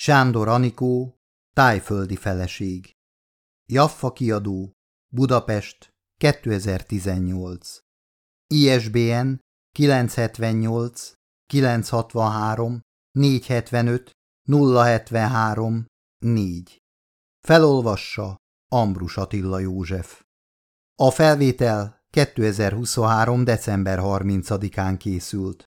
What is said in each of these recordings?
Sándor Anikó, Tájföldi feleség. Jaffa kiadó, Budapest, 2018. ISBN 978 963 475 073 4. Felolvassa Ambrus Attila József. A felvétel 2023. december 30-án készült.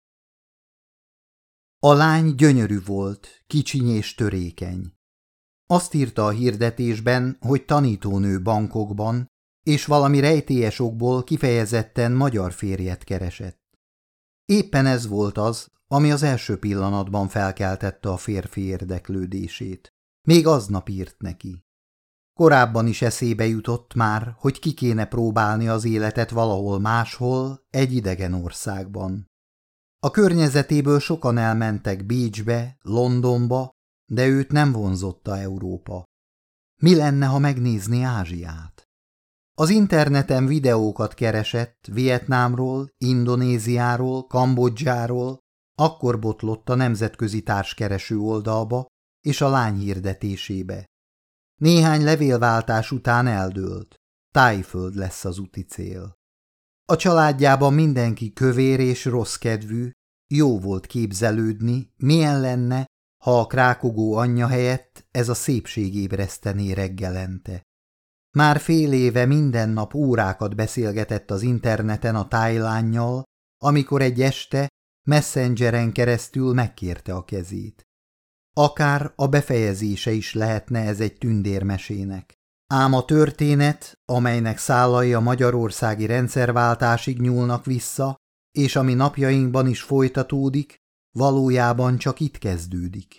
A lány gyönyörű volt, kicsiny és törékeny. Azt írta a hirdetésben, hogy tanítónő bankokban, és valami rejtélyes okból kifejezetten magyar férjet keresett. Éppen ez volt az, ami az első pillanatban felkeltette a férfi érdeklődését. Még aznap írt neki. Korábban is eszébe jutott már, hogy ki kéne próbálni az életet valahol máshol, egy idegen országban. A környezetéből sokan elmentek Bécsbe, Londonba, de őt nem vonzotta Európa. Mi lenne, ha megnézni Ázsiát? Az interneten videókat keresett Vietnámról, Indonéziáról, Kambodzsáról, akkor botlott a nemzetközi társkereső oldalba és a lány hirdetésébe. Néhány levélváltás után eldőlt. Tájföld lesz az úti cél. A családjában mindenki kövér és rosszkedvű, jó volt képzelődni, milyen lenne, ha a krákogó anyja helyett ez a szépség ébresztené reggelente. Már fél éve minden nap órákat beszélgetett az interneten a tájlánnyal, amikor egy este Messengeren keresztül megkérte a kezét. Akár a befejezése is lehetne ez egy tündérmesének. Ám a történet, amelynek szálai a magyarországi rendszerváltásig nyúlnak vissza, és ami napjainkban is folytatódik, valójában csak itt kezdődik.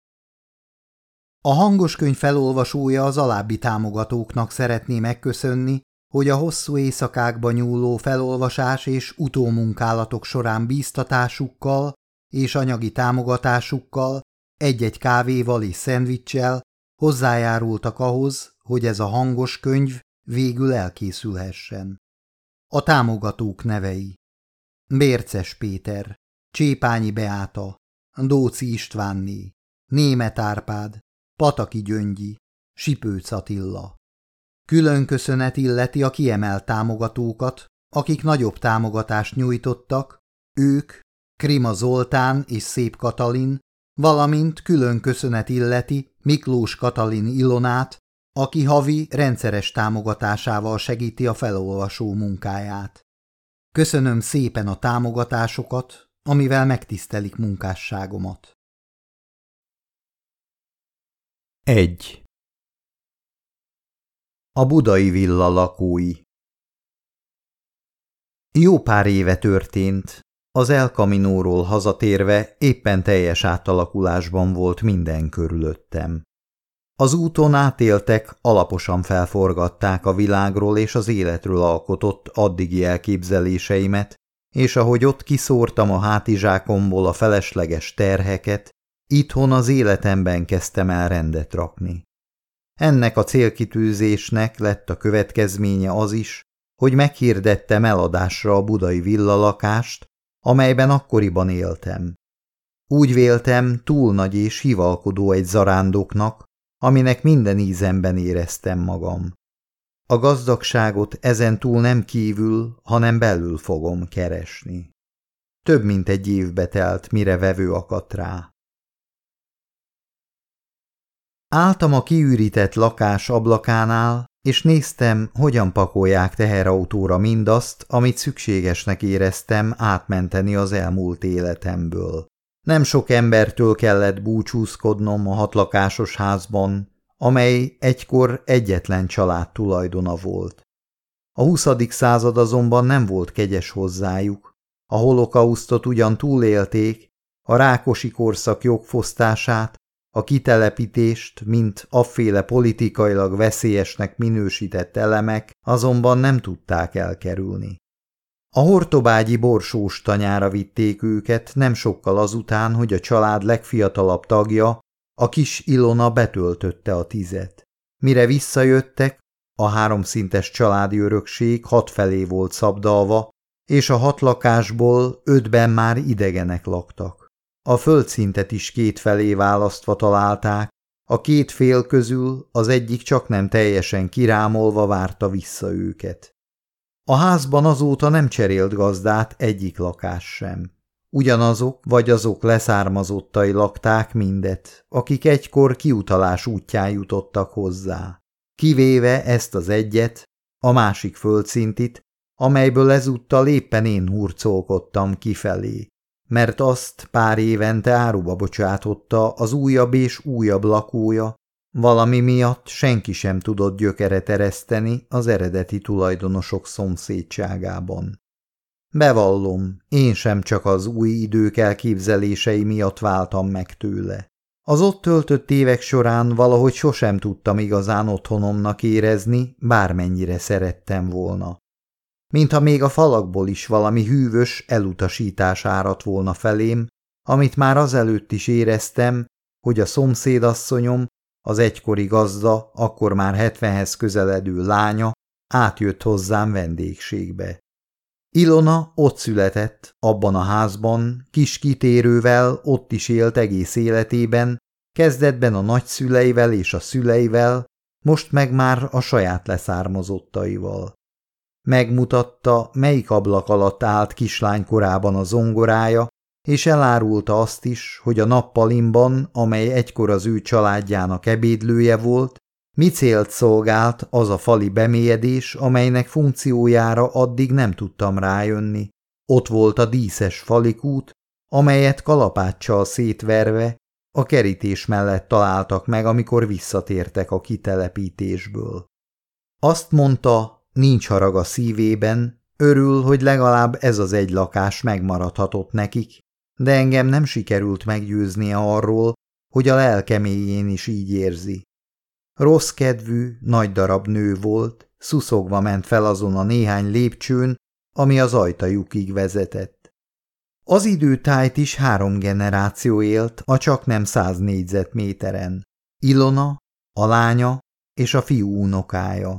A hangoskönyv felolvasója az alábbi támogatóknak szeretné megköszönni, hogy a hosszú éjszakákba nyúló felolvasás és utómunkálatok során bíztatásukkal és anyagi támogatásukkal, egy-egy kávéval és szendviccsel hozzájárultak ahhoz, hogy ez a hangos könyv végül elkészülhessen. A támogatók nevei: Bérces Péter, Csépányi Beáta, Dóczy Istvánné, Németh Árpád, Pataki Gyöngyi, Sipőc Attila. Külön köszönet illeti a kiemelt támogatókat, akik nagyobb támogatást nyújtottak, ők Krima Zoltán és Szép Katalin, valamint külön köszönet illeti Miklós Katalin Ilonát, aki havi rendszeres támogatásával segíti a felolvasó munkáját. Köszönöm szépen a támogatásokat, amivel megtisztelik munkásságomat. 1. A budai villa lakói. Jó pár éve történt. Az El Caminóról hazatérve éppen teljes átalakulásban volt minden körülöttem. Az úton átéltek, alaposan felforgatták a világról és az életről alkotott addigi elképzeléseimet, és ahogy ott kiszórtam a hátizsákomból a felesleges terheket, itthon az életemben kezdtem el rendet rakni. Ennek a célkitűzésnek lett a következménye az is, hogy meghirdettem eladásra a budai villalakást, amelyben akkoriban éltem. Úgy véltem, túl nagy és hivalkodó egy zarándoknak, aminek minden ízemben éreztem magam. A gazdagságot ezen túl nem kívül, hanem belül fogom keresni. Több mint egy évbe telt, mire vevő akadt rá. Álltam a kiürített lakás ablakánál, és néztem, hogyan pakolják teherautóra mindazt, amit szükségesnek éreztem átmenteni az elmúlt életemből. Nem sok embertől kellett búcsúzkodnom a 6 lakásos házban, amely egykor egyetlen család tulajdona volt. A 20. század azonban nem volt kegyes hozzájuk. A holokausztot ugyan túlélték, a Rákosi korszak jogfosztását, a kitelepítést, mint afféle politikailag veszélyesnek minősített elemek azonban nem tudták elkerülni. A hortobágyi borsós tanyára vitték őket nem sokkal azután, hogy a család legfiatalabb tagja, a kis Ilona betöltötte a 10. Mire visszajöttek, a 3 szintes családi örökség 6 felé volt szabdalva, és a 6 lakásból 5-ben már idegenek laktak. A földszintet is kétfelé választva találták, a két fél közül az egyik csaknem teljesen kirámolva várta vissza őket. A házban azóta nem cserélt gazdát egyik lakás sem. Ugyanazok vagy azok leszármazottai lakták mindet, akik egykor kiutalás útján jutottak hozzá. Kivéve ezt az egyet, a másik földszintit, amelyből ezúttal éppen én hurcolkodtam kifelé, mert azt pár évente áruba bocsátotta az újabb és újabb lakója, valami miatt senki sem tudott gyökeret ereszteni az eredeti tulajdonosok szomszédságában. Bevallom, én sem csak az új idők elképzelései miatt váltam meg tőle. Az ott töltött évek során valahogy sosem tudtam igazán otthonomnak érezni, bármennyire szerettem volna. Mintha még a falakból is valami hűvös elutasítás áradt volna felém, amit már azelőtt is éreztem, hogy a szomszédasszonyom, az egykori gazda, akkor már 70-hez közeledő lánya átjött hozzám vendégségbe. Ilona ott született, abban a házban, kis kitérővel ott is élt egész életében, kezdetben a nagyszüleivel és a szüleivel, most meg már a saját leszármazottaival. Megmutatta, melyik ablak alatt állt kislány korában a zongorája, és elárulta azt is, hogy a nappalimban, amely egykor az ő családjának ebédlője volt, mi célt szolgált az a fali bemélyedés, amelynek funkciójára addig nem tudtam rájönni. Ott volt a díszes falikút, amelyet kalapáccsal szétverve a kerítés mellett találtak meg, amikor visszatértek a kitelepítésből. Azt mondta, nincs harag a szívében, örül, hogy legalább ez az egy lakás megmaradhatott nekik, de engem nem sikerült meggyőznie arról, hogy a lelkeméjén is így érzi. Rossz kedvű, nagy darab nő volt, szuszogva ment fel azon a néhány lépcsőn, ami az ajtajukig vezetett. Az időtájt is 3 generáció élt a csaknem 100 négyzetméteren. Ilona, a lánya és a fiú unokája.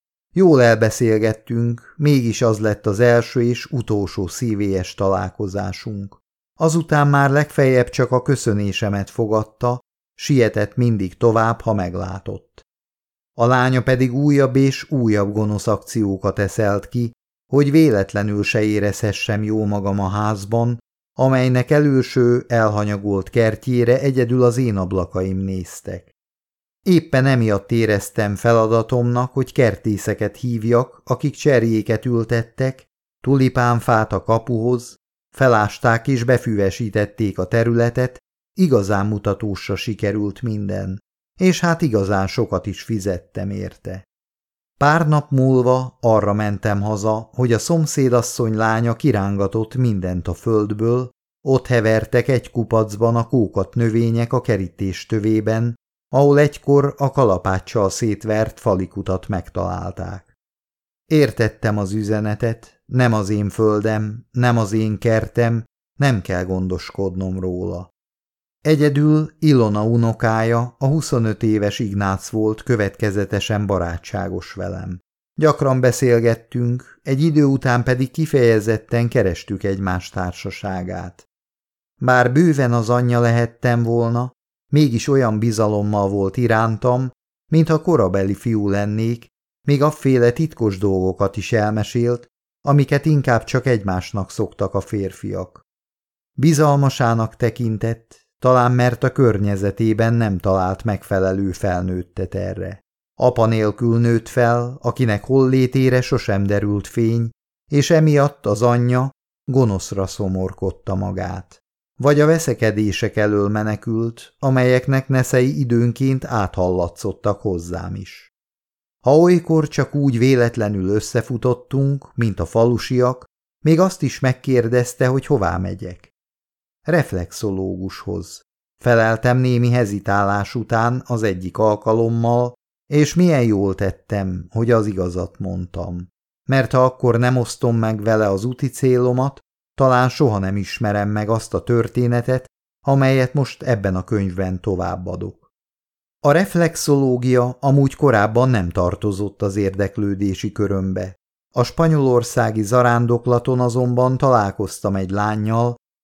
Jól elbeszélgettünk, mégis az lett az első és utolsó szívélyes találkozásunk. Azután már legfeljebb csak a köszönésemet fogadta, sietett mindig tovább, ha meglátott. A lánya pedig újabb és újabb gonosz akciókat eszelt ki, hogy véletlenül se érezhessem jól magam a házban, amelynek előső, elhanyagolt kertjére egyedül az én ablakaim néztek. Éppen emiatt éreztem feladatomnak, hogy kertészeket hívjak, akik cserjéket ültettek, tulipánfát a kapuhoz, felásták és befüvesítették a területet, igazán mutatósra sikerült minden, és hát igazán sokat is fizettem érte. Pár nap múlva arra mentem haza, hogy a szomszédasszony lánya kirángatott mindent a földből, ott hevertek egy kupacban a kókat növények a kerítés tövében, ahol egykor a kalapáccsal szétvert falikutat megtalálták. Értettem az üzenetet, nem az én földem, nem az én kertem, nem kell gondoskodnom róla. Egyedül Ilona unokája, a 25 éves Ignác volt következetesen barátságos velem. Gyakran beszélgettünk, egy idő után pedig kifejezetten kerestük egymás társaságát. Bár bőven az anyja lehettem volna, mégis olyan bizalommal volt irántam, mintha korabeli fiú lennék, még afféle titkos dolgokat is elmesélt, amiket inkább csak egymásnak szoktak a férfiak. Bizalmasának tekintett, talán mert a környezetében nem talált megfelelő felnőttet erre. Apa nélkül nőtt fel, akinek hollétére sosem derült fény, és emiatt az anyja gonoszra szomorkodta magát. Vagy a veszekedések elől menekült, amelyeknek neszei időnként áthallatszottak hozzám is. Ha olykor csak úgy véletlenül összefutottunk, mint a falusiak, még azt is megkérdezte, hogy hová megyek. Reflexológushoz. Feleltem némi hezitálás után az egyik alkalommal, és milyen jól tettem, hogy az igazat mondtam. Mert ha akkor nem osztom meg vele az úti célomat, talán soha nem ismerem meg azt a történetet, amelyet most ebben a könyvben továbbadok. A reflexológia amúgy korábban nem tartozott az érdeklődési körömbe. A spanyolországi zarándoklaton azonban találkoztam egy lánnyal,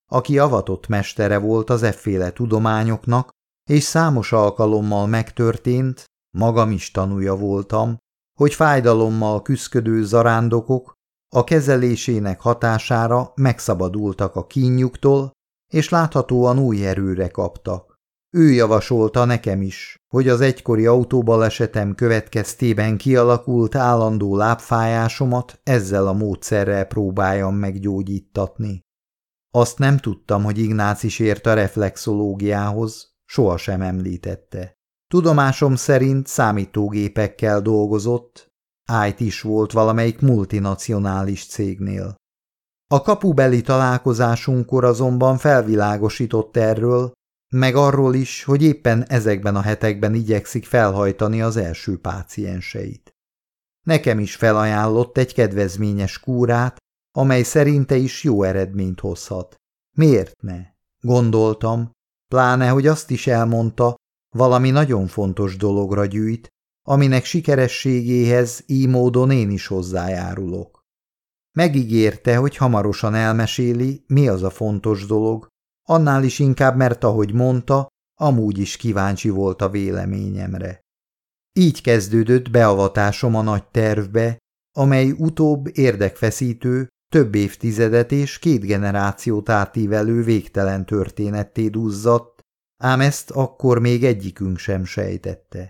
aki avatott mestere volt az efféle tudományoknak, és számos alkalommal megtörtént, magam is tanúja voltam, hogy fájdalommal küszködő zarándokok a kezelésének hatására megszabadultak a kínjuktól, és láthatóan új erőre kaptak. Ő javasolta nekem is, hogy az egykori autóbalesetem következtében kialakult állandó lábfájásomat ezzel a módszerrel próbáljam meggyógyítatni. Azt nem tudtam, hogy Ignác is ért a reflexológiához, sohasem említette. Tudomásom szerint számítógépekkel dolgozott, IT is volt valamelyik multinacionális cégnél. A kapubeli találkozásunkkor azonban felvilágosított erről, meg arról is, hogy éppen ezekben a hetekben igyekszik felhajtani az első pácienseit. Nekem is felajánlott egy kedvezményes kúrát, amely szerinte is jó eredményt hozhat. Miért ne? Gondoltam, pláne, hogy azt is elmondta, valami nagyon fontos dologra gyűjt, aminek sikerességéhez így módon én is hozzájárulok. Megígérte, hogy hamarosan elmeséli, mi az a fontos dolog, annál is inkább, mert ahogy mondta, amúgy is kíváncsi volt a véleményemre. Így kezdődött beavatásom a nagy tervbe, amely utóbb érdekfeszítő, több évtizedet és 2 generációt átívelő végtelen történetté duzzadt, ám ezt akkor még egyikünk sem sejtette.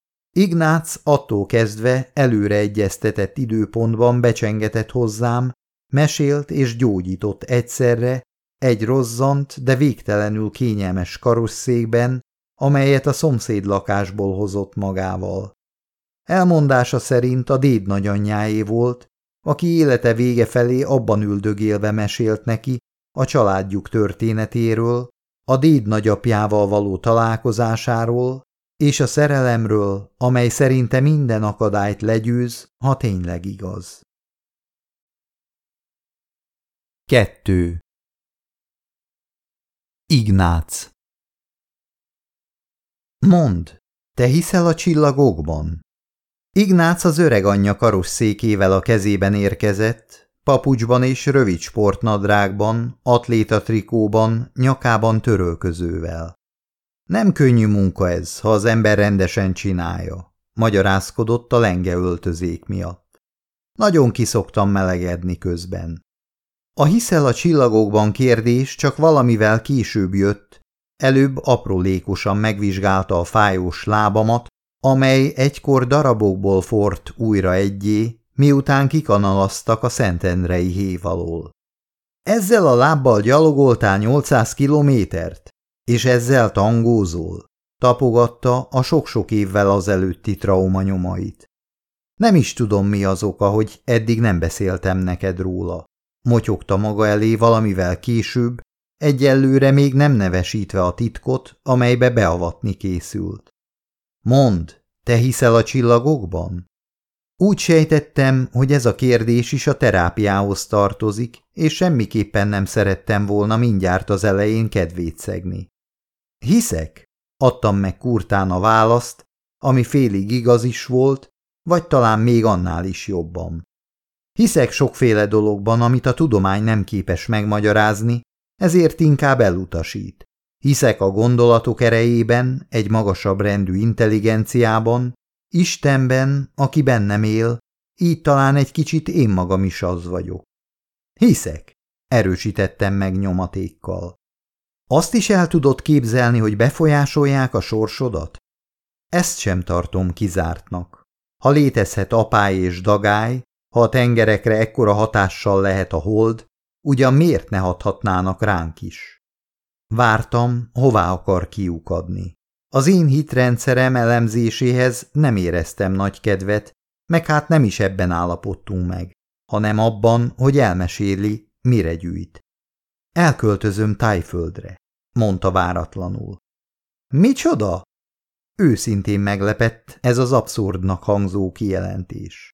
Ignác attól kezdve előre egyeztetett időpontban becsengetett hozzám, mesélt és gyógyított egyszerre, egy rozzant, de végtelenül kényelmes karosszékben, amelyet a szomszéd lakásból hozott magával. Elmondása szerint a déd nagyanyjáé volt, aki élete vége felé abban üldögélve mesélt neki a családjuk történetéről, a déd nagyapjával való találkozásáról, és a szerelemről, amely szerinte minden akadályt legyőz, ha tényleg igaz. 2. Ignác. Mondd, te hiszel a csillagokban? Ignác az öreg anyja karosszékével a kezében érkezett, papucsban és rövid sportnadrágban, atlétatrikóban, nyakában törölközővel. Nem könnyű munka ez, ha az ember rendesen csinálja, magyarázkodott a lenge öltözék miatt. Nagyon kiszoktam melegedni közben. A hiszel a csillagokban kérdés csak valamivel később jött, előbb aprólékosan megvizsgálta a fájós lábamat, amely egykor darabokból forrt újra egyé, miután kikanalaztak a Szentendrei hév alól. Ezzel a lábbal gyalogoltál 800 kilométert? És ezzel tangózol? Tapogatta a sok-sok évvel azelőtti trauma nyomait. Nem is tudom, mi az oka, hogy eddig nem beszéltem neked róla. Motyogta maga elé valamivel később, egyelőre még nem nevesítve a titkot, amelybe beavatni készült. Mondd, te hiszel a csillagokban? Úgy sejtettem, hogy ez a kérdés is a terápiához tartozik, és semmiképpen nem szerettem volna mindjárt az elején kedvét szegni. Hiszek? Adtam meg kurtán a választ, ami félig igaz is volt, vagy talán még annál is jobban. Hiszek sokféle dologban, amit a tudomány nem képes megmagyarázni, ezért inkább elutasít. Hiszek a gondolatok erejében, egy magasabb rendű intelligenciában, Istenben, aki bennem él, így talán egy kicsit én magam is az vagyok. Hiszek, erősítettem meg nyomatékkal. Azt is el tudod képzelni, hogy befolyásolják a sorsodat? Ezt sem tartom kizártnak. Ha létezhet apály és dagály, ha a tengerekre ekkora hatással lehet a hold, ugyan miért ne hathatnának ránk is? Vártam, hová akar kiukadni. Az én hitrendszerem elemzéséhez nem éreztem nagy kedvet, meg hát nem is ebben állapodtunk meg, hanem abban, hogy elmeséli, mire gyűjt. Elköltözöm Tájföldre, mondta váratlanul. Micsoda? Őszintén meglepett ez az abszurdnak hangzó kijelentés.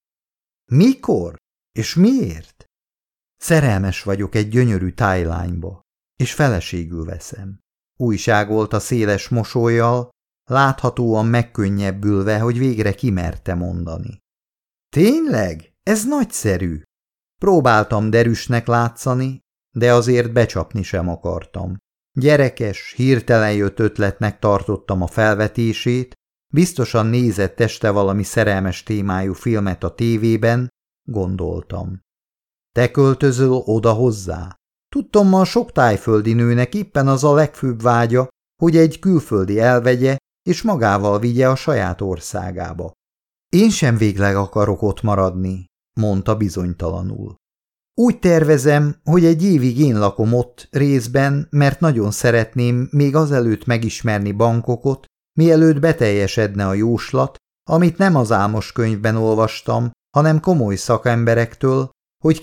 Mikor? És miért? Szerelmes vagyok egy gyönyörű tájlányba, és feleségül veszem. Újságolta széles mosollyal, láthatóan megkönnyebbülve, hogy végre kimerte mondani. Tényleg? Ez nagyszerű! Próbáltam derűsnek látszani, de azért becsapni sem akartam. Gyerekes, hirtelen jött ötletnek tartottam a felvetését, biztosan nézett este valami szerelmes témájú filmet a tévében, gondoltam. Te költözöl oda hozzá? Tudtommal sok tájföldi nőnek éppen az a legfőbb vágya, hogy egy külföldi elvegye és magával vigye a saját országába. Én sem végleg akarok ott maradni, mondta bizonytalanul. Úgy tervezem, hogy egy évig én lakom ott részben, mert nagyon szeretném még azelőtt megismerni Bangkokot, mielőtt beteljesedne a jóslat, amit nem az álmos könyvben olvastam, hanem komoly szakemberektől, hogy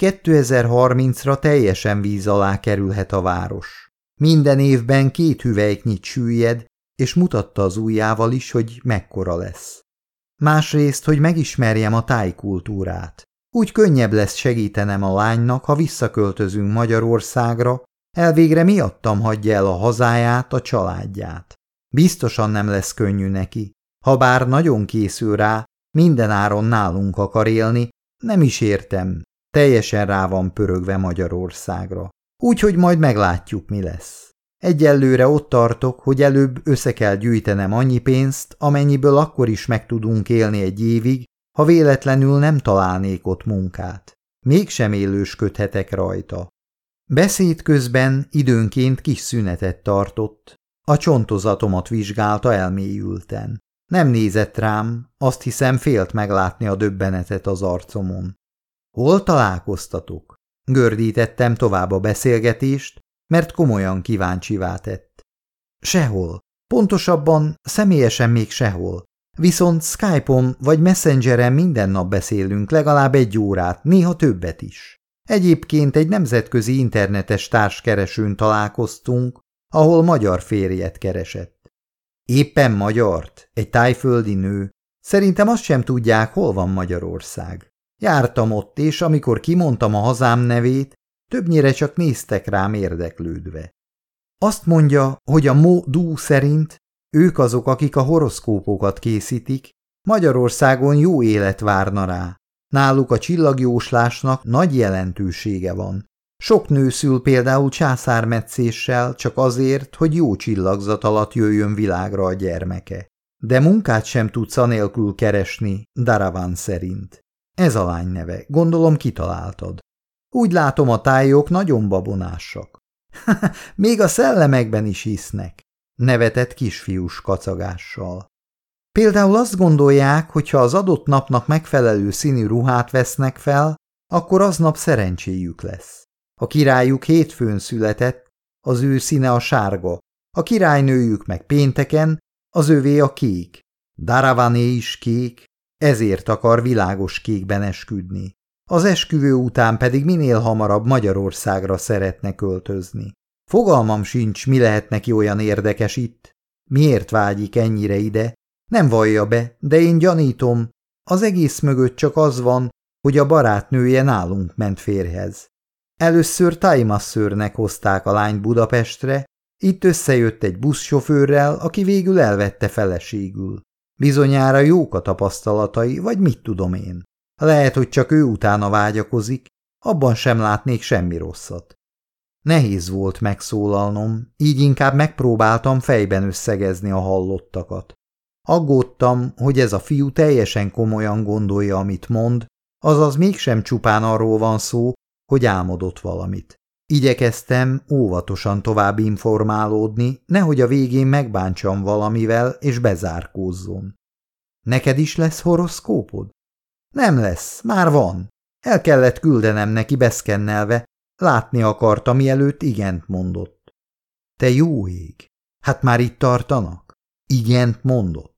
2030-ra teljesen víz alá kerülhet a város. Minden évben 2 hüvelyknyit süllyed, és mutatta az ujjával is, hogy mekkora lesz. Másrészt, hogy megismerjem a tájkultúrát. Úgy könnyebb lesz segítenem a lánynak, ha visszaköltözünk Magyarországra, elvégre miattam hagyja el a hazáját, a családját. Biztosan nem lesz könnyű neki, habár nagyon készül rá, minden áron nálunk akar élni, nem is értem, teljesen rá van pörögve Magyarországra. Úgyhogy majd meglátjuk, mi lesz. Egyelőre ott tartok, hogy előbb össze kell gyűjtenem annyi pénzt, amennyiből akkor is meg tudunk élni egy évig, ha véletlenül nem találnék ott munkát. Mégsem élősködhetek rajta. Beszéd közben időnként kis szünetet tartott. A csontozatomat vizsgálta elmélyülten. Nem nézett rám, azt hiszem félt meglátni a döbbenetet az arcomon. Hol találkoztatok? Gördítettem tovább a beszélgetést, mert komolyan kíváncsivá tett. Sehol. Pontosabban személyesen még sehol. Viszont Skype-on vagy Messengeren minden nap beszélünk legalább 1 órát, néha többet is. Egyébként egy nemzetközi internetes társkeresőn találkoztunk, ahol magyar férjet keresett. Éppen magyart, egy tájföldi nő. Szerintem azt sem tudják, hol van Magyarország. Jártam ott, és amikor kimondtam a hazám nevét, többnyire csak néztek rám érdeklődve. Azt mondja, hogy a Mo-Du szerint ők azok, akik a horoszkópokat készítik, Magyarországon jó élet várna rá. Náluk a csillagjóslásnak nagy jelentősége van. Sok nő szül például császármetszéssel csak azért, hogy jó csillagzat alatt jöjjön világra a gyermeke. De munkát sem tudsz anélkül keresni, Daravan szerint. Ez a lány neve, gondolom kitaláltad. Úgy látom, a tájok nagyon babonásak. Még a szellemekben is hisznek, nevetett kisfiús kacagással. Például azt gondolják, hogy ha az adott napnak megfelelő színű ruhát vesznek fel, akkor aznap szerencséjük lesz. A királyuk hétfőn született, az ő színe a sárga, a királynőjük meg pénteken, az övé a kék. Daravané is kék, ezért akar világos kékben esküdni. Az esküvő után pedig minél hamarabb Magyarországra szeretne költözni. Fogalmam sincs, mi lehet neki olyan érdekes itt. Miért vágyik ennyire ide? Nem vallja be, de én gyanítom, az egész mögött csak az van, hogy a barátnője nálunk ment férjhez. Először tájmasszőrnek hozták a lányt Budapestre, itt összejött egy buszsofőrrel, aki végül elvette feleségül. Bizonyára jók a tapasztalatai, vagy mit tudom én. Lehet, hogy csak ő utána vágyakozik, abban sem látnék semmi rosszat. Nehéz volt megszólalnom, így inkább megpróbáltam fejben összegezni a hallottakat. Aggódtam, hogy ez a fiú teljesen komolyan gondolja, amit mond, azaz mégsem csupán arról van szó, hogy álmodott valamit. Igyekeztem óvatosan tovább informálódni, nehogy a végén megbántsam valamivel és bezárkózzon. Neked is lesz horoszkópod? Nem lesz, már van. El kellett küldenem neki beszkennelve, látni akarta, mielőtt igent mondott. Te jó ég! Hát már itt tartanak? Igent mondott.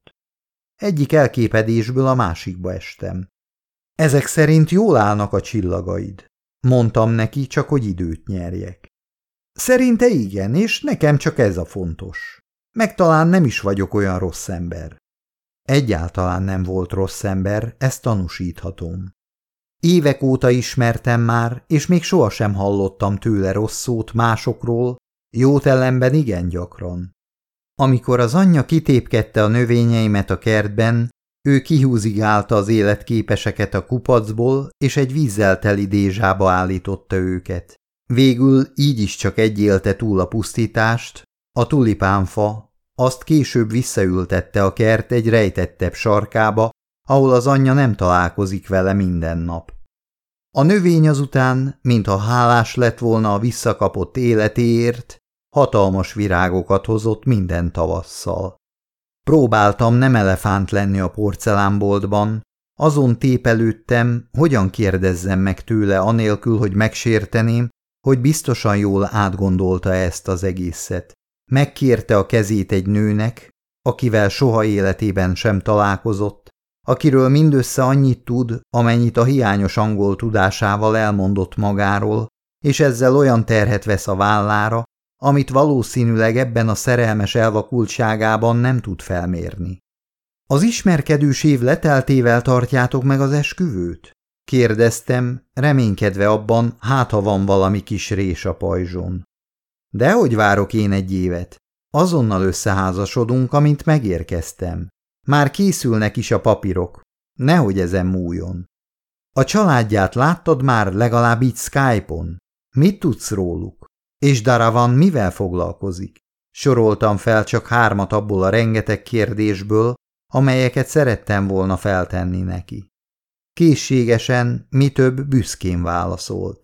Egyik elképedésből a másikba estem. Ezek szerint jól állnak a csillagaid. Mondtam neki, csak hogy időt nyerjek. Szerinte igen, és nekem csak ez a fontos. Meg talán nem is vagyok olyan rossz ember. Egyáltalán nem volt rossz ember, ezt tanúsíthatom. Évek óta ismertem már, és még sohasem hallottam tőle rossz szót másokról, jót ellenben igen gyakran. Amikor az anyja kitépkedte a növényeimet a kertben, ő kihúzigálta az életképeseket a kupacból, és egy vízzel teli dézsába állította őket. Végül így is csak egy élte túl a pusztítást, a tulipánfa, azt később visszaültette a kert egy rejtettebb sarkába, ahol az anyja nem találkozik vele minden nap. A növény azután, mintha hálás lett volna a visszakapott életéért, hatalmas virágokat hozott minden tavasszal. Próbáltam nem elefánt lenni a porcelánboltban, azon tépelődtem, hogyan kérdezzem meg tőle anélkül, hogy megsérteném, hogy biztosan jól átgondolta ezt az egészet. Megkérte a kezét egy nőnek, akivel soha életében sem találkozott, akiről mindössze annyit tud, amennyit a hiányos angol tudásával elmondott magáról, és ezzel olyan terhet vesz a vállára, amit valószínűleg ebben a szerelmes elvakultságában nem tud felmérni. Az ismerkedős év leteltével tartjátok meg az esküvőt? Kérdeztem, reménykedve abban, hát ha van valami kis rés a pajzson. Dehogy várok én egy évet. Azonnal összeházasodunk, amint megérkeztem. Már készülnek is a papírok. Nehogy ezen múljon. A családját láttad már legalább így Skype-on? Mit tudsz róluk? És Daravan mivel foglalkozik? Soroltam fel csak 3 abból a rengeteg kérdésből, amelyeket szerettem volna feltenni neki. Készségesen, mi több büszkén válaszolt.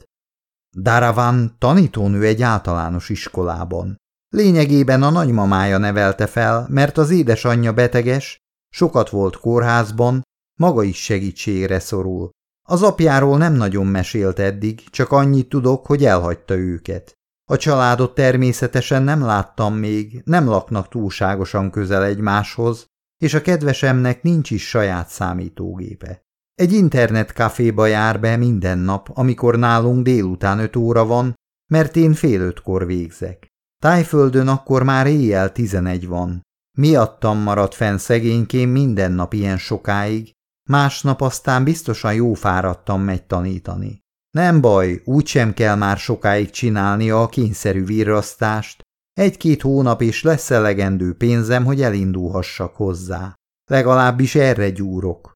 Daravan tanítónő egy általános iskolában. Lényegében a nagymamája nevelte fel, mert az édesanyja beteges, sokat volt kórházban, maga is segítségre szorul. Az apjáról nem nagyon mesélt eddig, csak annyit tudok, hogy elhagyta őket. A családot természetesen nem láttam még, nem laknak túlságosan közel egymáshoz, és a kedvesemnek nincs is saját számítógépe. Egy internetkaféba jár be minden nap, amikor nálunk délután 5 óra van, mert én fél 5-kor végzek. Tájföldön akkor már éjjel 11 van. Miattam maradt fenn szegénykém minden nap ilyen sokáig, másnap aztán biztosan jó fáradtan megy tanítani. Nem baj, úgysem kell már sokáig csinálnia a kényszerű virrasztást, 1-2 hónap és lesz elegendő pénzem, hogy elindulhassak hozzá. Legalábbis erre gyúrok.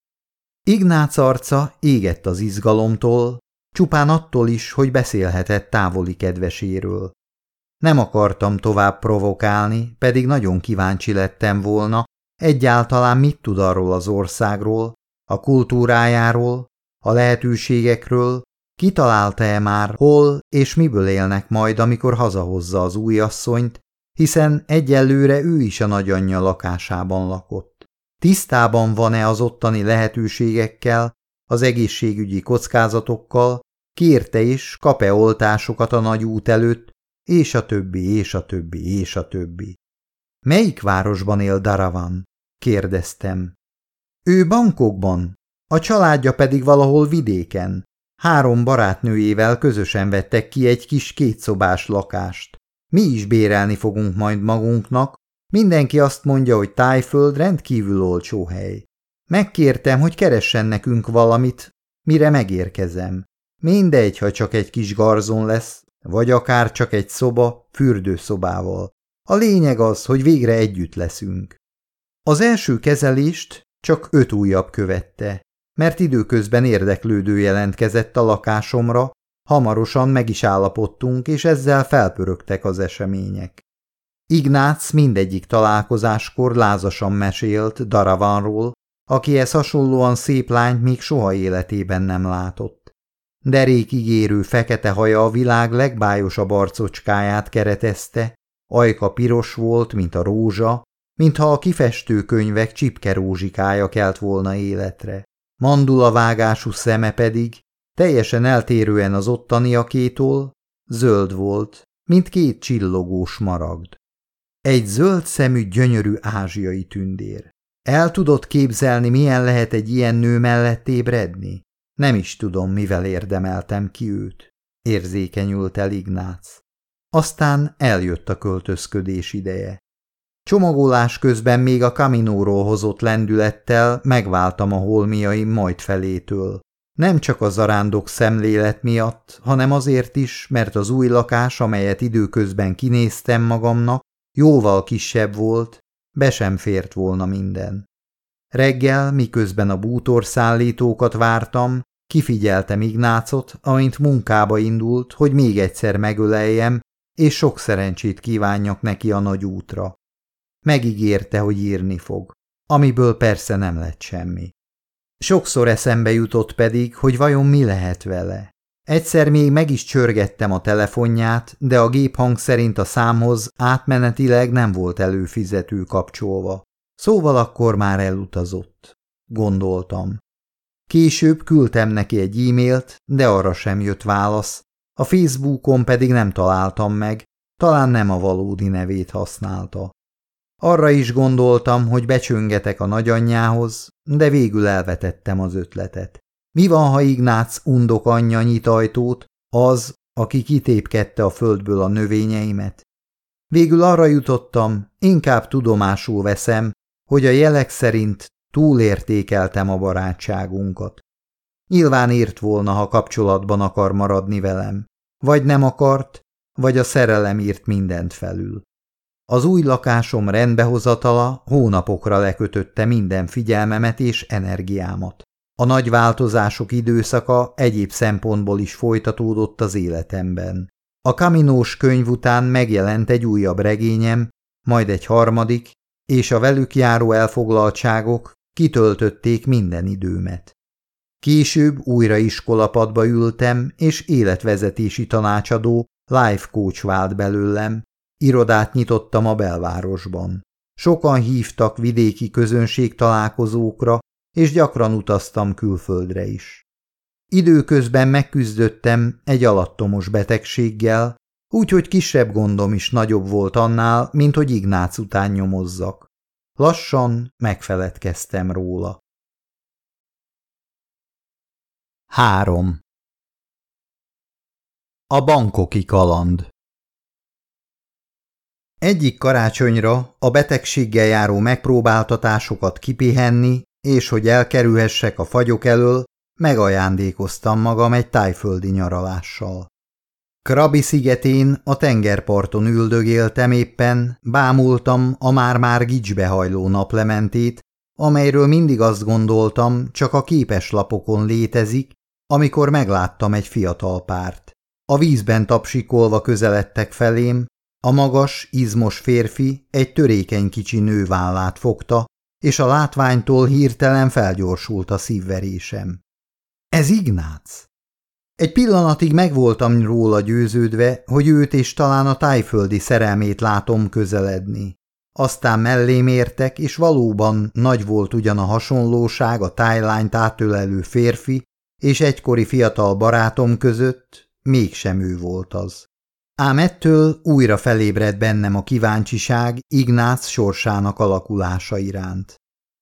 Ignác arca égett az izgalomtól, csupán attól is, hogy beszélhetett távoli kedveséről. Nem akartam tovább provokálni, pedig nagyon kíváncsi lettem volna, egyáltalán mit tud arról az országról, a kultúrájáról, a lehetőségekről, kitalálta-e már, hol és miből élnek majd, amikor hazahozza az új asszonyt, hiszen egyelőre ő is a nagyanyja lakásában lakott. Tisztában van-e az ottani lehetőségekkel, az egészségügyi kockázatokkal, kérte is, kap-e oltásokat a nagy út előtt, és a többi, és a többi, és a többi. Melyik városban él Daravan? Kérdeztem. Ő Bangkokban, a családja pedig valahol vidéken. 3 barátnőjével közösen vettek ki egy kis 2 szobás lakást. Mi is bérelni fogunk majd magunknak, mindenki azt mondja, hogy Tájföld rendkívül olcsó hely. Megkértem, hogy keressen nekünk valamit, mire megérkezem. Mindegy, ha csak egy kis garzon lesz, vagy akár csak egy szoba fürdőszobával. A lényeg az, hogy végre együtt leszünk. Az első kezelést csak 5 újabb követte, mert időközben érdeklődő jelentkezett a lakásomra, hamarosan meg is állapodtunk, és ezzel felpörögtek az események. Ignác mindegyik találkozáskor lázasan mesélt Daravanról, akihez hasonlóan szép lányt még soha életében nem látott. Derék ígérő fekete haja a világ legbájosabb arcocskáját keretezte, ajka piros volt, mint a rózsa, mintha a kifestőkönyvek csipke rózsikája kelt volna életre. Mandulavágású szeme pedig, teljesen eltérően az ottaniakétól, zöld volt, mint 2 csillogós maragd. Egy zöld szemű, gyönyörű ázsiai tündér. El tudod képzelni, milyen lehet egy ilyen nő mellett ébredni? Nem is tudom, mivel érdemeltem ki őt. Érzékenyült el Ignác. Aztán eljött a költözködés ideje. Csomagolás közben még a Caminóról hozott lendülettel megváltam a holmiaim majd felétől. Nem csak a zarándok szemlélet miatt, hanem azért is, mert az új lakás, amelyet időközben kinéztem magamnak, jóval kisebb volt, be sem fért volna minden. Reggel, miközben a bútorszállítókat vártam, Kifigyeltem Ignácot, amint munkába indult, hogy még egyszer megöleljem, és sok szerencsét kívánjak neki a nagy útra. Megígérte, hogy írni fog, amiből persze nem lett semmi. Sokszor eszembe jutott pedig, hogy vajon mi lehet vele. Egyszer még meg is csörgettem a telefonját, de a géphang szerint a számhoz átmenetileg nem volt előfizető kapcsolva. Szóval akkor már elutazott, gondoltam. Később küldtem neki egy e-mailt, de arra sem jött válasz, a Facebookon pedig nem találtam meg, talán nem a valódi nevét használta. Arra is gondoltam, hogy becsöngetek a nagyanyjához, de végül elvetettem az ötletet. Mi van, ha Ignác undok anyja nyit ajtót, az, aki kitépkedte a földből a növényeimet? Végül arra jutottam, inkább tudomásul veszem, hogy a jelek szerint túlértékeltem a barátságunkat. Nyilván írt volna, ha kapcsolatban akar maradni velem. Vagy nem akart, vagy a szerelem írt mindent felül. Az új lakásom rendbehozatala hónapokra lekötötte minden figyelmemet és energiámat. A nagy változások időszaka egyéb szempontból is folytatódott az életemben. A Caminós könyv után megjelent egy újabb regényem, majd egy harmadik, és a velük járó elfoglaltságok kitöltötték minden időmet. Később újra iskolapadba ültem, és életvezetési tanácsadó, life coach vált belőlem, irodát nyitottam a belvárosban. Sokan hívtak vidéki közönségtalálkozókra, és gyakran utaztam külföldre is. Időközben megküzdöttem egy alattomos betegséggel, úgyhogy kisebb gondom is nagyobb volt annál, mint hogy Ignác után nyomozzak. Lassan megfeledkeztem róla. 3. A bangkoki kaland. Egyik karácsonyra a betegséggel járó megpróbáltatásokat kipihenni, és hogy elkerülhessek a fagyok elől, megajándékoztam magam egy tájföldi nyaralással. Krabi szigetén a tengerparton üldögéltem éppen, bámultam a már-már gicsbe hajló naplementét, amelyről mindig azt gondoltam, csak a képeslapokon létezik, amikor megláttam egy fiatal párt. A vízben tapsikolva közeledtek felém, a magas, izmos férfi egy törékeny kicsi nő vállát fogta, és a látványtól hirtelen felgyorsult a szívverésem. Ez Ignác! Egy pillanatig meg voltam róla győződve, hogy őt és talán a tájföldi szerelmét látom közeledni. Aztán mellém értek, és valóban nagy volt ugyan a hasonlóság a tájlányt átölelő férfi és egykori fiatal barátom között, mégsem ő volt az. Ám ettől újra felébredt bennem a kíváncsiság Ignác sorsának alakulása iránt.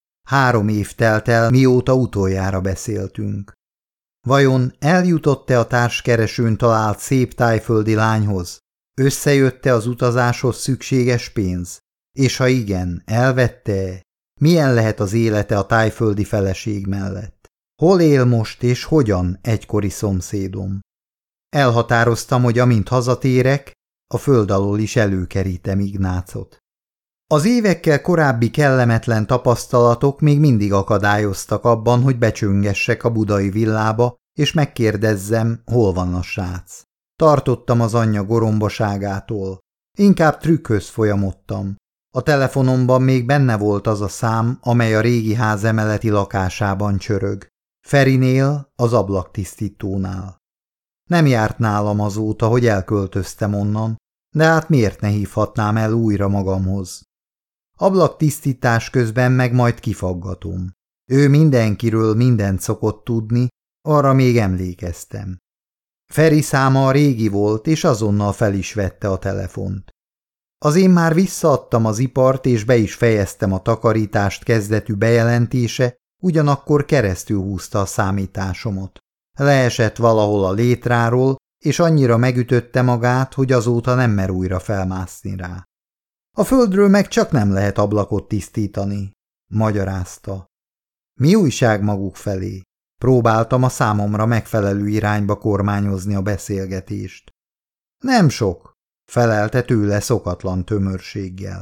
3 év telt el, mióta utoljára beszéltünk. Vajon eljutott-e a társkeresőn talált szép tájföldi lányhoz? Összejött-e az utazáshoz szükséges pénz? És ha igen, elvette-e? Milyen lehet az élete a tájföldi feleség mellett? Hol él most és hogyan egykori szomszédom? Elhatároztam, hogy amint hazatérek, a föld alól is előkerítem Ignácot. Az évekkel korábbi kellemetlen tapasztalatok még mindig akadályoztak abban, hogy becsöngessek a budai villába, és megkérdezzem, hol van a srác. Tartottam az anyja gorombaságától. Inkább trükkhöz folyamodtam. A telefonomban még benne volt az a szám, amely a régi ház emeleti lakásában csörög. Ferinél, az ablaktisztítónál. Nem járt nálam azóta, hogy elköltöztem onnan, de hát miért ne hívhatnám el újra magamhoz? Ablaktisztítás közben meg majd kifaggatom. Ő mindenkiről mindent szokott tudni, arra még emlékeztem. Feri száma a régi volt, és azonnal fel is vette a telefont. Az én már visszaadtam az ipart, és be is fejeztem a takarítást kezdetű bejelentése, ugyanakkor keresztül húzta a számításomat. Leesett valahol a létráról, és annyira megütötte magát, hogy azóta nem mer újra felmászni rá. A földről meg csak nem lehet ablakot tisztítani, magyarázta. Mi újság maguk felé? Próbáltam a számomra megfelelő irányba kormányozni a beszélgetést. Nem sok, felelte tőle szokatlan tömörséggel.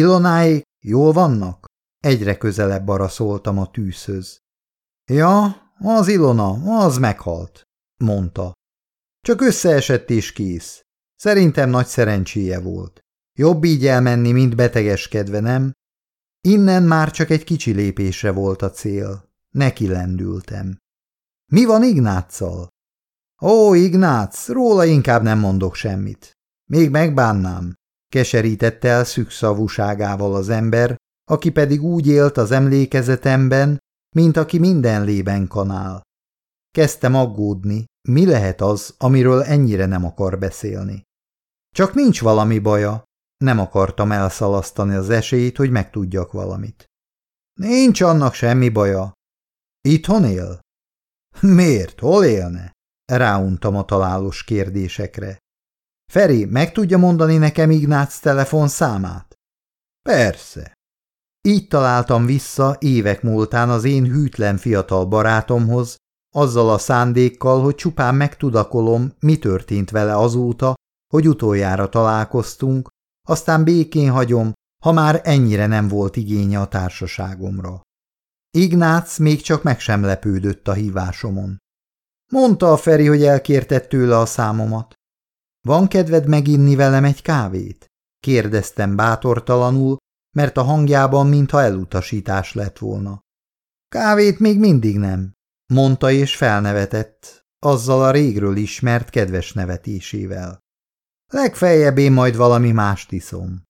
Ilonáék jól vannak? Egyre közelebb araszoltam a tűzhöz. Ja, az Ilona, az meghalt, mondta. Csak összeesett és kész. Szerintem nagy szerencséje volt. Jobb így elmenni, mint betegeskedve, nem? Innen már csak egy kicsi lépésre volt a cél. Neki lendültem. Mi van Ignáccal? Ó, Ignác, róla inkább nem mondok semmit. Még megbánnám, keserítette el szükszavúságával az ember, aki pedig úgy élt az emlékezetemben, mint aki minden lében kanál. Kezdtem aggódni, mi lehet az, amiről ennyire nem akar beszélni. Csak nincs valami baja, nem akartam elszalasztani az esélyt, hogy megtudjak valamit. Nincs annak semmi baja. Itthon él? Miért? Hol élne? Ráuntam a találós kérdésekre. Feri, meg tudja mondani nekem Ignác telefonszámát? Persze. Így találtam vissza évek múltán az én hűtlen fiatal barátomhoz, azzal a szándékkal, hogy csupán megtudakolom, mi történt vele azóta, hogy utoljára találkoztunk, aztán békén hagyom, ha már ennyire nem volt igénye a társaságomra. Ignác még csak meg sem lepődött a hívásomon. Mondta a Feri, hogy elkértett tőle a számomat. Van kedved meginni velem egy kávét? Kérdeztem bátortalanul, mert a hangjában mintha elutasítás lett volna. Kávét még mindig nem, mondta és felnevetett, azzal a régről ismert kedves nevetésével. Legfeljebb én majd valami mást iszom.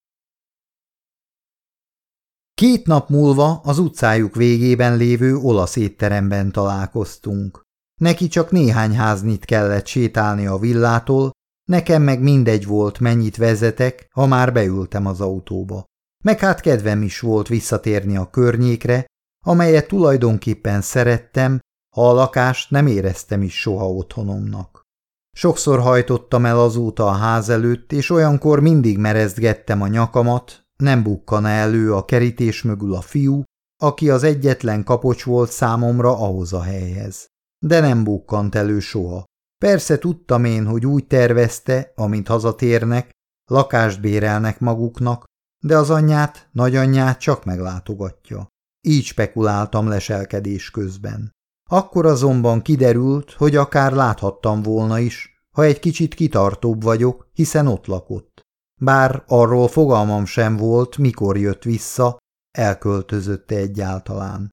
2 nap múlva az utcájuk végében lévő olasz étteremben találkoztunk. Neki csak néhány háznyit kellett sétálni a villától, nekem meg mindegy volt, mennyit vezetek, ha már beültem az autóba. Meg hát kedvem is volt visszatérni a környékre, amelyet tulajdonképpen szerettem, ha a lakást nem éreztem is soha otthonomnak. Sokszor hajtottam el azóta a ház előtt, és olyankor mindig merezgettem a nyakamat, nem bukkana elő a kerítés mögül a fiú, aki az egyetlen kapocs volt számomra ahhoz a helyhez. De nem bukkant elő soha. Persze tudtam én, hogy úgy tervezte, amint hazatérnek, lakást bérelnek maguknak, de az anyját, nagyanyját csak meglátogatja. Így spekuláltam leselkedés közben. Akkor azonban kiderült, hogy akár láthattam volna is, ha egy kicsit kitartóbb vagyok, hiszen ott lakott. Bár arról fogalmam sem volt, mikor jött vissza, elköltözötte egyáltalán.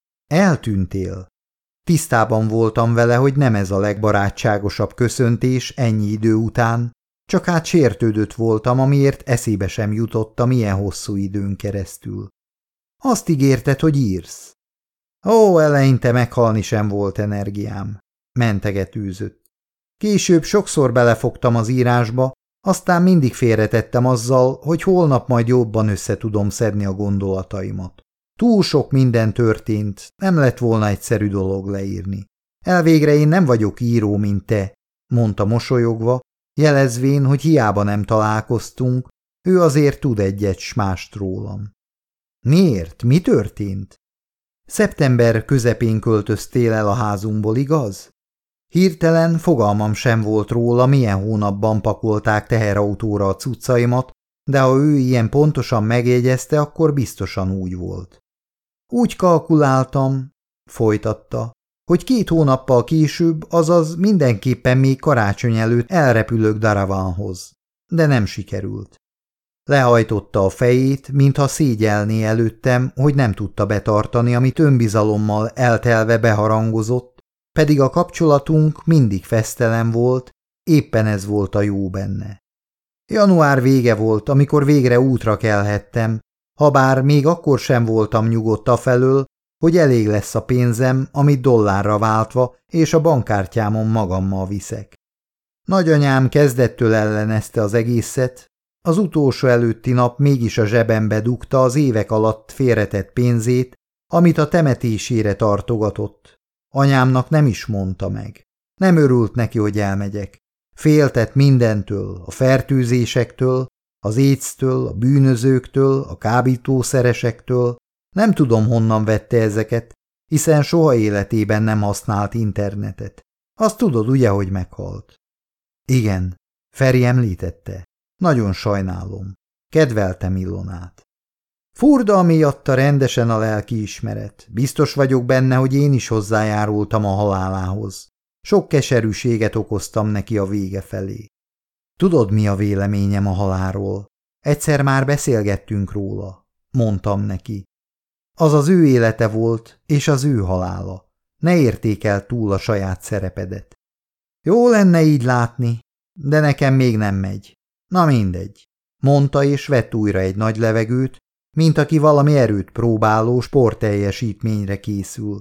Eltűntél. Tisztában voltam vele, hogy nem ez a legbarátságosabb köszöntés ennyi idő után, csak hát sértődött voltam, amiért eszébe sem jutottam ilyen hosszú időn keresztül. Azt ígérted, hogy írsz. Ó, eleinte meghalni sem volt energiám. Mentegetőzött. Később sokszor belefogtam az írásba, aztán mindig félretettem azzal, hogy holnap majd jobban össze tudom szedni a gondolataimat. Túl sok minden történt, nem lett volna egyszerű dolog leírni. Elvégre én nem vagyok író, mint te, mondta mosolyogva, jelezvén, hogy hiába nem találkoztunk, ő azért tud egyet s mást rólam. Miért? Mi történt? Szeptember közepén költöztél el a házunkból, igaz? Hirtelen fogalmam sem volt róla, milyen hónapban pakolták teherautóra a cuccaimat, de ha ő ilyen pontosan megjegyezte, akkor biztosan úgy volt. Úgy kalkuláltam, folytatta, hogy 2 hónappal később, azaz mindenképpen még karácsony előtt elrepülök Daravanhoz, de nem sikerült. Lehajtotta a fejét, mintha szégyelné előttem, hogy nem tudta betartani, amit önbizalommal eltelve beharangozott, pedig a kapcsolatunk mindig fesztelen volt, éppen ez volt a jó benne. Január vége volt, amikor végre útra kelhettem, habár még akkor sem voltam nyugodt afelől, hogy elég lesz a pénzem, amit dollárra váltva, és a bankkártyámon magammal viszek. Nagyanyám kezdettől ellenezte az egészet, az utolsó előtti nap mégis a zsebembe dugta az évek alatt félretett pénzét, amit a temetésére tartogatott. Anyámnak nem is mondta meg. Nem örült neki, hogy elmegyek. Féltett mindentől, a fertőzésektől, az AIDS-től, a bűnözőktől, a kábítószeresektől. Nem tudom, honnan vette ezeket, hiszen soha életében nem használt internetet. Azt tudod ugye, hogy meghalt? Igen, Feri említette. Nagyon sajnálom. Kedveltem Ilonát. Furda miatta rendesen a lelkiismeret. Biztos vagyok benne, hogy én is hozzájárultam a halálához. Sok keserűséget okoztam neki a vége felé. Tudod, mi a véleményem a halálról? Egyszer már beszélgettünk róla, mondtam neki. Az az ő élete volt, és az ő halála. Ne értékeld túl a saját szerepedet. Jó lenne így látni, de nekem még nem megy. Na mindegy, mondta, és vett újra egy nagy levegőt, mint aki valami erőt próbáló sportteljesítményre készül.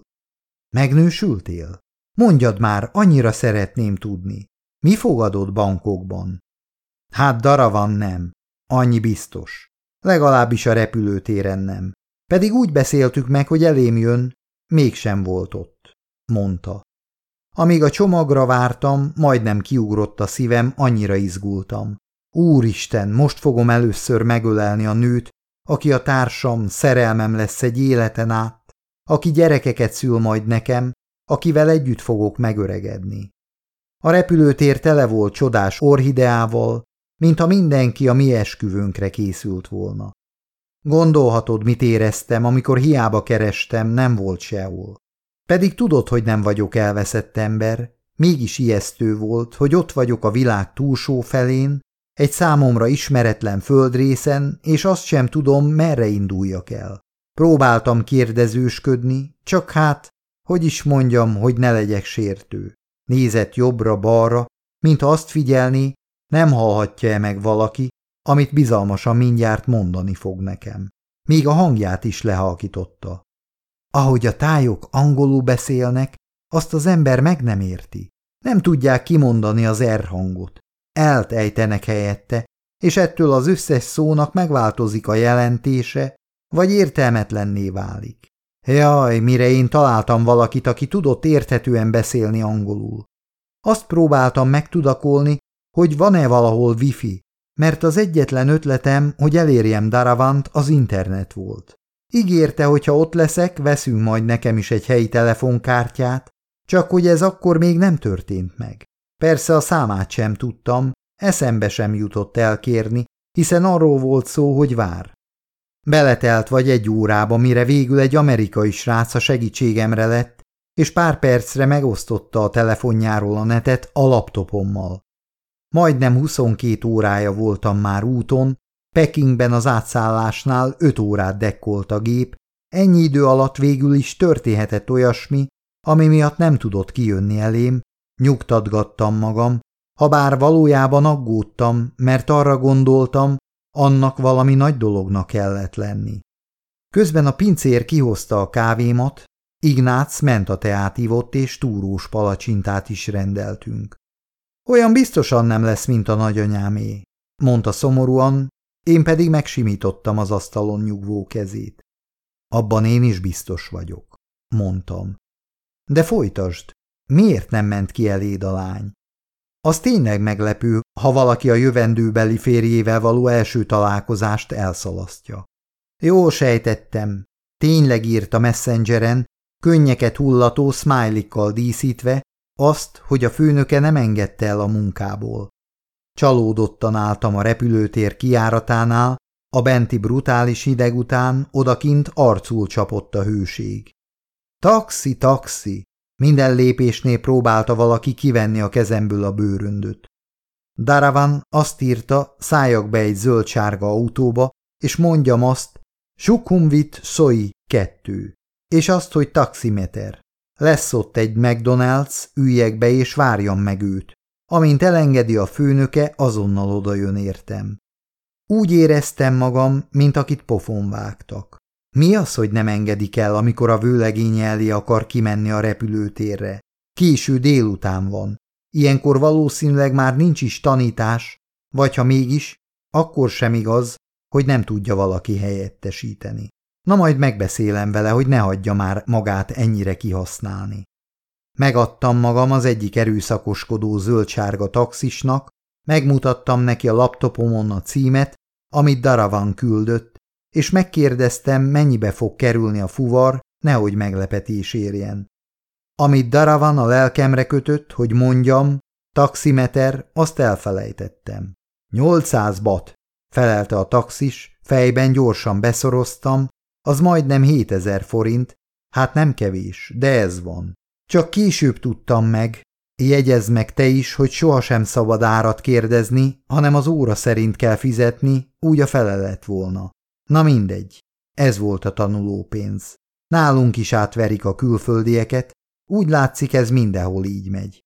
Megnősültél? Mondjad már, annyira szeretném tudni. Mi fogadott Bangkokban? Hát Daravan nem, annyi biztos. Legalábbis a repülőtéren nem. Pedig úgy beszéltük meg, hogy elém jön, mégsem volt ott, mondta. Amíg a csomagra vártam, majdnem kiugrott a szívem, annyira izgultam. Úristen, most fogom először megölelni a nőt, aki a társam, szerelmem lesz egy életen át, aki gyerekeket szül majd nekem, akivel együtt fogok megöregedni. A repülőtér tele volt csodás orhideával, mintha mindenki a mi esküvőnkre készült volna. Gondolhatod, mit éreztem, amikor hiába kerestem, nem volt sehol. Pedig tudod, hogy nem vagyok elveszett ember, mégis ijesztő volt, hogy ott vagyok a világ túlsó felén, egy számomra ismeretlen földrészen, és azt sem tudom, merre induljak el. Próbáltam kérdezősködni, csak hát, hogy is mondjam, hogy ne legyek sértő. Nézett jobbra-balra, mintha azt figyelné, nem hallhatja-e meg valaki, amit bizalmasan mindjárt mondani fog nekem. Még a hangját is lehalkította. Ahogy a tájok angolul beszélnek, azt az ember meg nem érti. Nem tudják kimondani az R hangot. Elt ejtenek helyette, és ettől az összes szónak megváltozik a jelentése, vagy értelmetlenné válik. Jaj, mire én találtam valakit, aki tudott érthetően beszélni angolul. Azt próbáltam megtudakolni, hogy van-e valahol wifi, mert az egyetlen ötletem, hogy elérjem Daravant, az internet volt. Ígérte, hogy ha ott leszek, veszünk majd nekem is egy helyi telefonkártyát, csak hogy ez akkor még nem történt meg. Persze a számát sem tudtam, eszembe sem jutott elkérni, hiszen arról volt szó, hogy vár. Beletelt vagy egy órába, mire végül egy amerikai srác a segítségemre lett, és pár percre megosztotta a telefonjáról a netet a laptopommal. Majdnem 22 órája voltam már úton, Pekingben az átszállásnál 5 órát dekkolt a gép, ennyi idő alatt végül is történhetett olyasmi, ami miatt nem tudott kijönni elém, nyugtatgattam magam, habár valójában aggódtam, mert arra gondoltam, annak valami nagy dolognak kellett lenni. Közben a pincér kihozta a kávémat, Ignác ment a teát ivott, és túrós palacsintát is rendeltünk. Olyan biztosan nem lesz, mint a nagyanyámé, mondta szomorúan, én pedig megsimítottam az asztalon nyugvó kezét. Abban én is biztos vagyok, mondtam. De folytasd, miért nem ment ki eléd a lány? Az tényleg meglepő, ha valaki a jövendőbeli férjével való első találkozást elszalasztja. Jól sejtettem, tényleg írt a messengeren, könnyeket hullató smiley-kkal díszítve, azt, hogy a főnöke nem engedte el a munkából. Csalódottan álltam a repülőtér kijáratánál, a benti brutális hideg után odakint arcul csapott a hőség. Taxi, taxi! Minden lépésnél próbálta valaki kivenni a kezemből a bőröndöt. Daravan azt írta, szálljak be egy zöld-sárga autóba, és mondjam azt, Sukhumvit Soi 2, és azt, hogy taximeter. Lesz ott egy McDonald's, üljek be és várjam meg őt. Amint elengedi a főnöke, azonnal odajön értem. Úgy éreztem magam, mint akit pofon vágtak. Mi az, hogy nem engedik el, amikor a vőlegény elé akar kimenni a repülőtérre? Késő délután van. Ilyenkor valószínűleg már nincs is tanítás, vagy ha mégis, akkor sem igaz, hogy nem tudja valaki helyettesíteni. Na majd megbeszélem vele, hogy ne hagyja már magát ennyire kihasználni. Megadtam magam az egyik erőszakoskodó zöldsárga taxisnak, megmutattam neki a laptopomon a címet, amit Daravan küldött, és megkérdeztem, mennyibe fog kerülni a fuvar, nehogy meglepetés érjen. Amit Daravan a lelkemre kötött, hogy mondjam, taximeter, azt elfelejtettem. 800 bat, felelte a taxis, Fejben gyorsan beszoroztam, az majdnem 7000 forint, hát nem kevés, de ez van. Csak később tudtam meg, jegyezd meg te is, hogy sohasem szabad árat kérdezni, hanem az óra szerint kell fizetni, úgy a fele lett volna. Na mindegy, ez volt a tanulópénz. Nálunk is átverik a külföldieket, úgy látszik, ez mindenhol így megy.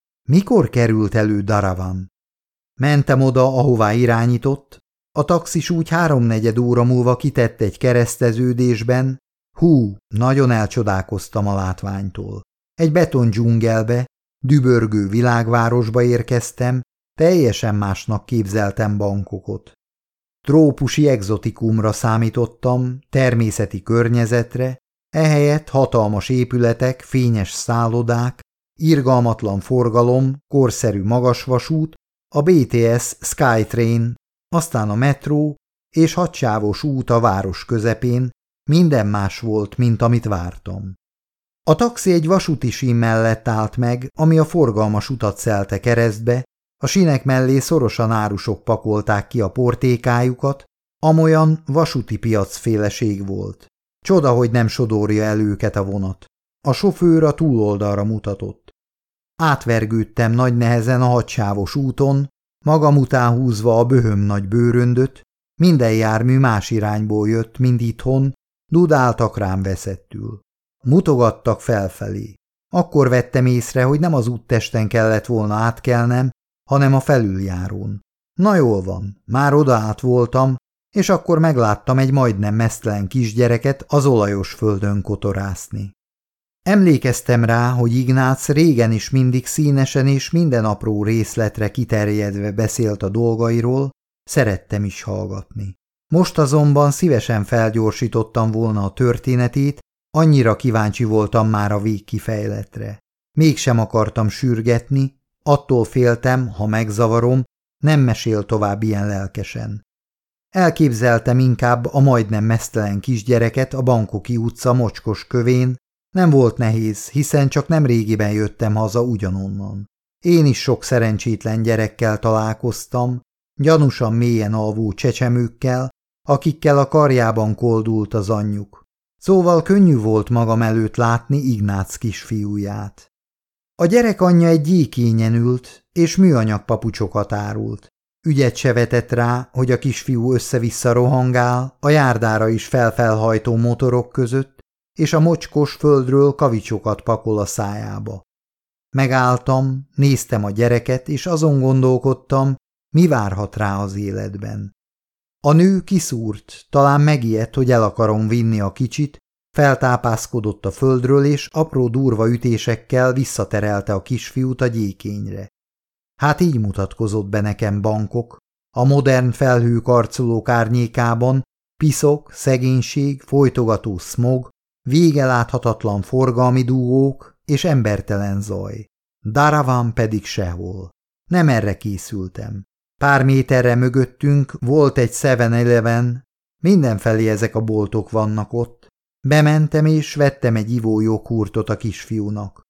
Mikor került elő Daravan? Mentem oda, ahová irányított, a taxis úgy 3/4 óra múlva kitett egy kereszteződésben. Hú, nagyon elcsodálkoztam a látványtól. Egy betondzsungelbe, dübörgő világvárosba érkeztem, teljesen másnak képzeltem Bangkokot. Trópusi egzotikumra számítottam, természeti környezetre, ehelyett hatalmas épületek, fényes szállodák, irgalmatlan forgalom, korszerű magasvasút, a BTS Skytrain, aztán a metró és 6 sávos út a város közepén, minden más volt, mint amit vártam. A taxi egy vasúti sín mellett állt meg, ami a forgalmas utat szelte keresztbe, a sínek mellé szorosan árusok pakolták ki a portékájukat, amolyan vasúti piacféleség volt. Csoda, hogy nem sodorja el őket a vonat. A sofőr a túloldalra mutatott. Átvergődtem nagy nehezen a 6 sávos úton, magam után húzva a böhöm nagy bőröndöt, minden jármű más irányból jött, mint itthon, dudáltak rám veszettül. Mutogattak felfelé. Akkor vettem észre, hogy nem az úttesten kellett volna átkelnem, hanem a felüljárón. Na jól van, már oda át voltam, és akkor megláttam egy majdnem meztelen kisgyereket az olajos földön kotorászni. Emlékeztem rá, hogy Ignác régen is mindig színesen és minden apró részletre kiterjedve beszélt a dolgairól, szerettem is hallgatni. Most azonban szívesen felgyorsítottam volna a történetét, annyira kíváncsi voltam már a végkifejletre. Mégsem akartam sürgetni, attól féltem, ha megzavarom, nem mesél tovább ilyen lelkesen. Elképzeltem inkább a majdnem meztelen kisgyereket a Bangkoki utca mocskos kövén. Nem volt nehéz, hiszen csak nem régiben jöttem haza ugyanonnan. Én is sok szerencsétlen gyerekkel találkoztam, gyanúsan mélyen alvó csecsemőkkel, akikkel a karjában koldult az anyjuk. Szóval könnyű volt magam előtt látni Ignác kisfiúját. A gyerek anyja egy gyékényen ült, és műanyag papucsokat árult. Ügyet se vetett rá, hogy a kisfiú össze-vissza rohangál, a járdára is felfelhajtó motorok között, és a mocskos földről kavicsokat pakol a szájába. Megálltam, néztem a gyereket, és azon gondolkodtam, mi várhat rá az életben. A nő kiszúrt, talán megijedt, hogy el akarom vinni a kicsit, feltápászkodott a földről, és apró durva ütésekkel visszaterelte a kisfiút a gyékényre. Hát így mutatkozott be nekem Bangkok, a modern felhőkarcolók árnyékában, piszok, szegénység, folytogató szmog, vége láthatatlan forgalmi dugók és embertelen zaj. Daravan pedig sehol. Nem erre készültem. Pár méterre mögöttünk volt egy 7-Eleven, mindenfelé ezek a boltok vannak ott. Bementem és vettem egy ivójoghurtot a kisfiúnak.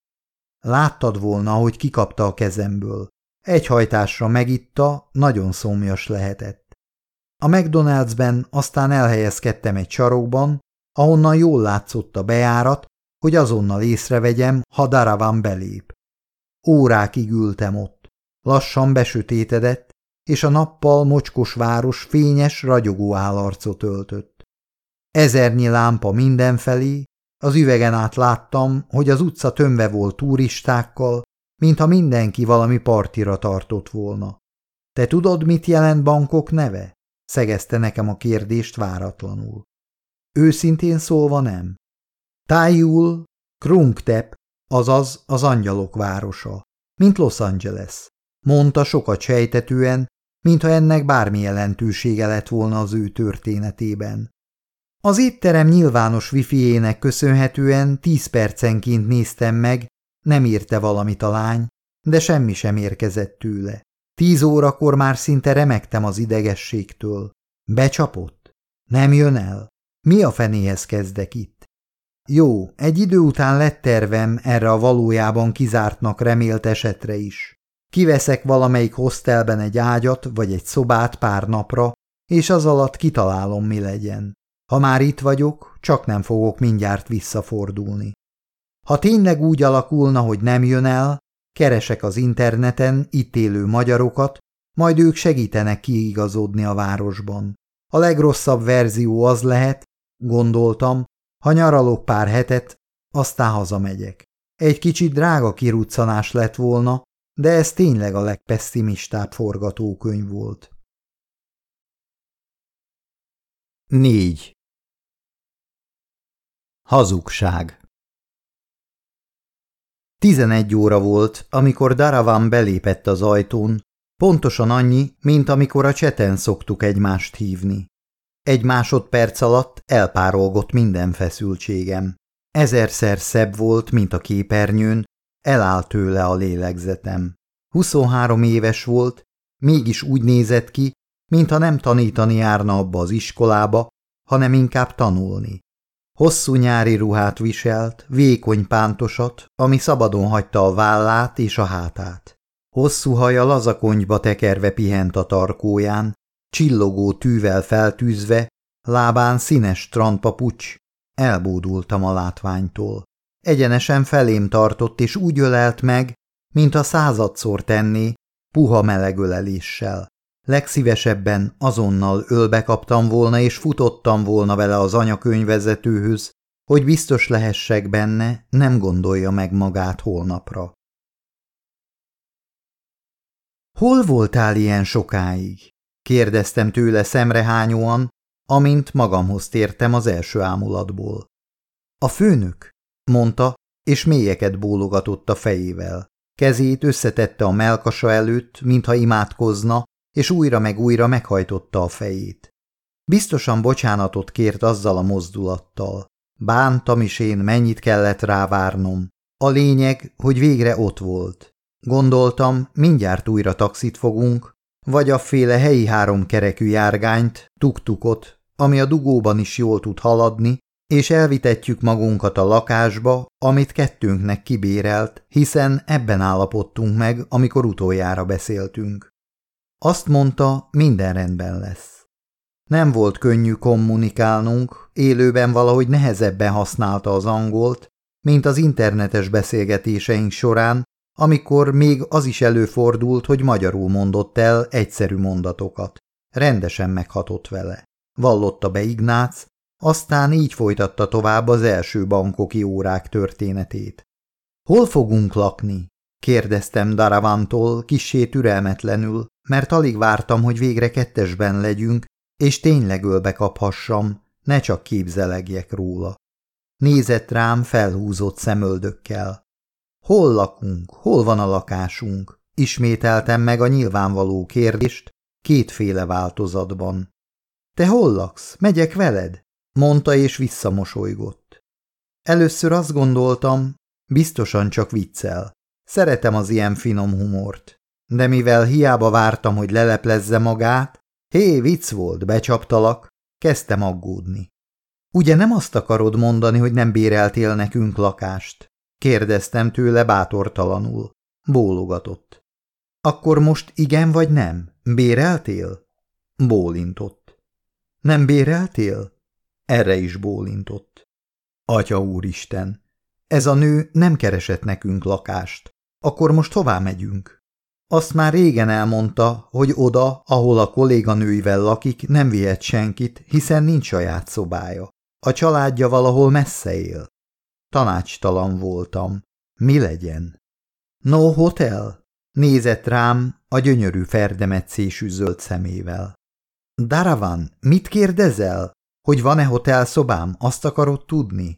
Láttad volna, hogy kikapta a kezemből. Egy hajtásra megitta, nagyon szomjas lehetett. A McDonald'sben aztán elhelyezkedtem egy sarokban, ahonnan jól látszott a bejárat, hogy azonnal észrevegyem, ha Daravan belép. Órákig ültem ott. Lassan besötétedett, és a nappal mocskos város fényes, ragyogó állarcot öltött. Ezernyi lámpa mindenfelé, az üvegen át láttam, hogy az utca tömve volt turistákkal, mintha mindenki valami partira tartott volna. Te tudod, mit jelent Bangkok neve? Szegezte nekem a kérdést váratlanul. Őszintén szólva nem. Tájul Krungtep, azaz az angyalok városa, mint Los Angeles, mondta sokat sejtetően, mintha ennek bármi jelentősége lett volna az ő történetében. Az étterem nyilvános wifi-ének köszönhetően 10 percenként néztem meg, nem írte valamit a lány, de semmi sem érkezett tőle. 10 órakor már szinte remegtem az idegességtől. Becsapott? Nem jön el? Mi a fenéhez kezdek itt? Jó, egy idő után lett tervem erre a valójában kizártnak remélt esetre is. Kiveszek valamelyik hostelben egy ágyat vagy egy szobát pár napra, és az alatt kitalálom, mi legyen. Ha már itt vagyok, csak nem fogok mindjárt visszafordulni. Ha tényleg úgy alakulna, hogy nem jön el, keresek az interneten itt élő magyarokat, majd ők segítenek kiigazodni a városban. A legrosszabb verzió az lehet, gondoltam, ha nyaralok pár hetet, aztán hazamegyek. Egy kicsit drága kiruccanás lett volna, de ez tényleg a legpesszimistább forgatókönyv volt. 4. Hazugság. 11 óra volt, amikor Daravan belépett az ajtón, pontosan annyi, mint amikor a cseten szoktuk egymást hívni. Egy másodperc alatt elpárolgott minden feszültségem. 1000-szer szebb volt, mint a képernyőn, elállt tőle a lélegzetem. 23 éves volt, mégis úgy nézett ki, mintha nem tanítani járna abba az iskolába, hanem inkább tanulni. Hosszú nyári ruhát viselt, vékony pántosat, ami szabadon hagyta a vállát és a hátát. Hosszú haja lazakonyba tekerve pihent a tarkóján, csillogó tűvel feltűzve, lábán színes strandpapucs. Elbódultam a látványtól. Egyenesen felém tartott, és úgy ölelt meg, mint a 100-szor tenné, puha meleg öleléssel. Legszívesebben azonnal ölbe kaptam volna, és futottam volna vele az anyakönyvvezetőhöz, hogy biztos lehessek benne, nem gondolja meg magát holnapra. Hol voltál ilyen sokáig? Kérdeztem tőle szemrehányóan, amint magamhoz tértem az első ámulatból. A főnök, mondta, és mélyeket bólogatott a fejével. Kezét összetette a mellkasa előtt, mintha imádkozna, és újra meg újra meghajtotta a fejét. Biztosan bocsánatot kért azzal a mozdulattal. Bántam is én, mennyit kellett rávárnom. A lényeg, hogy végre ott volt. Gondoltam, mindjárt újra taxit fogunk, vagy afféle helyi 3 kerekű járgányt, tuk-tukot, ami a dugóban is jól tud haladni, és elvitetjük magunkat a lakásba, amit kettőnknek kibérelt, hiszen ebben állapodtunk meg, amikor utoljára beszéltünk. Azt mondta, minden rendben lesz. Nem volt könnyű kommunikálnunk, élőben valahogy nehezebben használta az angolt, mint az internetes beszélgetéseink során, amikor még az is előfordult, hogy magyarul mondott el egyszerű mondatokat. Rendesen meghatott vele. Vallotta be Ignác, aztán így folytatta tovább az első bankoki órák történetét. Hol fogunk lakni? Kérdeztem Daravantól kissé türelmetlenül, mert alig vártam, hogy végre kettesben legyünk, és tényleg ölbe kaphassam, ne csak képzelegjek róla. Nézett rám felhúzott szemöldökkel. Hol lakunk? Hol van a lakásunk? Ismételtem meg a nyilvánvaló kérdést, kétféle változatban. Te hol laksz? Megyek veled? Mondta és visszamosolygott. Először azt gondoltam, biztosan csak viccel. Szeretem az ilyen finom humort. De mivel hiába vártam, hogy leleplezze magát, hé, vicc volt, becsaptalak, kezdtem aggódni. Ugye nem azt akarod mondani, hogy nem béreltél nekünk lakást? Kérdeztem tőle bátortalanul. Bólogatott. Akkor most igen vagy nem? Béreltél? Bólintott. Nem béreltél? Erre is bólintott. Atya úristen, ez a nő nem keresett nekünk lakást. Akkor most hová megyünk? Azt már régen elmondta, hogy oda, ahol a kolléganőivel lakik, nem vihet senkit, hiszen nincs saját szobája. A családja valahol messze él. Tanácstalan voltam. Mi legyen? No hotel? Nézett rám a gyönyörű ferdemetszésű zöld szemével. Daravan, mit kérdezel? Hogy van-e hotelszobám, azt akarod tudni?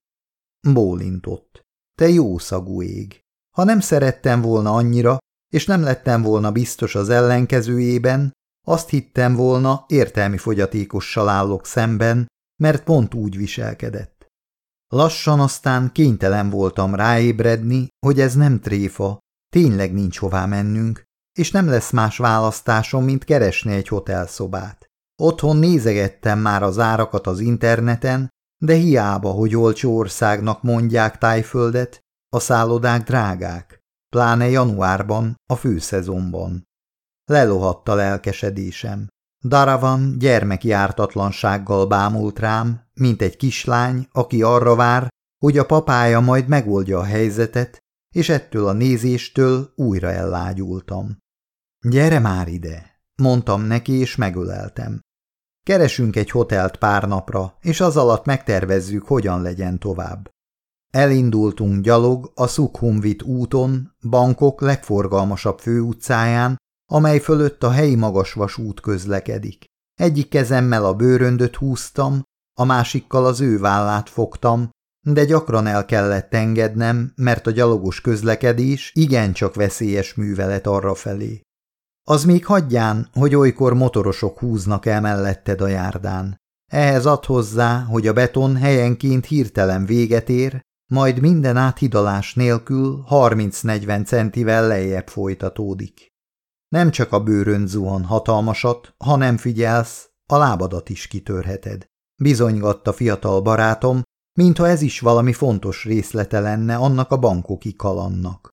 Bólintott. Te jó szagú ég. Ha nem szerettem volna annyira, és nem lettem volna biztos az ellenkezőjében, azt hittem volna, értelmi fogyatékossal állok szemben, mert pont úgy viselkedett. Lassan aztán kénytelen voltam ráébredni, hogy ez nem tréfa, tényleg nincs hová mennünk, és nem lesz más választásom, mint keresni egy hotelszobát. Otthon nézegettem már az árakat az interneten, de hiába, hogy olcsó országnak mondják Tájföldet, a szállodák drágák, pláne januárban, a főszezonban. Lelohadt a lelkesedésem. Daravan gyermeki ártatlansággal bámult rám, mint egy kislány, aki arra vár, hogy a papája majd megoldja a helyzetet, és ettől a nézéstől újra ellágyultam. Gyere már ide, mondtam neki, és megöleltem. Keresünk egy hotelt pár napra, és az alatt megtervezzük, hogyan legyen tovább. Elindultunk gyalog a Sukhumvit úton, Bangkok legforgalmasabb főutcáján, amely fölött a helyi magasvasút közlekedik. Egyik kezemmel a bőröndöt húztam, a másikkal az ő vállát fogtam, de gyakran el kellett engednem, mert a gyalogos közlekedés igencsak veszélyes művelet arrafelé. Az még hagyján, hogy olykor motorosok húznak el melletted a járdán. Ehhez add hozzá, hogy a beton helyenként hirtelen véget ér, majd minden áthidalás nélkül 30-40 centivel lejjebb folytatódik. Nem csak a bőrönd zuhan hatalmasat, ha nem figyelsz, a lábadat is kitörheted. Bizonygatta fiatal barátom, mintha ez is valami fontos részlete lenne annak a bangkoki kalandnak.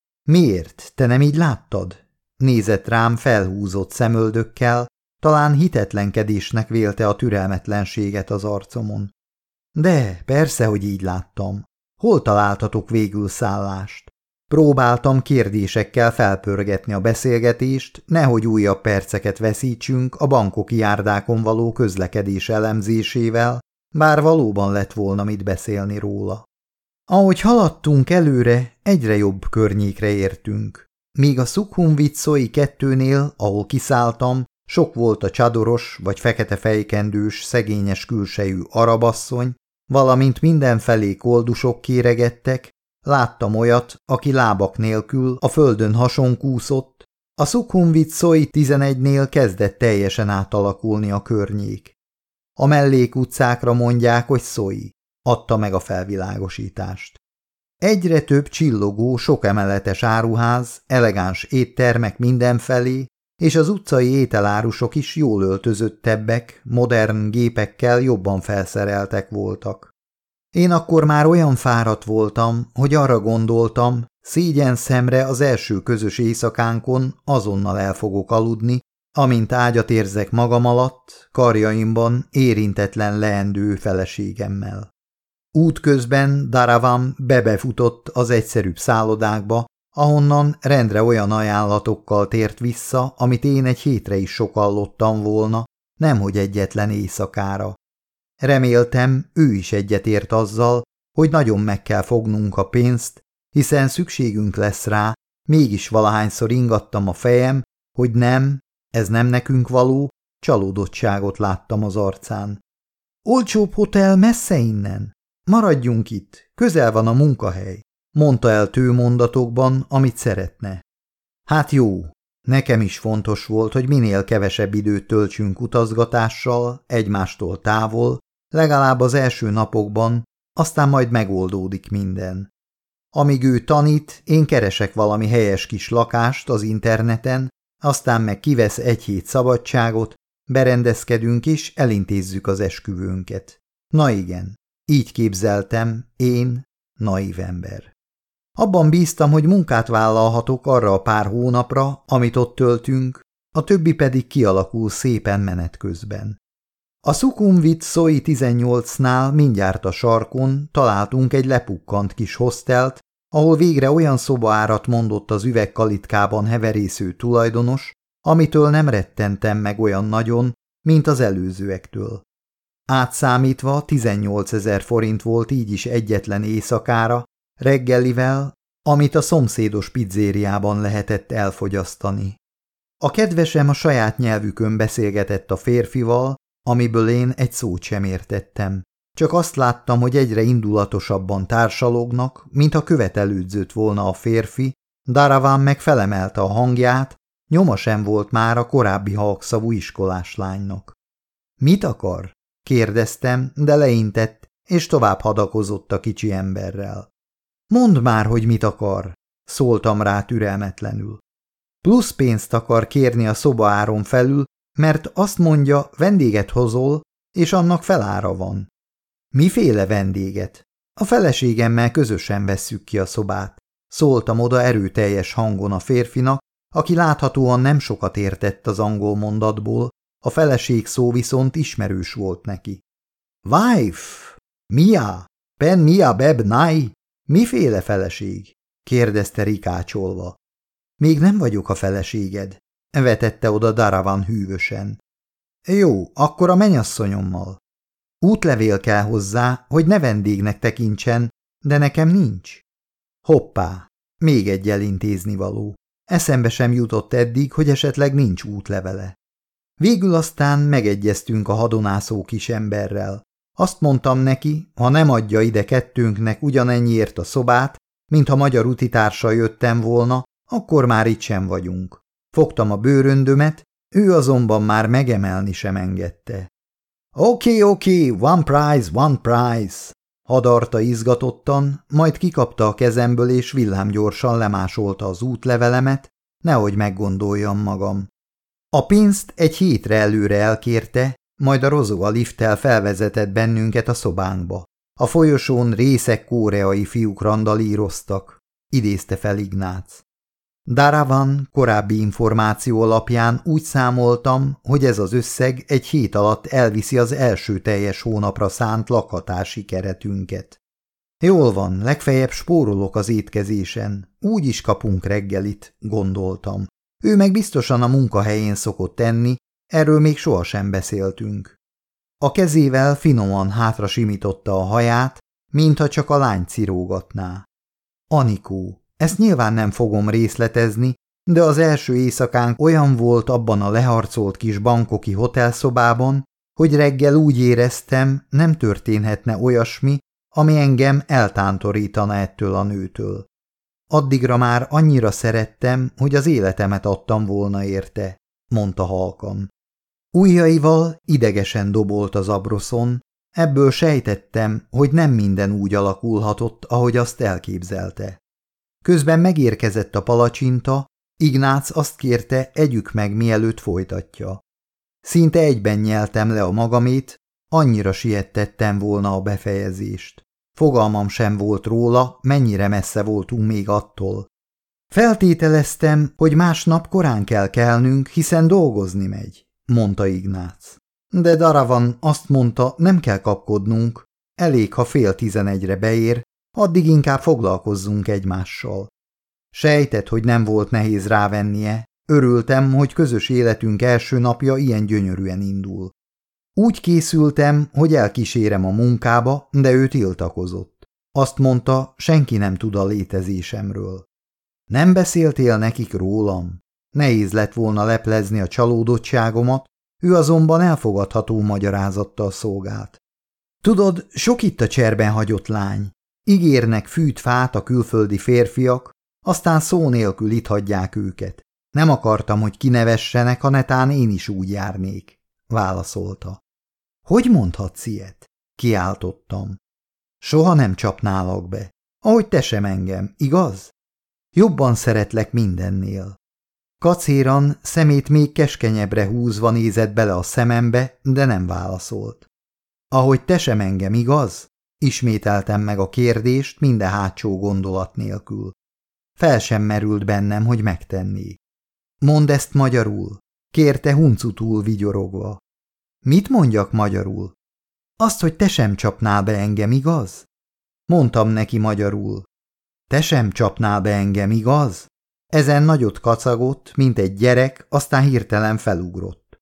Miért? Te nem így láttad? Nézett rám felhúzott szemöldökkel, talán hitetlenkedésnek vélte a türelmetlenséget az arcomon. De, persze, hogy így láttam. Hol találtatok végül szállást? Próbáltam kérdésekkel felpörgetni a beszélgetést, nehogy újabb perceket veszítsünk a bangkoki járdákon való közlekedés elemzésével, bár valóban lett volna mit beszélni róla. Ahogy haladtunk előre, egyre jobb környékre értünk. Míg a Sukhumvit Soi 2-nél, ahol kiszálltam, sok volt a csadoros vagy fekete fejkendős, szegényes külsejű arabasszony, valamint mindenfelé koldusok kéregettek, láttam olyat, aki lábak nélkül a földön hasonkúszott, a Sukhumvit Soi 11-nél kezdett teljesen átalakulni a környék. A mellékutcákra mondják, hogy Soi, adta meg a felvilágosítást. Egyre több csillogó, sok emeletes áruház, elegáns éttermek mindenfelé, és az utcai ételárusok is jól öltözöttebbek, modern gépekkel jobban felszereltek voltak. Én akkor már olyan fáradt voltam, hogy arra gondoltam, szégyenszemre az első közös éjszakánkon azonnal el fogok aludni, amint ágyat érzek magam alatt, karjaimban érintetlen leendő feleségemmel. Útközben Daravan bebefutott az egyszerűbb szállodákba, ahonnan rendre olyan ajánlatokkal tért vissza, amit én egy hétre is sokallottam volna, nemhogy egyetlen éjszakára. Reméltem, ő is egyetért azzal, hogy nagyon meg kell fognunk a pénzt, hiszen szükségünk lesz rá, mégis valahányszor ingattam a fejem, hogy nem, ez nem nekünk való, csalódottságot láttam az arcán. Olcsóbb hotel messze innen? Maradjunk itt, közel van a munkahely, mondta el tőmondatokban, amit szeretne. Hát jó, nekem is fontos volt, hogy minél kevesebb időt töltsünk utazgatással, egymástól távol, legalább az első napokban, aztán majd megoldódik minden. Amíg ő tanít, én keresek valami helyes kis lakást az interneten, aztán meg kivesz egy hét szabadságot, berendezkedünk és elintézzük az esküvőnket. Na igen, így képzeltem, én, naív ember. Abban bíztam, hogy munkát vállalhatok arra a pár hónapra, amit ott töltünk, a többi pedig kialakul szépen menet közben. A Sukhumvit Soi 18-nál mindjárt a sarkon találtunk egy lepukkant kis hostelt, ahol végre olyan szobaárat mondott az üvegkalitkában heverésző tulajdonos, amitől nem rettentem meg olyan nagyon, mint az előzőektől. Átszámítva 18 000 forint volt így is egyetlen éjszakára, reggelivel, amit a szomszédos pizzériában lehetett elfogyasztani. A kedvesem a saját nyelvükön beszélgetett a férfival, amiből én egy szót sem értettem. Csak azt láttam, hogy egyre indulatosabban társalognak, mintha követelődzött volna a férfi, Daravan meg felemelte a hangját, nyoma sem volt már a korábbi halkszavú iskolás lánynak. Mit akar? Kérdeztem, de leintett, és tovább hadakozott a kicsi emberrel. Mondd már, hogy mit akar, szóltam rá türelmetlenül. Plusz pénzt akar kérni a szobaáron felül, mert azt mondja, vendéget hozol, és annak felára van. Miféle vendéget? A feleségemmel közösen vesszük ki a szobát. Szóltam oda erőteljes hangon a férfinak, aki láthatóan nem sokat értett az angol mondatból, a feleség szó viszont ismerős volt neki. Wife! Mia! Pen mia beb nai! Miféle feleség? kérdezte rikácsolva. Még nem vagyok a feleséged, vetette oda Daravan hűvösen. Jó, akkor a menyasszonyommal. Útlevél kell hozzá, hogy ne vendégnek tekintsen, de nekem nincs. Hoppá, még egy elintéznivaló. Eszembe sem jutott eddig, hogy esetleg nincs útlevele. Végül aztán megegyeztünk a hadonászó kisemberrel. Azt mondtam neki, ha nem adja ide kettőnknek ugyanennyiért a szobát, mintha magyar utitársal jöttem volna, akkor már itt sem vagyunk. Fogtam a bőröndömet, ő azonban már megemelni sem engedte. Oké, one prize, hadarta izgatottan, majd kikapta a kezemből és villámgyorsan lemásolta az útlevelemet, nehogy meggondoljam magam. A pénzt egy hétre előre elkérte, majd a rozó a lifttel felvezetett bennünket a szobánkba. A folyosón részeg koreai fiúk randalíroztak, idézte fel Ignác. Daravan korábbi információ alapján úgy számoltam, hogy ez az összeg egy hét alatt elviszi az első teljes hónapra szánt lakhatási keretünket. Jól van, legfeljebb spórolok az étkezésen, úgy is kapunk reggelit, gondoltam. Ő meg biztosan a munkahelyén szokott enni, erről még sohasem beszéltünk. A kezével finoman hátra simította a haját, mintha csak a lány cirógatná. Anikó, ezt nyilván nem fogom részletezni, de az első éjszakánk olyan volt abban a leharcolt kis bangkoki hotelszobában, hogy reggel úgy éreztem, nem történhetne olyasmi, ami engem eltántorítana ettől a nőtől. Addigra már annyira szerettem, hogy az életemet adtam volna érte, mondta halkan. Ujjaival idegesen dobolt az abroszon, ebből sejtettem, hogy nem minden úgy alakulhatott, ahogy azt elképzelte. Közben megérkezett a palacsinta, Ignác azt kérte, együk meg, mielőtt folytatja. Szinte egyben nyeltem le a magamét, annyira siettettem volna a befejezést. Fogalmam sem volt róla, mennyire messze voltunk még attól. Feltételeztem, hogy másnap korán kell kelnünk, hiszen dolgozni megy, mondta Ignác. De Daravan azt mondta, nem kell kapkodnunk, elég, ha 10:30 beér, addig inkább foglalkozzunk egymással. Sejtett, hogy nem volt nehéz rávennie, örültem, hogy közös életünk első napja ilyen gyönyörűen indul. Úgy készültem, hogy elkísérem a munkába, de ő tiltakozott. Azt mondta, senki nem tud a létezésemről. Nem beszéltél nekik rólam? Nehéz lett volna leplezni a csalódottságomat, ő azonban elfogadható magyarázattal szolgált. Tudod, sok itt a cserben hagyott lány. Ígérnek fűt-fát a külföldi férfiak, aztán szó nélkül itt hagyják őket. Nem akartam, hogy kinevessenek, ha netán én is úgy járnék, válaszolta. Hogy mondhatsz ilyet? Kiáltottam. Soha nem csapnálak be, ahogy te sem engem, igaz? Jobban szeretlek mindennél. Kacéran szemét még keskenyebbre húzva nézett bele a szemembe, de nem válaszolt. Ahogy te sem engem, igaz? Ismételtem meg a kérdést minden hátsó gondolat nélkül. Fel sem merült bennem, hogy megtenné. Mondd ezt magyarul, kérte huncutul vigyorogva. Mit mondjak magyarul? Azt, hogy te sem csapnál be engem, igaz? Mondtam neki magyarul. Te sem csapnál be engem, igaz? Ezen nagyot kacagott, mint egy gyerek, aztán hirtelen felugrott.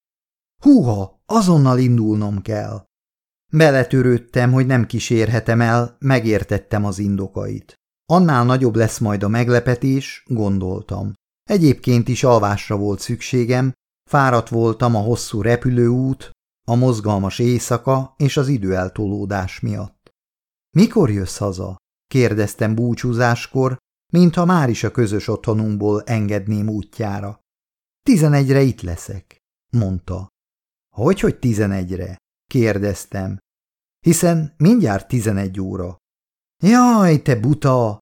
Húha, azonnal indulnom kell. Beletörődtem, hogy nem kísérhetem el, megértettem az indokait. Annál nagyobb lesz majd a meglepetés, gondoltam. Egyébként is alvásra volt szükségem, fáradt voltam a hosszú repülőút, a mozgalmas éjszaka és az időeltolódás miatt. Mikor jössz haza? Kérdeztem búcsúzáskor, mintha már is a közös otthonunkból engedném útjára. 11-re itt leszek, mondta. Hogy 11-re? Kérdeztem. Hiszen mindjárt 11 óra. Jaj, te buta!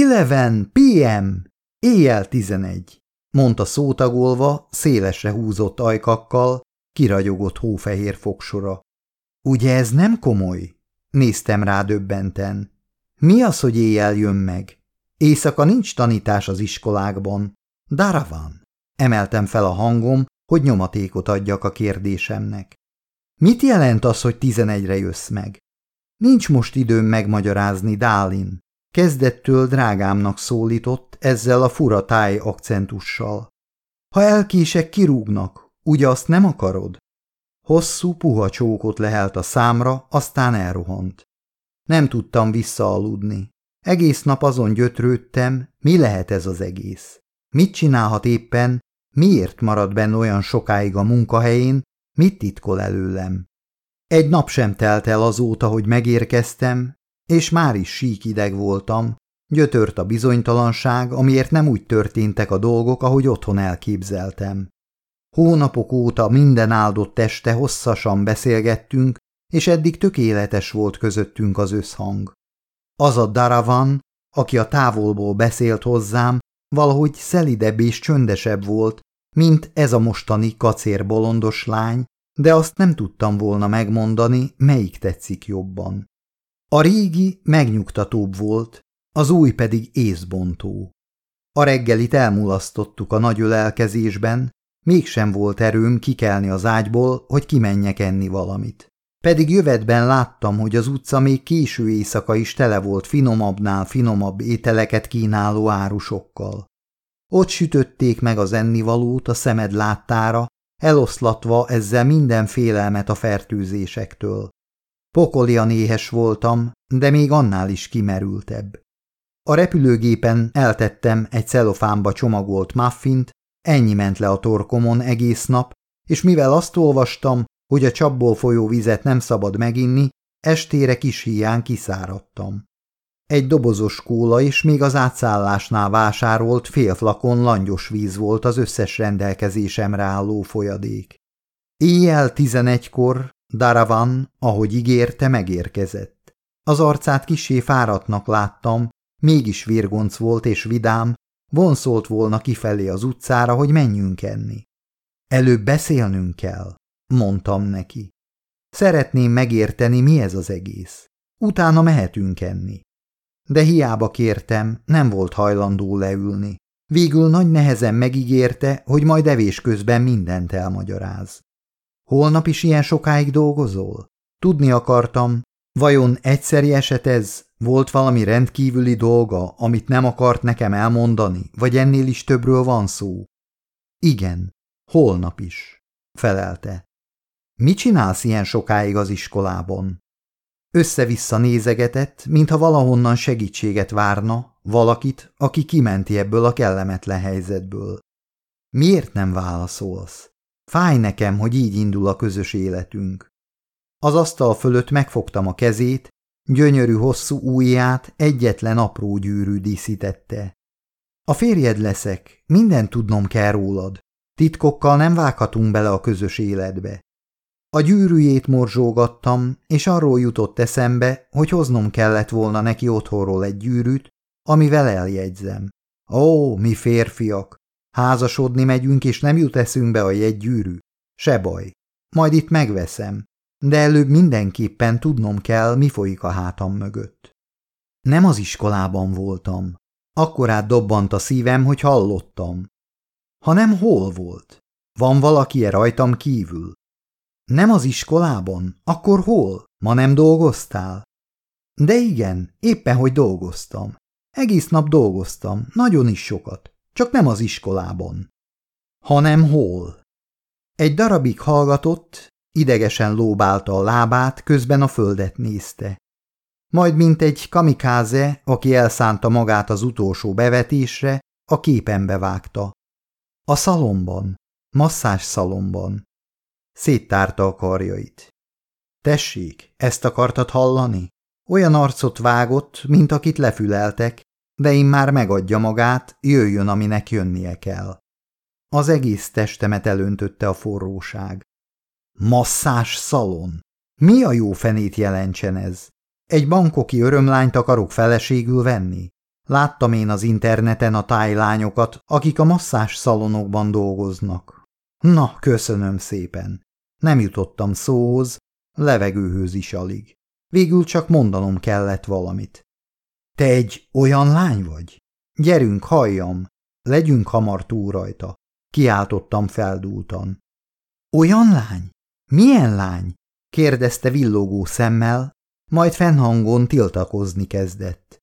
11 p.m. Éjjel 11, mondta szótagolva, szélesre húzott ajkakkal, kiragyogott hófehér fogsora. Ugye ez nem komoly? Néztem rá döbbenten. Mi az, hogy éjjel jön meg? Éjszaka nincs tanítás az iskolákban. Daravan! Emeltem fel a hangom, hogy nyomatékot adjak a kérdésemnek. Mit jelent az, hogy 11-re jössz meg? Nincs most időm megmagyarázni, Dálin. Kezdettől drágámnak szólított ezzel a fura táj akcentussal. Ha elkések, kirúgnak, ugye azt nem akarod? Hosszú, puha csókot lehelt a számra, aztán elrohant. Nem tudtam visszaaludni. Egész nap azon gyötrődtem, mi lehet ez az egész. Mit csinálhat éppen, miért marad benne olyan sokáig a munkahelyén, mit titkol előlem. Egy nap sem telt el azóta, hogy megérkeztem, és már is síkideg voltam, gyötört a bizonytalanság, amiért nem úgy történtek a dolgok, ahogy otthon elképzeltem. Hónapok óta minden áldott este hosszasan beszélgettünk, és eddig tökéletes volt közöttünk az összhang. Az a Daravan, aki a távolból beszélt hozzám, valahogy szelidebb és csöndesebb volt, mint ez a mostani kacérbolondos lány, de azt nem tudtam volna megmondani, melyik tetszik jobban. A régi megnyugtatóbb volt, az új pedig észbontó. A reggelit elmulasztottuk a nagy ölelkezésben, mégsem volt erőm kikelni az ágyból, hogy kimenjek enni valamit. Pedig jövetben láttam, hogy az utca még késő éjszaka is tele volt finomabbnál finomabb ételeket kínáló árusokkal. Ott sütötték meg az ennivalót a szemed láttára, eloszlatva ezzel minden félelmet a fertőzésektől. Pokolian éhes voltam, de még annál is kimerültebb. A repülőgépen eltettem egy celofánba csomagolt muffint, ennyi ment le a torkomon egész nap, és mivel azt olvastam, hogy a csapból folyó vizet nem szabad meginni, estére kis híján kiszáradtam. Egy dobozos kóla és még az átszállásnál vásárolt fél flakon langyos víz volt az összes rendelkezésemre álló folyadék. Éjjel 11-kor Daravan, ahogy ígérte, megérkezett. Az arcát kissé fáradtnak láttam, mégis virgonc volt és vidám, vonszolt volna kifelé az utcára, hogy menjünk enni. Előbb beszélnünk kell, mondtam neki. Szeretném megérteni, mi ez az egész. Utána mehetünk enni. De hiába kértem, nem volt hajlandó leülni. Végül nagy nehezen megígérte, hogy majd evés közben mindent elmagyaráz. Holnap is ilyen sokáig dolgozol? Tudni akartam, vajon egyszeri eset ez? Volt valami rendkívüli dolga, amit nem akart nekem elmondani, vagy ennél is többről van szó? Igen, holnap is, felelte. Mit csinálsz ilyen sokáig az iskolában? Össze-vissza nézegetett, mintha valahonnan segítséget várna, valakit, aki kimenti ebből a kellemetlen helyzetből. Miért nem válaszolsz? Fáj nekem, hogy így indul a közös életünk. Az asztal fölött megfogtam a kezét, gyönyörű hosszú ujját egyetlen apró gyűrű díszítette. A férjed leszek, mindent tudnom kell rólad. Titkokkal nem vághatunk bele a közös életbe. A gyűrűjét morzsógattam, és arról jutott eszembe, hogy hoznom kellett volna neki otthonról egy gyűrűt, amivel eljegyzem. Ó, mi férfiak! Házasodni megyünk, és nem jut eszünkbe a jegygyűrű? Se baj. Majd itt megveszem, de előbb mindenképpen tudnom kell, mi folyik a hátam mögött. Nem az iskolában voltam. Akkorát dobbant a szívem, hogy hallottam. Hanem hol volt? Van valaki rajtam kívül? Nem az iskolában? Akkor hol? Ma nem dolgoztál? De igen, éppen hogy dolgoztam. Egész nap dolgoztam, nagyon is sokat, csak nem az iskolában. Hanem hol? Egy darabig hallgatott, idegesen lóbálta a lábát, közben a földet nézte. Majd mint egy kamikáze, aki elszánta magát az utolsó bevetésre, a képembe vágta. A szalomban, masszás szalomban. Széttárta a karjait. Tessék, ezt akartad hallani? Olyan arcot vágott, mint akit lefüleltek, de én már megadja magát, jöjjön, aminek jönnie kell. Az egész testemet elöntötte a forróság. Masszás szalon? Mi a jó fenét jelentsen ez? Egy bankoki örömlányt akarok feleségül venni? Láttam én az interneten a tájlányokat, akik a masszás szalonokban dolgoznak. Na, köszönöm szépen. Nem jutottam szóhoz, levegőhöz is alig. Végül csak mondanom kellett valamit. Te egy olyan lány vagy? Gyerünk, halljam, legyünk hamar túl rajta. kiáltottam feldúltan. Olyan lány? Milyen lány? kérdezte villogó szemmel, majd fennhangon tiltakozni kezdett.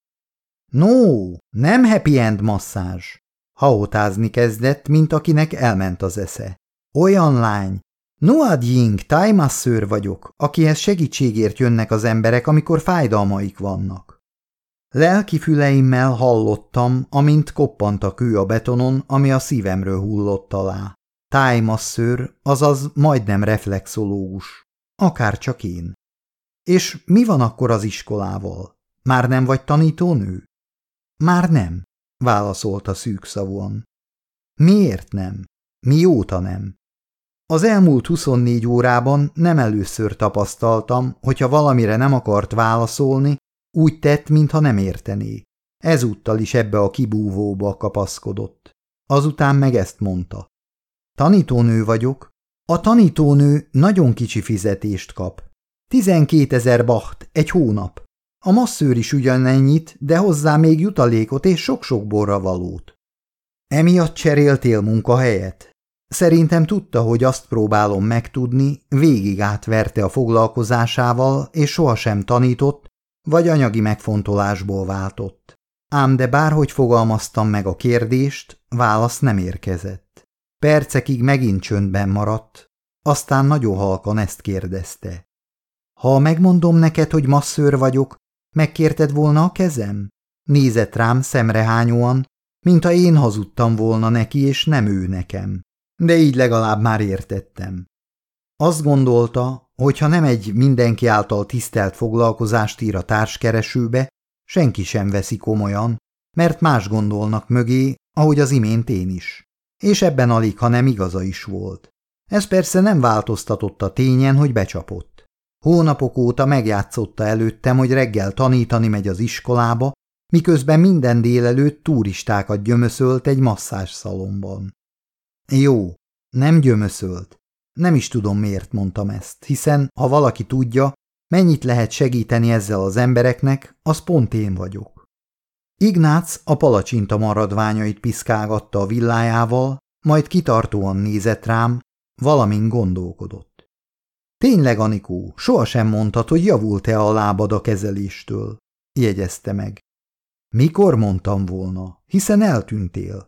No, nem happy end masszázs. Hahotázni kezdett, mint akinek elment az esze. Olyan lány. Noad Ying, tájmasszőr vagyok, akihez segítségért jönnek az emberek, amikor fájdalmaik vannak. Lelki füleimmel hallottam, amint koppant a kő a betonon, ami a szívemről hullott alá. Tájmasszőr, azaz majdnem reflexológus. Akárcsak én. És mi van akkor az iskolával? Már nem vagy tanítónő? Már nem, válaszolta szűkszavúan. Miért nem? Mióta nem? Az elmúlt 24 órában nem először tapasztaltam, hogyha valamire nem akart válaszolni, úgy tett, mintha nem értené. Ezúttal is ebbe a kibúvóba kapaszkodott. Azután meg ezt mondta. Tanítónő vagyok. A tanítónő nagyon kicsi fizetést kap. 12 000 baht egy hónap. A masszőr is ugyanennyit, de hozzá még jutalékot és sok-sok borra valót. Emiatt cseréltél munkahelyet? Szerintem tudta, hogy azt próbálom megtudni, végig átverte a foglalkozásával, és sohasem tanított, vagy anyagi megfontolásból váltott. Ám de bárhogy fogalmaztam meg a kérdést, válasz nem érkezett. Percekig megint csöndben maradt, aztán nagyon halkan ezt kérdezte. Ha megmondom neked, hogy masszőr vagyok, megkérted volna a kezem? Nézett rám szemrehányóan, mintha én hazudtam volna neki, és nem ő nekem. De így legalább már értettem. Azt gondolta, hogy ha nem egy mindenki által tisztelt foglalkozást ír a társkeresőbe, senki sem veszi komolyan, mert más gondolnak mögé, ahogy az imént én is. És ebben alig, ha nem igaza is volt. Ez persze nem változtatott a tényen, hogy becsapott. Hónapok óta megjátszotta előttem, hogy reggel tanítani megy az iskolába, miközben minden délelőtt turistákat gyömöszölt egy masszázsszalomban. Jó, nem gyömöszölt. Nem is tudom, miért mondtam ezt, hiszen ha valaki tudja, mennyit lehet segíteni ezzel az embereknek, az pont én vagyok. Ignác a palacsinta maradványait piszkálgatta a villájával, majd kitartóan nézett rám, valamin gondolkodott. Tényleg, Anikó, sohasem mondtad, hogy javult-e a lábad a kezeléstől, jegyezte meg. Mikor mondtam volna, hiszen eltűntél.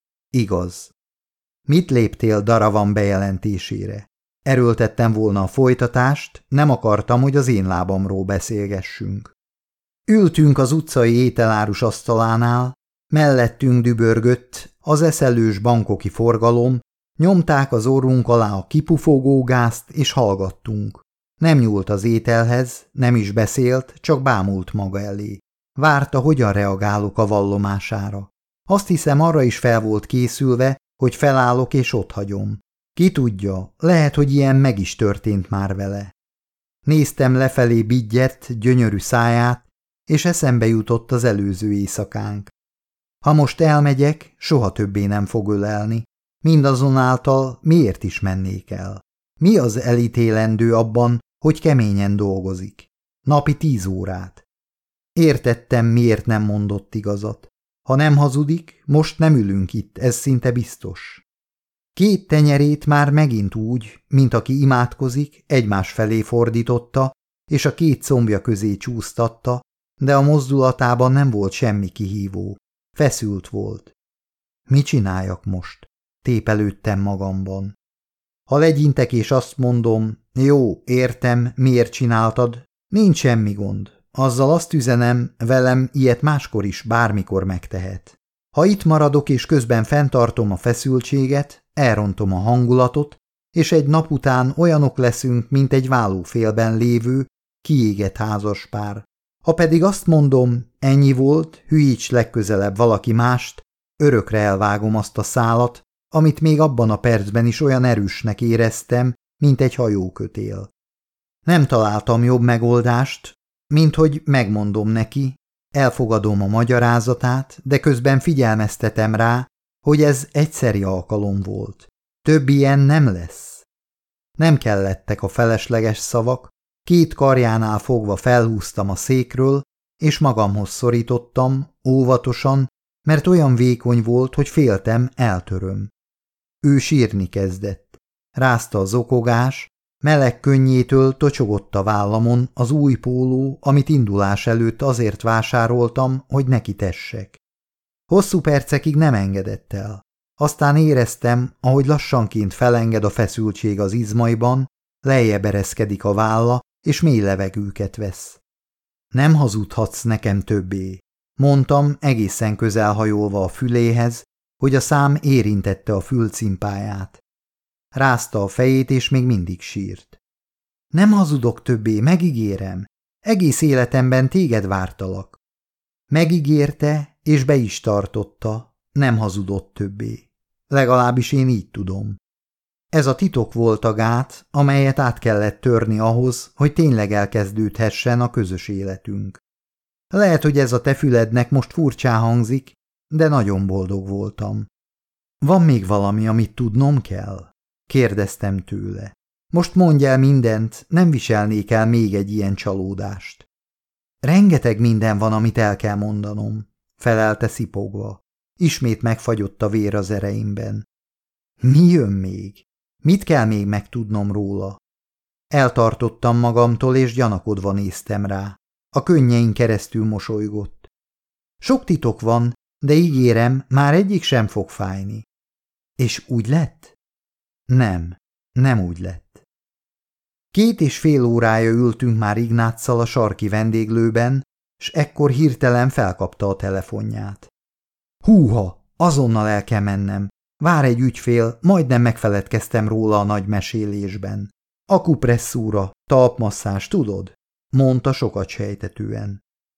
Igaz. Mit léptél Daravan bejelentésére? Erőltettem volna a folytatást, nem akartam, hogy az én lábamról beszélgessünk. Ültünk az utcai ételárus asztalánál, mellettünk dübörgött az eszelős bankoki forgalom, nyomták az orrunk alá a kipufogó gázt, és hallgattunk. Nem nyúlt az ételhez, nem is beszélt, csak bámult maga elé. Várta, hogyan reagálok a vallomására. Azt hiszem, arra is fel volt készülve, hogy felállok és otthagyom. Ki tudja, lehet, hogy ilyen meg is történt már vele. Néztem lefelé Bidjet, gyönyörű száját, és eszembe jutott az előző éjszakánk. Ha most elmegyek, soha többé nem fog ölelni. Mindazonáltal miért is mennék el? Mi az elítélendő abban, hogy keményen dolgozik? Napi 10 órát. Értettem, miért nem mondott igazat. Ha nem hazudik, most nem ülünk itt, ez szinte biztos. 2 tenyerét már megint úgy, mint aki imádkozik, egymás felé fordította, és a 2 combja közé csúsztatta, de a mozdulatában nem volt semmi kihívó. Feszült volt. Mit csináljak most? Tépelődtem magamban. Ha legyintek és azt mondom, jó, értem, miért csináltad, nincs semmi gond. Azzal azt üzenem, velem ilyet máskor is bármikor megtehet. Ha itt maradok és közben fenntartom a feszültséget, elrontom a hangulatot, és egy nap után olyanok leszünk, mint egy vállófélben lévő, kiégett házaspár. Ha pedig azt mondom, ennyi volt, hülyíts legközelebb valaki mást, örökre elvágom azt a szálat, amit még abban a percben is olyan erősnek éreztem, mint egy hajókötél. Nem találtam jobb megoldást, mint hogy megmondom neki, elfogadom a magyarázatát, de közben figyelmeztetem rá, hogy ez egyszeri alkalom volt. Több ilyen nem lesz. Nem kellettek a felesleges szavak, 2 karjánál fogva felhúztam a székről, és magamhoz szorítottam, óvatosan, mert olyan vékony volt, hogy féltem, eltöröm. Ő sírni kezdett. Rázta a zokogás, meleg könnyétől tocsogott a vállamon az új póló, amit indulás előtt azért vásároltam, hogy neki tessek. Hosszú percekig nem engedett el. Aztán éreztem, ahogy lassanként felenged a feszültség az izmaiban, lejjebb ereszkedik a válla, és mély levegőket vesz. Nem hazudhatsz nekem többé, mondtam egészen közel hajolva a füléhez, hogy a szám érintette a fülcimpáját. Rázta a fejét, és még mindig sírt. Nem hazudok többé, megígérem. Egész életemben téged vártalak. Megígérte, és be is tartotta, nem hazudott többé. Legalábbis én így tudom. Ez a titok volt a gát, amelyet át kellett törni ahhoz, hogy tényleg elkezdődhessen a közös életünk. Lehet, hogy ez a te fülednek most furcsán hangzik, de nagyon boldog voltam. Van még valami, amit tudnom kell? Kérdeztem tőle. Most mondj el mindent, nem viselnék el még egy ilyen csalódást. Rengeteg minden van, amit el kell mondanom, felelte szipogva. Ismét megfagyott a vér az ereimben. Mi jön még? Mit kell még megtudnom róla? Eltartottam magamtól, és gyanakodva néztem rá. A könnyein keresztül mosolygott. Sok titok van, de ígérem, már egyik sem fog fájni. És úgy lett? Nem úgy lett. 2,5 órája ültünk már Ignáccal a sarki vendéglőben, s ekkor hirtelen felkapta a telefonját. Húha, azonnal el kell mennem. Vár egy ügyfél, majdnem megfeledkeztem róla a nagy mesélésben. Akupresszúra, talpmasszás, tudod? Mondta sokat sejtetően.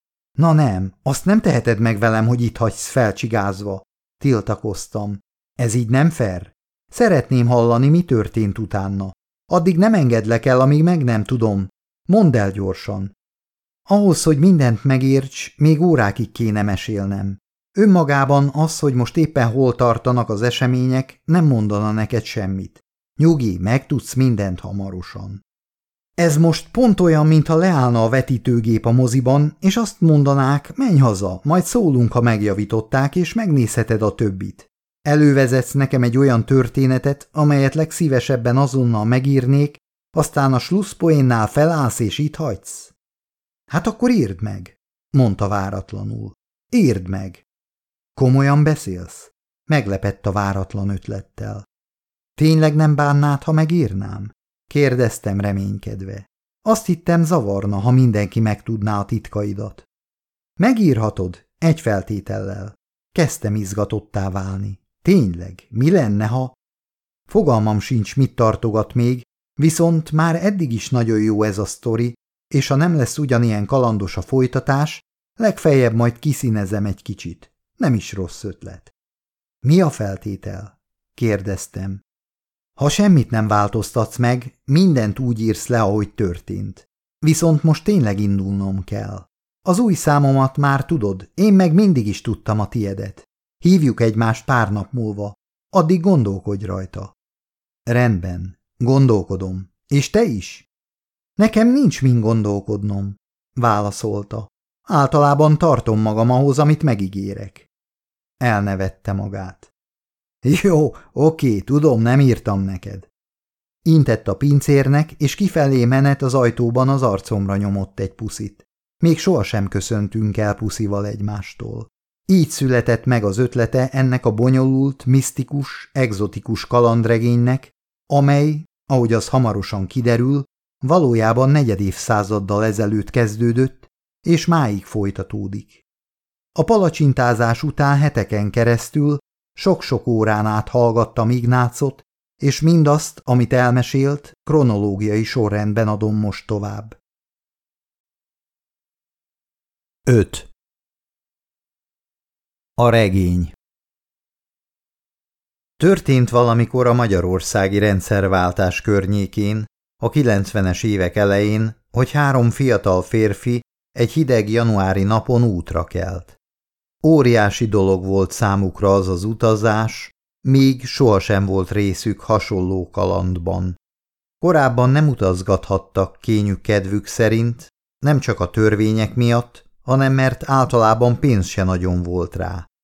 Na nem, azt nem teheted meg velem, hogy itt hagysz felcsigázva. Tiltakoztam. Ez így nem fair. Szeretném hallani, mi történt utána. Addig nem engedlek el, amíg meg nem tudom. Mondd el gyorsan. Ahhoz, hogy mindent megérts, még órákig kéne mesélnem. Önmagában az, hogy most éppen hol tartanak az események, nem mondana neked semmit. Nyugi, megtudsz mindent hamarosan. Ez most pont olyan, mintha leállna a vetítőgép a moziban, és azt mondanák, menj haza, majd szólunk, ha megjavították, és megnézheted a többit. Elővezetsz nekem egy olyan történetet, amelyet legszívesebben azonnal megírnék, aztán a slusszpoénnál felállsz és itt hagysz. Hát akkor írd meg, mondta váratlanul. Írd meg. Komolyan beszélsz? Meglepett a váratlan ötlettel. Tényleg nem bánnád, ha megírnám? Kérdeztem reménykedve. Azt hittem, zavarna, ha mindenki megtudná a titkaidat. Megírhatod, egy feltétellel. Kezdtem izgatottá válni. Tényleg, mi lenne, ha... Fogalmam sincs, mit tartogat még, viszont már eddig is nagyon jó ez a sztori, és ha nem lesz ugyanilyen kalandos a folytatás, legfeljebb majd kiszínezem egy kicsit. Nem is rossz ötlet. Mi a feltétel? Kérdeztem. Ha semmit nem változtatsz meg, mindent úgy írsz le, ahogy történt. Viszont most tényleg indulnom kell. Az új számomat már tudod, én meg mindig is tudtam a tiedet. Hívjuk egymást pár nap múlva, addig gondolkodj rajta. Rendben, gondolkodom. És te is? Nekem nincs min gondolkodnom, válaszolta. Általában tartom magam ahhoz, amit megígérek. Elnevette magát. Jó, oké, tudom, nem írtam neked. Intett a pincérnek, és kifelé menet az ajtóban az arcomra nyomott egy puszit. Még sohasem köszöntünk el puszival egymástól. Így született meg az ötlete ennek a bonyolult, misztikus, egzotikus kalandregénynek, amely, ahogy az hamarosan kiderül, valójában negyedévszázaddal ezelőtt kezdődött, és máig folytatódik. A palacsintázás után heteken keresztül sok-sok órán át hallgattam Ignácot, és mindazt, amit elmesélt, kronológiai sorrendben adom most tovább. 5. A regény. Történt valamikor a magyarországi rendszerváltás környékén, a 90-es évek elején, hogy 3 fiatal férfi egy hideg januári napon útra kelt. Óriási dolog volt számukra az az utazás, míg sohasem volt részük hasonló kalandban. Korábban nem utazgathattak kényük kedvük szerint, nem csak a törvények miatt, hanem mert általában pénz se nagyon volt rá.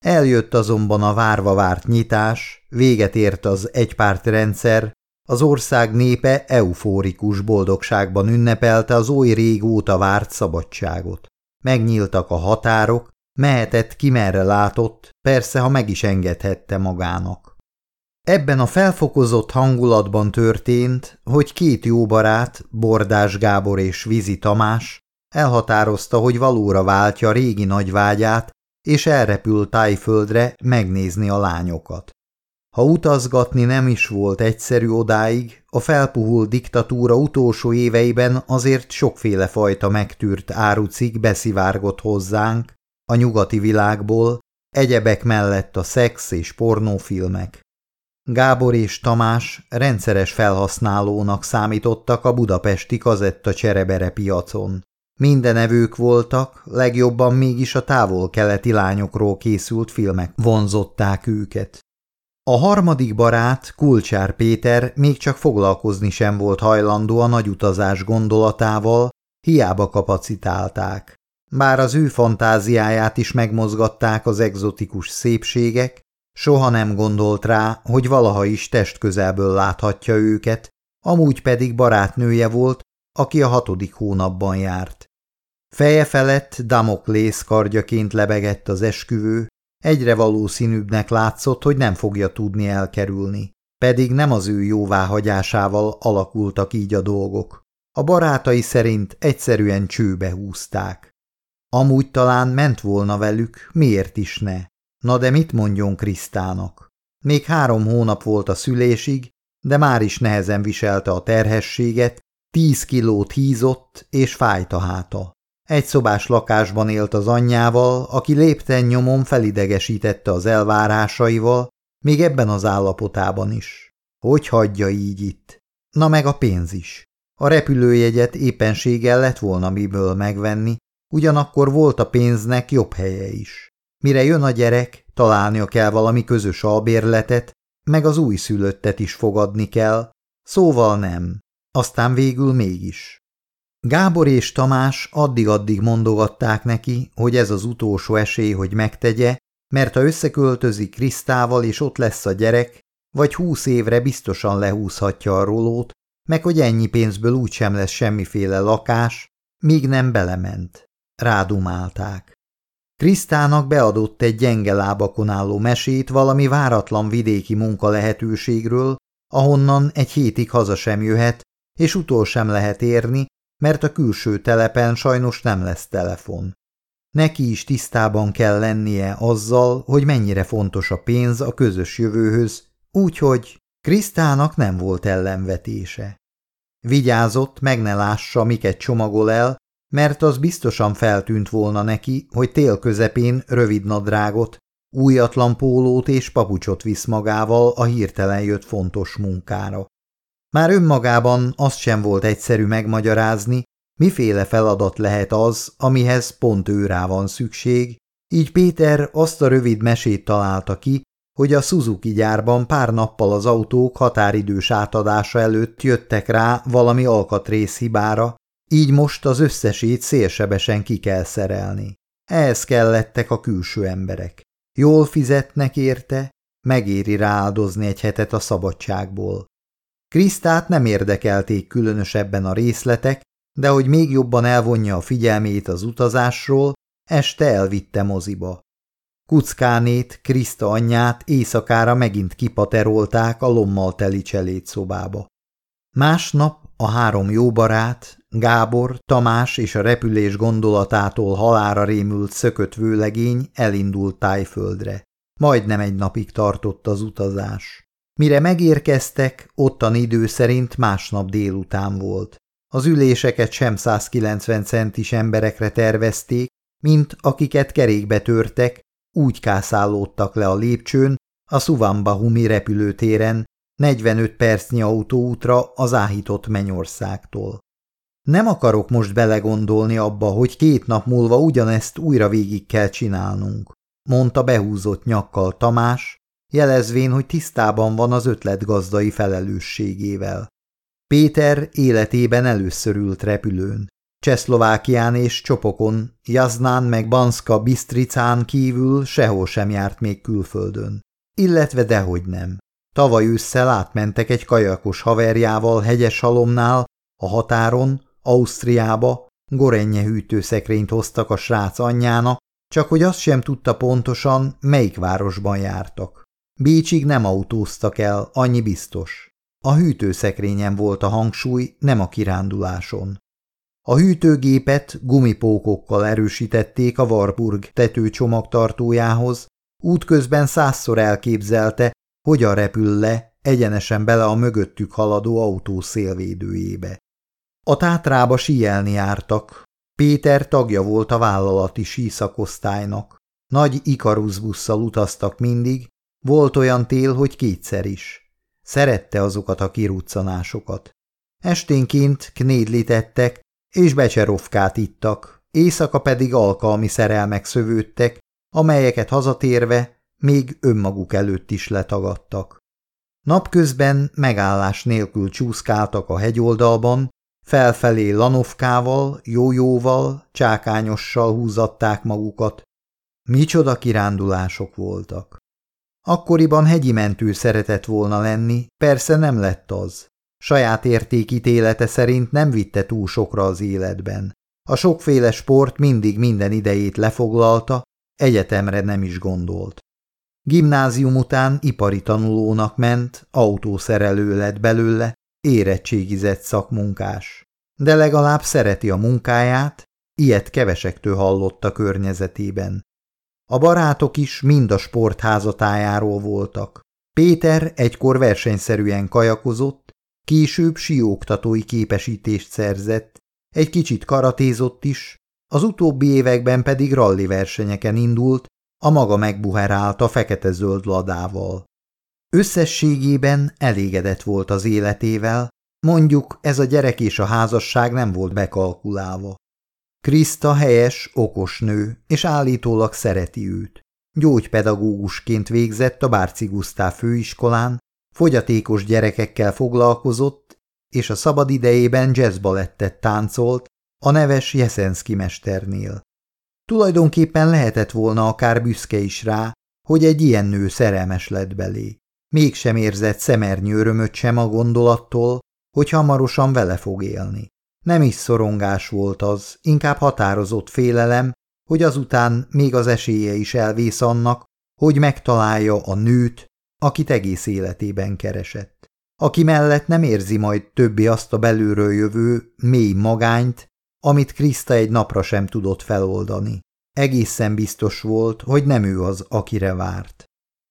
Eljött azonban a várva várt nyitás, véget ért az egypártrendszer, az ország népe eufórikus boldogságban ünnepelte az oly régóta várt szabadságot. Megnyíltak a határok, mehetett ki merre látott, persze, ha meg is engedhette magának. Ebben a felfokozott hangulatban történt, hogy két jó barát, Bordás Gábor és Vizi Tamás elhatározta, hogy valóra váltja régi nagyvágyát, és elrepül Thaiföldre megnézni a lányokat. Ha utazgatni nem is volt egyszerű odáig, a felpuhult diktatúra utolsó éveiben azért sokféle fajta megtűrt árucikk beszivárgott hozzánk a nyugati világból, egyebek mellett a szex és pornófilmek. Gábor és Tamás rendszeres felhasználónak számítottak a budapesti kazetta cserebere piacon. Mindenevők voltak, legjobban mégis a távol-keleti lányokról készült filmek vonzották őket. A harmadik barát, Kulcsár Péter még csak foglalkozni sem volt hajlandó a nagyutazás gondolatával, hiába kapacitálták. Bár az ő fantáziáját is megmozgatták az egzotikus szépségek, soha nem gondolt rá, hogy valaha is testközelből láthatja őket, amúgy pedig barátnője volt, aki a 6. hónapban járt. Feje felett Damoklész kardjaként lebegett az esküvő, egyre valószínűbbnek látszott, hogy nem fogja tudni elkerülni, pedig nem az ő jóváhagyásával alakultak így a dolgok. A barátai szerint egyszerűen csőbe húzták. Amúgy talán ment volna velük, miért is ne? Na de mit mondjon Krisztának? Még 3 hónap volt a szülésig, de már is nehezen viselte a terhességet, 10 kilót hízott és fájt a háta. Egyszobás lakásban élt az anyjával, aki lépten nyomon felidegesítette az elvárásaival, még ebben az állapotában is. Hogy hagyja így itt? Na meg a pénz is. A repülőjegyet éppenséggel lett volna miből megvenni, ugyanakkor volt a pénznek jobb helye is. Mire jön a gyerek, találnia kell valami közös albérletet, meg az újszülöttet is fogadni kell, szóval nem. Aztán végül mégis. Gábor és Tamás addig-addig mondogatták neki, hogy ez az utolsó esély, hogy megtegye, mert ha összeköltözik Krisztával és ott lesz a gyerek, vagy 20 évre biztosan lehúzhatja a rolót, meg hogy ennyi pénzből úgysem lesz semmiféle lakás, míg nem belement. Rádumálták. Krisztának beadott egy gyenge lábakon álló mesét valami váratlan vidéki munka lehetőségről, ahonnan egy hétig haza sem jöhet, és utol sem lehet érni, mert a külső telepen sajnos nem lesz telefon. Neki is tisztában kell lennie azzal, hogy mennyire fontos a pénz a közös jövőhöz, úgyhogy Krisztának nem volt ellenvetése. Vigyázott, meg ne lássa, miket csomagol el, mert az biztosan feltűnt volna neki, hogy tél közepén rövidnadrágot, újatlan pólót és papucsot visz magával a hirtelen jött fontos munkára. Már önmagában azt sem volt egyszerű megmagyarázni, miféle feladat lehet az, amihez pont őrá van szükség, így Péter azt a rövid mesét találta ki, hogy a Suzuki gyárban pár nappal az autók határidős átadása előtt jöttek rá valami alkatrészhibára, így most az összesét szélsebesen ki kell szerelni. Ehhez kellettek a külső emberek. Jól fizetnek érte, megéri rááldozni egy hetet a szabadságból. Krisztát nem érdekelték különösebben a részletek, de hogy még jobban elvonja a figyelmét az utazásról, este elvitte moziba. Kuckánét, Kriszta anyját éjszakára megint kipaterolták a lommal teli cselédszobába. Másnap a 3 jó barát, Gábor, Tamás és a repülés gondolatától halálra rémült szökött vőlegény elindult Thaiföldre. Majdnem egy napig tartott az utazás. Mire megérkeztek, ottan idő szerint másnap délután volt. Az üléseket sem 190 centis emberekre tervezték, mint akiket kerékbe törtek, úgy kászálódtak le a lépcsőn a Szuvambahumi repülőtéren, 45 percnyi autóútra az áhított Mennyországtól. Nem akarok most belegondolni abba, hogy 2 nap múlva ugyanezt újra végig kell csinálnunk, mondta behúzott nyakkal Tamás, jelezvén, hogy tisztában van az ötletgazdai felelősségével. Péter életében először ült repülőn. Csehszlovákián és Csopokon, Jaznán meg Banszka Bisztricán kívül sehol sem járt még külföldön. Illetve dehogy nem. Tavaly ősszel átmentek egy kajakos haverjával Hegyeshalomnál, a határon, Ausztriába, Gorenje hűtőszekrényt hoztak a srác anyjának, csak hogy azt sem tudta pontosan, melyik városban jártak. Bécsig nem autóztak el, annyi biztos. A hűtőszekrényen volt a hangsúly, nem a kiránduláson. A hűtőgépet gumipókokkal erősítették a Warburg tetőcsomagtartójához, útközben 100-szor elképzelte, hogyan repül le egyenesen bele a mögöttük haladó autó szélvédőjébe. A Tátrába síelni jártak. Péter tagja volt a vállalati síszakosztálynak. Nagy Ikarus busszal utaztak mindig, volt olyan tél, hogy kétszer is. Szerette azokat a kiruccanásokat. Esténként knédlit ettek, és becserovkát ittak, éjszaka pedig alkalmi szerelmek szövődtek, amelyeket hazatérve még önmaguk előtt is letagadtak. Napközben megállás nélkül csúszkáltak a hegyoldalban, felfelé lanovkával, jójóval, csákányossal húzatták magukat. Micsoda kirándulások voltak. Akkoriban hegyi mentő szeretett volna lenni, persze nem lett az. Saját értékítélete szerint nem vitte túl sokra az életben. A sokféle sport mindig minden idejét lefoglalta, egyetemre nem is gondolt. Gimnázium után ipari tanulónak ment, autószerelő lett belőle, érettségizett szakmunkás. De legalább szereti a munkáját, ilyet kevesektől hallott a környezetében. A barátok is mind a sport házatájáról voltak. Péter egykor versenyszerűen kajakozott, később síoktatói képesítést szerzett, egy kicsit karatézott is, az utóbbi években pedig ralli versenyeken indult, a maga megbuherálta fekete-zöld ladával. Összességében elégedett volt az életével, mondjuk ez a gyerek és a házasság nem volt bekalkulálva. Kriszta helyes, okos nő, és állítólag szereti őt. Gyógypedagógusként végzett a Bárci Gusztáv főiskolán, fogyatékos gyerekekkel foglalkozott, és a szabadidejében jazzbalettet táncolt a neves Jeszenszky mesternél. Tulajdonképpen lehetett volna akár büszke is rá, hogy egy ilyen nő szerelmes lett belé. Mégsem érzett szemernyi örömöt sem a gondolattól, hogy hamarosan vele fog élni. Nem is szorongás volt az, inkább határozott félelem, hogy azután még az esélye is elvész annak, hogy megtalálja a nőt, akit egész életében keresett. Aki mellett nem érzi majd többé azt a belülről jövő, mély magányt, amit Kriszta egy napra sem tudott feloldani. Egészen biztos volt, hogy nem ő az, akire várt.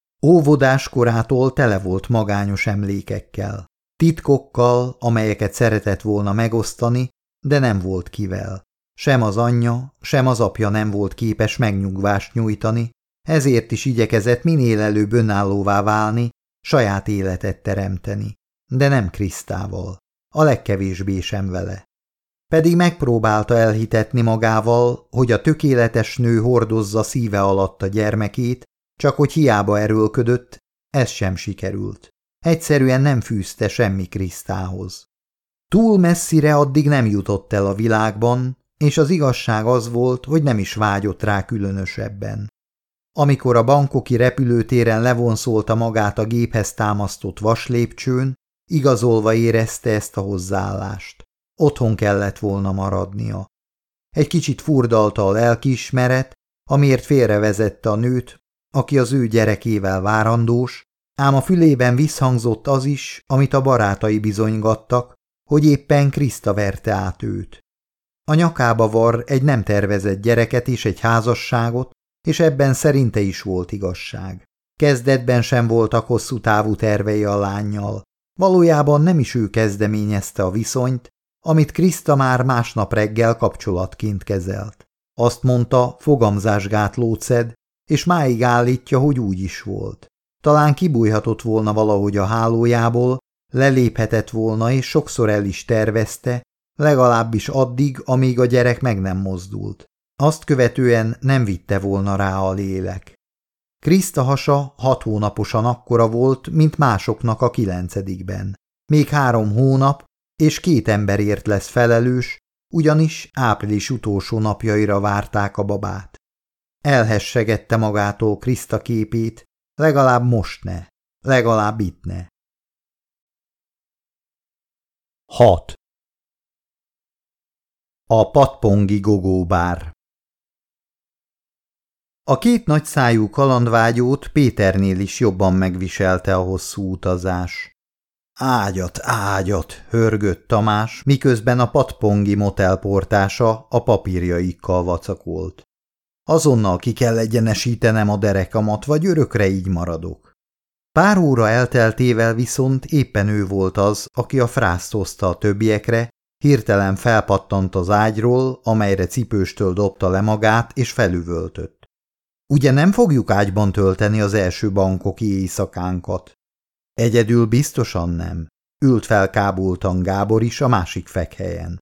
Óvodás korától tele volt magányos emlékekkel, titkokkal, amelyeket szeretett volna megosztani, de nem volt kivel. Sem az anyja, sem az apja nem volt képes megnyugvást nyújtani, ezért is igyekezett minél előbb önállóvá válni, saját életet teremteni. De nem Krisztával, a legkevésbé sem vele. Pedig megpróbálta elhitetni magával, hogy a tökéletes nő hordozza szíve alatt a gyermekét, csak hogy hiába erőlködött, ez sem sikerült. Egyszerűen nem fűzte semmi Krisztához. Túl messzire addig nem jutott el a világban, és az igazság az volt, hogy nem is vágyott rá különösebben. Amikor a bangkoki repülőtéren levonszolta magát a géphez támasztott vaslépcsőn, igazolva érezte ezt a hozzáállást. Otthon kellett volna maradnia. Egy kicsit furdalta a lelkiismeret, amiért félrevezette a nőt, aki az ő gyerekével várandós, ám a fülében visszhangzott az is, amit a barátai bizonygattak, hogy éppen Kriszta verte át őt. A nyakába var egy nem tervezett gyereket és egy házasságot, és ebben szerinte is volt igazság. Kezdetben sem voltak hosszú távú tervei a lánnyal. Valójában nem is ő kezdeményezte a viszonyt, amit Kriszta már másnap reggel kapcsolatként kezelt. Azt mondta, fogamzásgátlót szed, és máig állítja, hogy úgy is volt. Talán kibújhatott volna valahogy a hálójából, leléphetett volna, és sokszor el is tervezte, legalábbis addig, amíg a gyerek meg nem mozdult. Azt követően nem vitte volna rá a lélek. Kriszta hasa 6 hónaposan akkora volt, mint másoknak a 9-ben. Még 3 hónap, és 2 emberért lesz felelős, ugyanis április utolsó napjaira várták a babát. Elhessegette magától Kriszta képét, legalább most ne, legalább itt ne. 6. A patpongi gogóbár. A két nagyszájú kalandvágyót Péternél is jobban megviselte a hosszú utazás. Ágyat, ágyat, hörgött Tamás, miközben a patpongi motel portása a papírjaikkal vacakolt. Azonnal ki kell egyenesítenem a derekamat, vagy örökre így maradok. Pár óra elteltével viszont éppen ő volt az, aki a frászt hozta a többiekre, hirtelen felpattant az ágyról, amelyre cipőstől dobta le magát, és felüvöltött. Ugye nem fogjuk ágyban tölteni az első bankoki éjszakánkat? Egyedül biztosan nem. Ült fel kábultan Gábor is a másik fekhelyen.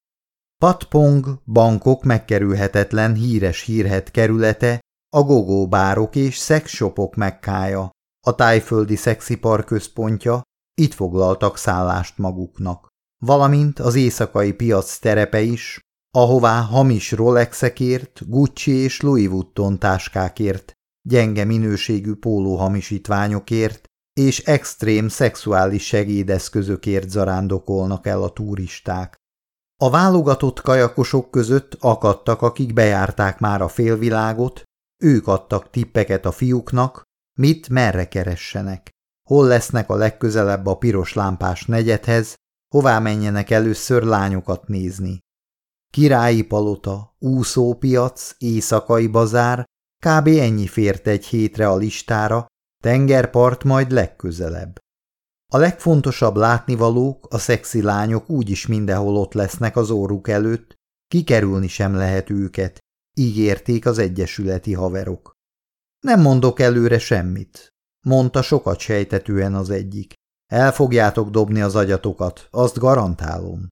Patpong, Bangkok megkerülhetetlen híres hírhedt kerülete, a gogóbárok és szexshopok Mekkája, a tájföldi szexipar központja, itt foglaltak szállást maguknak. Valamint az éjszakai piac terepe is, ahová hamis Rolexekért, Gucci és Louis Vuitton táskákért, gyenge minőségű pólóhamisítványokért és extrém szexuális segédeszközökért zarándokolnak el a turisták. A válogatott kajakosok között akadtak, akik bejárták már a félvilágot, ők adtak tippeket a fiúknak, mit merre keressenek, hol lesznek a legközelebb a piros lámpás negyedhez, hová menjenek először lányokat nézni. Királyi palota, úszópiac, éjszakai bazár, kb. Ennyi fért egy hétre a listára, tengerpart majd legközelebb. A legfontosabb látnivalók, a szexi lányok úgyis mindenhol ott lesznek az orruk előtt, kikerülni sem lehet őket, ígérték az egyesületi haverok. Nem mondok előre semmit, mondta sokat sejtetően az egyik. El fogjátok dobni az agyatokat, azt garantálom.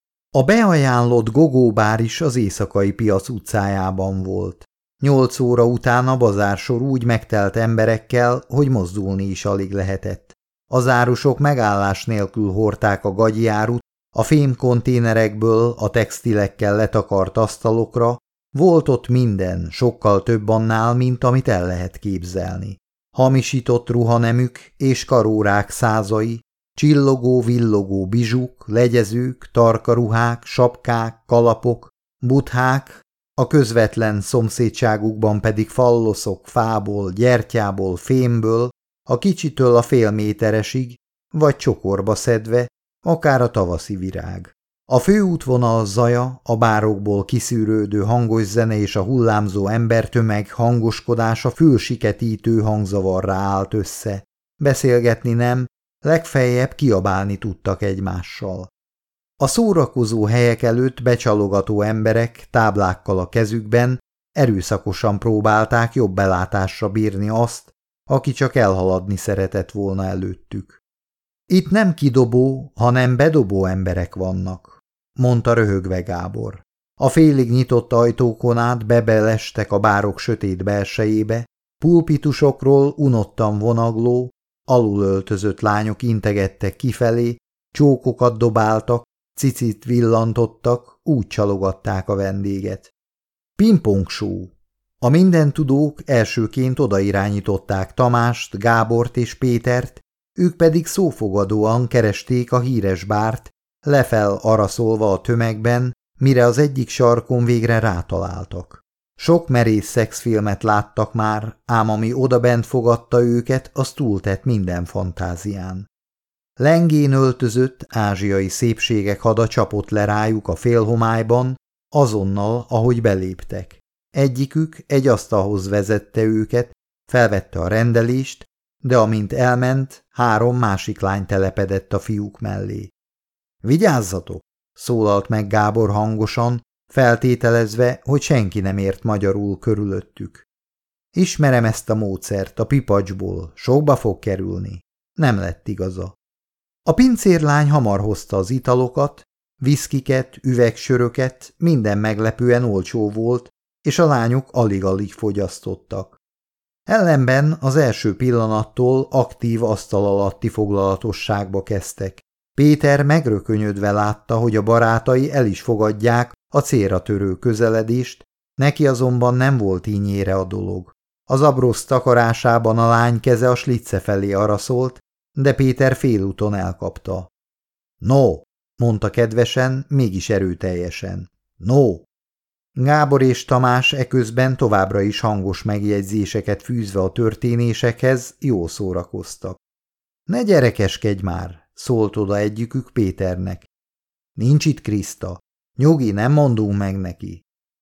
A beajánlott gogóbár is az éjszakai piac utcájában volt. 8 óra után a bazársor úgy megtelt emberekkel, hogy mozdulni is alig lehetett. Az árusok megállás nélkül hordták a gagyi árut, a fémkonténerekből a textilekkel letakart asztalokra, volt ott minden, sokkal több annál, mint amit el lehet képzelni. Hamisított ruhanemük és karórák százai, csillogó-villogó bizsuk, legyezők, tarkaruhák, sapkák, kalapok, buthák, a közvetlen szomszédságukban pedig falloszok fából, gyertyából, fémből, a kicsitől a félméteresig, vagy csokorba szedve, akár a tavaszi virág. A főútvonal zaja, a bárokból kiszűrődő hangos zene és a hullámzó embertömeg hangoskodása fülsiketítő hangzavarrá állt össze. Beszélgetni nem, legfeljebb kiabálni tudtak egymással. A szórakozó helyek előtt becsalogató emberek táblákkal a kezükben erőszakosan próbálták jobb belátásra bírni azt, aki csak elhaladni szeretett volna előttük. Itt nem kidobó, hanem bedobó emberek vannak, mondta röhögve Gábor. A félig nyitott ajtókon át bebelestek a bárok sötét belsejébe, pulpitusokról unottan vonagló, alulöltözött lányok integettek kifelé, csókokat dobáltak, cicit villantottak, úgy csalogatták a vendéget. Pingpong-só. A mindentudók elsőként odairányították Tamást, Gábort és Pétert, ők pedig szófogadóan keresték a híres bárt, lefel araszolva a tömegben, mire az egyik sarkon végre rátaláltak. Sok merész szexfilmet láttak már, ám ami odabent fogadta őket, az túltett minden fantázián. Lengén öltözött ázsiai szépségek hada csapott le rájuk a félhomályban, azonnal, ahogy beléptek. Egyikük egy asztalhoz vezette őket, felvette a rendelést, de amint elment, 3 másik lány telepedett a fiúk mellé. Vigyázzatok! Szólalt meg Gábor hangosan, feltételezve, hogy senki nem ért magyarul körülöttük. Ismerem ezt a módszert a pipacsból, sokba fog kerülni. Nem lett igaza. A pincérlány hamar hozta az italokat, viszkiket, üvegsöröket, minden meglepően olcsó volt, és a lányok alig-alig fogyasztottak. Ellenben az első pillanattól aktív asztal alatti foglalatosságba kezdtek. Péter megrökönyödve látta, hogy a barátai el is fogadják a célra törő közeledést, neki azonban nem volt ínyére a dolog. Az abrosz takarásában a lány keze a slicce felé araszolt, de Péter félúton elkapta. No, mondta kedvesen, mégis erőteljesen. No. Gábor és Tamás eközben továbbra is hangos megjegyzéseket fűzve a történésekhez jól szórakoztak. Ne gyerekeskedj már, szólt oda egyikük Péternek. Nincs itt Kriszta. Nyugi, nem mondunk meg neki.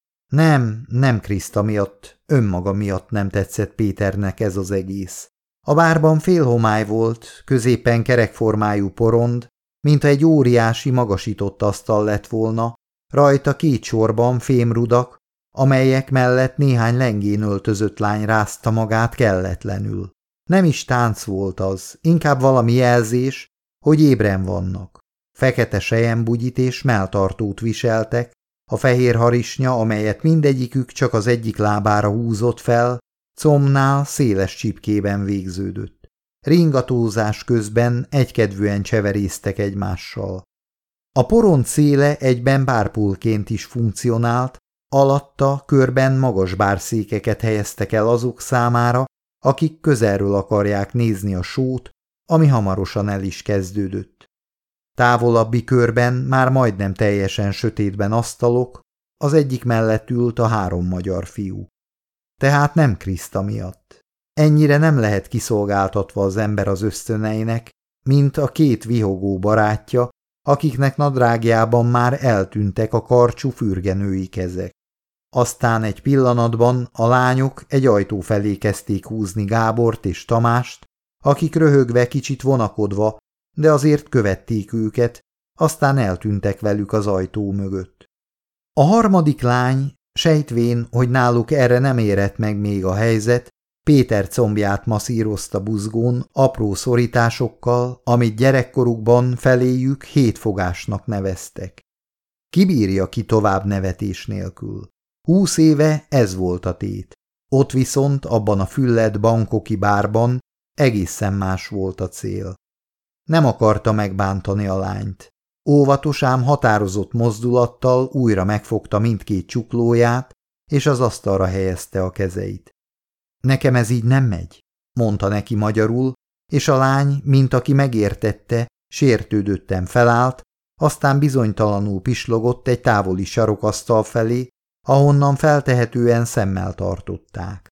Nem Kriszta miatt, önmaga miatt nem tetszett Péternek ez az egész. A bárban félhomály volt, középen kerekformájú porond, mintha egy óriási magasított asztal lett volna, rajta két sorban fémrudak, amelyek mellett néhány lengén öltözött lány rázta magát kelletlenül. Nem is tánc volt az, inkább valami jelzés, hogy ébren vannak. Fekete selyembugyit és melltartót viseltek, a fehér harisnya, amelyet mindegyikük csak az egyik lábára húzott fel, combnál széles csipkében végződött. Ringatózás közben egykedvűen cseverésztek egymással. A porond széle egyben bárpultként is funkcionált, alatta körben magas bárszékeket helyeztek el azok számára, akik közelről akarják nézni a sót, ami hamarosan el is kezdődött. Távolabbi körben már majdnem teljesen sötétben asztalok, az egyik mellett ült a 3 magyar fiú. Tehát nem Kriszta miatt. Ennyire nem lehet kiszolgáltatva az ember az ösztöneinek, mint a 2 vihogó barátja, akiknek nadrágjában már eltűntek a karcsú fürgenői kezek. Aztán egy pillanatban a lányok egy ajtó felé kezdték húzni Gábort és Tamást, akik röhögve kicsit vonakodva, de azért követték őket, aztán eltűntek velük az ajtó mögött. A harmadik lány, sejtvén, hogy náluk erre nem érett meg még a helyzet, Péter combját masszírozta buzgón apró szorításokkal, amit gyerekkorukban feléjük 7 fogásnak neveztek. Kibírja ki tovább nevetés nélkül. 20 éve ez volt a tét. Ott viszont abban a füllett bankoki bárban egészen más volt a cél. Nem akarta megbántani a lányt. Óvatos, ám határozott mozdulattal újra megfogta mindkét csuklóját, és az asztalra helyezte a kezeit. Nekem ez így nem megy, mondta neki magyarul, és a lány, mint aki megértette, sértődötten felállt, aztán bizonytalanul pislogott egy távoli sarokasztal felé, ahonnan feltehetően szemmel tartották.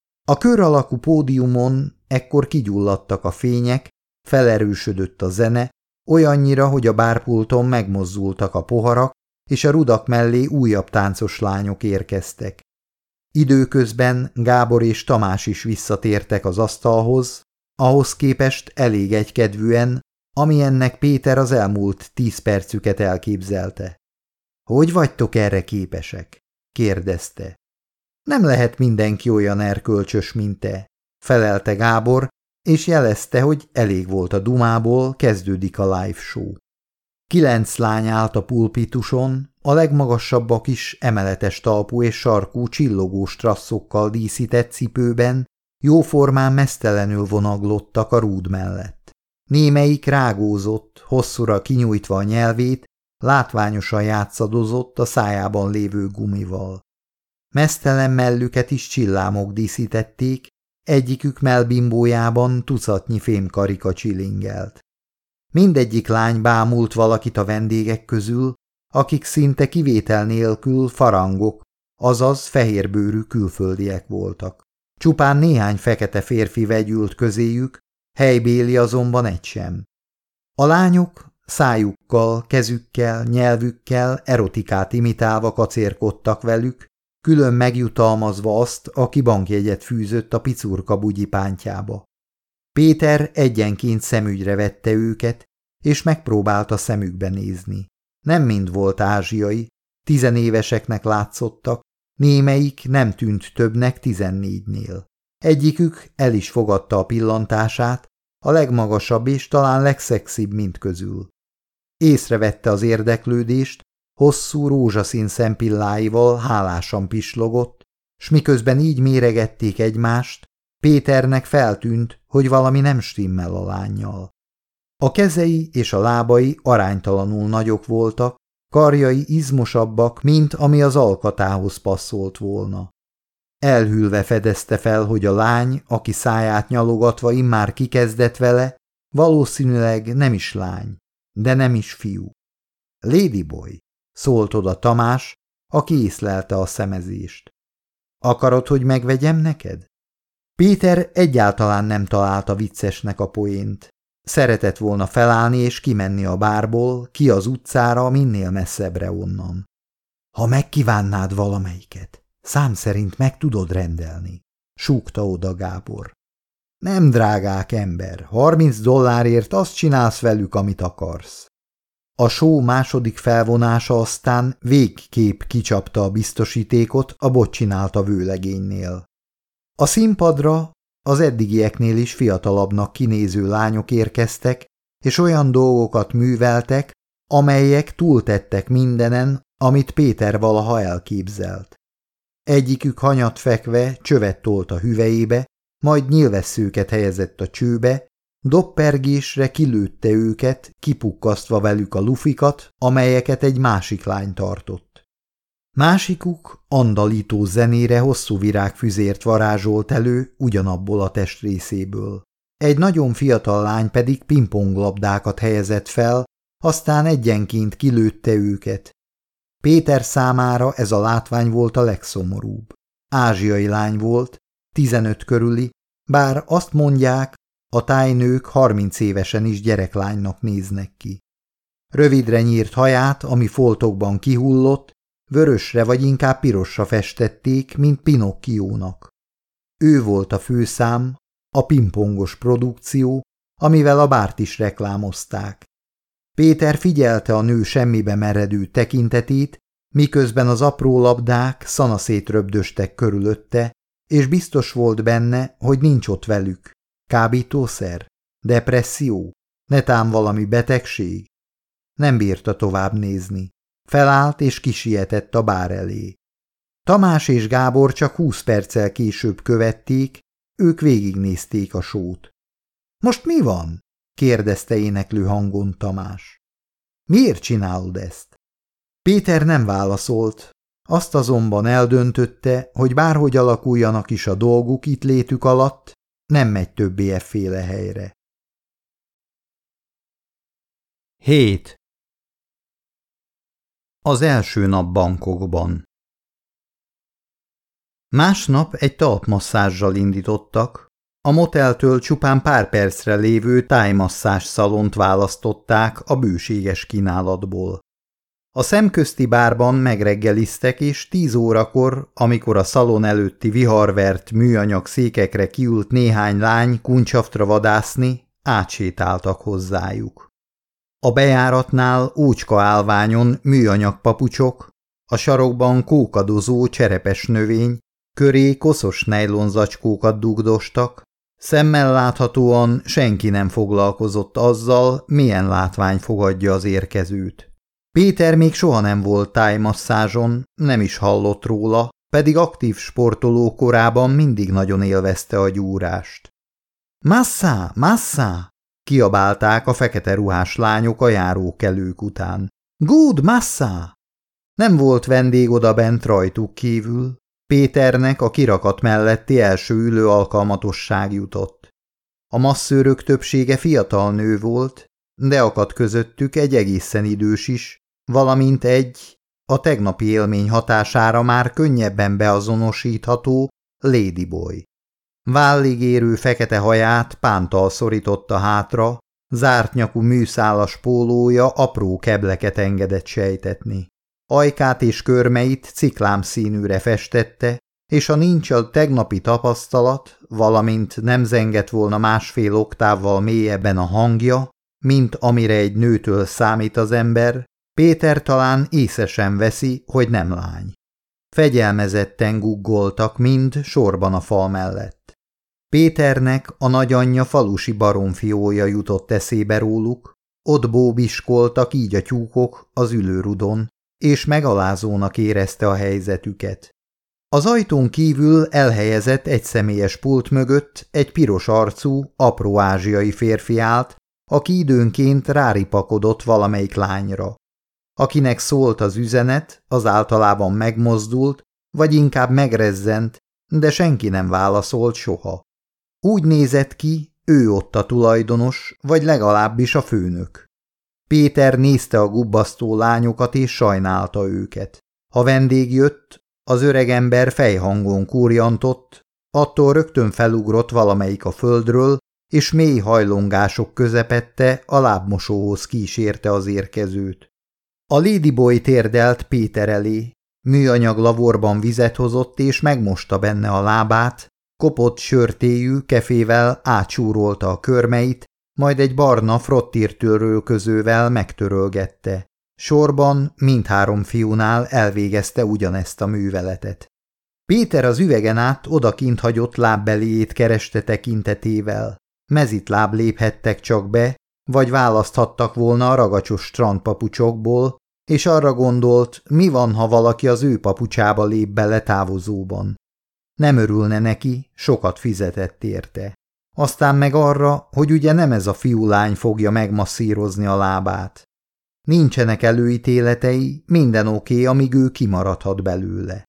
A kör alakú pódiumon ekkor kigyulladtak a fények, felerősödött a zene, olyannyira, hogy a bárpulton megmozdultak a poharak, és a rudak mellé újabb táncos lányok érkeztek. Időközben Gábor és Tamás is visszatértek az asztalhoz, ahhoz képest elég egykedvűen, amilyennek Péter az elmúlt 10 percüket elképzelte. – Hogy vagytok erre képesek? – kérdezte. – Nem lehet mindenki olyan erkölcsös, mint te – felelte Gábor, és jelezte, hogy elég volt a dumából, kezdődik a live show. 9 lány állt a pulpituson, a legmagasabbak is emeletes talpú és sarkú csillogó strasszokkal díszített cipőben, jóformán meztelenül vonaglottak a rúd mellett. Némelyik rágózott, hosszúra kinyújtva a nyelvét, látványosan játszadozott a szájában lévő gumival. Meztelen mellüket is csillámok díszítették, egyikük mellbimbójában tucatnyi fémkarika csilingelt. Mindegyik lány bámult valakit a vendégek közül, akik szinte kivétel nélkül farangok, azaz fehérbőrű külföldiek voltak. Csupán néhány fekete férfi vegyült közéjük, helybéli azonban egy sem. A lányok szájukkal, kezükkel, nyelvükkel erotikát imitálva kacérkodtak velük, külön megjutalmazva azt, aki bankjegyet fűzött a picurka bugyi pántjába. Péter egyenként szemügyre vette őket, és megpróbálta szemükbe nézni. Nem mind volt ázsiai, 10 éveseknek látszottak, némelyik nem tűnt többnek 14-nél. Egyikük el is fogadta a pillantását, a legmagasabb és talán legszexibb mind közül. Észrevette az érdeklődést, hosszú rózsaszín szempilláival hálásan pislogott, s miközben így méregették egymást, Péternek feltűnt, hogy valami nem stimmel a lánnyal. A kezei és a lábai aránytalanul nagyok voltak, karjai izmosabbak, mint ami az alkatához passzolt volna. Elhűlve fedezte fel, hogy a lány, aki száját nyalogatva immár kikezdett vele, valószínűleg nem is lány, de nem is fiú. Ladyboy, szólt oda Tamás, aki észlelte a szemezést. Akarod, hogy megvegyem neked? Péter egyáltalán nem találta viccesnek a poént. Szeretett volna felállni és kimenni a bárból, ki az utcára, minél messzebbre onnan. Ha megkívánnád valamelyiket, szám szerint meg tudod rendelni, súgta oda Gábor. Nem drágák, ember, $30 azt csinálsz velük, amit akarsz. A show második felvonása aztán végképp kicsapta a biztosítékot a botcsinálta vőlegénynél. A színpadra az eddigieknél is fiatalabbnak kinéző lányok érkeztek, és olyan dolgokat műveltek, amelyek túltettek mindenen, amit Péter valaha elképzelt. Egyikük hanyat fekve csövet tolt a hüvelyébe, majd nyilvesszőket helyezett a csőbe, doppergésre kilőtte őket, kipukkasztva velük a lufikat, amelyeket egy másik lány tartott. Másikuk andalító zenére hosszú virágfüzért varázsolt elő ugyanabból a testrészéből. Egy nagyon fiatal lány pedig pingponglabdákat helyezett fel, aztán egyenként kilőtte őket. Péter számára ez a látvány volt a legszomorúbb. Ázsiai lány volt, 15 körüli, bár azt mondják, a tájnők 30 évesen is gyereklánynak néznek ki. Rövidre nyírt haját, ami foltokban kihullott, vörösre vagy inkább pirosra festették, mint Pinocchiónak. Ő volt a főszám, a pingpongos produkció, amivel a bárt is reklámozták. Péter figyelte a nő semmibe meredő tekintetét, miközben az apró labdák szanaszét röbdöstek körülötte, és biztos volt benne, hogy nincs ott velük. Kábítószer? Depresszió? Netán valami betegség? Nem bírta tovább nézni. Felállt és kisietett a bár elé. Tamás és Gábor csak 20 perccel később követték, ők végignézték a sót. Most mi van? kérdezte éneklő hangon Tamás. Miért csinálod ezt? Péter nem válaszolt, azt azonban eldöntötte, hogy bárhogy alakuljanak is a dolguk itt létük alatt, nem megy többé efféle helyre. 7. Az első nap Bangkokban. Másnap egy talpmasszázsal indítottak, a moteltől csupán pár percre lévő tájmasszázs szalont választották a bőséges kínálatból. A szemközti bárban megreggeliztek, és 10 órakor, amikor a szalon előtti viharvert műanyag székekre kiült néhány lány kuncsaftra vadászni, átsétáltak hozzájuk. A bejáratnál ócska állványon műanyag papucsok, a sarokban kókadozó cserepes növény, köré koszos nejlonzacskókat dugdostak, szemmel láthatóan senki nem foglalkozott azzal, milyen látvány fogadja az érkezőt. Péter még soha nem volt tájmasszázson, nem is hallott róla, pedig aktív sportoló korában mindig nagyon élvezte a gyúrást. Massa, massa! Kiabálták a fekete ruhás lányok a járókelők után. Good, massa! Nem volt vendég odabent rajtuk kívül. Péternek a kirakat melletti első ülő alkalmatosság jutott. A masszőrök többsége fiatal nő volt, de akadt közöttük egy egészen idős is, valamint egy, a tegnapi élmény hatására már könnyebben beazonosítható Ladyboy. Vállig érő fekete haját pántal szorította hátra, zárt nyakú műszálas pólója apró kebleket engedett sejtetni. Ajkát és körmeit ciklámszínűre festette, és ha nincs a tegnapi tapasztalat, valamint nem zengett volna másfél oktávval mélyebben a hangja, mint amire egy nőtől számít az ember, Péter talán észre sem veszi, hogy nem lány. Fegyelmezetten guggoltak mind sorban a fal mellett. Péternek a nagyanyja falusi baromfiója jutott eszébe róluk, ott bóbiskoltak így a tyúkok az ülőrudon, és megalázónak érezte a helyzetüket. Az ajtón kívül elhelyezett egyszemélyes pult mögött egy piros arcú, apró ázsiai férfi állt, aki időnként ráripakodott valamelyik lányra. Akinek szólt az üzenet, az általában megmozdult, vagy inkább megrezzent, de senki nem válaszolt soha. Úgy nézett ki, ő ott a tulajdonos, vagy legalábbis a főnök. Péter nézte a gubbasztó lányokat és sajnálta őket. Ha vendég jött, az öregember fejhangon kúrjantott, attól rögtön felugrott valamelyik a földről, és mély hajlongások közepette a lábmosóhoz kísérte az érkezőt. A ladyboy térdelt Péter elé, műanyag lavorban vizet hozott és megmosta benne a lábát, kopott sörtéjű kefével átsúrolta a körmeit, majd egy barna frottírtörölközővel megtörölgette. Sorban mindhárom fiúnál elvégezte ugyanezt a műveletet. Péter az üvegen át odakint hagyott lábbeléjét kereste tekintetével. Mezitláb léphettek csak be, vagy választhattak volna a ragacsos strandpapucsokból, és arra gondolt, mi van, ha valaki az ő papucsába lép bele távozóban. Nem örülne neki, sokat fizetett érte. Aztán meg arra, hogy ugye nem ez a fiúlány fogja megmasszírozni a lábát. Nincsenek előítéletei, minden oké, amíg ő kimaradhat belőle.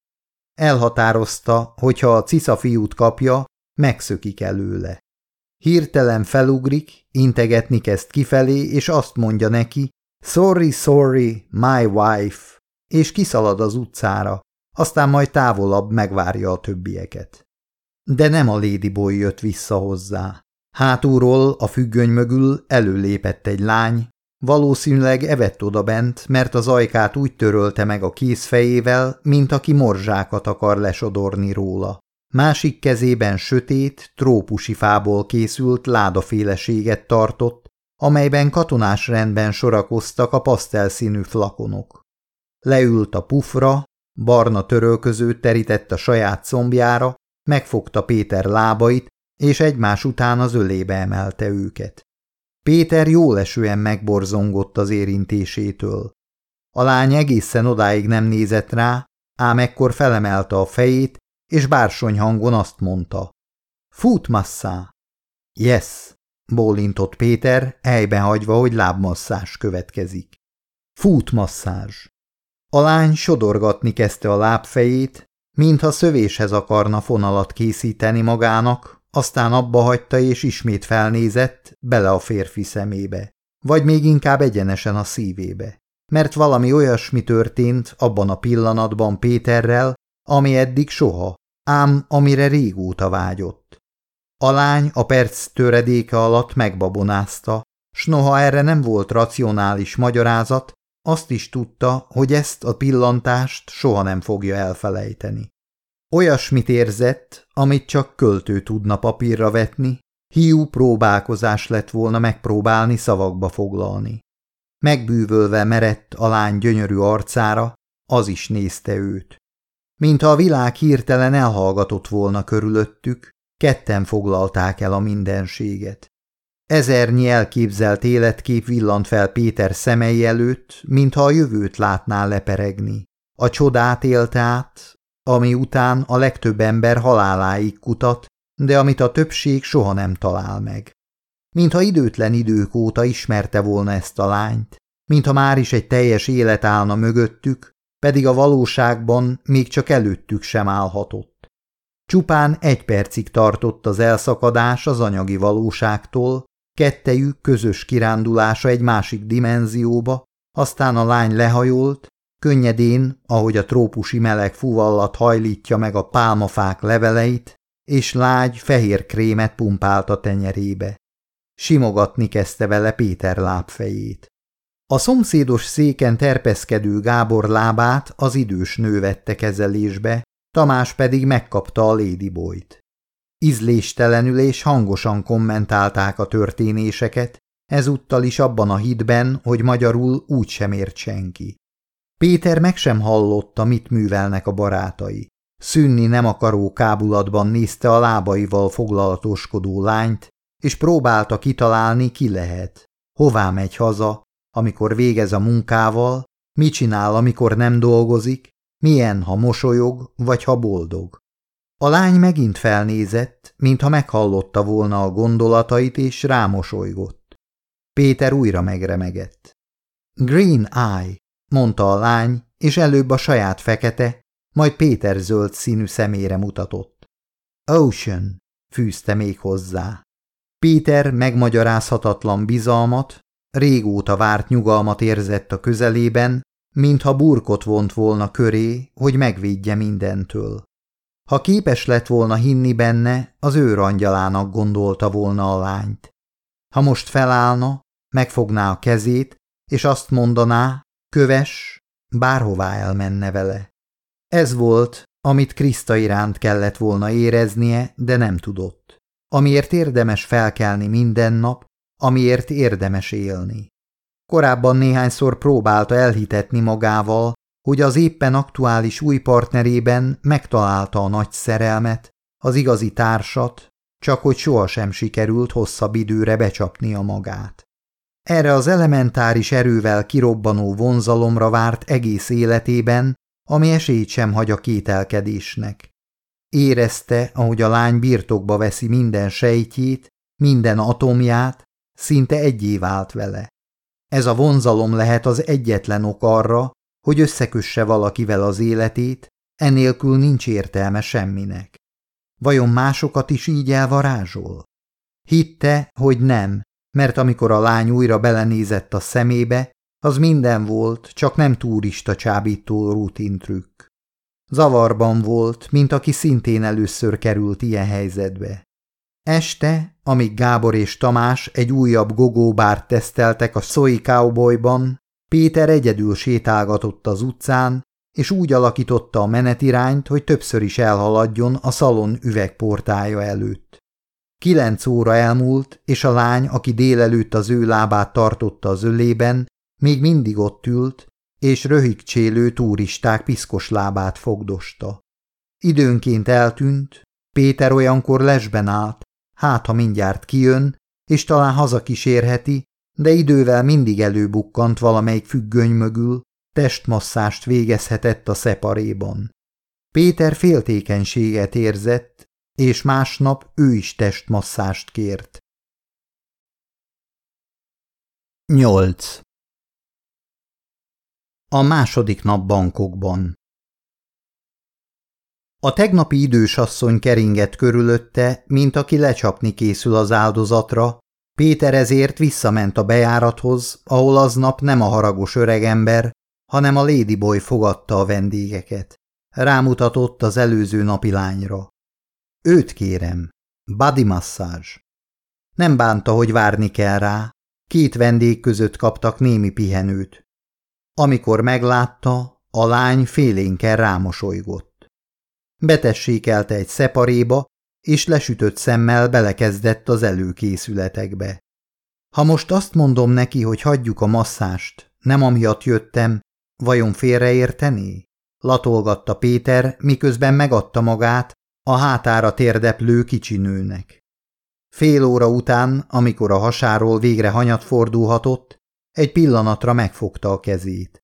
Elhatározta, hogy ha a cisza fiút kapja, megszökik előle. Hirtelen felugrik, integetni kezd kifelé, és azt mondja neki, sorry, sorry, my wife, és kiszalad az utcára, aztán majd távolabb megvárja a többieket. De nem a ladyboy jött vissza hozzá. Hátulról, a függöny mögül előlépett egy lány, valószínűleg evett odabent, mert az ajkát úgy törölte meg a kézfejével, mint aki morzsákat akar lesodorni róla. Másik kezében sötét, trópusi fából készült ládaféleséget tartott, amelyben katonás rendben sorakoztak a pasztelszínű flakonok. Leült a pufra, barna törölközőt terített a saját combjára, megfogta Péter lábait, és egymás után az ölébe emelte őket. Péter jólesően megborzongott az érintésétől. A lány egészen odáig nem nézett rá, ám ekkor felemelte a fejét, és bársony hangon azt mondta. Foot masszá. Yes, bólintott Péter, helyben hagyva, hogy lábmasszázs következik. Foot masszázs. A lány sodorgatni kezdte a lábfejét, mintha szövéshez akarna fonalat készíteni magának, aztán abba hagyta és ismét felnézett bele a férfi szemébe, vagy még inkább egyenesen a szívébe, mert valami olyasmi történt abban a pillanatban Péterrel, ami eddig soha, ám amire régóta vágyott. A lány a perc töredéke alatt megbabonázta, s noha erre nem volt racionális magyarázat, azt is tudta, hogy ezt a pillantást soha nem fogja elfelejteni. Olyasmit érzett, amit csak költő tudna papírra vetni, hiú próbálkozás lett volna megpróbálni szavakba foglalni. Megbűvölve merett a lány gyönyörű arcára, az is nézte őt. Mintha a világ hirtelen elhallgatott volna körülöttük, ketten foglalták el a mindenséget. Ezernyi elképzelt életkép villant fel Péter szemei előtt, mintha a jövőt látná leperegni. A csodát élte át, ami után a legtöbb ember haláláig kutat, de amit a többség soha nem talál meg. Mintha időtlen idők óta ismerte volna ezt a lányt, mintha már is egy teljes élet állna mögöttük, pedig a valóságban még csak előttük sem állhatott. Csupán 1 percig tartott az elszakadás az anyagi valóságtól, kettejük közös kirándulása egy másik dimenzióba, aztán a lány lehajolt, könnyedén, ahogy a trópusi meleg fuvallat hajlítja meg a pálmafák leveleit, és lágy, fehér krémet pumpált a tenyerébe. Simogatni kezdte vele Péter lábfejét. A szomszédos széken terpeszkedő Gábor lábát az idős nő vette kezelésbe, Tamás pedig megkapta a ladyboyt. Ízléstelenül és hangosan kommentálták a történéseket, ezúttal is abban a hitben, hogy magyarul úgysem ért senki. Péter meg sem hallotta, mit művelnek a barátai. Szűnni nem akaró kábulatban nézte a lábaival foglalatoskodó lányt, és próbálta kitalálni, ki lehet, hová megy haza, amikor végez a munkával, mit csinál, amikor nem dolgozik, milyen, ha mosolyog, vagy ha boldog. A lány megint felnézett, mintha meghallotta volna a gondolatait, és rámosolygott. Péter újra megremegett. Green Eye, mondta a lány, és előbb a saját fekete, majd Péter zöld színű szemére mutatott. Ocean, fűzte még hozzá. Péter megmagyarázhatatlan bizalmat, régóta várt nyugalmat érzett a közelében, mintha burkot vont volna köré, hogy megvédje mindentől. Ha képes lett volna hinni benne, az őrangyalának gondolta volna a lányt. Ha most felállna, megfogná a kezét, és azt mondaná, kövess, bárhová elmenne vele. Ez volt, amit Kriszta iránt kellett volna éreznie, de nem tudott. Amiért érdemes felkelni minden nap, amiért érdemes élni. Korábban néhányszor próbálta elhitetni magával, hogy az éppen aktuális új partnerében megtalálta a nagy szerelmet, az igazi társat, csak hogy sohasem sikerült hosszabb időre becsapnia magát. Erre az elementáris erővel kirobbanó vonzalomra várt egész életében, ami esélyt sem hagy a kételkedésnek. Érezte, ahogy a lány birtokba veszi minden sejtjét, minden atomját, szinte egyé vált vele. Ez a vonzalom lehet az egyetlen ok arra, hogy összekösse valakivel az életét, enélkül nincs értelme semminek. Vajon másokat is így elvarázsol? Hitte, hogy nem, mert amikor a lány újra belenézett a szemébe, az minden volt, csak nem turista csábító rutintrükk. Zavarban volt, mint aki szintén először került ilyen helyzetbe. Este, amíg Gábor és Tamás egy újabb gogóbárt teszteltek a Soy Cowboyban, Péter egyedül sétálgatott az utcán, és úgy alakította a menetirányt, hogy többször is elhaladjon a szalon üvegportája előtt. 9 óra elmúlt, és a lány, aki délelőtt az ő lábát tartotta az ölében, még mindig ott ült, és röhigcsélő turisták piszkos lábát fogdosta. Időnként eltűnt, Péter olyankor lesben állt, hát ha mindjárt kijön, és talán hazakísérheti, de idővel mindig előbukkant valamelyik függöny mögül, testmasszást végezhetett a szeparéban. Péter féltékenységet érzett, és másnap ő is testmasszást kért. 8. A második nap Bangkokban. A tegnapi idősasszony keringett körülötte, mint aki lecsapni készül az áldozatra. Péter ezért visszament a bejárathoz, ahol aznap nem a haragos öregember, hanem a ladyboy fogadta a vendégeket. Rámutatott az előző napi lányra. Őt kérem, body massage. Nem bánta, hogy várni kell rá, 2 vendég között kaptak némi pihenőt. Amikor meglátta, a lány félénken rámosolygott. Betessékelte egy szeparéba, és lesütött szemmel belekezdett az előkészületekbe. Ha most azt mondom neki, hogy hagyjuk a masszást, nem amiatt jöttem, vajon félreértené? Latolgatta Péter, miközben megadta magát a hátára térdeplő kicsi nőnek. Fél óra után, amikor a hasáról végre hanyat fordulhatott, egy pillanatra megfogta a kezét.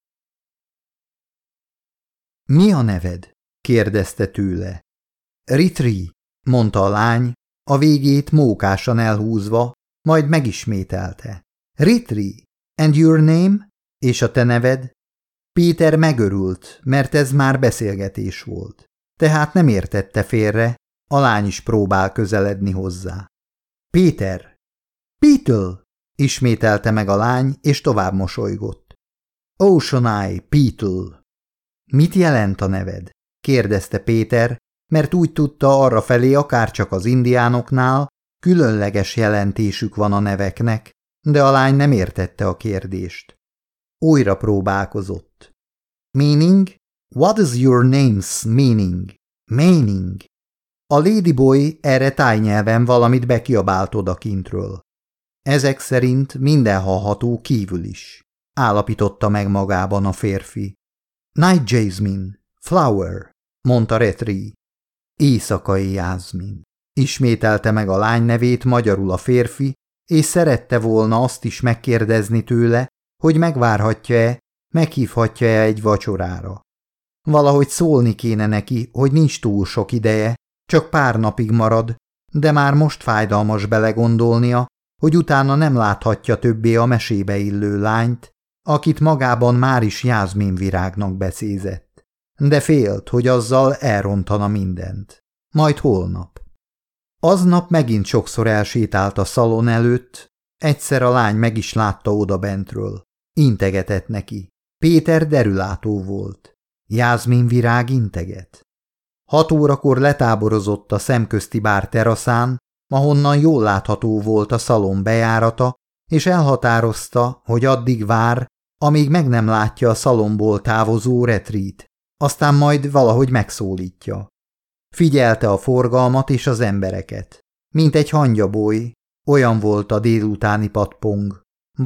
Mi a neved? kérdezte tőle. Ritri, mondta a lány, a végét mókásan elhúzva, majd megismételte. Ritri, and your name? És a te neved? Péter megörült, mert ez már beszélgetés volt. Tehát nem értette félre, a lány is próbál közeledni hozzá. Péter! Peetle! Ismételte meg a lány, és tovább mosolygott. Ocean Eye, Peetle! Mit jelent a neved? Kérdezte Péter, mert úgy tudta arrafelé akárcsak az indiánoknál, különleges jelentésük van a neveknek, de a lány nem értette a kérdést. Újra próbálkozott. Meaning? What is your name's meaning? Meaning. A ladyboy erre tájnyelven valamit bekiabált odakintről. Ezek szerint minden hallható kívül is, állapította meg magában a férfi. Night Jasmine, flower, mondta Ritri. Éjszakai jászmin. Ismételte meg a lány nevét magyarul a férfi, és szerette volna azt is megkérdezni tőle, hogy megvárhatja-e, meghívhatja-e egy vacsorára. Valahogy szólni kéne neki, hogy nincs túl sok ideje, csak pár napig marad, de már most fájdalmas belegondolnia, hogy utána nem láthatja többé a mesébe illő lányt, akit magában már is jázminvirágnak beszézett, de félt, hogy azzal elrontana mindent. Majd holnap. Aznap megint sokszor elsétált a szalon előtt, egyszer a lány meg is látta odabentről. Integetett neki. Péter derülátó volt. Jázminvirág integet. 6 órakor letáborozott a szemközti bár teraszán, ahonnan jól látható volt a szalon bejárata, és elhatározta, hogy addig vár, amíg meg nem látja a szalomból távozó Retreat, aztán majd valahogy megszólítja. Figyelte a forgalmat és az embereket. Mint egy hangyaboly, olyan volt a délutáni patpong.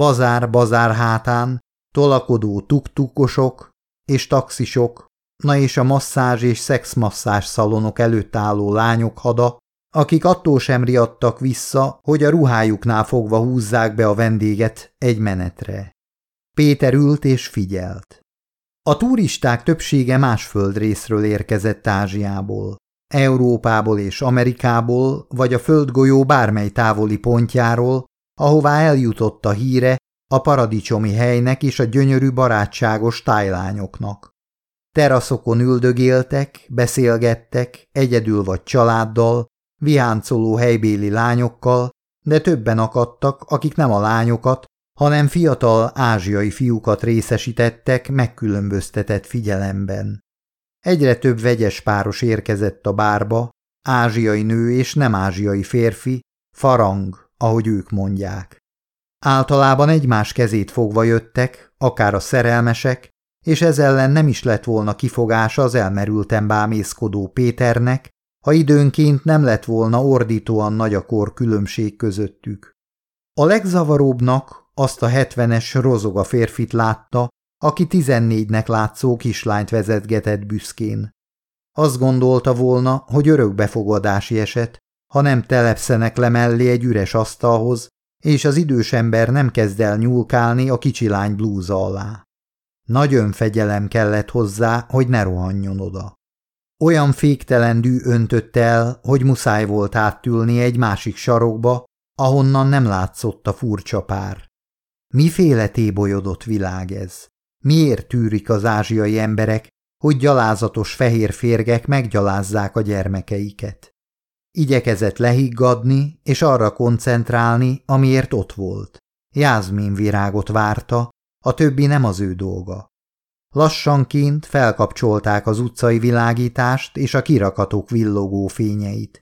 Bazár hátán, tolakodó tuktukosok és taxisok, na és a masszázs és szexmasszázs szalonok előtt álló lányok hada, akik attól sem riadtak vissza, hogy a ruhájuknál fogva húzzák be a vendéget egy menetre. Péter ült és figyelt. A turisták többsége más földrészről érkezett Ázsiából, Európából és Amerikából, vagy a földgolyó bármely távoli pontjáról, ahová eljutott a híre a paradicsomi helynek és a gyönyörű barátságos tájlányoknak. Teraszokon üldögéltek, beszélgettek, egyedül vagy családdal, viháncoló helybéli lányokkal, de többen akadtak, akik nem a lányokat, hanem fiatal ázsiai fiúkat részesítettek megkülönböztetett figyelemben. Egyre több vegyes páros érkezett a bárba, ázsiai nő és nem ázsiai férfi, farang, ahogy ők mondják. Általában egymás kezét fogva jöttek, akár a szerelmesek, és ez ellen nem is lett volna kifogása az elmerülten bámészkodó Péternek, ha időnként nem lett volna ordítóan nagy a kor különbség közöttük. A legzavaróbbnak azt a 70-es rozoga férfit látta, aki 14-nek látszó kislányt vezetgetett büszkén. Azt gondolta volna, hogy örökbefogadási eset, ha nem telepszenek le mellé egy üres asztalhoz, és az idős ember nem kezd el nyúlkálni a kicsi lány blúza alá. Nagy önfegyelem kellett hozzá, hogy ne rohanjon oda. Olyan féktelen dű öntött el, hogy muszáj volt átülni egy másik sarokba, ahonnan nem látszott a furcsa pár. Miféle tébolyodott világ ez? Miért tűrik az ázsiai emberek, hogy gyalázatos fehér férgek meggyalázzák a gyermekeiket? Igyekezett lehiggadni és arra koncentrálni, amiért ott volt. Jázminvirágot várta, a többi nem az ő dolga. Lassanként felkapcsolták az utcai világítást és a kirakatok villogó fényeit.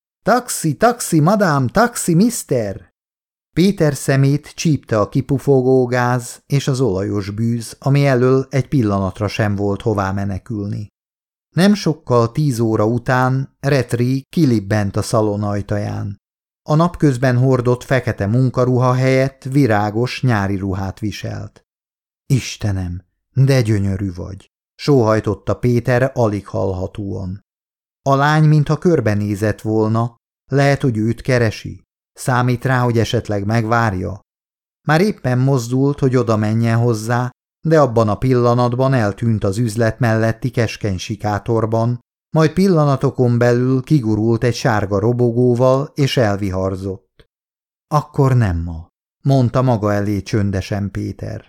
Taxi, taxi, madám, taxi, mister! Péter szemét csípte a kipufogó gáz és az olajos bűz, ami elől egy pillanatra sem volt hová menekülni. Nem sokkal 10 óra után Retri kilibbent a szalon ajtaján. A napközben hordott fekete munkaruha helyett virágos nyári ruhát viselt. Istenem, de gyönyörű vagy, sóhajtotta Péter alig hallhatóan. A lány mintha körbenézett volna, lehet, hogy őt keresi. Számít rá, hogy esetleg megvárja? Már éppen mozdult, hogy oda menjen hozzá, de abban a pillanatban eltűnt az üzlet melletti keskeny sikátorban, majd pillanatokon belül kigurult egy sárga robogóval, és elviharzott. Akkor nem ma, mondta maga elé csöndesen Péter.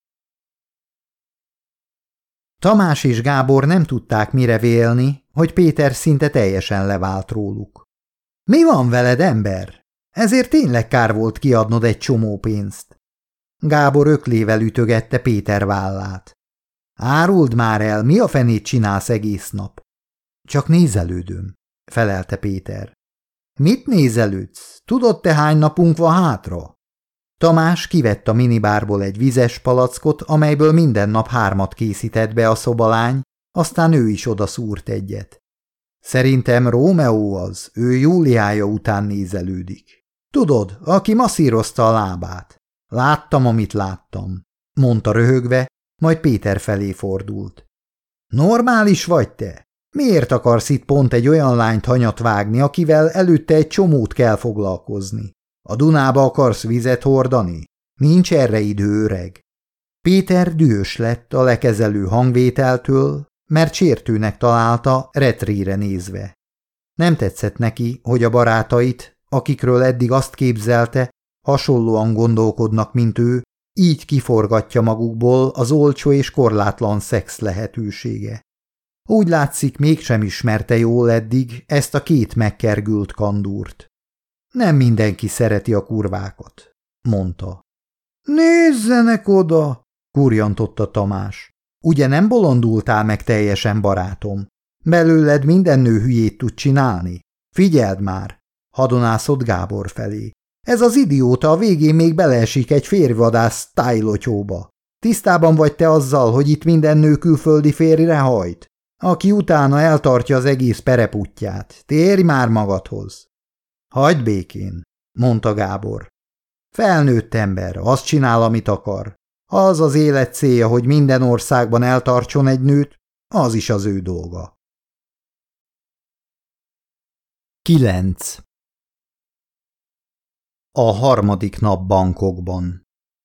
Tamás és Gábor nem tudták mire vélni, hogy Péter szinte teljesen levált róluk. Mi van veled, ember? Ezért tényleg kár volt kiadnod egy csomó pénzt. Gábor öklével ütögette Péter vállát. Áruld már el, mi a fenét csinálsz egész nap? Csak nézelődöm, felelte Péter. Mit nézelődsz? Tudod te, hány napunk van hátra? Tamás kivett a minibárból egy vizes palackot, amelyből minden nap 3 készített be a szobalány, aztán ő is oda szúrt egyet. Szerintem Rómeó az, ő Júliája után nézelődik. Tudod, aki masszírozta a lábát. Láttam, amit láttam, mondta röhögve, majd Péter felé fordult. Normális vagy te? Miért akarsz itt pont egy olyan lányt hanyat vágni, akivel előtte egy csomót kell foglalkozni? A Dunába akarsz vizet hordani? Nincs erre idő, öreg. Péter dühös lett a lekezelő hangvételtől, mert sértőnek találta Retrire nézve. Nem tetszett neki, hogy a barátait, akikről eddig azt képzelte, hasonlóan gondolkodnak, mint ő, így kiforgatja magukból az olcsó és korlátlan szex lehetősége. Úgy látszik, mégsem ismerte jól eddig ezt a két megkergült kandúrt. Nem mindenki szereti a kurvákat, mondta. Nézzenek oda, kurjantotta Tamás. Ugye nem bolondultál meg teljesen, barátom? Belőled minden nő hülyét tud csinálni? Figyeld már, hadonászott Gábor felé. Ez az idióta a végén még beleesik egy férjvadász tájlotyóba. Tisztában vagy te azzal, hogy itt minden nő külföldi férjre hajt? Aki utána eltartja az egész pereputját. Térj már magadhoz! Hagyd békén, mondta Gábor. Felnőtt ember, azt csinál, amit akar. Ha az az élet célja, hogy minden országban eltartson egy nőt, az is az ő dolga. 9. A harmadik nap Bangkokban.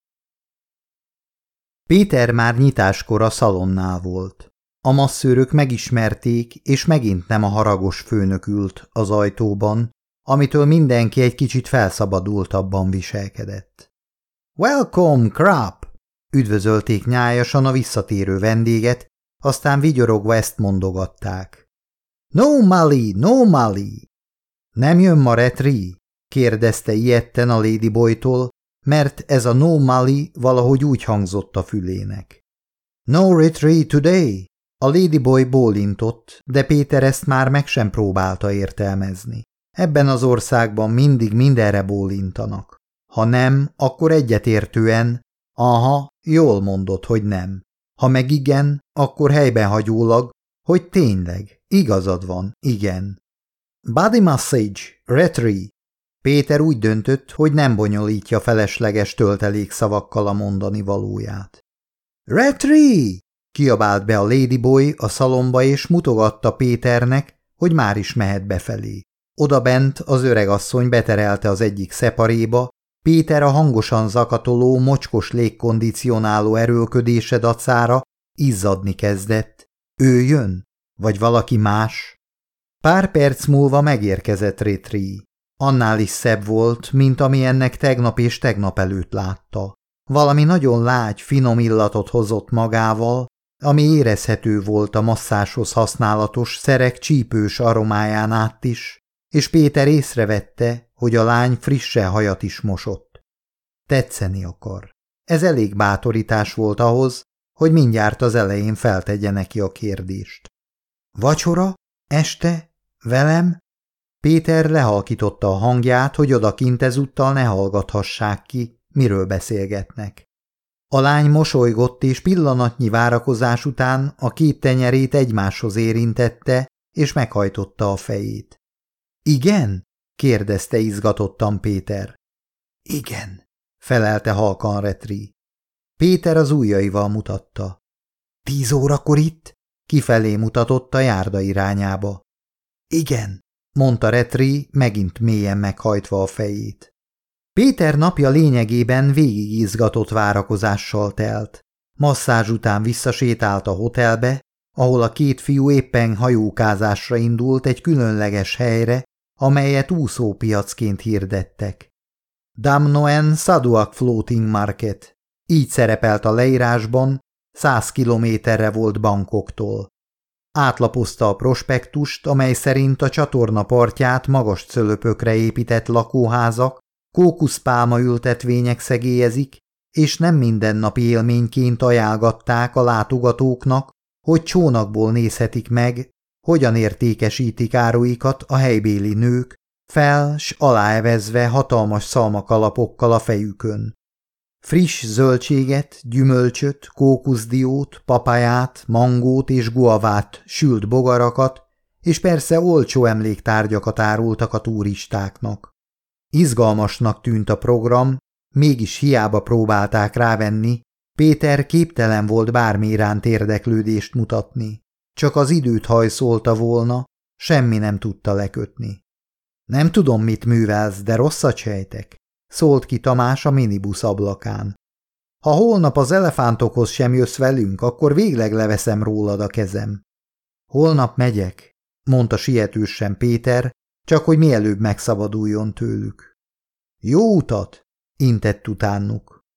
Péter már nyitáskor a szalonnál volt. A masszőrök megismerték, és megint nem a haragos főnök ült az ajtóban, amitől mindenki egy kicsit felszabadultabban viselkedett. Welcome, Crap! Üdvözölték nyájasan a visszatérő vendéget, aztán vigyorogva ezt mondogatták. No, Molly, no, Molly! Nem jön ma Retri? Kérdezte ijedten a Ladyboytól, mert ez a no, Molly valahogy úgy hangzott a fülének. No retreat today? A Ladyboy bólintott, de Péter ezt már meg sem próbálta értelmezni. Ebben az országban mindig mindenre bólintanak. Ha nem, akkor egyetértően, aha, jól mondod, hogy nem. Ha meg igen, akkor helybenhagyólag, hogy tényleg, igazad van, igen. Body massage, retri. Péter úgy döntött, hogy nem bonyolítja felesleges töltelékszavakkal a mondani valóját. Retri! Kiabált be a Ladyboy a szalomba, és mutogatta Péternek, hogy már is mehet befelé. Odabent az öregasszony beterelte az egyik szeparéba, Péter a hangosan zakatoló, mocskos légkondicionáló erőlködése dacára izzadni kezdett. Ő jön? Vagy valaki más? Pár perc múlva megérkezett Retri. Annál is szebb volt, mint ami ennek tegnap és tegnap előtt látta. Valami nagyon lágy, finom illatot hozott magával, ami érezhető volt a masszáshoz használatos szerek csípős aromáján át is, és Péter észrevette, hogy a lány frissen hajat is mosott. Tetszeni akar. Ez elég bátorítás volt ahhoz, hogy mindjárt az elején feltegye neki a kérdést. Vacsora? Este? Velem? Péter lehalkította a hangját, hogy odakint ezúttal ne hallgathassák ki, miről beszélgetnek. A lány mosolygott, és pillanatnyi várakozás után a két tenyerét egymáshoz érintette, és meghajtotta a fejét. Igen? kérdezte izgatottan Péter. Igen, felelte halkan Retri. Péter az ujjaival mutatta. 10 órakor itt? Kifelé mutatott a járda irányába. Igen, mondta Retri, megint mélyen meghajtva a fejét. Péter napja lényegében végig izgatott várakozással telt. Masszázs után visszasétált a hotelbe, ahol a két fiú éppen hajókázásra indult egy különleges helyre, amelyet úszópiacként hirdettek. Dam Noen Saduak Floating Market. Így szerepelt a leírásban, 100 kilométerre volt Bangkoktól. Átlapozta a prospektust, amely szerint a csatorna partját magas cölöpökre épített lakóházak, kókuszpálma ültetvények szegélyezik, és nem mindennapi élményként ajánlgatták a látogatóknak, hogy csónakból nézhetik meg, hogyan értékesítik áruikat a helybéli nők, fel- s aláevezve hatalmas szalmakalapokkal a fejükön. Friss zöldséget, gyümölcsöt, kókuszdiót, papáját, mangót és guavát, sült bogarakat, és persze olcsó emléktárgyakat árultak a turistáknak. Izgalmasnak tűnt a program, mégis hiába próbálták rávenni, Péter képtelen volt bármi iránt érdeklődést mutatni. Csak az időt hajszolta volna, semmi nem tudta lekötni. Nem tudom, mit művelsz, de rosszat sejtek, szólt ki Tamás a minibusz ablakán. Ha holnap az elefántokhoz sem jössz velünk, akkor végleg leveszem rólad a kezem. Holnap megyek, mondta sietősen Péter, csak hogy mielőbb megszabaduljon tőlük. Jó utat, intett utánuk.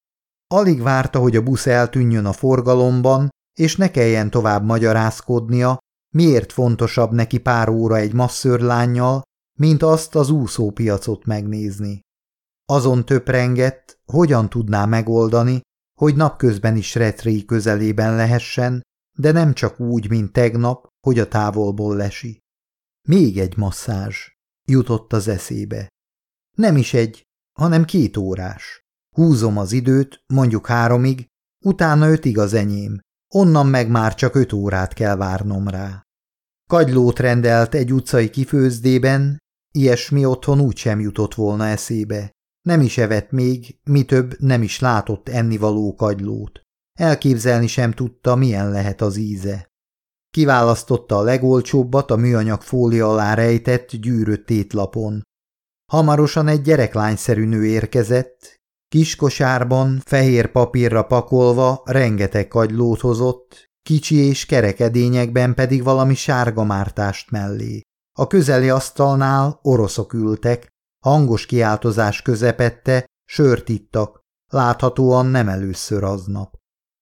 Alig várta, hogy a busz eltűnjön a forgalomban, és ne kelljen tovább magyarázkodnia, miért fontosabb neki pár óra egy masszőrlánnyal, mint azt az úszópiacot megnézni. Azon töprengett, hogyan tudná megoldani, hogy napközben is Rattray közelében lehessen, de nem csak úgy, mint tegnap, hogy a távolból lesi. Még egy masszázs jutott az eszébe. Nem is egy, hanem 2 órás. Húzom az időt, mondjuk 3-ig, utána 5-ig az enyém. Onnan meg már csak 5 órát kell várnom rá. Kagylót rendelt egy utcai kifőzdében, ilyesmi otthon úgysem jutott volna eszébe. Nem is evett még, mi több nem is látott ennivaló kagylót. Elképzelni sem tudta, milyen lehet az íze. Kiválasztotta a legolcsóbbat a műanyag fólia alá rejtett, gyűrött étlapon. Hamarosan egy gyereklányszerű nő érkezett, kis kosárban, fehér papírra pakolva rengeteg kagylót hozott, kicsi és kerek edényekben pedig valami sárga mártást mellé. A közeli asztalnál oroszok ültek, hangos kiáltozás közepette, sört ittak, láthatóan nem először aznap.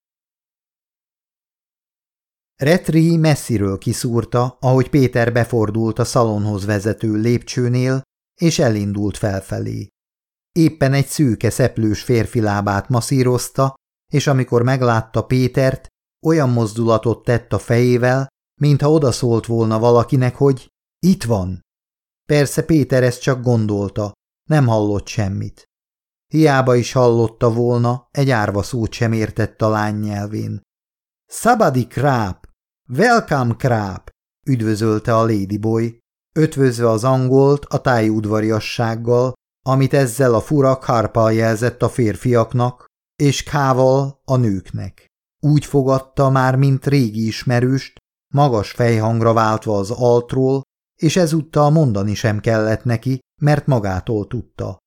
Rattray messziről kiszúrta, ahogy Péter befordult a szalonhoz vezető lépcsőnél, és elindult felfelé. Éppen egy szőke szeplős férfi lábát masszírozta, és amikor meglátta Pétert, olyan mozdulatot tett a fejével, mintha odaszólt volna valakinek, hogy itt van. Persze Péter ezt csak gondolta, nem hallott semmit. Hiába is hallotta volna, egy árva szót sem értett a lány nyelvén. Szabadi kráp! Welcome kráp! Üdvözölte a ladyboy, ötvözve az angolt a tájudvariassággal, amit ezzel a fura kárpal jelzett a férfiaknak, és kával a nőknek. Úgy fogadta már, mint régi ismerőst, magas fejhangra váltva az altról, és ezúttal mondani sem kellett neki, mert magától tudta.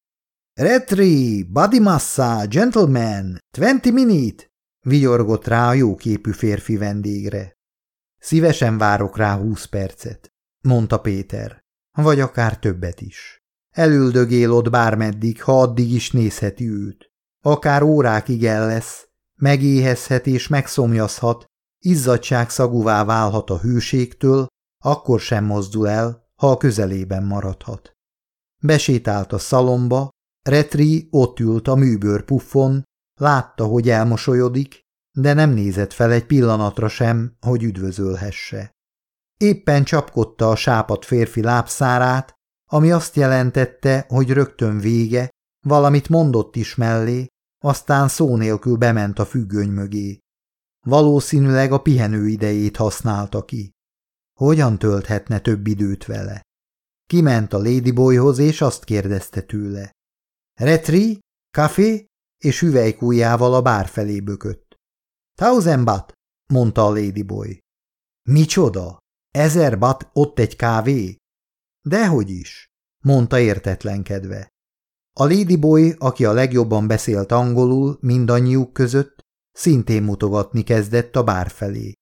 Rattray, body massage, gentleman, 20 minute! Vigyorgott rá a jóképű férfi vendégre. Szívesen várok rá 20 percet, mondta Péter, vagy akár többet is. Elüldögél ott bármeddig, ha addig is nézheti őt. Akár órákig el lesz, megéhezhet és megszomjazhat, izzadságszagúvá válhat a hőségtől, akkor sem mozdul el, ha a közelében maradhat. Besétált a szalomba, Rattray ott ült a műbőr puffon, látta, hogy elmosolyodik, de nem nézett fel egy pillanatra sem, hogy üdvözölhesse. Éppen csapkodta a sápadt férfi lábszárát, ami azt jelentette, hogy rögtön vége, valamit mondott is mellé, aztán szó nélkül bement a függöny mögé. Valószínűleg a pihenő idejét használta ki. Hogyan tölthetne több időt vele? Kiment a ladyboyhoz, és azt kérdezte tőle. Rattray, kafé? És hüvelykujjával a bár felé bökött. 1000 baht, mondta a ladyboy. Micsoda? 1000 baht ott egy kávé? Dehogy is, mondta értetlenkedve. A ladyboy, aki a legjobban beszélt angolul mindannyiuk között, szintén mutogatni kezdett a bár felé.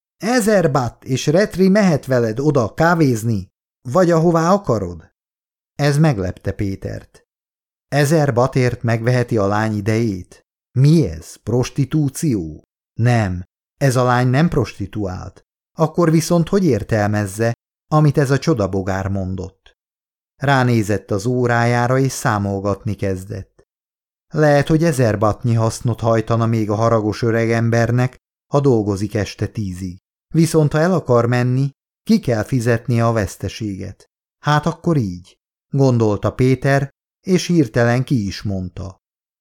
1000 baht, és Rattray mehet veled oda kávézni, vagy ahová akarod? Ez meglepte Pétert. 1000 bahtért megveheti a lány idejét? Mi ez? Prostitúció? Nem, ez a lány nem prostituált. Akkor viszont hogy értelmezze, amit ez a csodabogár mondott? Ránézett az órájára, és számolgatni kezdett. Lehet, hogy 1000 bahtnyi hasznot hajtana még a haragos öregembernek, ha dolgozik este 10-ig. Viszont ha el akar menni, ki kell fizetnie a veszteséget. Hát akkor így, gondolta Péter, és hirtelen ki is mondta.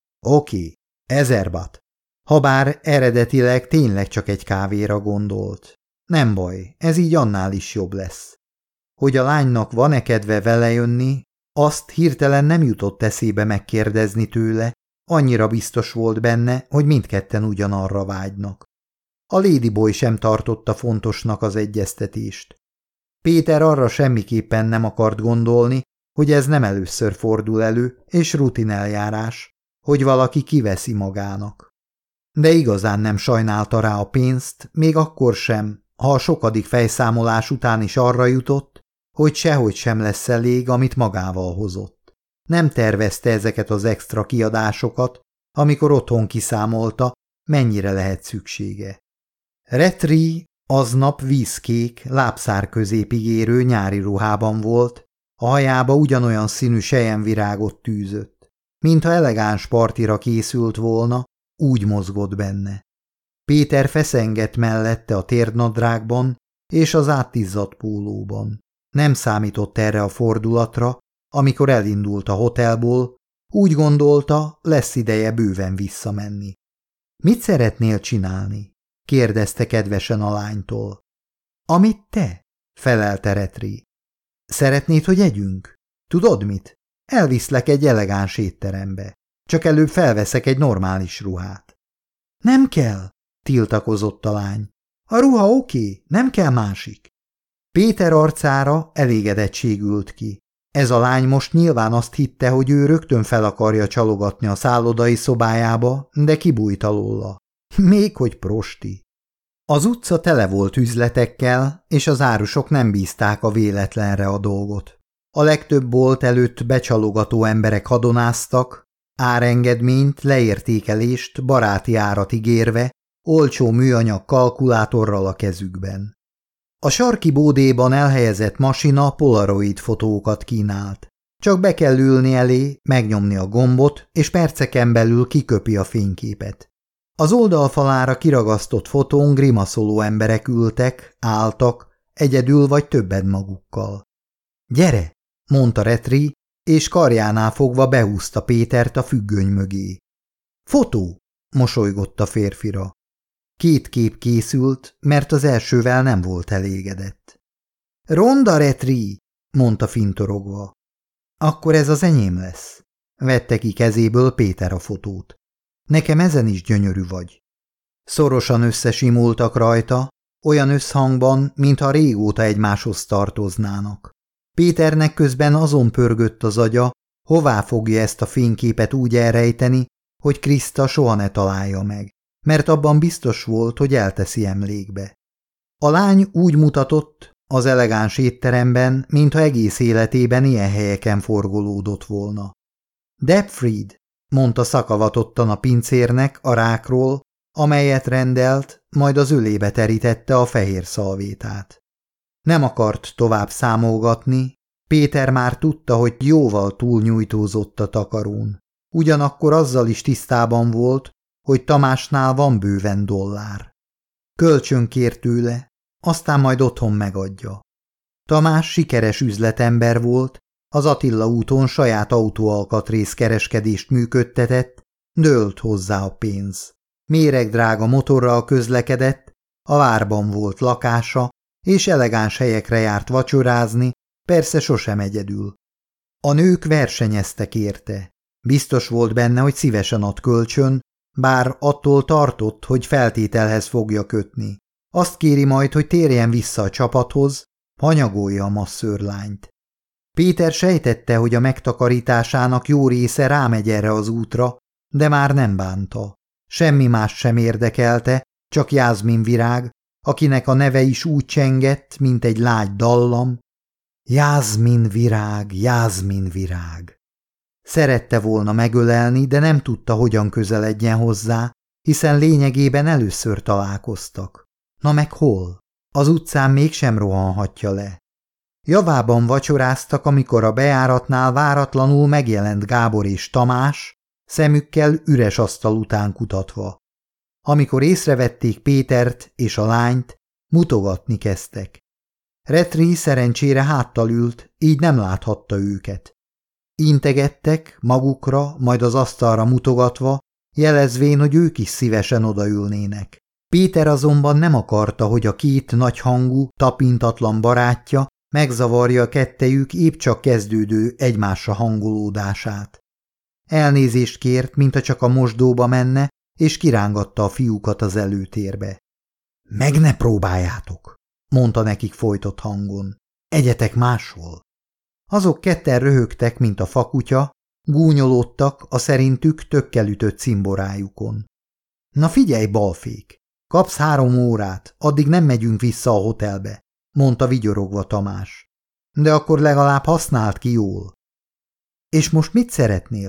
Oké, 1000 baht. Habár eredetileg tényleg csak egy kávéra gondolt. Nem baj, ez így annál is jobb lesz. Hogy a lánynak van-e kedve vele jönni, azt hirtelen nem jutott eszébe megkérdezni tőle, annyira biztos volt benne, hogy mindketten ugyanarra vágynak. A ladyboy sem tartotta fontosnak az egyeztetést. Péter arra semmiképpen nem akart gondolni, hogy ez nem először fordul elő, és rutineljárás, hogy valaki kiveszi magának. De igazán nem sajnálta rá a pénzt, még akkor sem, ha a sokadik fejszámolás után is arra jutott, hogy sehogy sem lesz elég, amit magával hozott. Nem tervezte ezeket az extra kiadásokat, amikor otthon kiszámolta, mennyire lehet szüksége. Rattray aznap vízkék, lábszár középig érő nyári ruhában volt, a hajába ugyanolyan színű selyemvirágot tűzött. Mintha elegáns partira készült volna, úgy mozgott benne. Péter feszengett mellette a térnadrágban és az átizzadt pólóban. Nem számított erre a fordulatra, amikor elindult a hotelból, úgy gondolta, lesz ideje bőven visszamenni. Mit szeretnél csinálni? Kérdezte kedvesen a lánytól. Amit te? Felelte Rattray. Szeretnéd, hogy együnk? Tudod mit? Elviszlek egy elegáns étterembe. Csak előbb felveszek egy normális ruhát. Nem kell, tiltakozott a lány. A ruha oké, nem kell másik. Péter arcára elégedettség ült ki. Ez a lány most nyilván azt hitte, hogy ő rögtön fel akarja csalogatni a szállodai szobájába, de kibújt alóla. Még hogy prosti. Az utca tele volt üzletekkel, és az árusok nem bízták a véletlenre a dolgot. A legtöbb bolt előtt becsalogató emberek hadonáztak, árengedményt, leértékelést, baráti árat ígérve, olcsó műanyag kalkulátorral a kezükben. A sarki bódéban elhelyezett masina polaroid fotókat kínált. Csak be kell ülni elé, megnyomni a gombot, és perceken belül kiköpi a fényképet. Az oldalfalára kiragasztott fotón grimaszoló emberek ültek, álltak, egyedül vagy többen magukkal. Gyere, mondta Rattray, és karjánál fogva behúzta Pétert a függöny mögé. Fotó, mosolygott a férfira. 2 kép készült, mert az elsővel nem volt elégedett. Ronda, Rattray, mondta fintorogva. Akkor ez az enyém lesz. Vette ki kezéből Péter a fotót. Nekem ezen is gyönyörű vagy. Szorosan összesimultak rajta, olyan összhangban, mintha régóta egymáshoz tartoznának. Péternek közben azon pörgött az agya, hová fogja ezt a fényképet úgy elrejteni, hogy Krista soha ne találja meg, mert abban biztos volt, hogy elteszi emlékbe. A lány úgy mutatott az elegáns étteremben, mintha egész életében ilyen helyeken forgolódott volna. Depfried, mondta szakavatottan a pincérnek a rákról, amelyet rendelt, majd az ölébe terítette a fehér szalvétát. Nem akart tovább számolgatni, Péter már tudta, hogy jóval túlnyújtózott a takarón. Ugyanakkor azzal is tisztában volt, hogy Tamásnál van bőven dollár. Kölcsön kér tőle, aztán majd otthon megadja. Tamás sikeres üzletember volt, az Attila úton saját autóalkatrészkereskedést működtetett, dőlt hozzá a pénz. Méregdrága motorral közlekedett, a várban volt lakása, és elegáns helyekre járt vacsorázni, persze sosem egyedül. A nők versenyeztek érte. Biztos volt benne, hogy szívesen ad kölcsön, bár attól tartott, hogy feltételhez fogja kötni. Azt kéri majd, hogy térjen vissza a csapathoz, hanyagolja a masszőrlányt. Péter sejtette, hogy a megtakarításának jó része rámegy erre az útra, de már nem bánta. Semmi más sem érdekelte, csak Jászmin virág, akinek a neve is úgy csengett, mint egy lágy dallam. Jászmin virág, Jászmin virág. Szerette volna megölelni, de nem tudta, hogyan közeledjen hozzá, hiszen lényegében először találkoztak. Na meg hol? Az utcán mégsem rohanhatja le. Javában vacsoráztak, amikor a bejáratnál váratlanul megjelent Gábor és Tamás, szemükkel üres asztal után kutatva. Amikor észrevették Pétert és a lányt, mutogatni kezdtek. Rattray szerencsére háttal ült, így nem láthatta őket. Integettek magukra, majd az asztalra mutogatva, jelezvén, hogy ők is szívesen odaülnének. Péter azonban nem akarta, hogy a 2 nagyhangú, tapintatlan barátja megzavarja a kettejük épp csak kezdődő egymásra hangolódását. Elnézést kért, mintha csak a mosdóba menne, és kirángatta a fiúkat az előtérbe. Meg ne próbáljátok, mondta nekik folytott hangon. Egyetek máshol. Azok ketten röhögtek, mint a fakutya, gúnyolódtak a szerintük tökkel ütött cimborájukon. Na figyelj, balfék, kapsz 3 órát, addig nem megyünk vissza a hotelbe, mondta vigyorogva Tamás. De akkor legalább használd ki jól. És most mit szeretnél?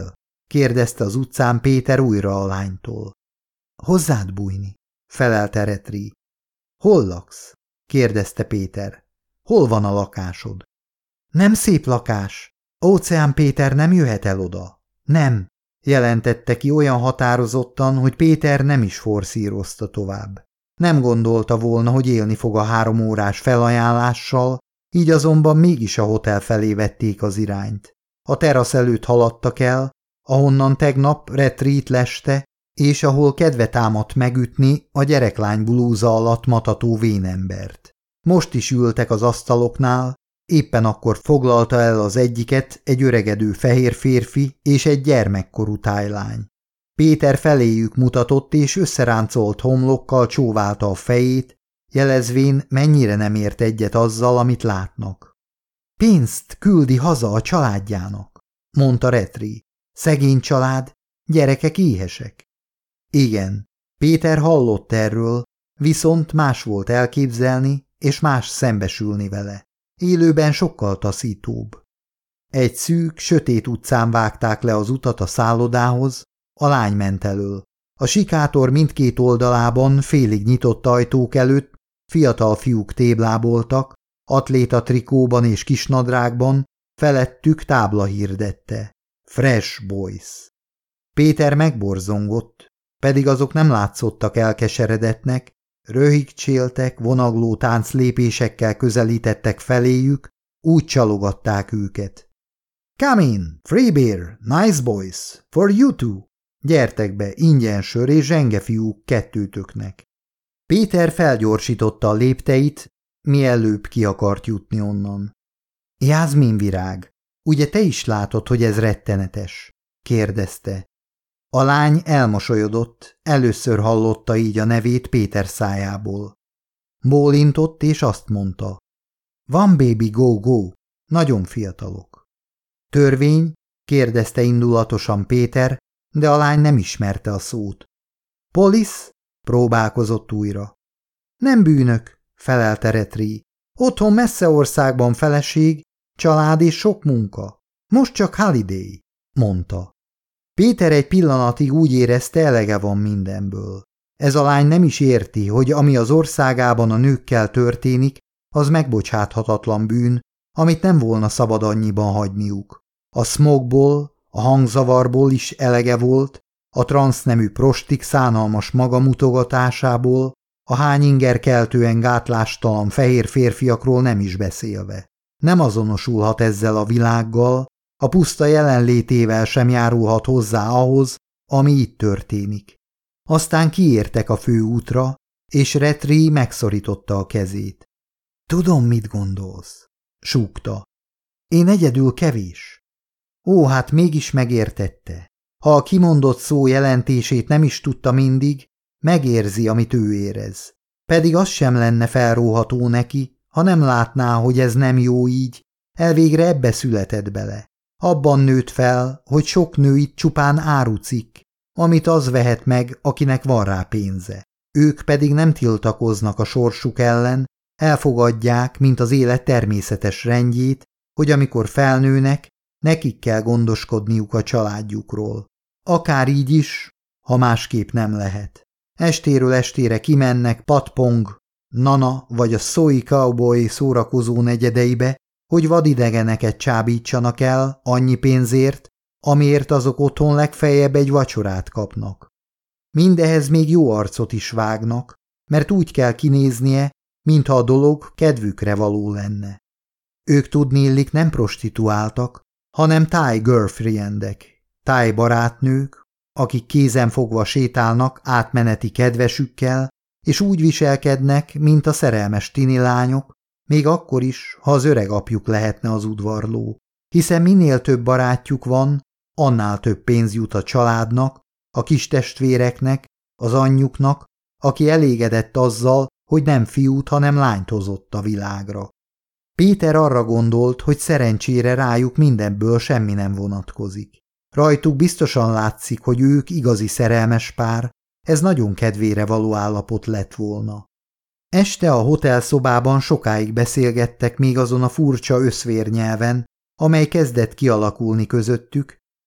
kérdezte az utcán Péter újra a lánytól. Hozzád bújni, felelte Retri. Hol laksz? kérdezte Péter. Hol van a lakásod? Nem szép lakás. Óceán Péter nem jöhet el oda. Nem, jelentette ki olyan határozottan, hogy Péter nem is forszírozta tovább. Nem gondolta volna, hogy élni fog a 3 órás felajánlással, így azonban mégis a hotel felé vették az irányt. A terasz előtt haladtak el, ahonnan tegnap Retreat leste, és ahol kedve támadt megütni a gyereklány blúza alatt matató vénembert. Most is ültek az asztaloknál, éppen akkor foglalta el az egyiket egy öregedő fehér férfi és egy gyermekkorú tájlány. Péter feléjük mutatott és összeráncolt homlokkal csóválta a fejét, jelezvén mennyire nem ért egyet azzal, amit látnak. Pénzt küldi haza a családjának, mondta Retri. Szegény család, gyerekek éhesek. Igen, Péter hallott erről, viszont más volt elképzelni, és más szembesülni vele. Élőben sokkal taszítóbb. Egy szűk, sötét utcán vágták le az utat a szállodához, a lány ment elől. A sikátor mindkét oldalában félig nyitott ajtók előtt fiatal fiúk tébláboltak, atléta trikóban és kisnadrágban, felettük tábla hirdette. Fresh Boys. Péter megborzongott, pedig azok nem látszottak elkeseredetnek, röhigcséltek, vonagló tánclépésekkel közelítettek feléjük, úgy csalogatták őket. Come in, free beer, nice boys, for you too. Gyertek be, ingyen sör és zsengefiúk kettőtöknek. Péter felgyorsította a lépteit, mielőbb ki akart jutni onnan. Jászminvirág, ugye te is látod, hogy ez rettenetes? Kérdezte. A lány elmosolyodott, először hallotta így a nevét Péter szájából. Bólintott és azt mondta. Van baby go-go, nagyon fiatalok. Törvény? Kérdezte indulatosan Péter, de a lány nem ismerte a szót. Polisz? Próbálkozott újra. Nem bűnök, felelte Retri. Otthon messze országban feleség, család és sok munka. Most csak holiday, mondta. Péter egy pillanatig úgy érezte, elege van mindenből. Ez a lány nem is érti, hogy ami az országában a nőkkel történik, az megbocsáthatatlan bűn, amit nem volna szabad annyiban hagyniuk. A smogból, a hangzavarból is elege volt, a transznemű prostik szánalmas magamutogatásából, a hányingerkeltően gátlástalan fehér férfiakról nem is beszélve. Nem azonosulhat ezzel a világgal, a puszta jelenlétével sem járulhat hozzá ahhoz, ami itt történik. Aztán kiértek a főútra, és Retri megszorította a kezét. Tudom, mit gondolsz, súgta. Én egyedül kevés. Ó, hát mégis megértette. Ha a kimondott szó jelentését nem is tudta mindig, megérzi, amit ő érez. Pedig az sem lenne felróható neki, ha nem látná, hogy ez nem jó így, elvégre ebbe született bele. Abban nőtt fel, hogy sok nő itt csupán árucikk, amit az vehet meg, akinek van rá pénze. Ők pedig nem tiltakoznak a sorsuk ellen, elfogadják, mint az élet természetes rendjét, hogy amikor felnőnek, nekik kell gondoskodniuk a családjukról. Akár így is, ha másképp nem lehet. Estéről estére kimennek Patpong, Nana vagy a Soy Cowboy szórakozó negyedeibe, hogy vadidegeneket csábítsanak el annyi pénzért, amiért azok otthon legfeljebb egy vacsorát kapnak. Mindehez még jó arcot is vágnak, mert úgy kell kinéznie, mintha a dolog kedvükre való lenne. Ők tudniillik nem prostituáltak, hanem Thai girlfriendek, Thai barátnők, akik kézenfogva sétálnak átmeneti kedvesükkel, és úgy viselkednek, mint a szerelmes tini lányok, még akkor is, ha az öreg apjuk lehetne az udvarló, hiszen minél több barátjuk van, annál több pénz jut a családnak, a kistestvéreknek, az anyjuknak, aki elégedett azzal, hogy nem fiút, hanem lányt hozott a világra. Péter arra gondolt, hogy szerencsére rájuk mindenből semmi nem vonatkozik. Rajtuk biztosan látszik, hogy ők igazi szerelmes pár, ez nagyon kedvére való állapot lett volna. Este a hotelszobában sokáig beszélgettek még azon a furcsa összvérnyelven, amely kezdett kialakulni közöttük,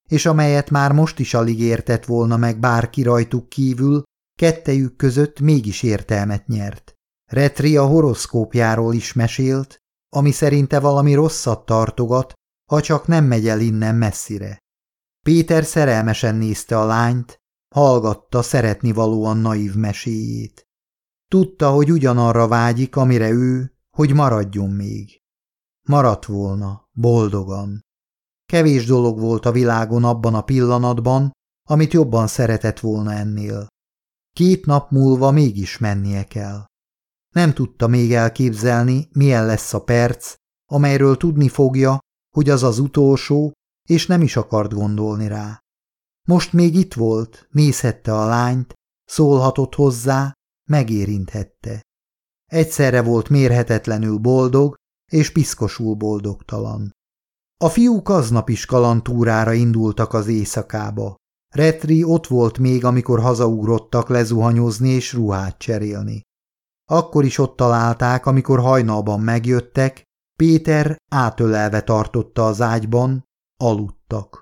és amelyet már most is alig értett volna meg bárki rajtuk kívül, kettejük között mégis értelmet nyert. Retri a horoszkópjáról is mesélt, ami szerinte valami rosszat tartogat, ha csak nem megy el innen messzire. Péter szerelmesen nézte a lányt, hallgatta szeretnivalóan naív meséjét. Tudta, hogy ugyanarra vágyik, amire ő, hogy maradjon még. Maradt volna, boldogan. Kevés dolog volt a világon abban a pillanatban, amit jobban szeretett volna ennél. 2 nap múlva mégis mennie kell. Nem tudta még elképzelni, milyen lesz a perc, amelyről tudni fogja, hogy az az utolsó, és nem is akart gondolni rá. Most még itt volt, nézhette a lányt, szólhatott hozzá, megérinthette. Egyszerre volt mérhetetlenül boldog, és piszkosul boldogtalan. A fiúk aznap is kalandtúrára indultak az éjszakába. Retri ott volt még, amikor hazaugrottak lezuhanyozni és ruhát cserélni. Akkor is ott találták, amikor hajnalban megjöttek, Péter átölelve tartotta az ágyban, aludtak.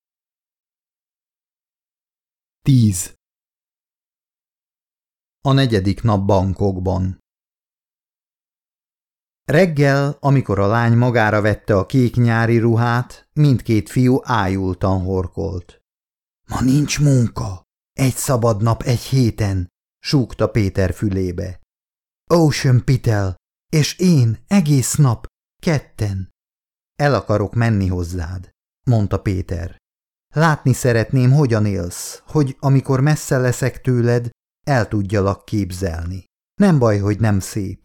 10. A 4. nap Bangkokban. Reggel, amikor a lány magára vette a kék nyári ruhát, mindkét fiú ájultan horkolt. Ma nincs munka, 1 szabad nap 1 héten, súgta Péter fülébe. Ocean Pitel, és én egész nap, 2. El akarok menni hozzád, mondta Péter. Látni szeretném, hogyan élsz, hogy amikor messze leszek tőled, el tudjalak képzelni. Nem baj, hogy nem szép.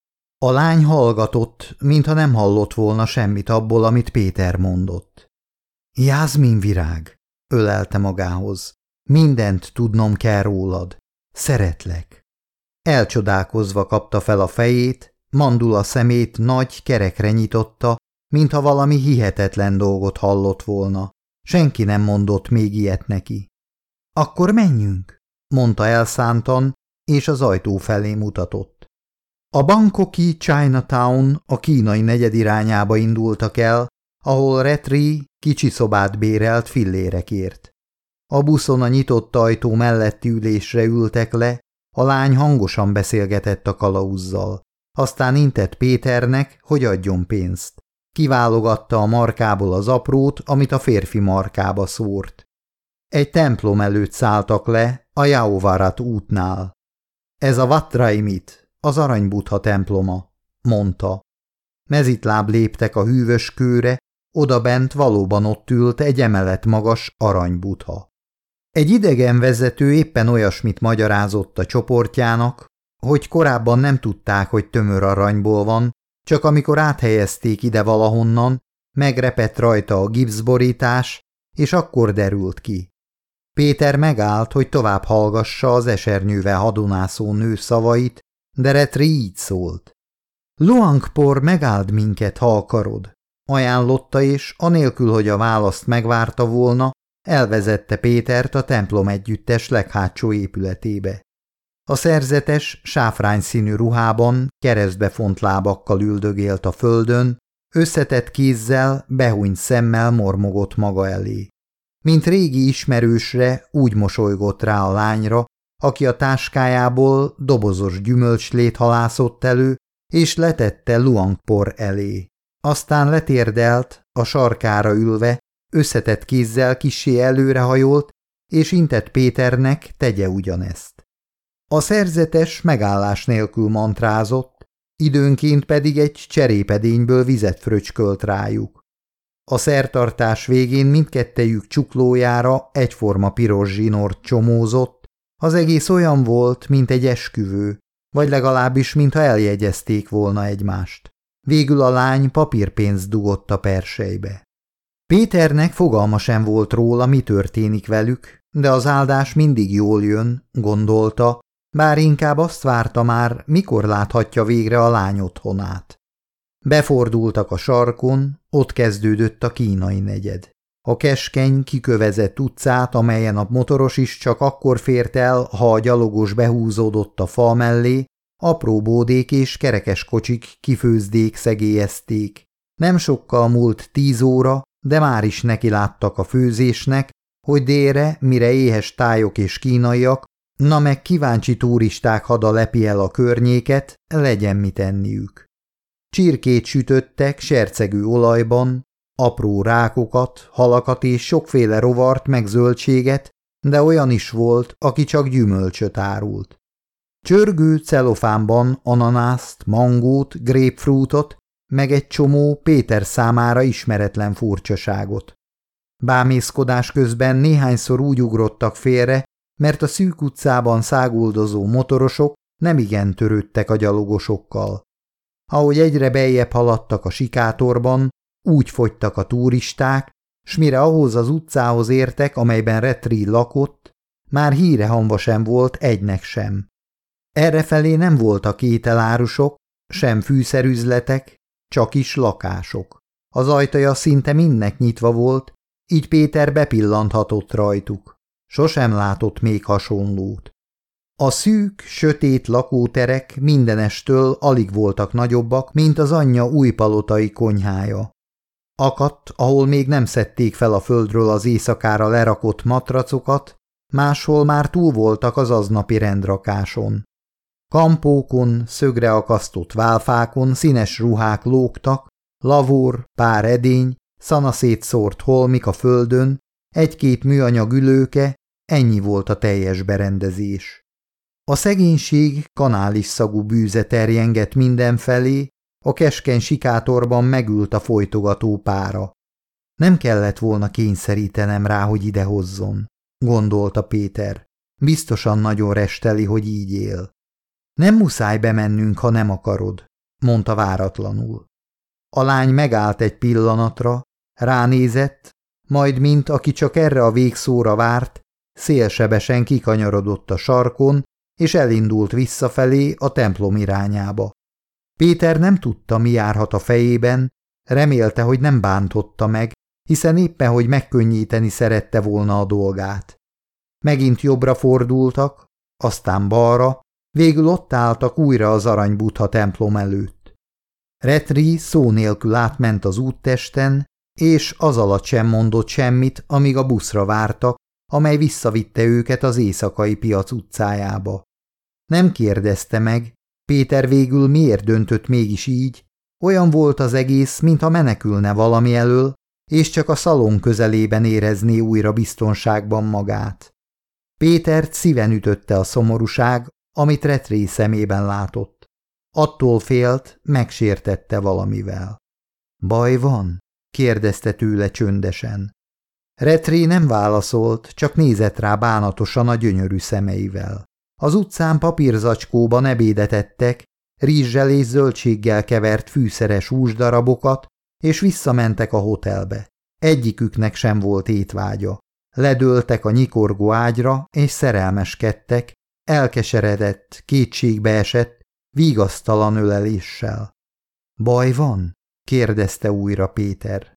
A lány hallgatott, mintha nem hallott volna semmit abból, amit Péter mondott. Jászmin virág, ölelte magához. Mindent tudnom kell rólad. Szeretlek. Elcsodálkozva kapta fel a fejét, mandula szemét nagy kerekre nyitotta, mintha valami hihetetlen dolgot hallott volna. Senki nem mondott még ilyet neki. Akkor menjünk, mondta elszántan, és az ajtó felé mutatott. A bangkoki Chinatown a kínai negyed irányába indultak el, ahol Retri kicsi szobát bérelt fillérekért. A buszon a nyitott ajtó melletti ülésre ültek le, a lány hangosan beszélgetett a kalauzzal. Aztán intett Péternek, hogy adjon pénzt. Kiválogatta a markából az aprót, amit a férfi markába szórt. Egy templom előtt szálltak le a Jaovarat útnál. Ez a Vatraimit, az Aranybuddha temploma, mondta. Mezitláb léptek a hűvös kőre, odabent valóban ott ült egy emelet magas Aranybuddha. Egy idegen vezető éppen olyasmit magyarázott a csoportjának, hogy korábban nem tudták, hogy tömör aranyból van, csak amikor áthelyezték ide valahonnan, megrepett rajta a gipszborítás, és akkor derült ki. Péter megállt, hogy tovább hallgassa az esernyővel hadonászó nő szavait, de Retri így szólt. Luangpor megáld minket, ha akarod, ajánlotta, és anélkül, hogy a választ megvárta volna, elvezette Pétert a templom együttes leghátsó épületébe. A szerzetes, sáfrányszínű ruhában, keresztbe font lábakkal üldögélt a földön, összetett kézzel, behúnyt szemmel mormogott maga elé. Mint régi ismerősre úgy mosolygott rá a lányra, aki a táskájából dobozos gyümölcslét halászott elő, és letette Luangpor elé. Aztán letérdelt, a sarkára ülve, összetett kézzel kissé előrehajolt, és intett Péternek, tegye ugyanezt. A szerzetes megállás nélkül mantrázott, időnként pedig egy cserépedényből vizet fröcskölt rájuk. A szertartás végén mindkettejük csuklójára egyforma piros zsinort csomózott, az egész olyan volt, mint egy esküvő, vagy legalábbis, mintha eljegyezték volna egymást. Végül a lány papírpénzt dugott a perselybe. Péternek fogalma sem volt róla, mi történik velük, de az áldás mindig jól jön, gondolta, bár inkább azt várta már, mikor láthatja végre a lány otthonát. Befordultak a sarkon, ott kezdődött a kínai negyed. A keskeny, kikövezett utcát, amelyen a motoros is csak akkor fért el, ha a gyalogos behúzódott a fal mellé, apró bódék és kerekes kocsik kifőzdék, szegélyezték. Nem sokkal múlt 10 óra, de már is nekiláttak a főzésnek, hogy délre, mire éhes tájok és kínaiak, na meg kíváncsi turisták hada lepi el a környéket, legyen mit enniük. Csirkét sütöttek sercegő olajban, apró rákokat, halakat és sokféle rovart meg zöldséget, de olyan is volt, aki csak gyümölcsöt árult. Csörgő celofánban ananászt, mangót, grapefruitot, meg egy csomó Péter számára ismeretlen furcsaságot. Bámészkodás közben néhányszor úgy ugrottak félre, mert a szűk utcában száguldozó motorosok nemigen törődtek a gyalogosokkal. Ahogy egyre beljebb haladtak a sikátorban, úgy fogytak a turisták, s mire ahhoz az utcához értek, amelyben Rattray lakott, már hírehamva sem volt egynek sem. Errefelé nem voltak ételárusok, sem fűszerüzletek, csak is lakások. Az ajtaja szinte mindnek nyitva volt, így Péter bepillanthatott rajtuk. Sosem látott még hasonlót. A szűk, sötét lakóterek mindenestől alig voltak nagyobbak, mint az anyja újpalotai konyhája. Akadt, ahol még nem szedték fel a földről az éjszakára lerakott matracokat, máshol már túl voltak az aznapi rendrakáson. Kampókon, szögre akasztott válfákon színes ruhák lógtak, lavór, pár edény, szanaszétszórt holmik a földön, egy-két műanyag ülőke, ennyi volt a teljes berendezés. A szegénység kanális szagú bűze terjengett mindenfelé, a keskeny sikátorban megült a folytogató pára. Nem kellett volna kényszerítenem rá, hogy idehozzon, gondolta Péter. Biztosan nagyon resteli, hogy így él. Nem muszáj bemennünk, ha nem akarod, mondta váratlanul. A lány megállt egy pillanatra, ránézett, majd mint aki csak erre a végszóra várt, szélsebesen kikanyarodott a sarkon, és elindult visszafelé a templom irányába. Péter nem tudta, mi járhat a fejében, remélte, hogy nem bántotta meg, hiszen éppen, hogy megkönnyíteni szerette volna a dolgát. Megint jobbra fordultak, aztán balra, végül ott álltak újra az Arany-Buddha templom előtt. Rattray szó nélkül átment az úttesten, és az alatt sem mondott semmit, amíg a buszra vártak, amely visszavitte őket az éjszakai piac utcájába. Nem kérdezte meg, Péter végül miért döntött mégis így, olyan volt az egész, mintha menekülne valami elől, és csak a szalon közelében érezné újra biztonságban magát. Pétert szíven ütötte a szomorúság, amit Rattray szemében látott. Attól félt, megsértette valamivel. Baj van? Kérdezte tőle csöndesen. Rattray nem válaszolt, csak nézett rá bánatosan a gyönyörű szemeivel. Az utcán papírzacskóban ebédet ettek, rizssel és zöldséggel kevert fűszeres húsdarabokat, és visszamentek a hotelbe. Egyiküknek sem volt étvágya. Ledőltek a nyikorgó ágyra, és szerelmeskedtek, elkeseredett, kétségbeesett, vigasztalan öleléssel. Baj van? kérdezte újra Péter.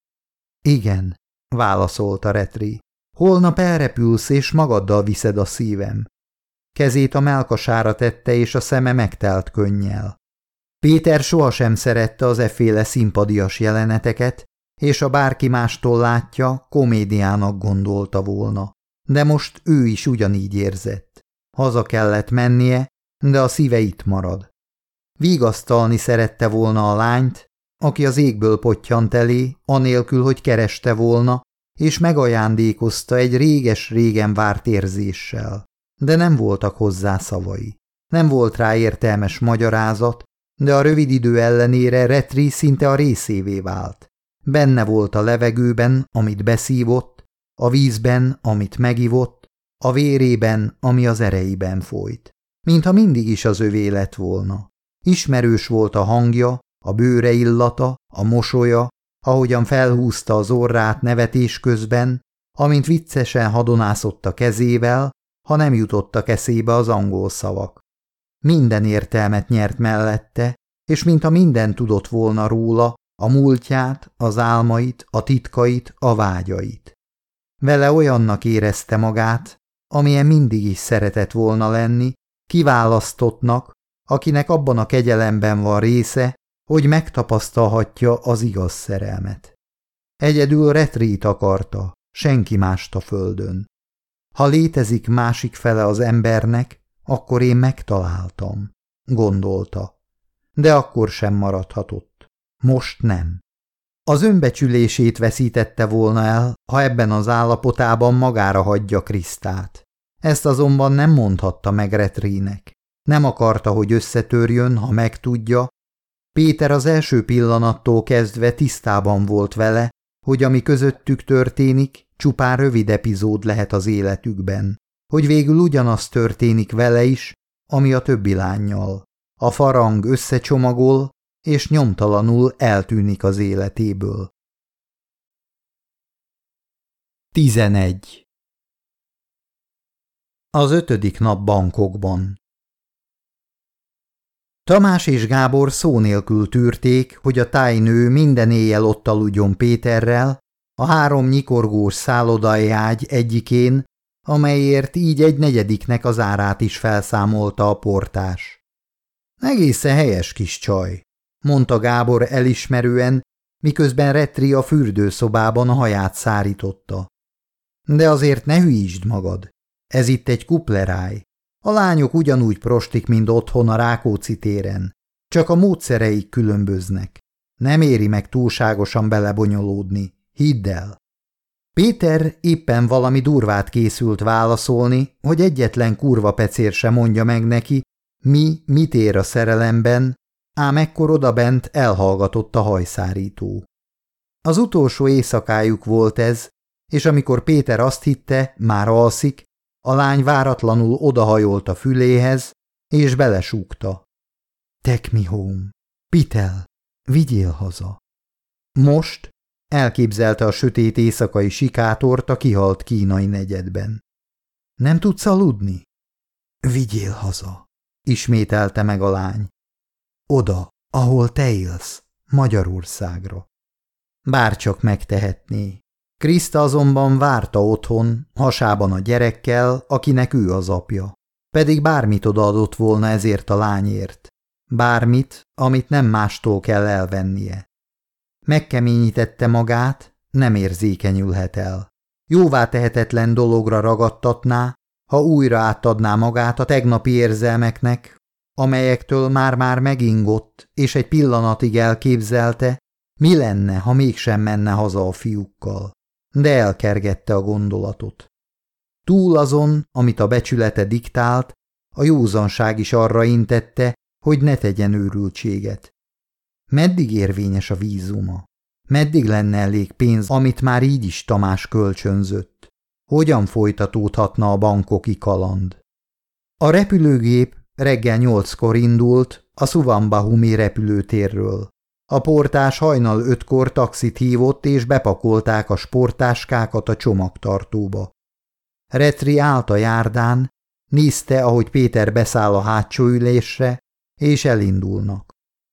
Igen, válaszolta Rattray. Holnap elrepülsz, és magaddal viszed a szívem. Kezét a mellkasára tette, és a szeme megtelt könnyel. Péter sohasem szerette az efféle szimpadias jeleneteket, és ha bárki mástól látja, komédiának gondolta volna. De most ő is ugyanígy érzett. Haza kellett mennie, de a szíve itt marad. Vigasztalni szerette volna a lányt, aki az égből pottyant elé, anélkül, hogy kereste volna, és megajándékozta egy réges-régen várt érzéssel. De nem voltak hozzá szavai. Nem volt rá értelmes magyarázat, de a rövid idő ellenére Rattray szinte a részévé vált. Benne volt a levegőben, amit beszívott, a vízben, amit megivott, a vérében, ami az ereiben folyt. Mintha mindig is az övé lett volna. Ismerős volt a hangja, a bőre illata, a mosolya, ahogyan felhúzta az orrát nevetés közben, amint viccesen hadonászott a kezével, ha nem jutottak eszébe az angol szavak. Minden értelmet nyert mellette, és mintha minden tudott volna róla, a múltját, az álmait, a titkait, a vágyait. Vele olyannak érezte magát, amilyen mindig is szeretett volna lenni, kiválasztottnak, akinek abban a kegyelemben van része, hogy megtapasztalhatja az igaz szerelmet. Egyedül Retrét akarta, senki mást a földön. Ha létezik másik fele az embernek, akkor én megtaláltam, gondolta. De akkor sem maradhatott. Most nem. Az önbecsülését veszítette volna el, ha ebben az állapotában magára hagyja Krisztát. Ezt azonban nem mondhatta meg Retrének. Nem akarta, hogy összetörjön, ha megtudja. Péter az első pillanattól kezdve tisztában volt vele, hogy ami közöttük történik, csupán rövid epizód lehet az életükben. Hogy végül ugyanaz történik vele is, ami a többi lánnyal. A farang összecsomagol, és nyomtalanul eltűnik az életéből. 11. Az 5. nap Bangkokban. Tamás és Gábor szó nélkül tűrték, hogy a tájnő minden éjjel ott aludjon Péterrel, a 3 nyikorgós szállodai ágy egyikén, amelyért így egy negyediknek az árát is felszámolta a portás. Egészen helyes kis csaj, mondta Gábor elismerően, miközben Retri a fürdőszobában a haját szárította. De azért ne hülyítsd magad, ez itt egy kupleráj. A lányok ugyanúgy prostik, mint otthon a Rákóczi téren, csak a módszereik különböznek. Nem éri meg túlságosan belebonyolódni, hidd el. Péter éppen valami durvát készült válaszolni, hogy egyetlen kurva pecér se mondja meg neki, mit ér a szerelemben, ám ekkor odabent elhallgatott a hajszárító. Az utolsó éjszakájuk volt ez, és amikor Péter azt hitte, már alszik, a lány váratlanul odahajolt a füléhez, és belesúgta. Take me home. Pitel, vigyél haza. Most elképzelte a sötét éjszakai sikátort a kihalt kínai negyedben. Nem tudsz aludni? Vigyél haza, ismételte meg a lány. Oda, ahol te élsz, Magyarországra. Bárcsak megtehetné. Kriszta azonban várta otthon, hasában a gyerekkel, akinek ő az apja. Pedig bármit odaadott volna ezért a lányért. Bármit, amit nem mástól kell elvennie. Megkeményítette magát, nem érzékenyülhet el. Jóvá tehetetlen dologra ragadtatná, ha újra átadná magát a tegnapi érzelmeknek, amelyektől már-már megingott, és egy pillanatig elképzelte, mi lenne, ha mégsem menne haza a fiúkkal. De elkergette a gondolatot. Túl azon, amit a becsülete diktált, a józanság is arra intette, hogy ne tegyen őrültséget. Meddig érvényes a vízuma? Meddig lenne elég pénz, amit már így is Tamás kölcsönzött? Hogyan folytatódhatna a bangkoki kaland? A repülőgép reggel 8-kor indult a Suvarnabhumi repülőtérről. A portás hajnal 5-kor taxit hívott, és bepakolták a sporttáskákat a csomagtartóba. Retri állt a járdán, nézte, ahogy Péter beszáll a hátsó ülésre, és elindulnak.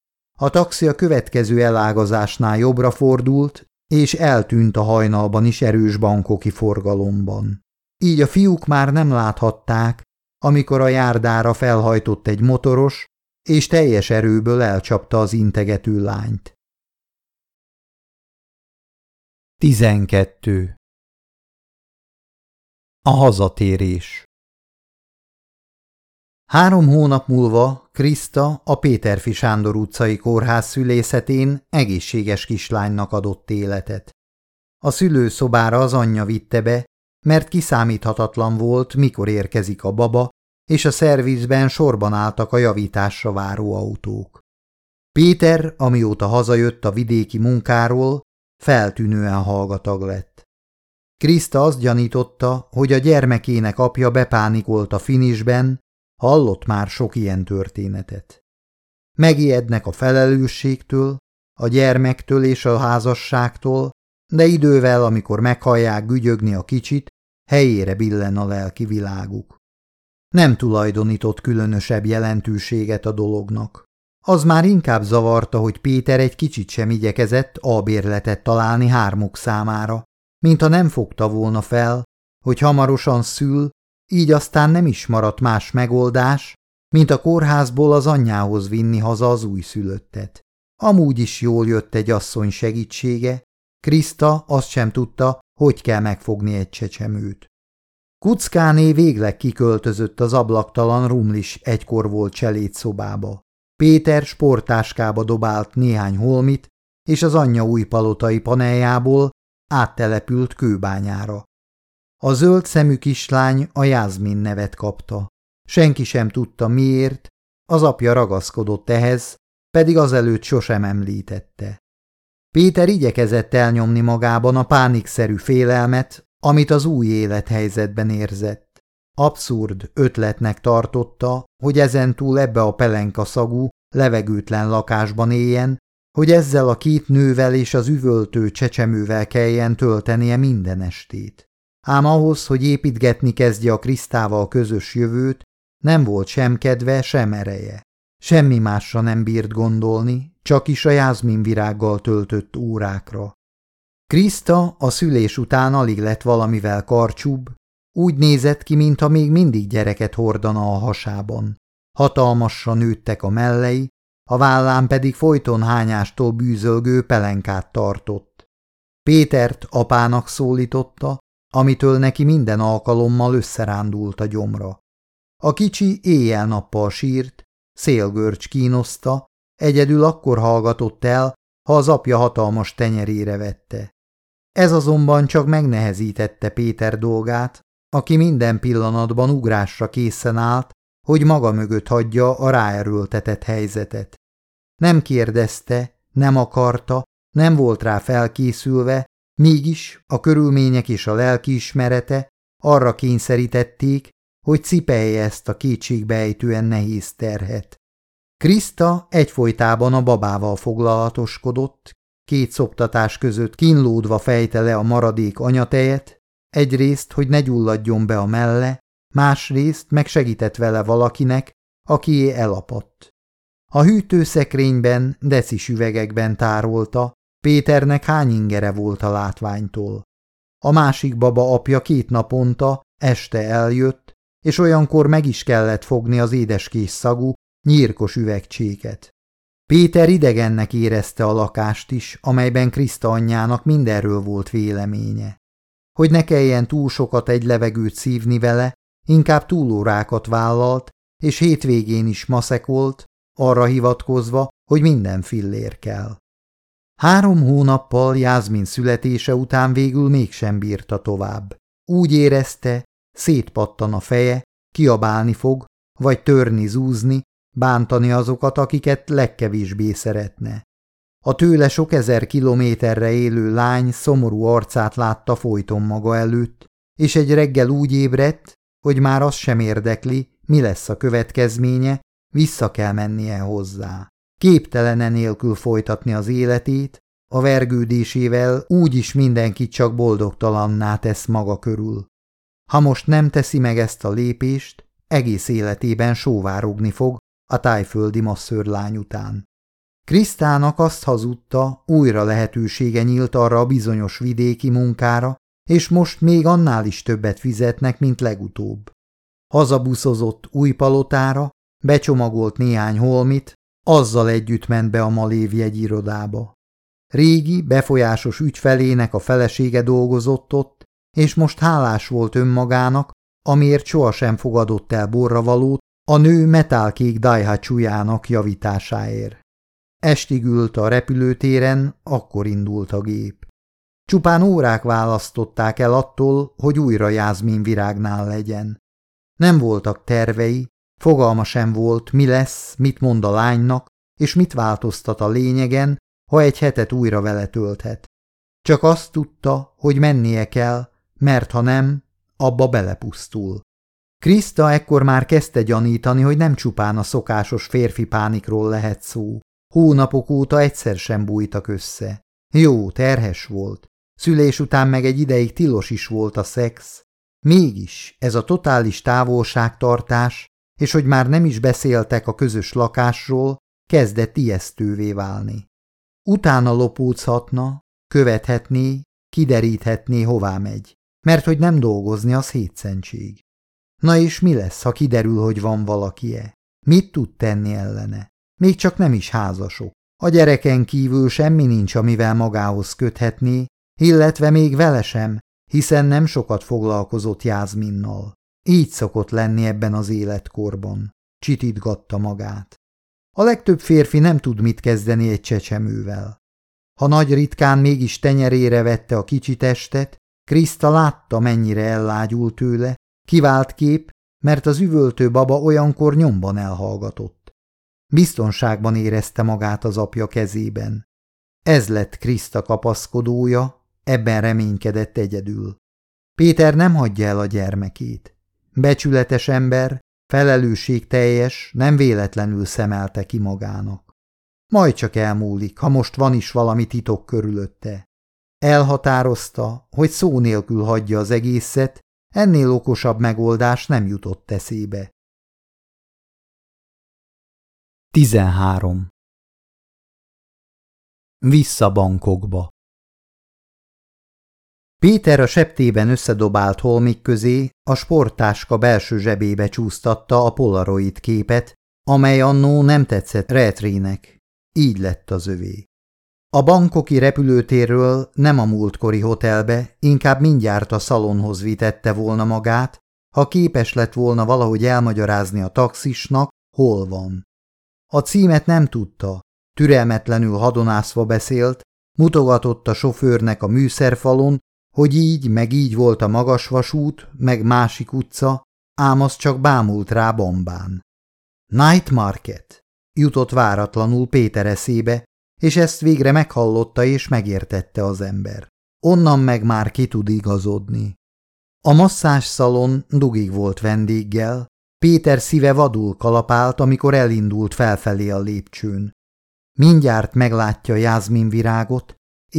A taxi a következő elágazásnál jobbra fordult, és eltűnt a hajnalban is erős bangkoki forgalomban. Így a fiúk már nem láthatták, amikor a járdára felhajtott egy motoros, és teljes erőből elcsapta az integető lányt. 12. A hazatérés. 3 hónap múlva Kriszta a Péterfi Sándor utcai kórház szülészetén egészséges kislánynak adott életet. A szülőszobára az anyja vitte be, mert kiszámíthatatlan volt, mikor érkezik a baba, és a szervizben sorban álltak a javításra váró autók. Péter, amióta hazajött a vidéki munkáról, feltűnően hallgatag lett. Kriszta azt gyanította, hogy a gyermekének apja bepánikolt a finisben, hallott már sok ilyen történetet. Megijednek a felelősségtől, a gyermektől és a házasságtól, de idővel, amikor meghallják gügyögni a kicsit, helyére billen a lelki világuk. Nem tulajdonított különösebb jelentőséget a dolognak. Az már inkább zavarta, hogy Péter egy kicsit sem igyekezett albérletet találni 3 számára, mintha nem fogta volna fel, hogy hamarosan szül, így aztán nem is maradt más megoldás, mint a kórházból az anyjához vinni haza az újszülöttet. Amúgy is jól jött egy asszony segítsége, Kriszta azt sem tudta, hogy kell megfogni egy csecsemőt. Kuckáné végleg kiköltözött az ablaktalan rumlis egykor volt cselédszobába. Péter sporttáskába dobált néhány holmit, és az anyja újpalotai paneljából áttelepült Kőbányára. A zöld szemű kislány a Jászmin nevet kapta. Senki sem tudta miért, az apja ragaszkodott ehhez, pedig azelőtt sosem említette. Péter igyekezett elnyomni magában a pánikszerű félelmet, amit az új élethelyzetben érzett. Abszurd ötletnek tartotta, hogy ezentúl ebbe a pelenkaszagú, levegőtlen lakásban éljen, hogy ezzel a két nővel és az üvöltő csecsemővel kelljen töltenie minden estét. Ám ahhoz, hogy építgetni kezdje a Krisztával közös jövőt, nem volt sem kedve, sem ereje. Semmi másra nem bírt gondolni, csak is a jászminvirággal töltött órákra. Kriszta a szülés után alig lett valamivel karcsúbb, úgy nézett ki, mintha még mindig gyereket hordana a hasában. Hatalmasra nőttek a mellei, a vállán pedig folyton hányástól bűzölgő pelenkát tartott. Pétert apának szólította, amitől neki minden alkalommal összerándult a gyomra. A kicsi éjjel-nappal sírt, szélgörcs kínoszta, egyedül akkor hallgatott el, ha az apja hatalmas tenyerére vette. Ez azonban csak megnehezítette Péter dolgát, aki minden pillanatban ugrásra készen állt, hogy maga mögött hagyja a ráerőltetett helyzetet. Nem kérdezte, nem akarta, nem volt rá felkészülve, mégis a körülmények és a lelkiismerete arra kényszerítették, hogy cipelje ezt a kétségbeejtően nehéz terhet. Kriszta egyfolytában a babával foglalatoskodott, két szoptatás között kínlódva fejte le a maradék anyatejet, egyrészt, hogy ne gyulladjon be a melle, másrészt meg segített vele valakinek, akié elapadt. A hűtőszekrényben, decis üvegekben tárolta, Péternek hány ingere volt a látványtól. A másik baba apja 2 naponta este eljött, és olyankor meg is kellett fogni az édeskés szagú, nyírkos üvegcséket. Péter idegennek érezte a lakást is, amelyben Kriszta anyjának mindenről volt véleménye. Hogy ne kelljen túl sokat egy levegőt szívni vele, inkább túlórákat vállalt, és hétvégén is maszekolt, arra hivatkozva, hogy minden fillér kell. 3 hónappal Jászmin születése után végül mégsem bírta tovább. Úgy érezte, szétpattan a feje, kiabálni fog, vagy törni, zúzni, bántani azokat, akiket legkevésbé szeretne. A tőle sok ezer kilométerre élő lány szomorú arcát látta folyton maga előtt, és egy reggel úgy ébredt, hogy már az sem érdekli, mi lesz a következménye, vissza kell mennie hozzá. Képtelene nélkül folytatni az életét, a vergődésével úgyis mindenkit csak boldogtalanná tesz maga körül. Ha most nem teszi meg ezt a lépést, egész életében sóvárogni fog a tájföldi masszörlány után. Krisztának azt hazudta, újra lehetősége nyílt arra a bizonyos vidéki munkára, és most még annál is többet fizetnek, mint legutóbb. Hazabuszozott Újpalotára, becsomagolt néhány holmit, azzal együtt ment be a Malév jegyirodába. Régi, befolyásos ügyfelének a felesége dolgozott ott, és most hálás volt önmagának, amiért sohasem fogadott el borravalót a nő metálkék Daihatsujának javításáért. Estig ült a repülőtéren, akkor indult a gép. Csupán órák választották el attól, hogy újra Jászmin virágnál legyen. Nem voltak tervei, fogalma sem volt, mi lesz, mit mond a lánynak, és mit változtat a lényegen, ha egy hetet újra vele tölthet. Csak azt tudta, hogy mennie kell, mert ha nem, abba belepusztul. Kriszta ekkor már kezdte gyanítani, hogy nem csupán a szokásos férfi pánikról lehet szó. Hónapok óta egyszer sem bújtak össze. Jó, terhes volt. Szülés után meg egy ideig tilos is volt a szex. Mégis ez a totális távolságtartás, és hogy már nem is beszéltek a közös lakásról, kezdett ijesztővé válni. Utána lopózhatna, követhetné, kideríthetné, hová megy, mert hogy nem dolgozni az hétszentség. Na és mi lesz, ha kiderül, hogy van valakie? Mit tud tenni ellene? Még csak nem is házasok. A gyereken kívül semmi nincs, amivel magához köthetné, illetve még vele sem, hiszen nem sokat foglalkozott Jászminnal. Így szokott lenni ebben az életkorban, csitítgatta magát. A legtöbb férfi nem tud mit kezdeni egy csecsemővel. Ha nagy ritkán mégis tenyerére vette a kicsi testet, Krista látta, mennyire ellágyult tőle, kivált kép, mert az üvöltő baba olyankor nyomban elhallgatott. Biztonságban érezte magát az apja kezében. Ez lett Krista kapaszkodója, ebben reménykedett egyedül. Péter nem hagyja el a gyermekét. Becsületes ember, felelősségteljes, nem véletlenül szemelte ki magának. Majd csak elmúlik, ha most van is valami titok körülötte. Elhatározta, hogy szó nélkül hagyja az egészet, ennél okosabb megoldás nem jutott eszébe. 13. Vissza Bangkokba. Péter a septében összedobált holmik közé a sporttáska belső zsebébe csúsztatta a polaroid képet, amely annó nem tetszett Rattraynek. Így lett az övé. A bangkoki repülőtérről nem a múltkori hotelbe, inkább mindjárt a szalonhoz vitette volna magát, ha képes lett volna valahogy elmagyarázni a taxisnak, hol van. A címet nem tudta, türelmetlenül hadonászva beszélt, mutogatott a sofőrnek a műszerfalon, hogy így meg így volt a magasvasút, meg másik utca, ám az csak bámult rá bombán. Night Market jutott váratlanul Péter eszébe, és ezt végre meghallotta és megértette az ember. Onnan meg már ki tud igazodni. A masszázsszalon dugig volt vendéggel, Péter szíve vadul kalapált, amikor elindult felfelé a lépcsőn. Mindjárt meglátja Jászmin virágot,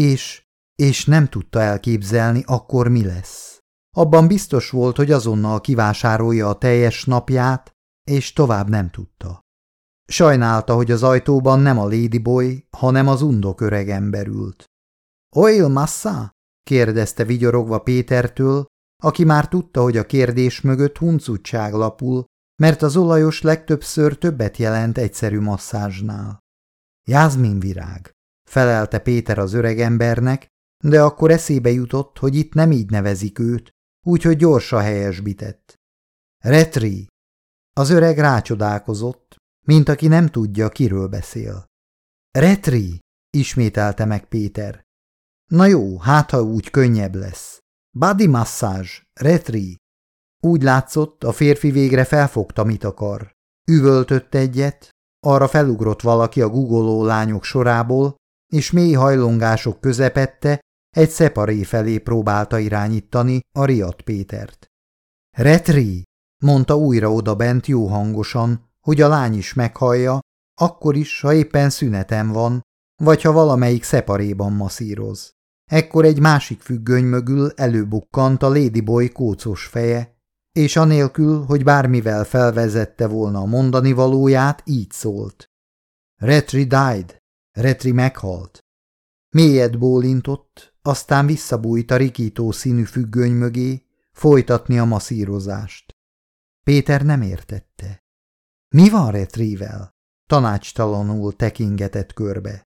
és nem tudta elképzelni, akkor mi lesz. Abban biztos volt, hogy azonnal kivásárolja a teljes napját, és tovább nem tudta. Sajnálta, hogy az ajtóban nem a ladyboy, hanem az undok öregember ült. – Oil massa? – kérdezte vigyorogva Pétertől, aki már tudta, hogy a kérdés mögött huncutság lapul, mert az olajos legtöbbször többet jelent egyszerű masszázsnál. – Jászmin virág – felelte Péter az öregembernek, de akkor eszébe jutott, hogy itt nem így nevezik őt, úgyhogy gyorsan helyesbített. – Rattray! Az öreg rácsodálkozott, mint aki nem tudja, kiről beszél. – Rattray! – ismételte meg Péter. – Na jó, hát ha úgy könnyebb lesz. Body massage, Rattray! Úgy látszott, a férfi végre felfogta, mit akar. Üvöltött egyet, arra felugrott valaki a guggoló lányok sorából, és mély hajlongások közepette egy szeparé felé próbálta irányítani a riadt Pétert. – Rattray! – mondta újra odabent jó hangosan, hogy a lány is meghallja, akkor is, ha éppen szünetem van, vagy ha valamelyik szeparéban masszíroz. Ekkor egy másik függöny mögül előbukkant a ladyboy kócos feje, és anélkül, hogy bármivel felvezette volna a mondani valóját, így szólt. – Rattray died. Rattray meghalt. Mélyet bólintott, aztán visszabújt a rikító színű függöny mögé, folytatni a masszírozást. Péter nem értette. Mi van Rattrayvel? Tanácstalanul tekingetett körbe.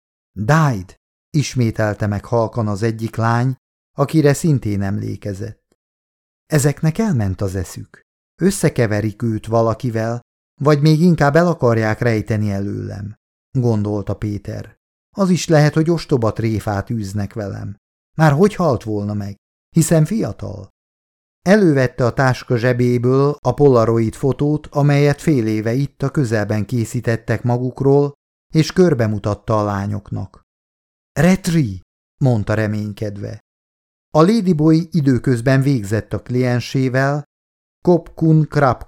Died, ismételte meg halkan az egyik lány, akire szintén emlékezett. Ezeknek elment az eszük. Összekeverik őt valakivel, vagy még inkább el akarják rejteni előlem, gondolta Péter. Az is lehet, hogy ostoba tréfát űznek velem. Már hogy halt volna meg, hiszen fiatal? Elővette a táska zsebéből a polaroid fotót, amelyet fél éve itt a közelben készítettek magukról, és körbemutatta a lányoknak. Rattray, mondta reménykedve. A ladyboy időközben végzett a kliensével, kopkun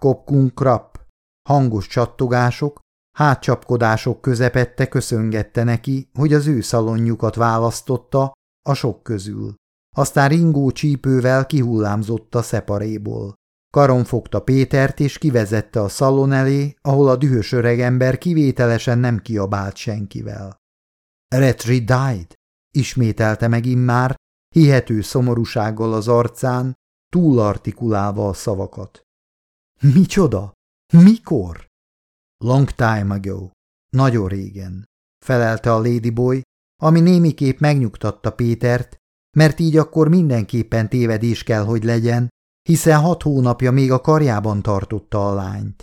krap, hangos csattogások, hátcsapkodások közepette köszöngette neki, hogy az ő szalonjukat választotta a sok közül. Aztán ringó csípővel kihullámzott a szeparéból. Karon fogta Pétert és kivezette a szalon elé, ahol a dühös öregember kivételesen nem kiabált senkivel. Rattray died, ismételte meg immár, hihető szomorúsággal az arcán, túlartikulálva a szavakat. Micsoda? Mikor? Long time ago. Nagyon régen, felelte a ladyboy, ami némiképp megnyugtatta Pétert, mert így akkor mindenképpen tévedés kell, hogy legyen, hiszen 6 hónapja még a karjában tartotta a lányt.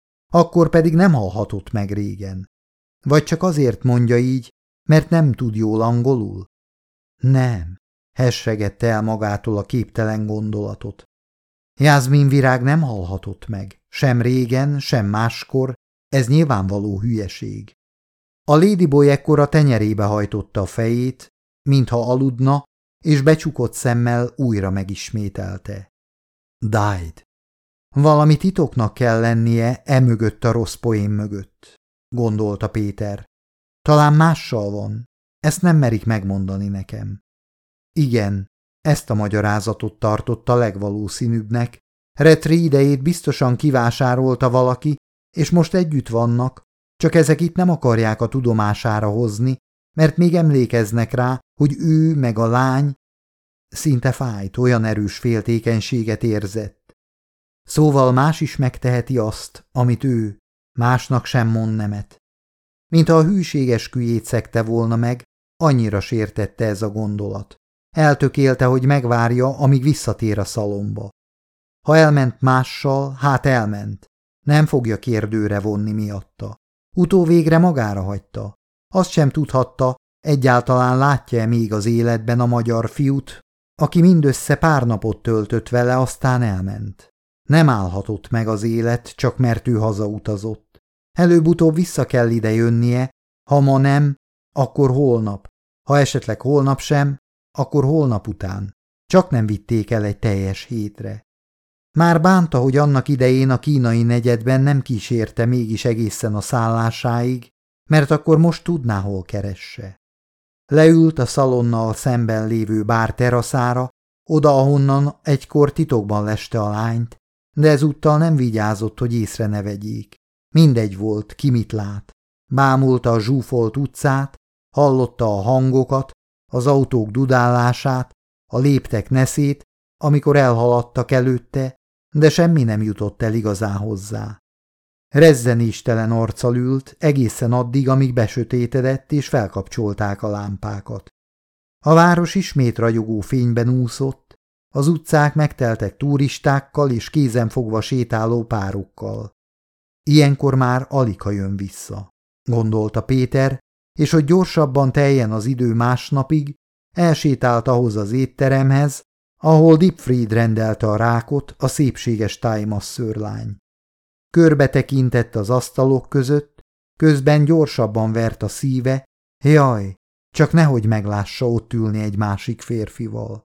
Akkor pedig nem halhatott meg régen. Vagy csak azért mondja így, mert nem tud jól angolul? Nem, hessegette el magától a képtelen gondolatot. Jászmin virág nem halhatott meg, sem régen, sem máskor, ez nyilvánvaló hülyeség. A ladyboy ekkor a tenyerébe hajtotta a fejét, mintha aludna, és becsukott szemmel újra megismételte. Died. Valami titoknak kell lennie mögött a rossz poén mögött, gondolta Péter. Talán mással van, ezt nem merik megmondani nekem. Igen, ezt a magyarázatot tartotta legvalószínűbbnek. Retri idejét biztosan kivásárolta valaki, és most együtt vannak, csak ezek itt nem akarják a tudomására hozni, mert még emlékeznek rá, hogy ő meg a lány. Szinte fájt, olyan erős féltékenységet érzett. Szóval más is megteheti azt, amit ő, másnak sem mond nemet. Mintha a hűségesküjét szegte volna meg, annyira sértette ez a gondolat. Eltökélte, hogy megvárja, amíg visszatér a szalomba. Ha elment mással, hát elment. Nem fogja kérdőre vonni miatta. Utóvégre magára hagyta. Azt sem tudhatta, egyáltalán látja-e még az életben a magyar fiút, aki mindössze pár napot töltött vele, aztán elment. Nem állhatott meg az élet, csak mert ő hazautazott. Előbb-utóbb vissza kell ide jönnie, ha ma nem, akkor holnap. Ha esetleg holnap sem, akkor holnap után. Csak nem vitték el egy teljes hétre. Már bánta, hogy annak idején a kínai negyedben nem kísérte mégis egészen a szállásáig, mert akkor most tudná, hol keresse. Leült a szalonnal szemben lévő bár teraszára, oda, ahonnan egykor titokban leste a lányt, de ezúttal nem vigyázott, hogy észre ne vegyék. Mindegy volt, ki mit lát. Bámulta a zsúfolt utcát, hallotta a hangokat, az autók dudálását, a léptek neszét, amikor elhaladtak előtte, de semmi nem jutott el igazán hozzá. Rezzenéstelen arccal ült egészen addig, amíg besötétedett és felkapcsolták a lámpákat. A város ismét ragyogó fényben úszott, az utcák megteltek turistákkal és kézenfogva sétáló párokkal. Ilyenkor már aligha jön vissza, gondolta Péter, és hogy gyorsabban teljen az idő másnapig, elsétált ahhoz az étteremhez, ahol Dipfried rendelte a rákot, a szépséges tájmasszőrlány. Körbe tekintett az asztalok között, közben gyorsabban vert a szíve, jaj, csak nehogy meglássa ott ülni egy másik férfival.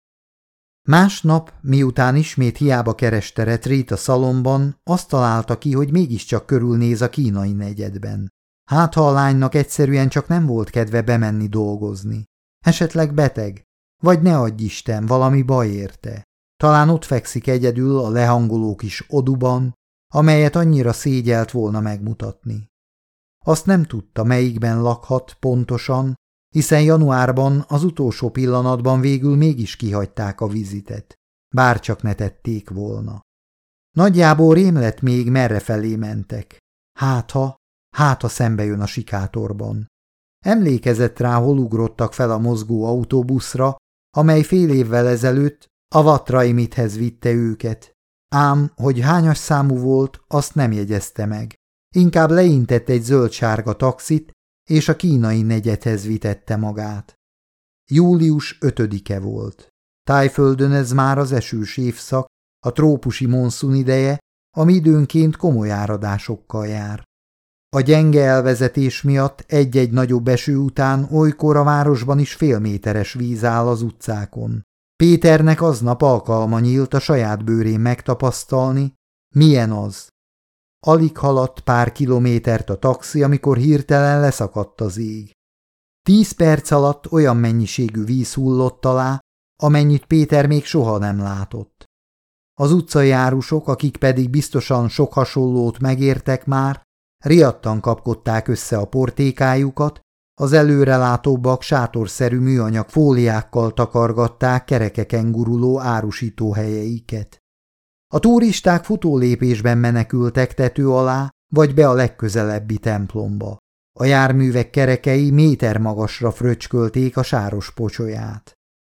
Másnap, miután ismét hiába kereste Retrit a szalomban, azt találta ki, hogy mégiscsak körülnéz a kínai negyedben. Hát ha a lánynak egyszerűen csak nem volt kedve bemenni dolgozni. Esetleg beteg, vagy ne adj Isten, valami baj érte. Talán ott fekszik egyedül a lehangoló kis oduban, amelyet annyira szégyelt volna megmutatni. Azt nem tudta, melyikben lakhat pontosan, hiszen januárban az utolsó pillanatban végül mégis kihagyták a vizitet, bárcsak ne tették volna. Nagyjából rém lett még, merrefelé mentek. Hát ha szembe jön a sikátorban. Emlékezett rá, hol ugrottak fel a mozgó autóbuszra, amely fél évvel ezelőtt a Vatraimithez vitte őket. Ám, hogy hányas számú volt, azt nem jegyezte meg. Inkább leintett egy zöld-sárga taxit, és a kínai negyedhez vitette magát. Július 5-e volt. Tájföldön ez már az esős évszak, a trópusi monszun ideje, ami időnként komoly áradásokkal jár. A gyenge elvezetés miatt egy-egy nagyobb eső után olykor a városban is félméteres víz áll az utcákon. Péternek aznap alkalma nyílt a saját bőrén megtapasztalni, milyen az. Alig haladt pár kilométert a taxi, amikor hirtelen leszakadt az ég. 10 perc alatt olyan mennyiségű víz hullott alá, amennyit Péter még soha nem látott. Az utcai árusok, akik pedig biztosan sok hasonlót megértek már, riadtan kapkodták össze a portékájukat, az előrelátóbbak sátorszerű műanyag fóliákkal takargatták kerekeken guruló árusítóhelyeiket. A turisták futólépésben menekültek tető alá, vagy be a legközelebbi templomba. A járművek kerekei méter magasra fröcskölték a sáros pocsolyát.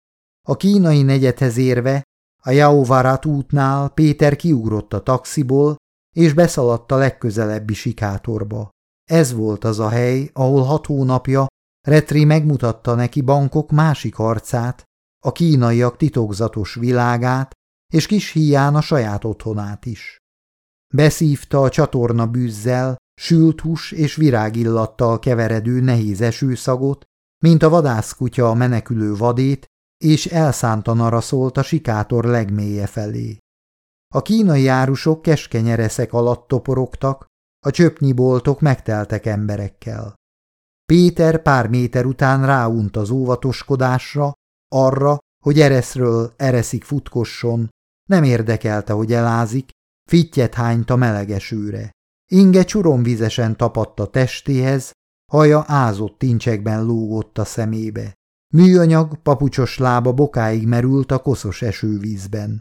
A kínai negyedhez érve, a Jaovarat útnál Péter kiugrott a taxiból, és beszaladt a legközelebbi sikátorba. Ez volt az a hely, ahol 6 hónapja Rattray megmutatta neki Bangkok másik arcát, a kínaiak titokzatos világát, és kis híján a saját otthonát is. Beszívta a csatorna bűzzel, sült hús és virágillattal keveredő nehéz esőszagot, mint a vadászkutya a menekülő vadét, és elszántan araszolt a sikátor legmélye felé. A kínai árusok keskeny ereszek alatt toporogtak, a csöpnyi boltok megteltek emberekkel. Péter pár méter után ráunt az óvatoskodásra, arra, hogy ereszről ereszig futkosson, nem érdekelte, hogy elázik, fittyet hányt a meleg esőre. Inge csuromvizesen tapadt a testéhez, haja ázott tincsekben lógott a szemébe. Műanyag, papucsos lába bokáig merült a koszos esővízben.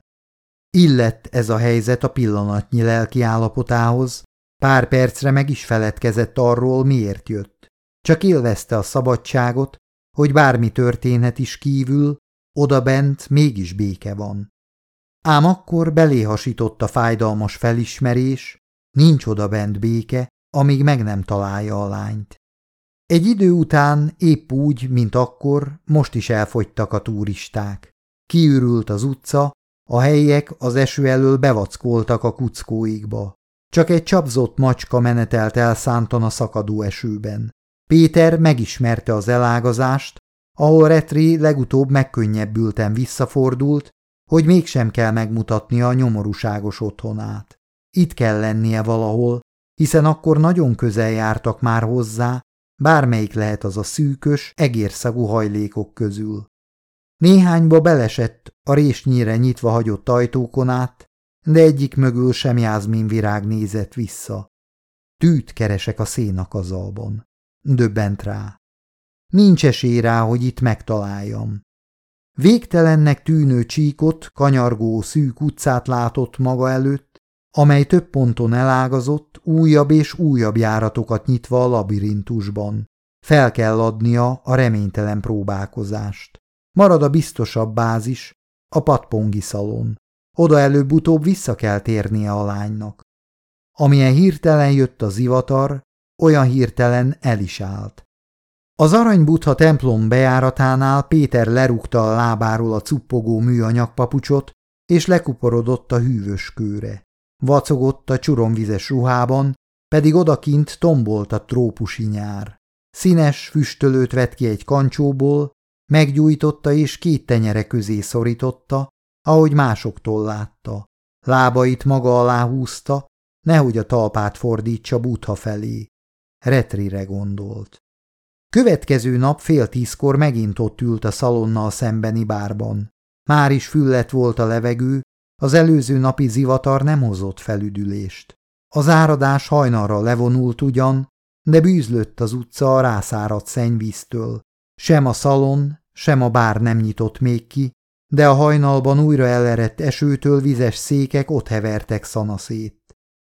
Illett ez a helyzet a pillanatnyi lelki állapotához, pár percre meg is feledkezett arról, miért jött. Csak élvezte a szabadságot, hogy bármi történhet is kívül, odabent mégis béke van. Ám akkor beléhasított a fájdalmas felismerés, nincs odabent béke, amíg meg nem találja a lányt. Egy idő után épp úgy, mint akkor, most is elfogytak a turisták. Kiürült az utca, a helyiek az eső elől bevackoltak a kuckóikba. Csak egy csapzott macska menetelt elszántan a szakadó esőben. Péter megismerte az elágazást, ahol Rattray legutóbb megkönnyebbülten visszafordult, hogy mégsem kell megmutatnia a nyomorúságos otthonát. Itt kell lennie valahol, hiszen akkor nagyon közel jártak már hozzá, bármelyik lehet az a szűkös, egérszagú hajlékok közül. Néhányba belesett a résnyire nyitva hagyott ajtókon át, de egyik mögül sem jázminvirág nézett vissza. Tűt keresek a szénakazalban. Döbbent rá. Nincs esély rá, hogy itt megtaláljam. Végtelennek tűnő csíkot, kanyargó szűk utcát látott maga előtt, amely több ponton elágazott, újabb és újabb járatokat nyitva a labirintusban. Fel kell adnia a reménytelen próbálkozást. Marad a biztosabb bázis, a patpongi szalon. Oda előbb-utóbb vissza kell térnie a lánynak. Amilyen hirtelen jött a zivatar, olyan hirtelen el is állt. Az Arany-Buddha templom bejáratánál Péter lerúgta a lábáról a cuppogó műanyag papucsot, és lekuporodott a hűvös kőre. Vacogott a csuromvizes ruhában, pedig odakint tombolt a trópusi nyár. Színes füstölőt vett ki egy kancsóból, meggyújtotta és 2 tenyere közé szorította, ahogy másoktól látta. Lábait maga alá húzta, nehogy a talpát fordítsa Buddha felé. Rattrayre gondolt. Következő nap 9:30-kor megint ott ült a szalonnal szembeni bárban. Már is fülledt volt a levegő, az előző napi zivatar nem hozott felüdülést. Az áradás hajnalra levonult ugyan, de bűzlött az utca a rászáradt szennyvíztől. Sem a szalon, sem a bár nem nyitott még ki, de a hajnalban újra elerett esőtől vizes székek ott hevertek szanaszét.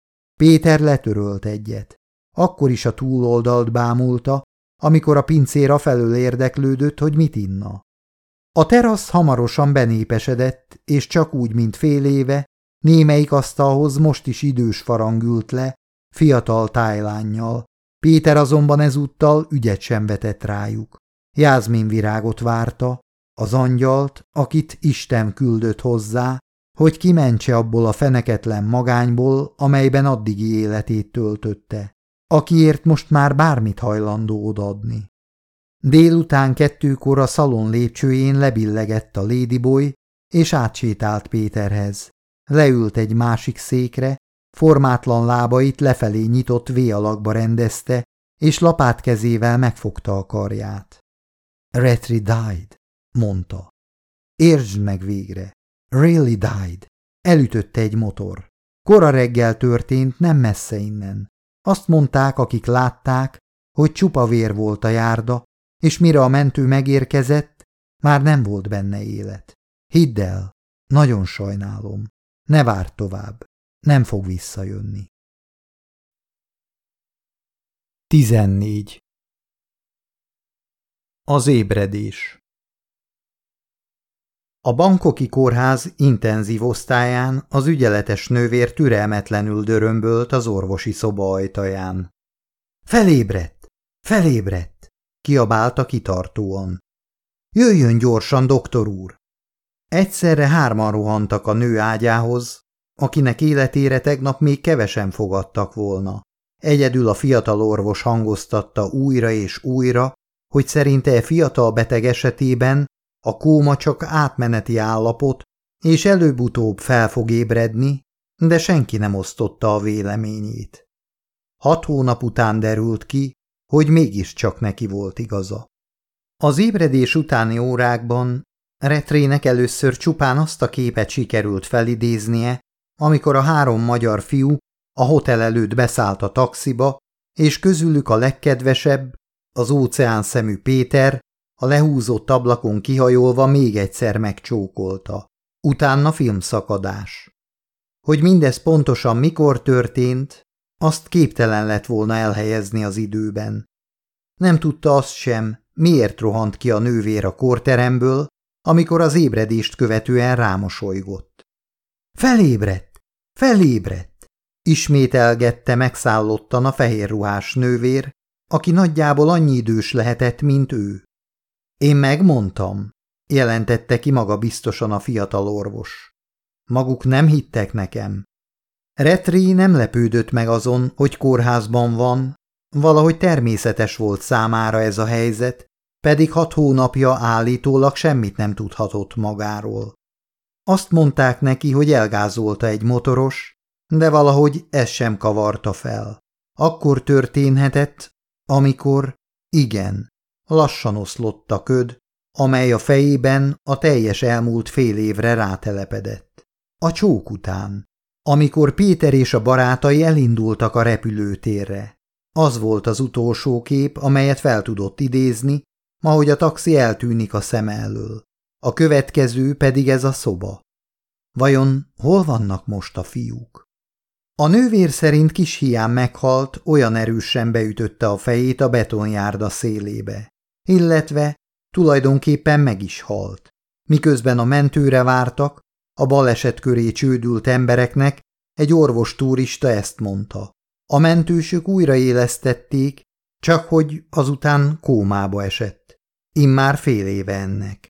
Péter letörölt egyet. Akkor is a túloldalt bámulta, amikor a pincér afelől érdeklődött, hogy mit inna. A terasz hamarosan benépesedett, és csak úgy, mint fél éve, némelyik asztalhoz most is idős farang ült le, fiatal tájlánnyal. Péter azonban ezúttal ügyet sem vetett rájuk. Jázminvirágot várta, az angyalt, akit Isten küldött hozzá, hogy kimentse abból a feneketlen magányból, amelyben addigi életét töltötte, akiért most már bármit hajlandó odaadni. Délután 2-kor a szalon lépcsőjén lebillegett a ladyboy, és átsétált Péterhez. Leült egy másik székre, formátlan lábait lefelé nyitott V-alakba rendezte, és lapát kezével megfogta a karját. Rattray died, mondta. Értsd meg végre. Really died. Elütötte egy motor. Kora reggel történt, nem messze innen. Azt mondták, akik látták, hogy csupa vér volt a járda, és mire a mentő megérkezett, már nem volt benne élet. Hidd el, nagyon sajnálom. Ne várd tovább. Nem fog visszajönni. 14. Az ébredés. A Bangkoki kórház intenzív osztályán az ügyeletes nővér türelmetlenül dörömbölt az orvosi szoba ajtaján. Felébredt! Felébredt! Kiabálta kitartóan. Jöjjön gyorsan, doktor úr! Egyszerre 3 rohantak a nő ágyához, akinek életére tegnap még kevesen fogadtak volna. Egyedül a fiatal orvos hangoztatta újra és újra, hogy szerinte a fiatal beteg esetében a kóma csak átmeneti állapot, és előbb-utóbb fel fog ébredni, de senki nem osztotta a véleményét. 6 hónap után derült ki, hogy mégiscsak neki volt igaza. Az ébredés utáni órákban Rattraynek először csupán azt a képet sikerült felidéznie, amikor a 3 magyar fiú a hotel előtt beszállt a taxiba, és közülük a legkedvesebb, az óceánszemű Péter a lehúzott ablakon kihajolva még egyszer megcsókolta. Utána filmszakadás. Hogy mindez pontosan mikor történt, azt képtelen lett volna elhelyezni az időben. Nem tudta azt sem, miért rohant ki a nővér a kórteremből, amikor az ébredést követően rámosolygott. Felébredt! Felébredt! Ismételgette megszállottan a fehérruhás nővér, aki nagyjából annyi idős lehetett, mint ő. Én megmondtam, jelentette ki maga biztosan a fiatal orvos. Maguk nem hittek nekem. Rattray nem lepődött meg azon, hogy kórházban van, valahogy természetes volt számára ez a helyzet, pedig 6 hónapja állítólag semmit nem tudhatott magáról. Azt mondták neki, hogy elgázolta egy motoros, de valahogy ez sem kavarta fel. Akkor történhetett, amikor, igen, lassan oszlott a köd, amely a fejében a teljes elmúlt fél évre rátelepedett. A csók után, amikor Péter és a barátai elindultak a repülőtérre. Az volt az utolsó kép, amelyet fel tudott idézni, ahogy a taxi eltűnik a szeme elől. A következő pedig ez a szoba. Vajon hol vannak most a fiúk? A nővér szerint kis hián meghalt, olyan erősen beütötte a fejét a betonjárda szélébe. Illetve tulajdonképpen meg is halt. Miközben a mentőre vártak, a baleset köré csődült embereknek egy orvos turista ezt mondta. A mentősök újraélesztették, csak hogy azután kómába esett. Immár fél éve ennek.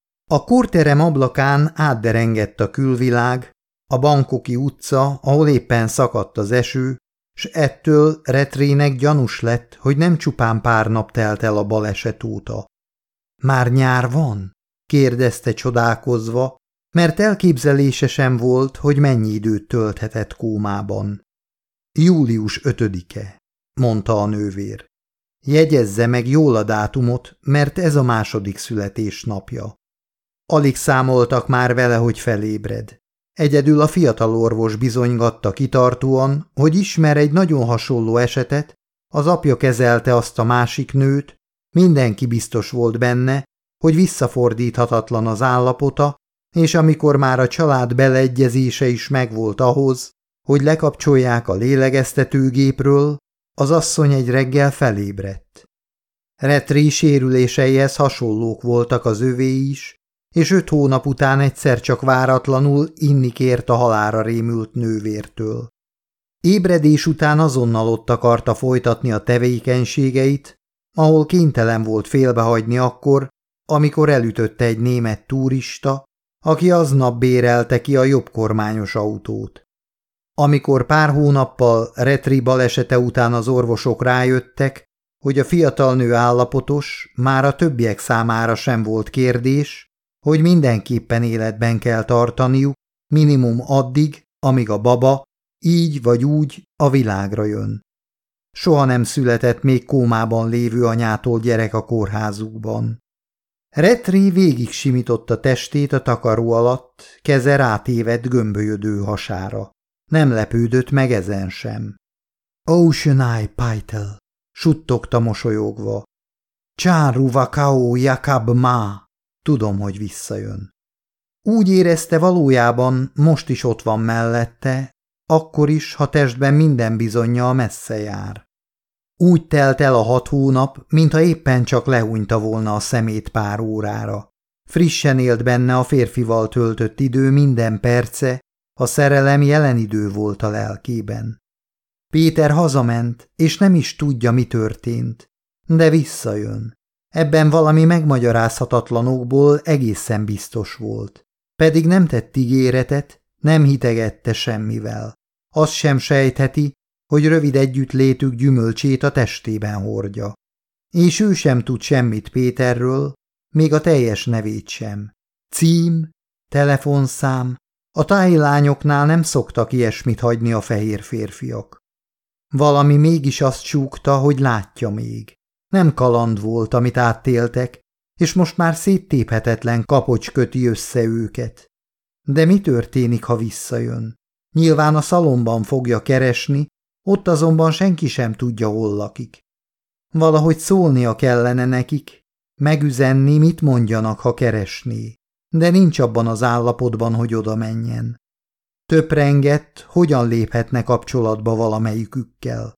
A kórterem ablakán átderengett a külvilág, a Bangkoki utca, ahol éppen szakadt az eső, s ettől Rattraynek gyanús lett, hogy nem csupán pár nap telt el a baleset óta. Már nyár van? Kérdezte csodálkozva, mert elképzelése sem volt, hogy mennyi időt tölthetett kómában. Július 5-e, mondta a nővér. Jegyezze meg jól a dátumot, mert ez a 2. születésnapja. Alig számoltak már vele, hogy felébred. Egyedül a fiatal orvos bizonygatta kitartóan, hogy ismer egy nagyon hasonló esetet, az apja kezelte azt a másik nőt, mindenki biztos volt benne, hogy visszafordíthatatlan az állapota, és amikor már a család beleegyezése is megvolt ahhoz, hogy lekapcsolják a lélegeztetőgépről, az asszony egy reggel felébredt. Rattray sérüléseihez hasonlók voltak az övé is, és 5 hónap után egyszer csak váratlanul inni kért a halálra rémült nővértől. Ébredés után azonnal ott akarta folytatni a tevékenységeit, ahol kénytelen volt félbehagyni akkor, amikor elütötte egy német turista, aki aznap bérelte ki a jobbkormányos autót. Amikor pár hónappal Rattray balesete után az orvosok rájöttek, hogy a fiatal nő állapotos, már a többiek számára sem volt kérdés, hogy mindenképpen életben kell tartaniuk, minimum addig, amíg a baba így vagy úgy a világra jön. Soha nem született még kómában lévő anyától gyerek a kórházukban. Rattray végig simította testét a takaró alatt, keze rátévedt gömbölyödő hasára. Nem lepődött meg ezen sem. Ocean Eye Pytel, suttogta mosolyogva. Csáru vakao jakab ma. Tudom, hogy visszajön. Úgy érezte valójában most is ott van mellette, akkor is, ha testben minden bizonnyal messze jár. Úgy telt el a 6 hónap, mintha éppen csak lehúnyta volna a szemét pár órára. Frissen élt benne a férfival töltött idő minden perce, a szerelem jelen idő volt a lelkében. Péter hazament, és nem is tudja, mi történt, de visszajön. Ebben valami megmagyarázhatatlan okból egészen biztos volt. Pedig nem tett ígéretet, nem hitegette semmivel. Azt sem sejtheti, hogy rövid együttlétük gyümölcsét a testében hordja. És ő sem tud semmit Péterről, még a teljes nevét sem. Cím, telefonszám, a táji lányoknál nem szoktak ilyesmit hagyni a fehér férfiak. Valami mégis azt súgta, hogy látja még. Nem kaland volt, amit átéltek, és most már széttéphetetlen kapocs köti össze őket. De mi történik, ha visszajön? Nyilván a szalomban fogja keresni, ott azonban senki sem tudja, hol lakik. Valahogy szólnia kellene nekik, megüzenni, mit mondjanak, ha keresné, de nincs abban az állapotban, hogy oda menjen. Töprengett, hogyan léphetne kapcsolatba valamelyikükkel.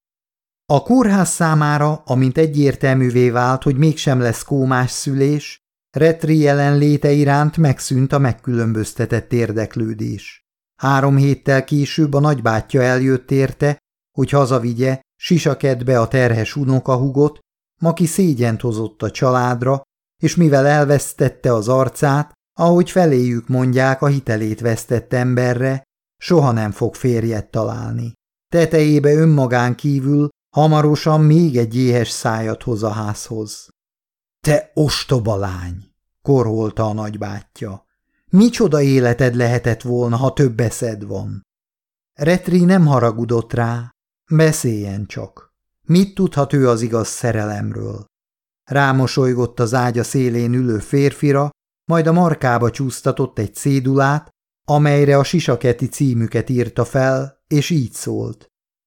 A kórház számára, amint egyértelművé vált, hogy mégsem lesz kómás szülés, Rattray jelenléte iránt megszűnt a megkülönböztetett érdeklődés. 3 héttel később a nagybátyja eljött érte, hogy hazavigye Sisakedbe a terhes unokahugot, aki szégyent hozott a családra, és mivel elvesztette az arcát, ahogy feléjük mondják, a hitelét vesztett emberre, soha nem fog férjet találni. Tetejébe önmagán kívül hamarosan még egy éhes szájat hoz a házhoz. Te ostoba lány! Korholta a nagybátyja. Micsoda életed lehetett volna, ha több eszed van? Rattray nem haragudott rá, beszéljen csak. Mit tudhat ő az igaz szerelemről? Rámosolygott az ágya szélén ülő férfira, majd a markába csúsztatott egy cédulát, amelyre a Sisaketi címüket írta fel, és így szólt.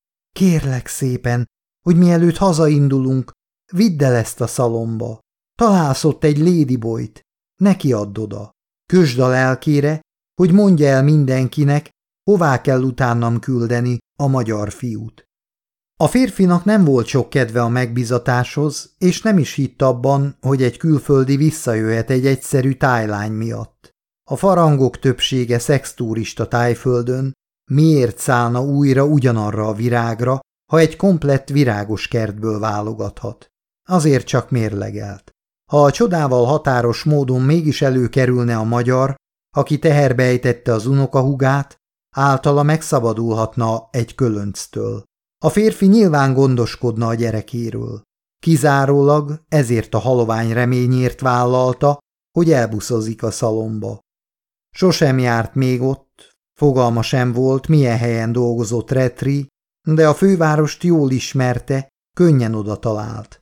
Kérlek szépen, hogy mielőtt hazaindulunk, vidd el ezt a szalomba. Találsz ott egy ladyboyt, neki add oda. Kösd a lelkére, hogy mondja el mindenkinek, hová kell utánam küldeni a magyar fiút. A férfinak nem volt sok kedve a megbízatáshoz, és nem is hitt abban, hogy egy külföldi visszajöhet egy egyszerű tájlány miatt. A farangok többsége szextúrista Tájföldön, miért szállna újra ugyanarra a virágra, ha egy komplett virágos kertből válogathat? Azért csak mérlegelt. Ha a csodával határos módon mégis előkerülne a magyar, aki teherbe ejtette az unokahúgát, általa megszabadulhatna egy kölönctől. A férfi nyilván gondoskodna a gyerekéről. Kizárólag ezért a halovány reményért vállalta, hogy elbuszozik a szalomba. Sosem járt még ott, fogalma sem volt, milyen helyen dolgozott Rattray, de a fővárost jól ismerte, könnyen oda talált.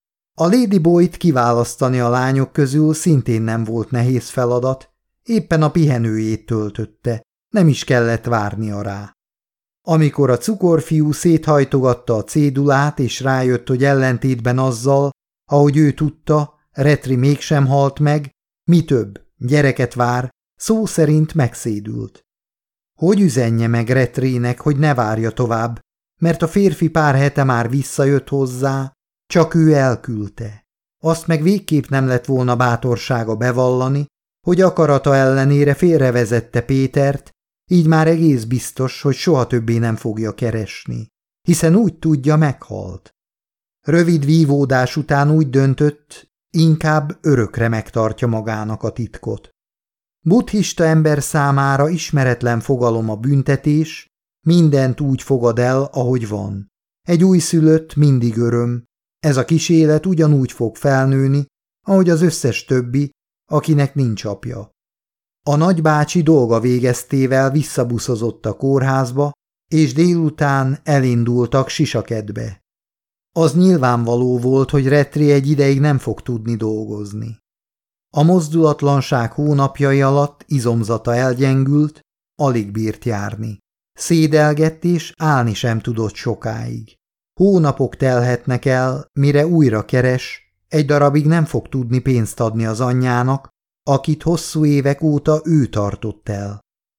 A ladyboyt kiválasztani a lányok közül szintén nem volt nehéz feladat, éppen a pihenőjét töltötte, nem is kellett várnia rá. Amikor a cukorfiú széthajtogatta a cédulát, és rájött, hogy ellentétben azzal, ahogy ő tudta, Rattray mégsem halt meg, mi több, gyereket vár, szó szerint megszédült. Hogy üzenje meg Rattraynek, hogy ne várja tovább, mert a férfi pár hete már visszajött hozzá, csak ő elküldte. Azt meg végképp nem lett volna bátorsága bevallani, hogy akarata ellenére félrevezette Pétert, így már egész biztos, hogy soha többé nem fogja keresni, hiszen úgy tudja, meghalt. Rövid vívódás után úgy döntött, inkább örökre megtartja magának a titkot. Buddhista ember számára ismeretlen fogalom a büntetés, mindent úgy fogad el, ahogy van. Egy újszülött mindig öröm, ez a kis élet ugyanúgy fog felnőni, ahogy az összes többi, akinek nincs apja. A nagybácsi dolga végeztével visszabuszozott a kórházba, és délután elindultak Sisakedbe. Az nyilvánvaló volt, hogy Rattray egy ideig nem fog tudni dolgozni. A mozdulatlanság hónapjai alatt izomzata elgyengült, alig bírt járni. Szédelgett és állni sem tudott sokáig. Hónapok telhetnek el, mire újra keres, egy darabig nem fog tudni pénzt adni az anyjának, akit hosszú évek óta ő tartott el.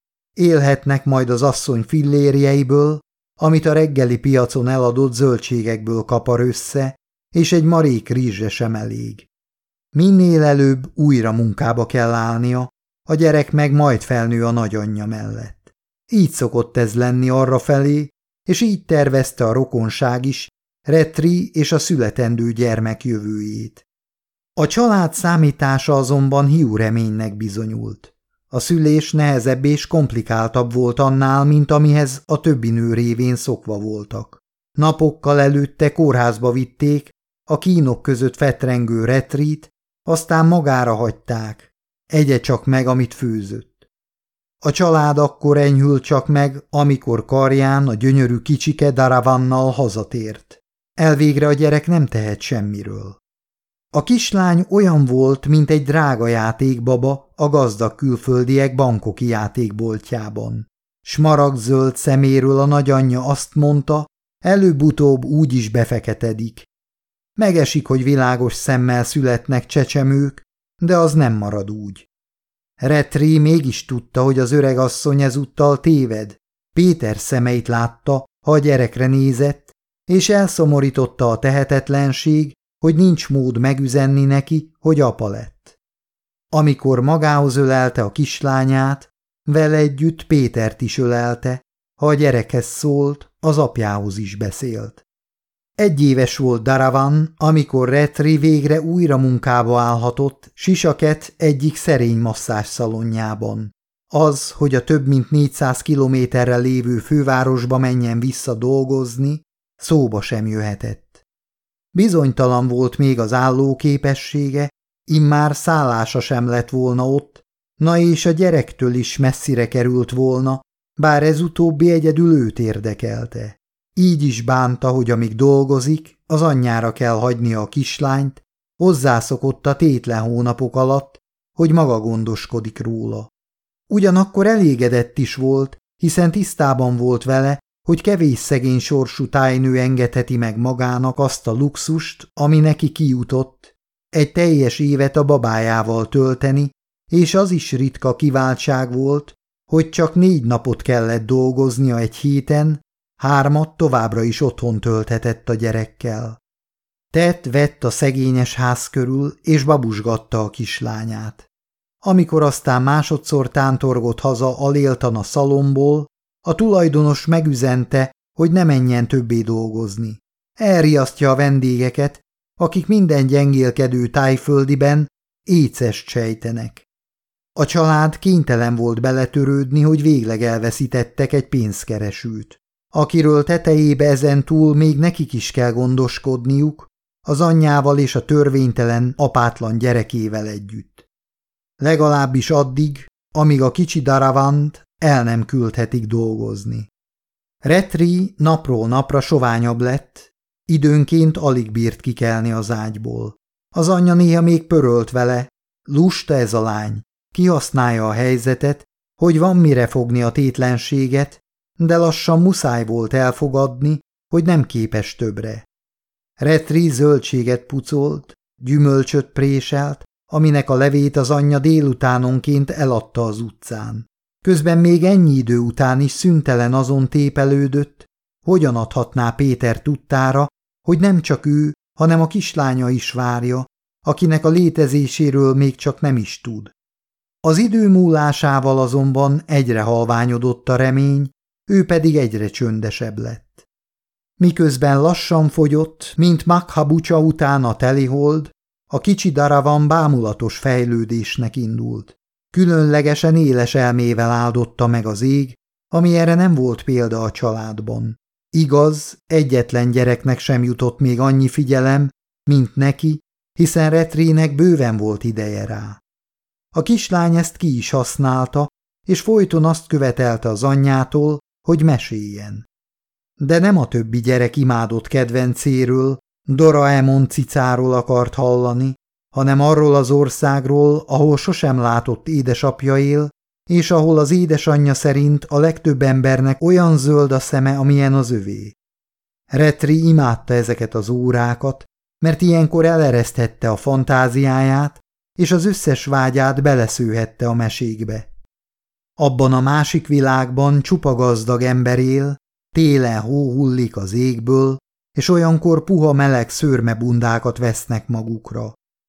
Élhetnek majd az asszony fillérjeiből, amit a reggeli piacon eladott zöldségekből kapar össze, és egy marék rizsre sem elég. Minél előbb újra munkába kell állnia, a gyerek meg majd felnő a nagyanyja mellett. Így szokott ez lenni arrafelé, és így tervezte a rokonság is Rattray és a születendő gyermek jövőjét. A család számítása azonban hiú reménynek bizonyult. A szülés nehezebb és komplikáltabb volt annál, mint amihez a többi nő révén szokva voltak. Napokkal előtte kórházba vitték a kínok között fetrengő Rattrayt, aztán magára hagyták. Egye csak meg, amit főzött. A család akkor enyhült csak meg, amikor karján a gyönyörű kicsike Daravannal hazatért. Elvégre a gyerek nem tehet semmiről. A kislány olyan volt, mint egy drága játékbaba a gazdag külföldiek bankoki játékboltjában. Smaragdzöld szeméről a nagyanyja azt mondta, előbb-utóbb úgy is befeketedik. Megesik, hogy világos szemmel születnek csecsemők, de az nem marad úgy. Rattray mégis tudta, hogy az öregasszony ezúttal téved. Péter szemeit látta, ha a gyerekre nézett, és elszomorította a tehetetlenség, hogy nincs mód megüzenni neki, hogy apa lett. Amikor magához ölelte a kislányát, vele együtt Pétert is ölelte, ha a gyerekhez szólt, az apjához is beszélt. 1 éves volt Daravan, amikor Rattray végre újra munkába állhatott Sisaket egyik szerény masszázsszalonjában. Az, hogy a több mint 400 kilométerre lévő fővárosba menjen vissza dolgozni, szóba sem jöhetett. Bizonytalan volt még az állóképessége, immár szállása sem lett volna ott, na és a gyerektől is messzire került volna, bár ez utóbbi egyedül őt érdekelte. Így is bánta, hogy amíg dolgozik, az anyjára kell hagynia a kislányt, hozzászokott a tétlen hónapok alatt, hogy maga gondoskodik róla. Ugyanakkor elégedett is volt, hiszen tisztában volt vele, hogy kevés szegény sorsú tájnő engedheti meg magának azt a luxust, ami neki kijutott, egy teljes évet a babájával tölteni, és az is ritka kiváltság volt, hogy csak 4 napot kellett dolgoznia egy héten, 3 továbbra is otthon tölthetett a gyerekkel. Vett a szegényes ház körül, és babusgatta a kislányát. Amikor aztán másodszor tántorgott haza aléltan a szalomból, a tulajdonos megüzente, hogy ne menjen többé dolgozni. Elriasztja a vendégeket, akik minden gyengélkedő tájföldiben écest sejtenek. A család kénytelen volt beletörődni, hogy végleg elveszítettek egy pénzkeresőt, akiről tetejébe ezen túl még nekik is kell gondoskodniuk, az anyjával és a törvénytelen, apátlan gyerekével együtt. Legalábbis addig, amíg a kicsi Daravant el nem küldhetik dolgozni. Rattray napról napra soványabb lett, időnként alig bírt kikelni az ágyból. Az anyja néha még pörölt vele, lusta ez a lány, kihasználja a helyzetet, hogy van mire fogni a tétlenséget, de lassan muszáj volt elfogadni, hogy nem képes többre. Rattray zöldséget pucolt, gyümölcsöt préselt, aminek a levét az anyja délutánonként eladta az utcán. Közben még ennyi idő után is szüntelen azon tépelődött, hogyan adhatná Péter tudtára, hogy nem csak ő, hanem a kislánya is várja, akinek a létezéséről még csak nem is tud. Az idő múlásával azonban egyre halványodott a remény, ő pedig egyre csöndesebb lett. Miközben lassan fogyott, mint Makhabucsa után a telihold, a kicsi Daravan bámulatos fejlődésnek indult. Különlegesen éles elmével áldotta meg az ég, ami erre nem volt példa a családban. Igaz, egyetlen gyereknek sem jutott még annyi figyelem, mint neki, hiszen Rattraynek bőven volt ideje rá. A kislány ezt ki is használta, és folyton azt követelte az anyjától, hogy meséljen. De nem a többi gyerek imádott kedvencéről, Doraemon cicáról akart hallani, hanem arról az országról, ahol sosem látott édesapja él, és ahol az édesanyja szerint a legtöbb embernek olyan zöld a szeme, amilyen az övé. Rattray imádta ezeket az órákat, mert ilyenkor elereszthette a fantáziáját, és az összes vágyát beleszőhette a mesékbe. Abban a másik világban csupa gazdag ember él, télen hó hullik az égből, és olyankor puha meleg szőrmebundákat vesznek magukra.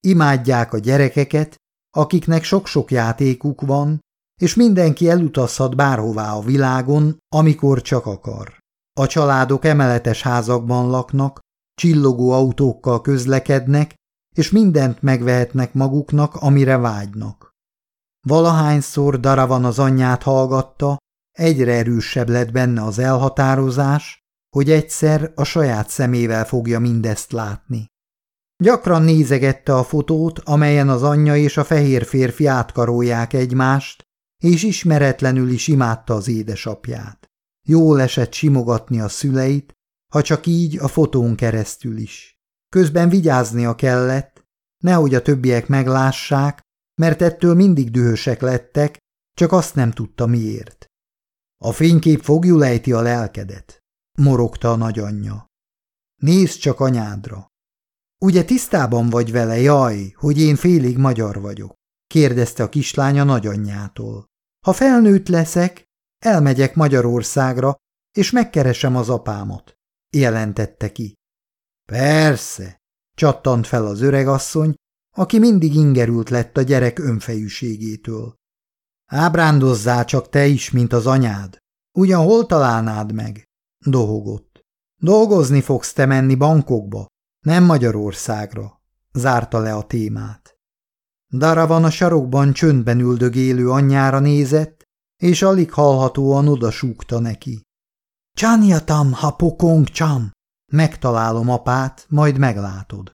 Imádják a gyerekeket, akiknek sok-sok játékuk van, és mindenki elutazhat bárhová a világon, amikor csak akar. A családok emeletes házakban laknak, csillogó autókkal közlekednek, és mindent megvehetnek maguknak, amire vágynak. Valahányszor Daravan az anyját hallgatta, egyre erősebb lett benne az elhatározás, hogy egyszer a saját szemével fogja mindezt látni. Gyakran nézegette a fotót, amelyen az anyja és a fehér férfi átkarolják egymást, és ismeretlenül is imádta az édesapját. Jól esett simogatni a szüleit, ha csak így a fotón keresztül is. Közben vigyáznia kellett, nehogy a többiek meglássák, mert ettől mindig dühösek lettek, csak azt nem tudta miért. A fénykép foglyul ejti a lelkedet, morogta a nagyanyja. Nézd csak anyádra. Ugye tisztában vagy vele, jaj, hogy én félig magyar vagyok? Kérdezte a kislánya nagyanyjától. Ha felnőtt leszek, elmegyek Magyarországra, és megkeresem az apámat, jelentette ki. Persze, csattant fel az öregasszony, aki mindig ingerült lett a gyerek önfejűségétől. Ábrándozzál csak te is, mint az anyád. Ugyan hol találnád meg? Dohogott. Dolgozni fogsz te menni bankokba, nem Magyarországra, zárta le a témát. Daravan a sarokban csöndben üldögélő anyjára nézett, és alig hallhatóan odasúgta neki. Csányatam, ha pokong csam! Megtalálom apát, majd meglátod.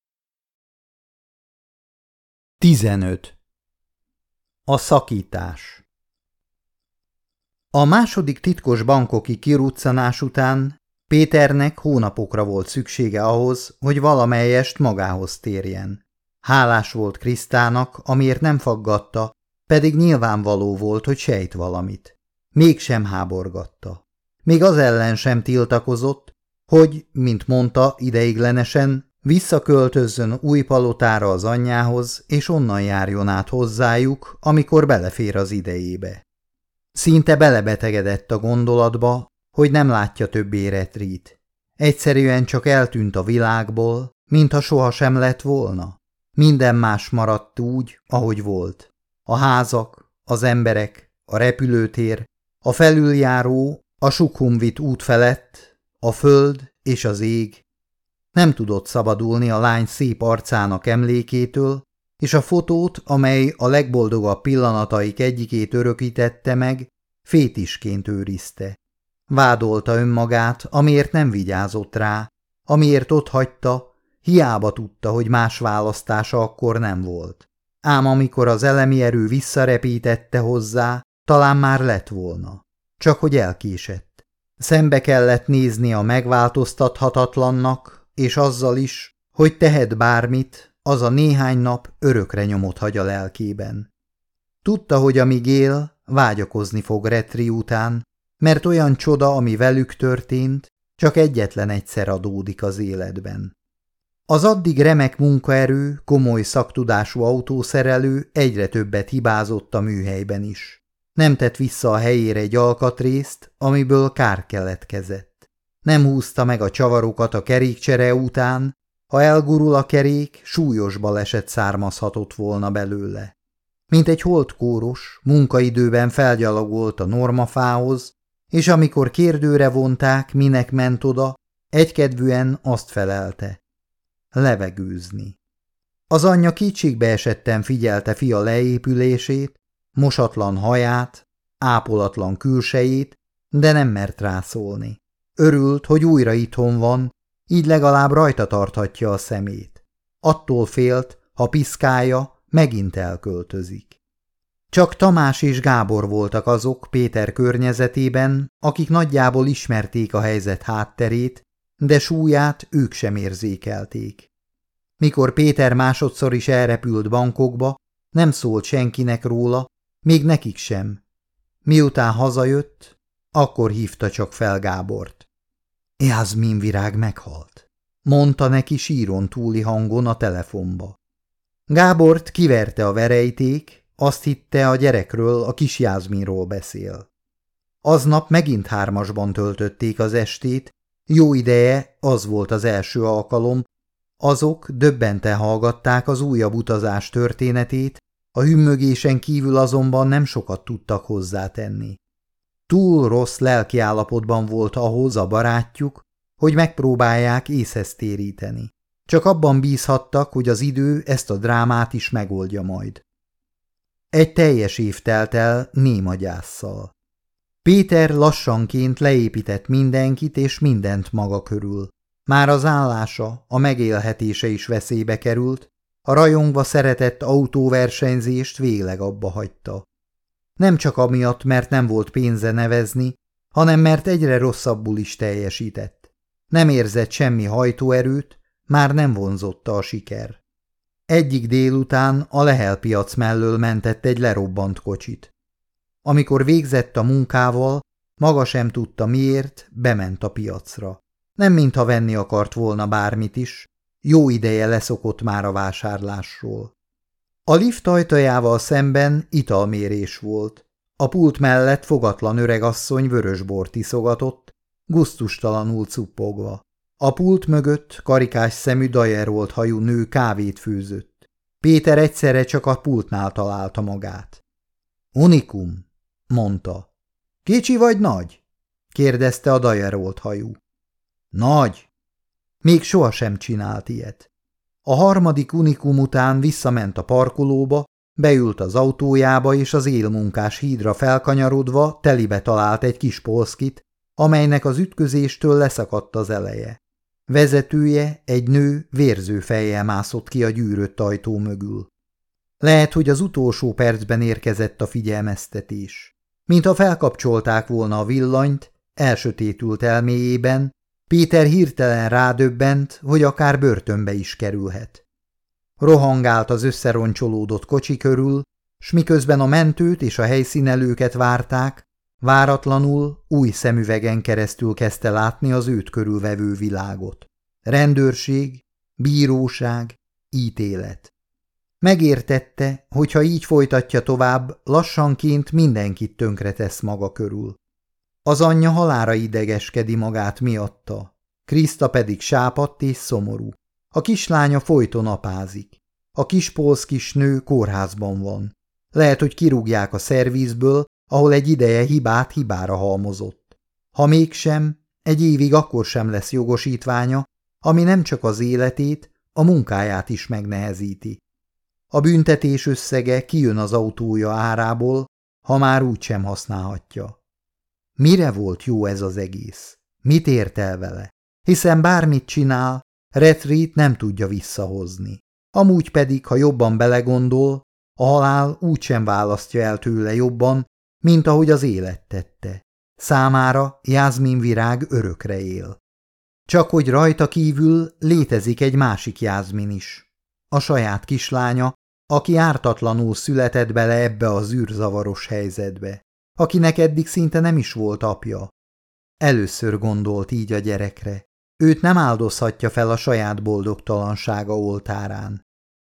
15. A szakítás. A második titkos bankoki kiruccanás után Péternek hónapokra volt szüksége ahhoz, hogy valamelyest magához térjen. Hálás volt Krisztának, amiért nem faggatta, pedig nyilvánvaló volt, hogy sejt valamit. Mégsem háborgatta. Még az ellen sem tiltakozott, hogy, mint mondta ideiglenesen, visszaköltözzön Újpalotára az anyjához, és onnan járjon át hozzájuk, amikor belefér az idejébe. Szinte belebetegedett a gondolatba, hogy nem látja többé Retrit. Egyszerűen csak eltűnt a világból, mintha sohasem lett volna. Minden más maradt úgy, ahogy volt. A házak, az emberek, a repülőtér, a felüljáró, a Sukhumvit út felett, a föld és az ég. Nem tudott szabadulni a lány szép arcának emlékétől, és a fotót, amely a legboldogabb pillanataik egyikét örökítette meg, fétisként őrizte. Vádolta önmagát, amiért nem vigyázott rá, amiért otthagyta, hiába tudta, hogy más választása akkor nem volt. Ám amikor az elemi erő visszarepítette hozzá, talán már lett volna. Csak hogy elkésett. Szembe kellett nézni a megváltoztathatatlannak, és azzal is, hogy tehet bármit, az a néhány nap örökre nyomot hagy a lelkében. Tudta, hogy amíg él, vágyakozni fog Retri után, mert olyan csoda, ami velük történt, csak egyetlen egyszer adódik az életben. Az addig remek munkaerő, komoly szaktudású autószerelő egyre többet hibázott a műhelyben is. Nem tett vissza a helyére egy alkatrészt, amiből kár keletkezett. Nem húzta meg a csavarokat a kerékcsere után, ha elgurul a kerék, súlyos baleset származhatott volna belőle. Mint egy holdkóros, munkaidőben felgyalogolt a normafához, és amikor kérdőre vonták, minek ment oda, egykedvűen azt felelte: levegőzni. Az anyja kétségbe esetten figyelte fia leépülését, mosatlan haját, ápolatlan külsejét, de nem mert rászólni. Örült, hogy újra itthon van, így legalább rajta tarthatja a szemét. Attól félt, ha piszkálja, megint elköltözik. Csak Tamás és Gábor voltak azok Péter környezetében, akik nagyjából ismerték a helyzet hátterét, de súlyát ők sem érzékelték. Mikor Péter másodszor is elrepült bankokba, nem szólt senkinek róla, még nekik sem. Miután hazajött, akkor hívta csak fel Gábort. Jászmin virág meghalt, mondta neki síron túli hangon a telefonba. Gábort kiverte a verejték, azt hitte, a gyerekről, a kis Jászminról beszél. Aznap megint hármasban töltötték az estét, jó ideje, az volt az első alkalom, Azok döbbenten hallgatták az újabb utazás történetét, a hümmögésen kívül azonban nem sokat tudtak hozzátenni. Túl rossz lelkiállapotban volt ahhoz a barátjuk, hogy megpróbálják észhez téríteni. Csak abban bízhattak, hogy az idő ezt a drámát is megoldja majd. Egy teljes év telt el néma gyásszal. Péter lassanként leépített mindenkit és mindent maga körül. Már az állása, a megélhetése is veszélybe került, a rajongva szeretett autóversenyzést végleg abba hagyta. Nem csak amiatt, mert nem volt pénze nevezni, hanem mert egyre rosszabbul is teljesített. Nem érzett semmi hajtóerőt, már nem vonzotta a siker. Egyik délután a Lehel piac mellől mentett egy lerobbant kocsit. Amikor végzett a munkával, maga sem tudta miért, bement a piacra. Nem mintha venni akart volna bármit is, jó ideje leszokott már a vásárlásról. A lift ajtajával szemben italmérés volt. A pult mellett fogatlan öregasszony vörösbort iszogatott, gusztustalanul cuppogva. A pult mögött karikás szemű dajerolt hajú nő kávét főzött. Péter egyszerre csak a pultnál találta magát. Unikum, mondta. Kicsi vagy nagy? kérdezte a dajerolt hajú. Nagy. Még sohasem csinált ilyet. A harmadik unikum után visszament a parkolóba, beült az autójába, és az élmunkás hídra felkanyarodva telibe talált egy kis polszkit, amelynek az ütközéstől leszakadt az eleje. Vezetője, egy nő vérző fejjel mászott ki a gyűrött ajtó mögül. Lehet, hogy az utolsó percben érkezett a figyelmeztetés. Mintha felkapcsolták volna a villanyt, elsötétült elméjében, Péter hirtelen rádöbbent, hogy akár börtönbe is kerülhet. Rohangált az összeroncsolódott kocsi körül, s miközben a mentőt és a helyszínelőket várták, váratlanul új szemüvegen keresztül kezdte látni az őt körülvevő világot. Rendőrség, bíróság, ítélet. Megértette, hogy ha így folytatja tovább, lassanként mindenkit tönkretesz maga körül. Az anyja halálra idegeskedi magát miatta, Kriszta pedig sápadt és szomorú. A kislánya folyton apázik. A kispolsz kisnő kórházban van. Lehet, hogy kirúgják a szervizből, ahol egy ideje hibát hibára halmozott. Ha mégsem, egy évig akkor sem lesz jogosítványa, ami nem csak az életét, a munkáját is megnehezíti. A büntetés összege kijön az autója árából, ha már úgysem használhatja. Mire volt jó ez az egész? Mit ért el vele? Hiszen bármit csinál, Retreat nem tudja visszahozni. Amúgy pedig, ha jobban belegondol, a halál úgysem választja el tőle jobban, mint ahogy az élet tette. Számára Jászmin virág örökre él. Csak hogy rajta kívül létezik egy másik Jászmin is. A saját kislánya, aki ártatlanul született bele ebbe az űrzavaros helyzetbe, akinek eddig szinte nem is volt apja. Először gondolt így a gyerekre. Őt nem áldozhatja fel a saját boldogtalansága oltárán.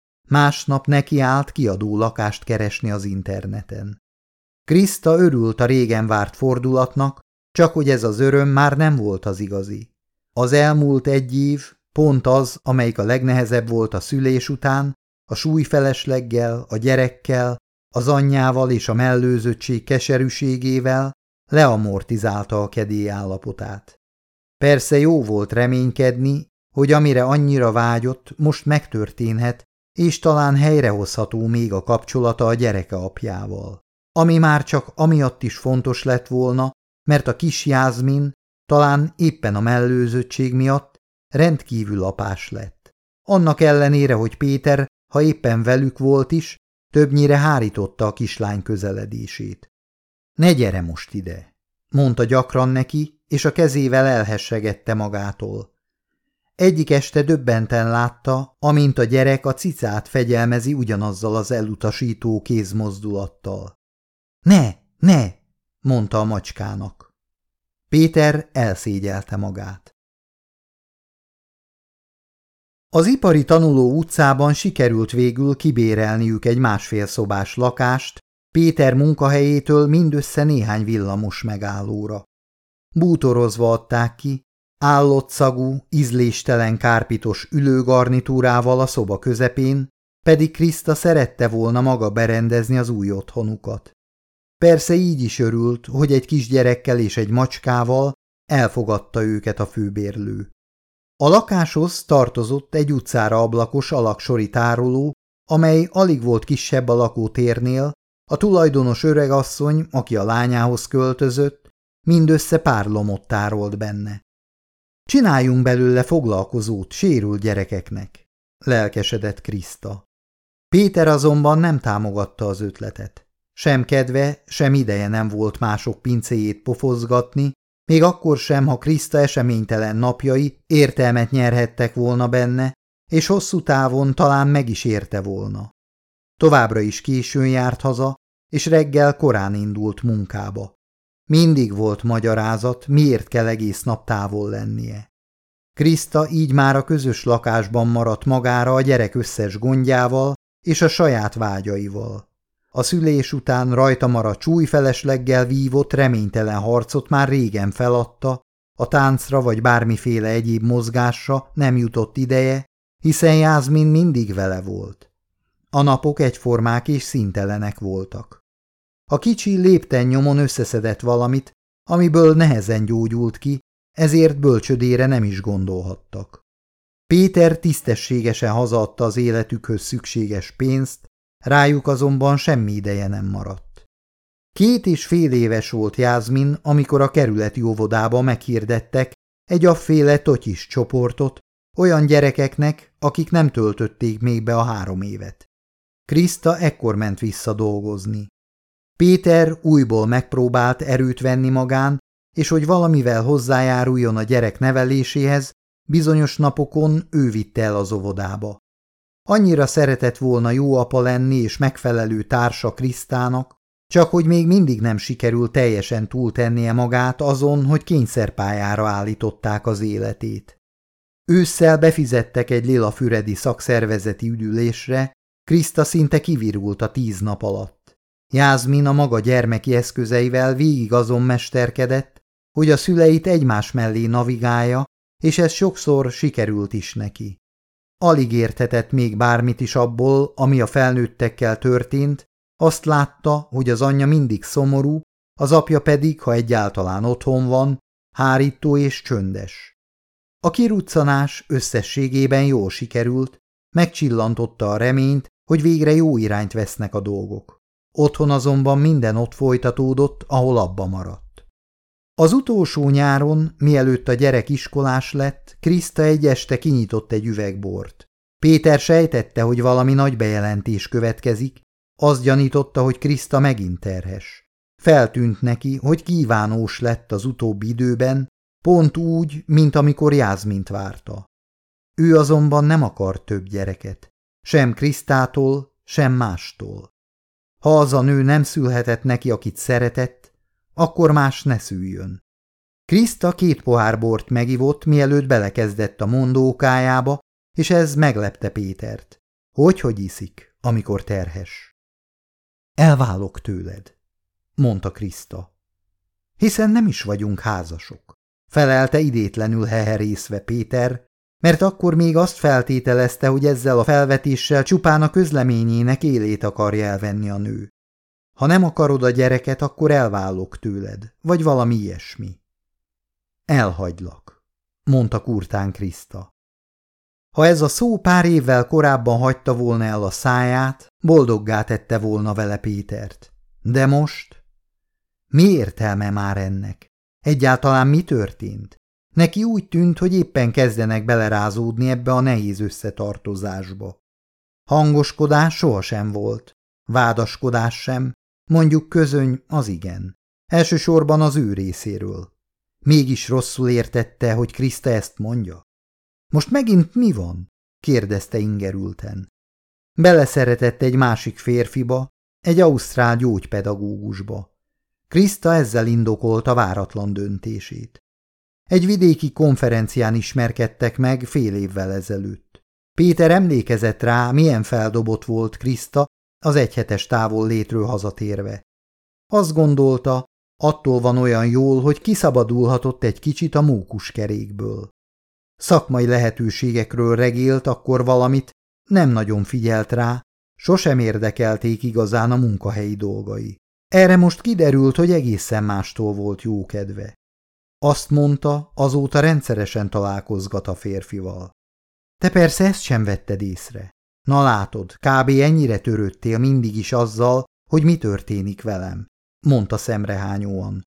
Másnap nekiállt kiadó lakást keresni az interneten. Kriszta örült a régen várt fordulatnak, csak hogy ez az öröm már nem volt az igazi. Az elmúlt egy év, pont az, amelyik a legnehezebb volt a szülés után, a súlyfelesleggel, a gyerekkel, az anyjával és a mellőzöttség keserűségével leamortizálta a kedély állapotát. Persze jó volt reménykedni, hogy amire annyira vágyott, most megtörténhet, és talán helyrehozható még a kapcsolata a gyereke apjával. Ami már csak amiatt is fontos lett volna, mert a kis Jászmin talán éppen a mellőzöttség miatt rendkívül apás lett. Annak ellenére, hogy Péter, ha éppen velük volt is, többnyire hárította a kislány közeledését. Ne gyere most ide, mondta gyakran neki, és a kezével elhessegette magától. Egyik este döbbenten látta, amint a gyerek a cicát fegyelmezi ugyanazzal az elutasító kézmozdulattal. Ne, mondta a macskának. Péter elszégyelte magát. Az ipari tanuló utcában sikerült végül kibérelniük egy másfél szobás lakást, Péter munkahelyétől mindössze néhány villamos megállóra. Bútorozva adták ki, Állottszagú, ízléstelen kárpitos ülőgarnitúrával a szoba közepén, pedig Krista szerette volna maga berendezni az új otthonukat. Persze így is örült, hogy egy kisgyerekkel és egy macskával elfogadta őket a főbérlő. A lakáshoz tartozott egy utcára ablakos alaksori tároló, amely alig volt kisebb a lakótérnél, a tulajdonos öregasszony, aki a lányához költözött, mindössze pár lomot tárolt benne. Csináljunk belőle foglalkozót sérült gyerekeknek, lelkesedett Krista. Péter azonban nem támogatta az ötletet. Sem kedve, sem ideje nem volt mások pincéjét pofozgatni, még akkor sem, ha Krista eseménytelen napjai értelmet nyerhettek volna benne, és hosszú távon talán meg is érte volna. Továbbra is későn járt haza, és reggel korán indult munkába. Mindig volt magyarázat, miért kell egész nap távol lennie. Krista így már a közös lakásban maradt magára a gyerek összes gondjával és a saját vágyaival. A szülés után rajta maradt súlyfelesleggel vívott reménytelen harcot már régen feladta, a táncra vagy bármiféle egyéb mozgásra nem jutott ideje, hiszen Jászmin mindig vele volt. A napok egyformák és színtelenek voltak. A kicsi lépten nyomon összeszedett valamit, amiből nehezen gyógyult ki, ezért bölcsödére nem is gondolhattak. Péter tisztességesen hazaadta az életükhöz szükséges pénzt, rájuk azonban semmi ideje nem maradt. 2,5 éves volt Jászmin, amikor a kerületi óvodába meghirdettek egy afféle totyis csoportot olyan gyerekeknek, akik nem töltötték még be a 3 évet. Krista ekkor ment vissza dolgozni. Péter újból megpróbált erőt venni magán, és hogy valamivel hozzájáruljon a gyerek neveléséhez, bizonyos napokon ő vitte el az óvodába. Annyira szeretett volna jó apa lenni és megfelelő társa Krisztának, csak hogy még mindig nem sikerült teljesen túltennie magát azon, hogy kényszerpályára állították az életét. Ősszel befizettek egy lilafüredi szakszervezeti üdülésre, Krista szinte kivirult a 10 nap alatt. Jászmin a maga gyermeki eszközeivel végig azon mesterkedett, hogy a szüleit egymás mellé navigálja, és ez sokszor sikerült is neki. Alig érthetett még bármit is abból, ami a felnőttekkel történt, azt látta, hogy az anyja mindig szomorú, az apja pedig, ha egyáltalán otthon van, hárító és csöndes. A kiruccanás összességében jól sikerült, megcsillantotta a reményt, hogy végre jó irányt vesznek a dolgok. Otthon azonban minden ott folytatódott, ahol abba maradt. Az utolsó nyáron, mielőtt a gyerek iskolás lett, Krista egy este kinyitott egy üveg bort. Péter sejtette, hogy valami nagy bejelentés következik, azt gyanította, hogy Krista megint terhes. Feltűnt neki, hogy kívánós lett az utóbbi időben, pont úgy, mint amikor Jászmint várta. Ő azonban nem akart több gyereket, sem Krisztától, sem mástól. Ha az a nő nem szülhetett neki, akit szeretett, akkor más ne szüljön. Krista 2 pohár bort megivott, mielőtt belekezdett a mondókájába, és ez meglepte Pétert. Hogy iszik, amikor terhes? Elválok tőled, mondta Krista. Hiszen nem is vagyunk házasok, felelte idétlenül heherészve Péter, mert akkor még azt feltételezte, hogy ezzel a felvetéssel csupán a közleményének élét akarja elvenni a nő. Ha nem akarod a gyereket, akkor elválok tőled, vagy valami ilyesmi. Elhagylak, mondta kurtán Krista. Ha ez a szó pár évvel korábban hagyta volna el a száját, boldoggá tette volna vele Pétert. De most? Mi értelme már ennek? Egyáltalán mi történt? Neki úgy tűnt, hogy éppen kezdenek belerázódni ebbe a nehéz összetartozásba. Hangoskodás sohasem volt, vádaskodás sem, mondjuk közöny az igen. Elsősorban az ő részéről. Mégis rosszul értette, hogy Krista ezt mondja. Most megint mi van? Kérdezte ingerülten. Beleszeretett egy másik férfiba, egy ausztrál gyógypedagógusba. Krista ezzel indokolta váratlan döntését. Egy vidéki konferencián ismerkedtek meg fél évvel ezelőtt. Péter emlékezett rá, milyen feldobott volt Krista az egyhetes távollétről hazatérve. Azt gondolta, Attól van olyan jól, hogy kiszabadulhatott egy kicsit a mókuskerékből. Szakmai lehetőségekről regélt akkor valamit, nem nagyon figyelt rá, sosem érdekelték igazán a munkahelyi dolgai. Erre most kiderült, hogy egészen mástól volt jókedve. Azt mondta, azóta rendszeresen találkozgat a férfival. Te persze ezt sem vetted észre. Na látod, kb. Ennyire törődtél mindig is azzal, hogy mi történik velem, mondta szemrehányóan.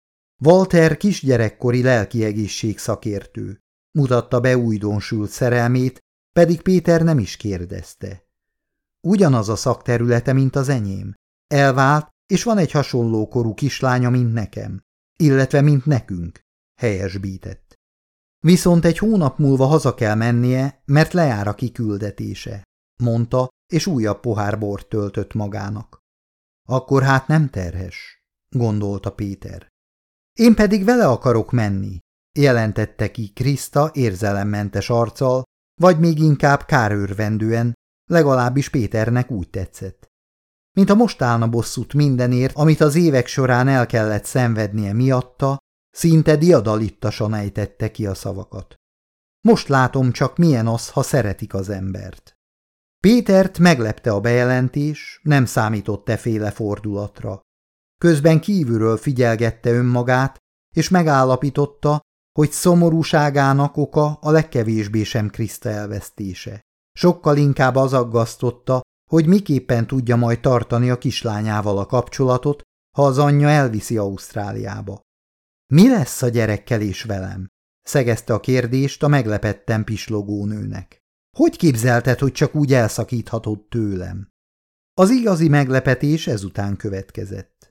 Walter kisgyerekkori lelkiegészség szakértő. Mutatta be újdonsült szerelmét, pedig Péter nem is kérdezte. Ugyanaz a szakterülete, mint az enyém. Elvált, és van egy hasonló korú kislánya, mint nekem, illetve mint nekünk, helyesbített. Viszont egy hónap múlva haza kell mennie, mert lejár a kiküldetése, mondta, és újabb pohár bort töltött magának. Akkor hát nem terhes, gondolta Péter. Én pedig vele akarok menni, jelentette ki Kriszta érzelemmentes arccal, vagy még inkább kárőrvendően, legalábbis Péternek úgy tetszett. Mint a most állna bosszút mindenért, amit az évek során el kellett szenvednie miatta, szinte diadalittasan ejtette ki a szavakat. Most látom csak, milyen az, ha szeretik az embert. Pétert meglepte a bejelentés, nem számított efféle fordulatra. Közben kívülről figyelgette önmagát, és megállapította, hogy szomorúságának oka a legkevésbé sem Kriszta elvesztése. Sokkal inkább az aggasztotta, hogy miképpen tudja majd tartani a kislányával a kapcsolatot, ha az anyja elviszi Ausztráliába. Mi lesz a gyerekkel és velem? Szegezte a kérdést a meglepetten pislogó nőnek. Hogy képzelted, hogy csak úgy elszakíthatod tőlem? Az igazi meglepetés ezután következett.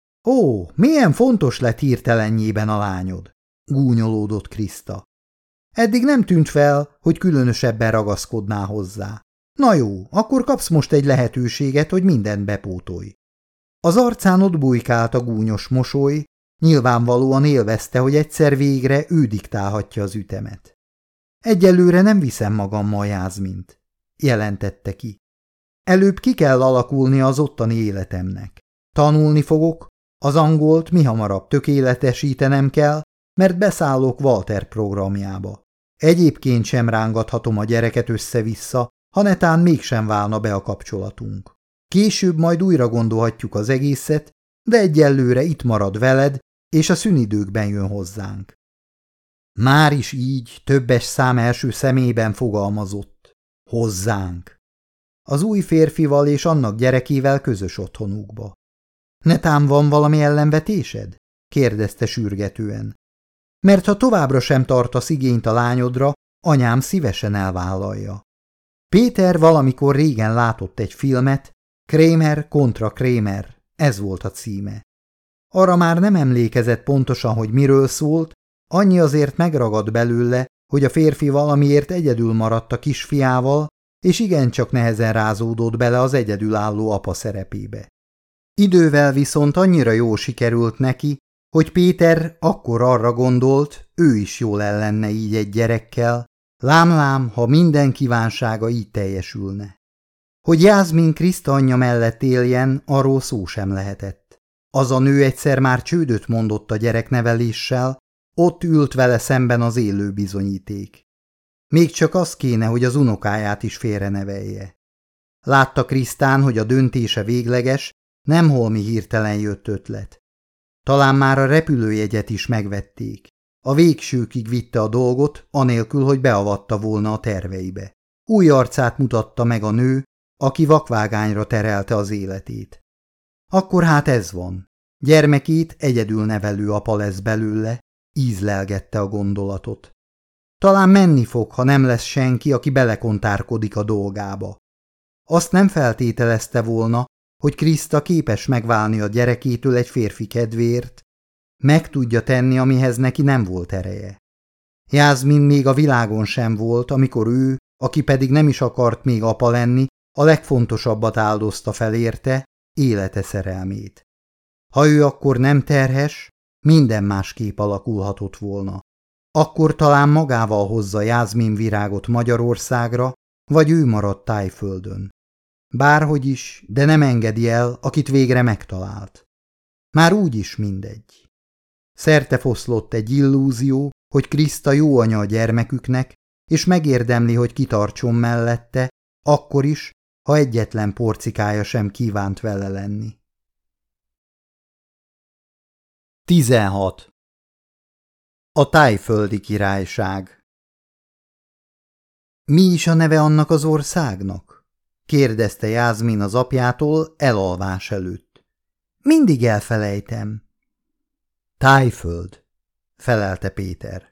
Ó, milyen fontos lett hirtelenjében a lányod, gúnyolódott Kriszta. Eddig nem tűnt fel, hogy különösebben ragaszkodná hozzá. Na jó, akkor kapsz most egy lehetőséget, hogy mindent bepótolj. Az arcán ott bujkált a gúnyos mosoly, nyilvánvalóan élvezte, hogy egyszer végre ő diktálhatja az ütemet. Egyelőre nem viszem magammal Jászmint, jelentette ki. Előbb ki kell alakulni az ottani életemnek. Tanulni fogok, az angolt mihamarabb tökéletesítenem kell, mert beszállok Walter programjába. Egyébként sem rángathatom a gyereket össze-vissza, ha netán mégsem válna be a kapcsolatunk. Később majd újra gondolhatjuk az egészet, de egyelőre itt marad veled, és a szünidőkben jön hozzánk. Már is így többes szám első személyben fogalmazott. Hozzánk. Az új férfival és annak gyerekével közös otthonukba. Netán van valami ellenvetésed? Kérdezte sürgetően. Mert ha továbbra sem tartasz igényt a lányodra, anyám szívesen elvállalja. Péter valamikor régen látott egy filmet, Kramer kontra Kramer, ez volt a címe. Arra már nem emlékezett pontosan, hogy miről szólt, annyi azért megragad belőle, hogy a férfi valamiért egyedül maradt a kisfiával, és igencsak nehezen rázódott bele az egyedülálló apa szerepébe. Idővel viszont annyira jól sikerült neki, hogy Péter akkor arra gondolt, ő is jól el lenne így egy gyerekkel, lám, ha minden kívánsága így teljesülne. Hogy Jászmin Kriszta anyja mellett éljen, arról szó sem lehetett. Az a nő egyszer már csődöt mondott a gyerekneveléssel, ott ült vele szemben az élő bizonyíték. Még csak az kéne, hogy az unokáját is félrenevelje. Látta Krisztán, hogy a döntése végleges, nem holmi hirtelen jött ötlet. Talán már a repülőjegyet is megvették. A végsőkig vitte a dolgot, anélkül, hogy beavatta volna a terveibe. Új arcát mutatta meg a nő, aki vakvágányra terelte az életét. Akkor hát ez van. Gyermekét egyedül nevelő apa lesz belőle, ízlelgette a gondolatot. Talán menni fog, ha nem lesz senki, aki belekontárkodik a dolgába. Azt nem feltételezte volna, hogy Kriszta képes megválni a gyerekétől egy férfi kedvéért, meg tudja tenni, amihez neki nem volt ereje. Jászmin még a világon sem volt, amikor ő, aki pedig nem is akart még apa lenni, a legfontosabbat áldozta fel érte, élete szerelmét. Ha ő akkor nem terhes, minden másképp alakulhatott volna. Akkor talán magával hozza Jászmin virágot Magyarországra, vagy ő maradt Tájföldön. Bárhogy is, de nem engedi el, akit végre megtalált. Már úgyis mindegy. Szertefoszlott egy illúzió, hogy Kriszta jó anya a gyermeküknek, és megérdemli, hogy kitartson mellette, akkor is, ha egyetlen porcikája sem kívánt vele lenni. 16. A Tájföldi Királyság. Mi is a neve annak az országnak? Kérdezte Jászmin az apjától elalvás előtt. Mindig elfelejtem. Tájföld, felelte Péter.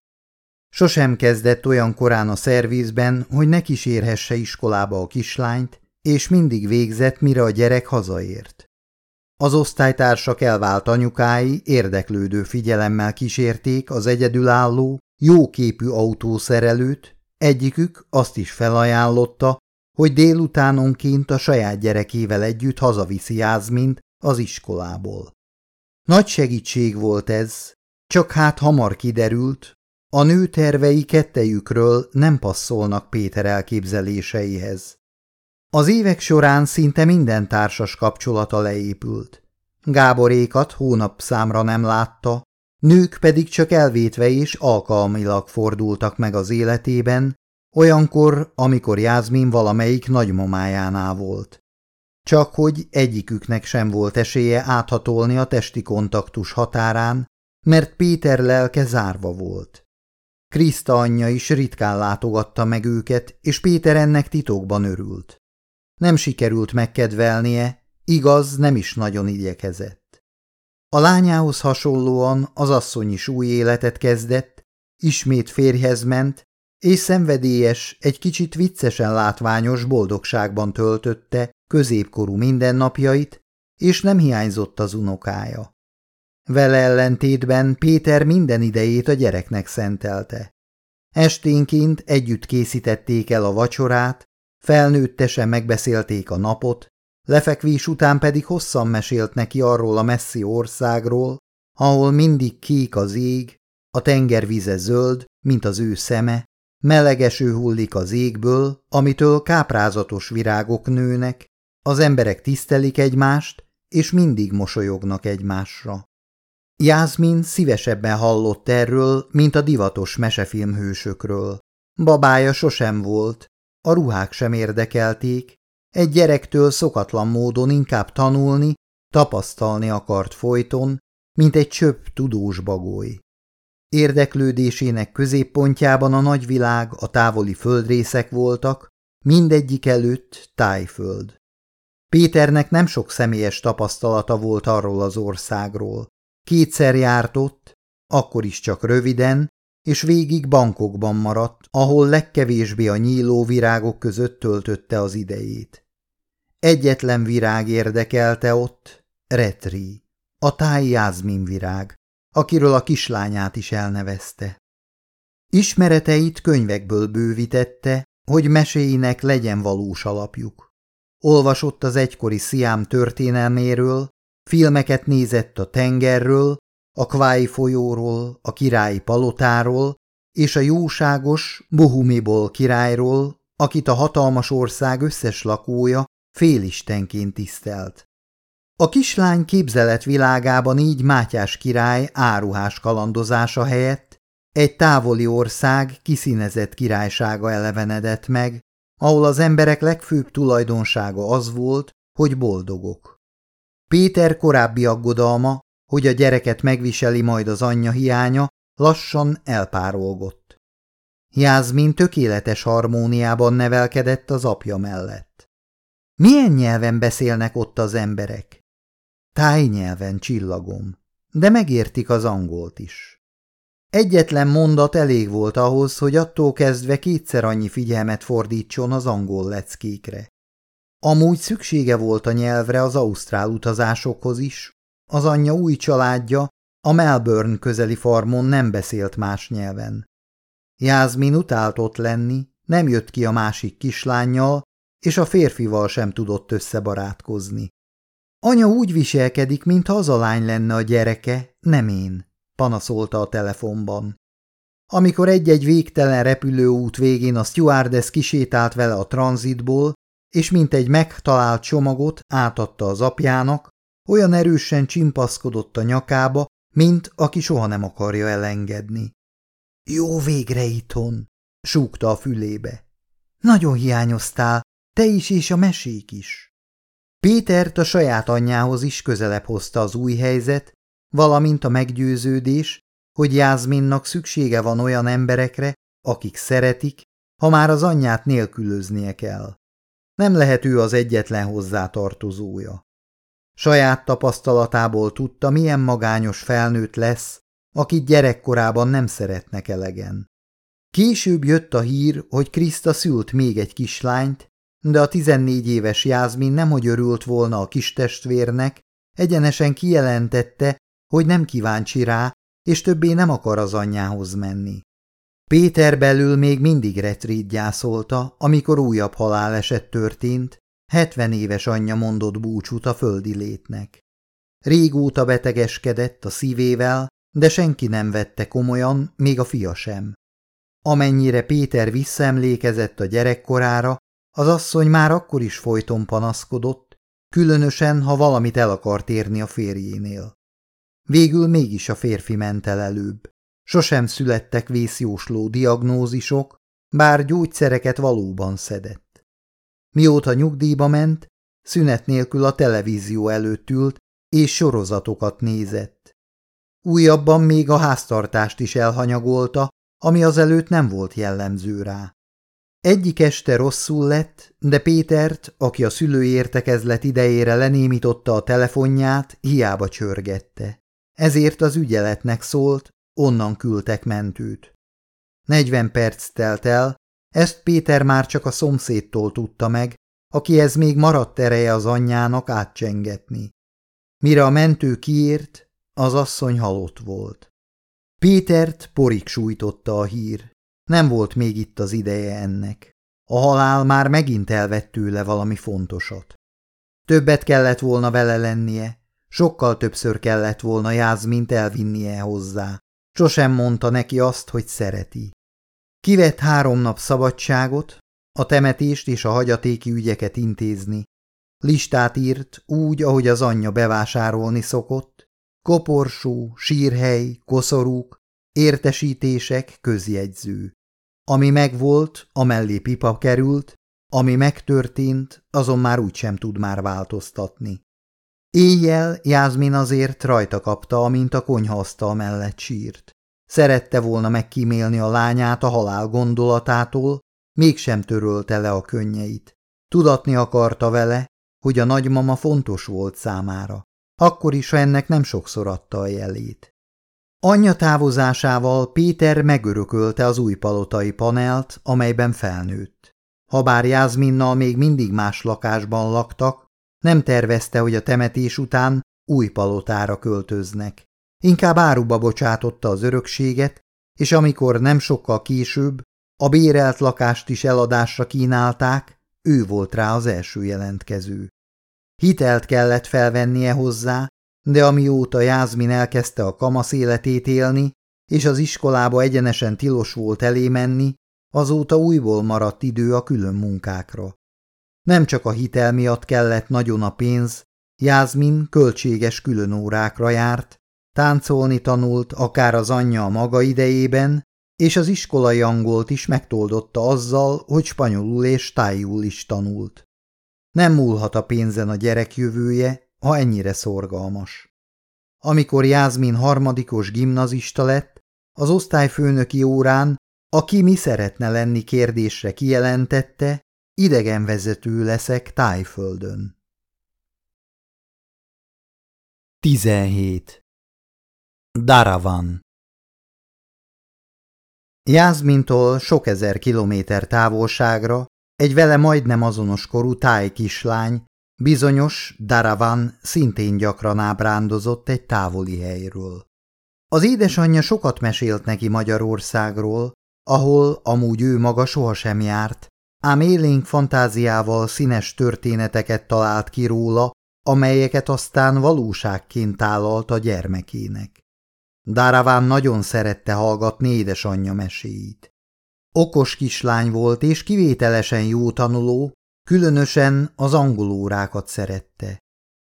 Sosem kezdett olyan korán a szervizben, hogy ne kísérhesse iskolába a kislányt, és mindig végzett, mire a gyerek hazaért. Az osztálytársak elvált anyukái érdeklődő figyelemmel kísérték az egyedülálló, jóképű autószerelőt, egyikük azt is felajánlotta, hogy délutánonként a saját gyerekével együtt hazaviszi Jászmint az iskolából. Nagy segítség volt ez, csak hát hamar kiderült, a nő tervei kettejükről nem passzolnak Péter elképzeléseihez. Az évek során szinte minden társas kapcsolata leépült. Gáborékat hónapszámra nem látta, nők pedig csak elvétve és alkalmilag fordultak meg az életében, olyankor, amikor Jászmin valamelyik nagymamájánál volt. Csak hogy egyiküknek sem volt esélye áthatolni a testi kontaktus határán, mert Péter lelke zárva volt. Kriszta anyja is ritkán látogatta meg őket, és Péter ennek titokban örült. Nem sikerült megkedvelnie, igaz, nem is nagyon igyekezett. A lányához hasonlóan az asszony is új életet kezdett, ismét férjhez ment, és szenvedélyes, egy kicsit viccesen látványos boldogságban töltötte középkorú mindennapjait, és nem hiányzott az unokája. Vele ellentétben Péter minden idejét a gyereknek szentelte. Esténként együtt készítették el a vacsorát, felnőttesen megbeszélték a napot, lefekvés után pedig hosszan mesélt neki arról a messzi országról, ahol mindig kék az ég, a tengervíze zöld, mint az ő szeme, meleg eső hullik az égből, amitől káprázatos virágok nőnek, az emberek tisztelik egymást, és mindig mosolyognak egymásra. Jászmin szívesebben hallott erről, mint a divatos mesefilmhősökről. Babája sosem volt, a ruhák sem érdekelték, egy gyerektől szokatlan módon inkább tanulni, tapasztalni akart folyton, mint egy csöpp tudós bagoly. Érdeklődésének középpontjában a nagyvilág, a távoli földrészek voltak, mindegyik előtt Tájföld. Péternek nem sok személyes tapasztalata volt arról az országról. Kétszer járt ott, akkor is csak röviden, és végig bankokban maradt, ahol legkevésbé a nyíló virágok között töltötte az idejét. Egyetlen virág érdekelte ott, Retri, a táj Jászmin virág, akiről a kislányát is elnevezte. Ismereteit könyvekből bővítette, hogy meséinek legyen valós alapjuk. Olvasott az egykori Sziám történelméről, filmeket nézett a tengerről, a Kvái folyóról, a királyi palotáról és a jóságos Bohumibol királyról, akit a hatalmas ország összes lakója félistenként tisztelt. A kislány képzeletvilágában így Mátyás király áruhás kalandozása helyett egy távoli ország kiszínezett királysága elevenedett meg, ahol az emberek legfőbb tulajdonsága az volt, hogy boldogok. Péter korábbi aggodalma, hogy a gyereket megviseli majd az anyja hiánya, lassan elpárolgott. Jászmin tökéletes harmóniában nevelkedett az apja mellett. Milyen nyelven beszélnek ott az emberek? Tájnyelven, csillagom, de megértik az angolt is. Egyetlen mondat elég volt ahhoz, hogy attól kezdve kétszer annyi figyelmet fordítson az angol leckékre. Amúgy szüksége volt a nyelvre az ausztrál utazásokhoz is, az anyja új családja a Melbourne közeli farmon nem beszélt más nyelven. Jászmin utált ott lenni, nem jött ki a másik kislánnyal, és a férfival sem tudott összebarátkozni. Anya úgy viselkedik, mintha az a lány lenne a gyereke, nem én, panaszolta a telefonban. Amikor egy-egy végtelen repülőút végén a stewardess kisétált vele a tranzitból, és mint egy megtalált csomagot átadta az apjának, Olyan erősen csimpaszkodott a nyakába, mint aki soha nem akarja elengedni. Jó végre itthon, súgta a fülébe. Nagyon hiányoztál, te is és a mesék is. Pétert a saját anyjához is közelebb hozta az új helyzet, valamint a meggyőződés, hogy Jászminnak szüksége van olyan emberekre, akik szeretik, ha már az anyját nélkülöznie kell. Nem lehet ő az egyetlen hozzátartozója. Saját tapasztalatából tudta, milyen magányos felnőtt lesz, akit gyerekkorában nem szeretnek elegen. Később jött a hír, hogy Kriszta szült még egy kislányt, de a 14 éves Jászmin nemhogy örült volna a kistestvérnek, egyenesen kijelentette, hogy nem kíváncsi rá, és többé nem akar az anyjához menni. Péter belül még mindig retrít gyászolta, amikor újabb haláleset történt, 70 éves anyja mondott búcsút a földi létnek. Régóta betegeskedett a szívével, de senki nem vette komolyan, még a fia sem. Amennyire Péter visszaemlékezett a gyerekkorára, az asszony már akkor is folyton panaszkodott, különösen, ha valamit el akart érni a férjénél. Végül mégis a férfi ment el előbb. Sosem születtek vészjósló diagnózisok, bár gyógyszereket valóban szedett. Mióta nyugdíjba ment, szünet nélkül a televízió előtt ült, és sorozatokat nézett. Újabban még a háztartást is elhanyagolta, ami azelőtt nem volt jellemző rá. Egyik este rosszul lett, de Pétert, aki a szülői értekezlet idejére lenémította a telefonját, hiába csörgette. Ezért az ügyeletnek szólt, onnan küldtek mentőt. 40 perc telt el, ezt Péter már csak a szomszédtól tudta meg, akihez még maradt ereje az anyjának átcsengetni. Mire a mentő kiért, az asszony halott volt. Pétert porig sújtotta a hír. Nem volt még itt az ideje ennek. A halál már megint elvett tőle valami fontosat. Többet kellett volna vele lennie, sokkal többször kellett volna Jászmint elvinnie hozzá. Sosem mondta neki azt, hogy szereti. Kivett 3 nap szabadságot, a temetést és a hagyatéki ügyeket intézni. Listát írt úgy, ahogy az anyja bevásárolni szokott, koporsó, sírhely, koszorúk, értesítések, közjegyző. Ami megvolt, amellé pipa került, ami megtörtént, azon már úgysem tud már változtatni. Éjjel Jászmin azért rajta kapta, amint a konyhaasztal mellett sírt. Szerette volna megkímélni a lányát a halál gondolatától, mégsem törölte le a könnyeit. Tudatni akarta vele, hogy a nagymama fontos volt számára, akkor is, ha ennek nem sokszor adta a jelét. Anyja távozásával Péter megörökölte az újpalotai panelt, amelyben felnőtt. Habár Jászminnal még mindig más lakásban laktak, nem tervezte, hogy a temetés után új palotára költöznek. Inkább áruba bocsátotta az örökséget, és amikor nem sokkal később a bérelt lakást is eladásra kínálták, ő volt rá az első jelentkező. Hitelt kellett felvennie hozzá, de amióta Jászmin elkezdte a kamasz életét élni, és az iskolába egyenesen tilos volt elé menni, azóta újból maradt idő a külön munkákra. Nem csak a hitel miatt kellett nagyon a pénz, Jászmin költséges különórákra járt, táncolni tanult akár az anyja a maga idejében, és az iskolai angolt is megtoldotta azzal, hogy spanyolul és tájul is tanult. Nem múlhat a pénzen a gyerek jövője, ha ennyire szorgalmas. Amikor Jászmin harmadikos gimnazista lett, az osztályfőnöki órán, aki mi szeretne lenni kérdésre kijelentette, idegenvezető leszek Tájföldön. 17. Daravan. Jászmintól sok ezer kilométer távolságra egy vele majdnem azonos korú táj kislány, bizonyos Daravan szintén gyakran ábrándozott egy távoli helyről. Az édesanyja sokat mesélt neki Magyarországról, ahol amúgy ő maga sohasem járt, ám élénk fantáziával színes történeteket talált ki róla, amelyeket aztán valóságként állalt a gyermekének. Daravan nagyon szerette hallgatni édesanyja meséit. Okos kislány volt és kivételesen jó tanuló, különösen az angolórákat szerette.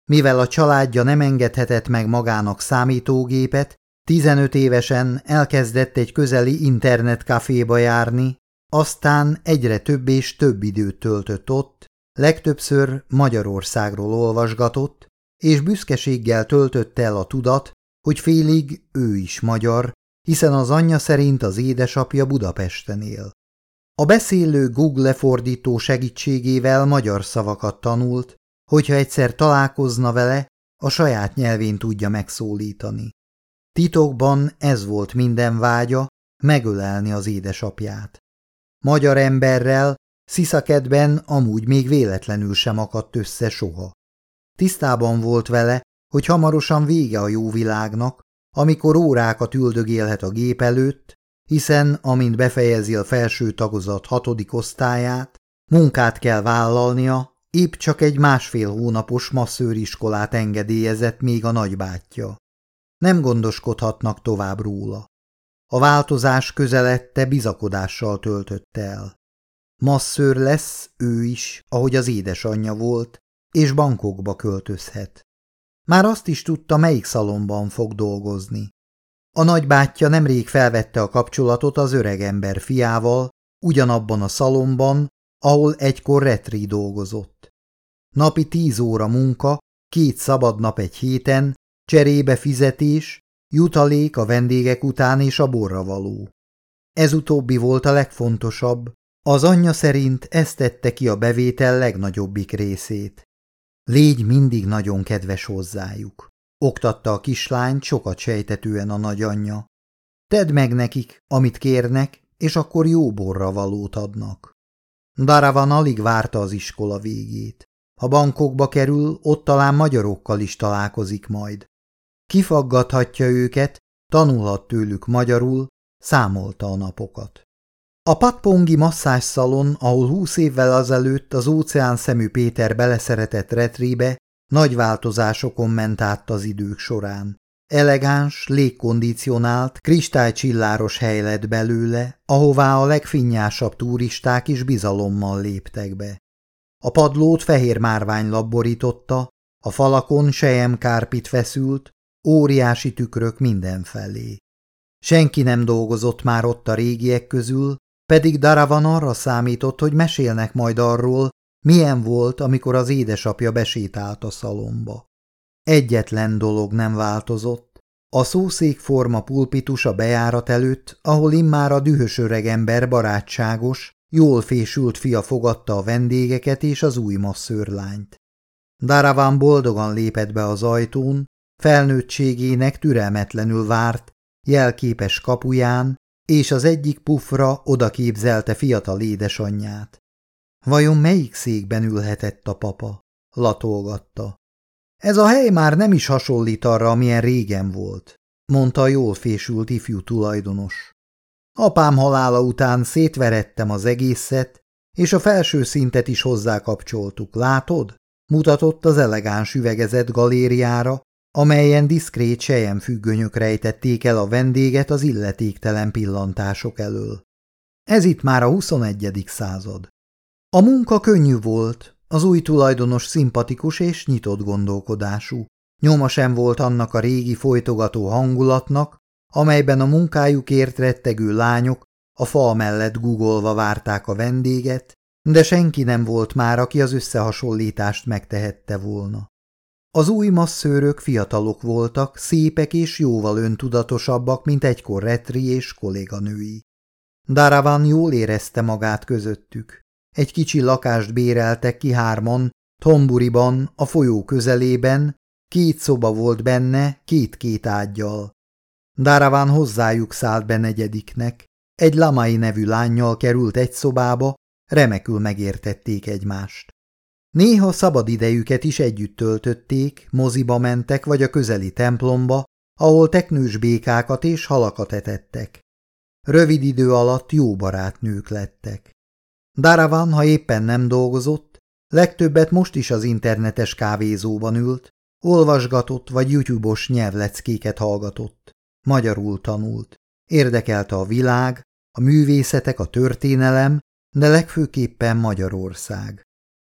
Mivel a családja nem engedhetett meg magának számítógépet, 15 évesen elkezdett egy közeli internetkaféba járni, aztán egyre több és több időt töltött ott, legtöbbször Magyarországról olvasgatott, és büszkeséggel töltötte el a tudat, hogy félig ő is magyar, hiszen az anyja szerint az édesapja Budapesten él. A beszélő Google fordító segítségével magyar szavakat tanult, hogyha egyszer találkozna vele, a saját nyelvén tudja megszólítani. Titokban ez volt minden vágya, megölelni az édesapját. Magyar emberrel Sziszaketben amúgy még véletlenül sem akadt össze soha. Tisztában volt vele, hogy hamarosan vége a jó világnak, amikor órákat üldögélhet a gép előtt, hiszen amint befejezi a felső tagozat 6. osztályát, munkát kell vállalnia, épp csak egy 1,5 hónapos masszőriskolát engedélyezett még a nagybátyja. Nem gondoskodhatnak tovább róla. A változás közeledte bizakodással töltötte el. Masszőr lesz ő is, ahogy az édesanyja volt, és bankokba költözhet. Már azt is tudta, melyik szalomban fog dolgozni. A nagybátyja nemrég felvette a kapcsolatot az öregember fiával, ugyanabban a szalomban, ahol egykor Retri dolgozott. Napi 10 óra munka, 2 szabad nap egy héten, cserébe fizetés, jutalék a vendégek után és a borra való. Ez utóbbi volt a legfontosabb, az anyja szerint ezt tette ki a bevétel legnagyobbik részét. Légy mindig nagyon kedves hozzájuk, oktatta a kislányt sokat sejtetően a nagyanyja. Tedd meg nekik, amit kérnek, és akkor jó borra valót adnak. Daravan alig várta az iskola végét. Ha bankokba kerül, ott talán magyarokkal is találkozik majd. Kifaggathatja őket, tanulhat tőlük magyarul, számolta a napokat. A patpongi masszázsszalon, ahol 20 évvel azelőtt az óceánszemű Péter beleszeretett Retribe, nagy változásokon ment át az idők során. Elegáns, légkondicionált, kristálycsilláros hely lett belőle, ahová a legfinnyásabb turisták is bizalommal léptek be. A padlót fehér márványlap borította, a falakon selyemkárpit feszült, óriási tükrök mindenfelé. Senki nem dolgozott már ott a régiek közül, pedig Daravan arra számított, hogy mesélnek majd arról, milyen volt, amikor az édesapja besétált a szalomba. Egyetlen dolog nem változott. A szószékforma pulpitus a bejárat előtt, ahol immár a dühös öregember barátságos, jól fésült fia fogadta a vendégeket és az új masszőrlányt. Daravan boldogan lépett be az ajtón, felnőttségének türelmetlenül várt, jelképes kapuján, és az egyik pufra odaképzelte fiatal édesanyját. Vajon melyik székben ülhetett a papa? Latolgatta. Ez a hely már nem is hasonlít arra, amilyen régen volt, mondta a jól fésült ifjú tulajdonos. Apám halála után szétverettem az egészet, és a felső szintet is hozzákapcsoltuk, látod? Mutatott az elegáns üvegezett galériára, amelyen diszkrét selyemfüggönyök rejtették el a vendéget az illetéktelen pillantások elől. Ez itt már a 21. század. A munka könnyű volt, az új tulajdonos szimpatikus és nyitott gondolkodású. Nyoma sem volt annak a régi folytogató hangulatnak, amelyben a munkájukért rettegő lányok a fal mellett guggolva várták a vendéget, de senki nem volt már, aki az összehasonlítást megtehette volna. Az új masszőrök fiatalok voltak, szépek és jóval öntudatosabbak, mint egykor Retri és kolléganői. Daravan jól érezte magát közöttük. Egy kicsi lakást béreltek ki 3-an, Tomburiban, a folyó közelében, 2 szoba volt benne, 2 ággyal. Daravan hozzájuk szállt be 4-nek, egy Lamai nevű lánnyal került egy szobába, remekül megértették egymást. Néha szabadidejüket is együtt töltötték, moziba mentek vagy a közeli templomba, ahol teknős békákat és halakat etettek. Rövid idő alatt jó barátnők lettek. Daravan, ha éppen nem dolgozott, legtöbbet most is az internetes kávézóban ült, olvasgatott vagy YouTube-os nyelvleckéket hallgatott. Magyarul tanult. Érdekelte a világ, a művészetek, a történelem, de legfőképpen Magyarország.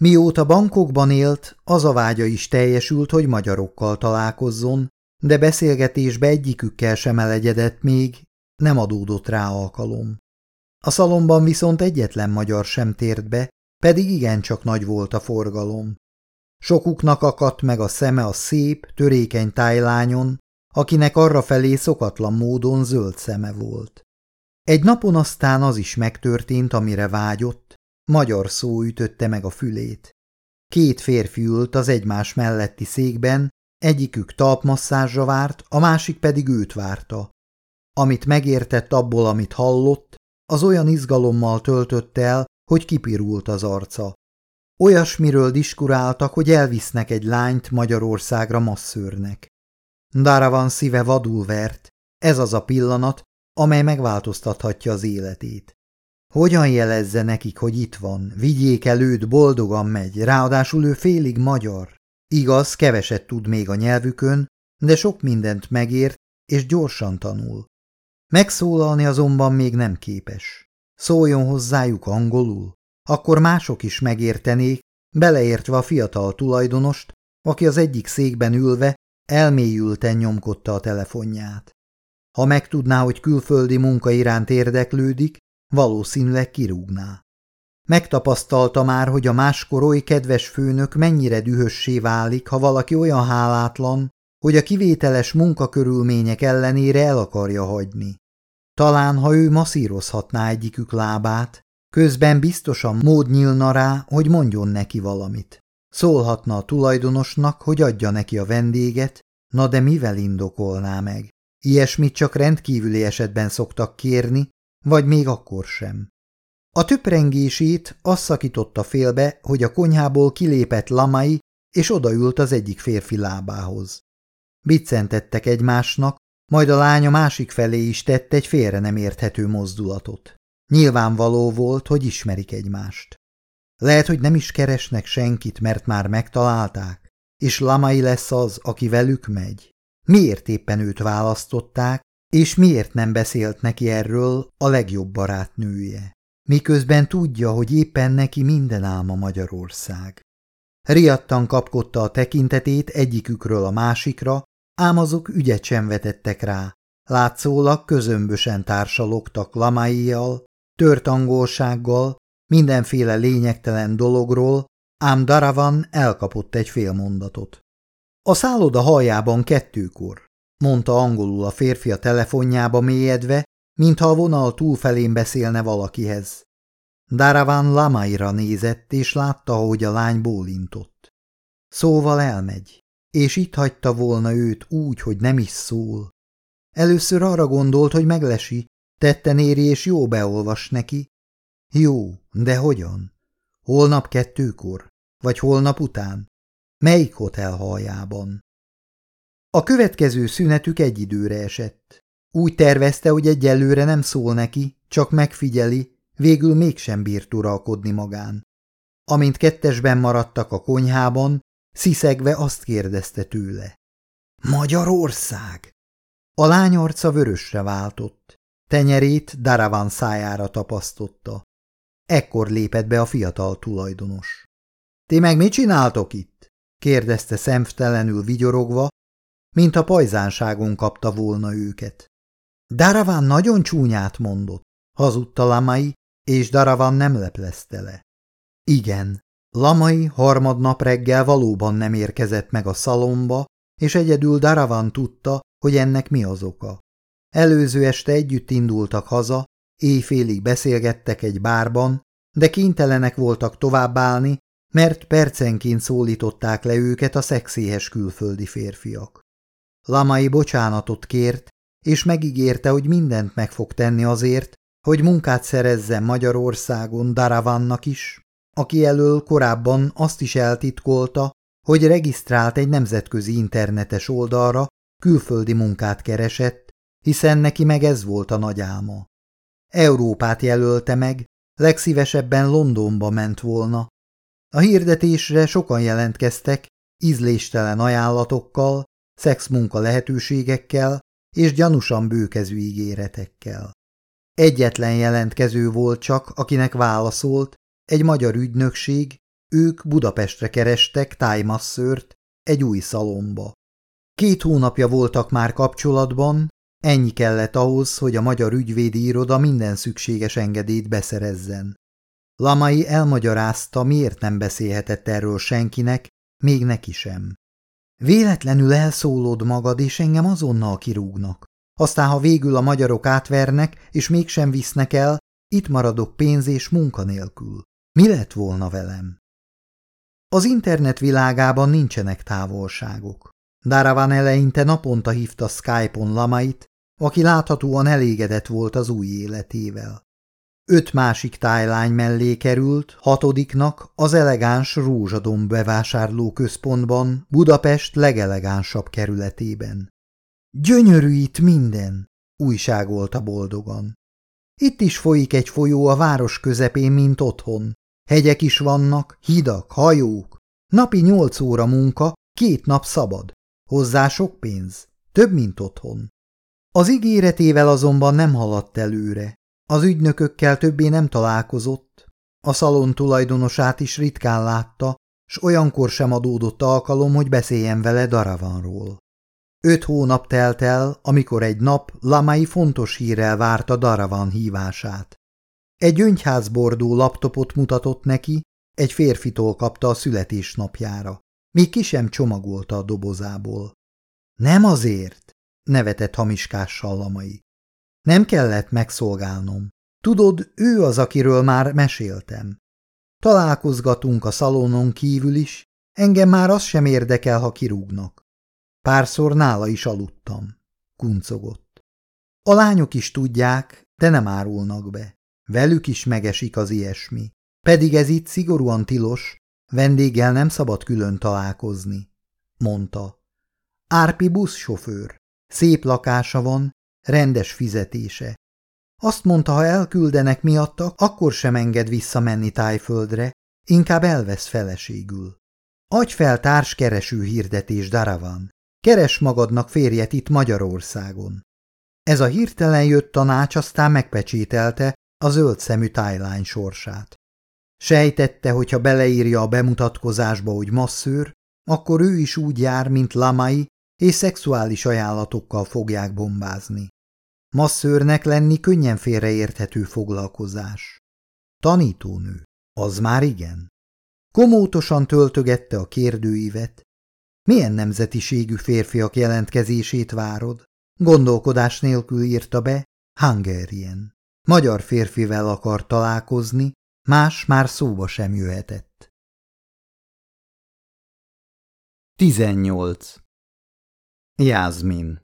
Mióta Bangkokban élt, az a vágya is teljesült, hogy magyarokkal találkozzon, de beszélgetésbe egyikükkel sem elegyedett még, nem adódott rá alkalom. A szalomban viszont egyetlen magyar sem tért be, pedig igencsak nagy volt a forgalom. Sokuknak akadt meg a szeme a szép, törékeny tájlányon, akinek arrafelé szokatlan módon zöld szeme volt. Egy napon aztán az is megtörtént, amire vágyott, magyar szó ütötte meg a fülét. Két férfi ült az egymás melletti székben, egyikük talpmasszázsra várt, a másik pedig őt várta. Amit megértett abból, amit hallott, az olyan izgalommal töltött el, hogy kipirult az arca. Olyasmiről diskuráltak, hogy elvisznek egy lányt Magyarországra masszőrnek. Daravan szíve vadul vert, ez az a pillanat, amely megváltoztathatja az életét. Hogyan jelezze nekik, hogy itt van, vigyék el őt, boldogan megy, ráadásul ő félig magyar. Igaz, keveset tud még a nyelvükön, de sok mindent megért, és gyorsan tanul. Megszólalni azonban még nem képes. Szóljon hozzájuk angolul, akkor mások is megértenék, beleértve a fiatal tulajdonost, aki az egyik székben ülve elmélyülten nyomkodta a telefonját. Ha megtudná, hogy külföldi munka iránt érdeklődik, valószínűleg kirúgná. Megtapasztalta már, hogy a máskor oly kedves főnök mennyire dühössé válik, ha valaki olyan hálátlan, hogy a kivételes munkakörülmények ellenére el akarja hagyni. Talán, ha ő masszírozhatná egyikük lábát, közben biztosan mód nyílna rá, hogy mondjon neki valamit. Szólhatna a tulajdonosnak, hogy adja neki a vendéget, na de mivel indokolná meg? Ilyesmit csak rendkívüli esetben szoktak kérni, vagy még akkor sem. A töprengését azt szakította félbe, hogy a konyhából kilépett Lamai, és odaült az egyik férfi lábához. Biccentettek egymásnak, majd a lánya másik felé is tett egy félre nem érthető mozdulatot. Nyilvánvaló volt, hogy ismerik egymást. Lehet, hogy nem is keresnek senkit, mert már megtalálták, és Lamai lesz az, aki velük megy. Miért éppen őt választották, és miért nem beszélt neki erről a legjobb barátnője? Miközben tudja, hogy éppen neki minden álma Magyarország. Riadtan kapkodta a tekintetét egyikükről a másikra, ám azok ügyet sem vetettek rá. Látszólag közömbösen társalogtak Lamaijjal, tört angolsággal, mindenféle lényegtelen dologról, ám Daravan elkapott egy fél mondatot. A szálloda hajában 2-kor, mondta angolul a férfi a telefonjába mélyedve, mintha a vonal túlfelén beszélne valakihez. Daravan Lamaira nézett, és látta, hogy a lány bólintott. Szóval elmegy, és itt hagyta volna őt úgy, hogy nem is szól. Először arra gondolt, hogy meglesi, tetten éri és jó beolvas neki. Jó, de hogyan? Holnap 2-kor? Vagy holnap után? Melyik hotel hajában? A következő szünetük egy időre esett. Úgy tervezte, hogy egyelőre nem szól neki, csak megfigyeli, végül mégsem bírt uralkodni magán. Amint kettesben maradtak a konyhában, sziszegve azt kérdezte tőle. Magyarország? A lány arca vörösre váltott. Tenyerét Daravan szájára tapasztotta. Ekkor lépett be a fiatal tulajdonos. Ti meg mit csináltok itt? Kérdezte szemtelenül vigyorogva, mint a pajzánságon kapta volna őket. Daravan nagyon csúnyát mondott, hazudta Lamai, és Daravan nem leplezte le. Igen, Lamai harmadnap reggel valóban nem érkezett meg a szalomba, és egyedül Daravan tudta, hogy ennek mi az oka. Előző este együtt indultak haza, éjfélig beszélgettek egy bárban, de kénytelenek voltak továbbállni, mert percenként szólították le őket a szexéhes külföldi férfiak. Lamai bocsánatot kért, és megígérte, hogy mindent meg fog tenni azért, hogy munkát szerezzen Magyarországon Daravannak is, aki elől korábban azt is eltitkolta, hogy regisztrált egy nemzetközi internetes oldalra, külföldi munkát keresett, hiszen neki meg ez volt a nagy álma. Európát jelölte meg, legszívesebben Londonba ment volna. A hirdetésre sokan jelentkeztek, ízléstelen ajánlatokkal, szexmunka lehetőségekkel és gyanúsan bőkezű ígéretekkel. Egyetlen jelentkező volt csak, akinek válaszolt, egy magyar ügynökség, ők Budapestre kerestek tájmasszőrt egy új szalomba. 2 hónapja voltak már kapcsolatban, ennyi kellett ahhoz, hogy a magyar ügyvédi iroda minden szükséges engedélyt beszerezzen. Lamai elmagyarázta, miért nem beszélhetett erről senkinek, még neki sem. Véletlenül elszólod magad, és engem azonnal kirúgnak. Aztán, ha végül a magyarok átvernek, és mégsem visznek el, itt maradok pénz és munkanélkül. Mi lett volna velem? Az internet világában nincsenek távolságok. Daravan eleinte naponta hívta Skype-on Lamait, aki láthatóan elégedett volt az új életével. 5 másik tájlány mellé került, 6. az elegáns Rózsadomb bevásárlóközpontban, Budapest legelegánsabb kerületében. Gyönyörű itt minden, újságolta boldogan. Itt is folyik egy folyó a város közepén, mint otthon. Hegyek is vannak, hidak, hajók. Napi 8 óra munka, 2 nap szabad. Hozzá sok pénz, több, mint otthon. Az ígéretével azonban nem haladt előre. Az ügynökökkel többé nem találkozott, a szalon tulajdonosát is ritkán látta, s olyankor sem adódott alkalom, hogy beszéljen vele Daravanról. 5 hónap telt el, amikor egy nap Lamai fontos hírrel várta Daravan hívását. Egy gyöngyházbordó laptopot mutatott neki, egy férfitól kapta a születésnapjára. Még ki sem csomagolta a dobozából. Nem azért, nevetett hamiskással Lamai. Nem kellett megszolgálnom. Tudod, ő az, akiről már meséltem. Találkozgatunk a szalonon kívül is, engem már az sem érdekel, ha kirúgnak. Párszor nála is aludtam. Kuncogott. A lányok is tudják, de nem árulnak be. Velük is megesik az ilyesmi. Pedig ez itt szigorúan tilos, vendéggel nem szabad külön találkozni, mondta. Árpi buszsofőr, szép lakása van, rendes fizetése. Azt mondta, ha elküldenek miatta, akkor sem enged visszamenni Tájföldre, inkább elvesz feleségül. Adj fel társkereső hirdetés, Daravan. Keres magadnak férjet itt Magyarországon. Ez a hirtelen jött tanács aztán megpecsételte a zöld szemű tájlány sorsát. Sejtette, hogy ha beleírja a bemutatkozásba, hogy masszőr, akkor ő is úgy jár, mint Lamai, és szexuális ajánlatokkal fogják bombázni. Masszőrnek lenni könnyen félreérthető foglalkozás. Tanítónő, az már igen. Komótosan töltögette a kérdőívet. Milyen nemzetiségű férfiak jelentkezését várod? Gondolkodás nélkül írta be, Hungarian. Magyar férfivel akar találkozni, más már szóba sem jöhetett. 18. Jászmin.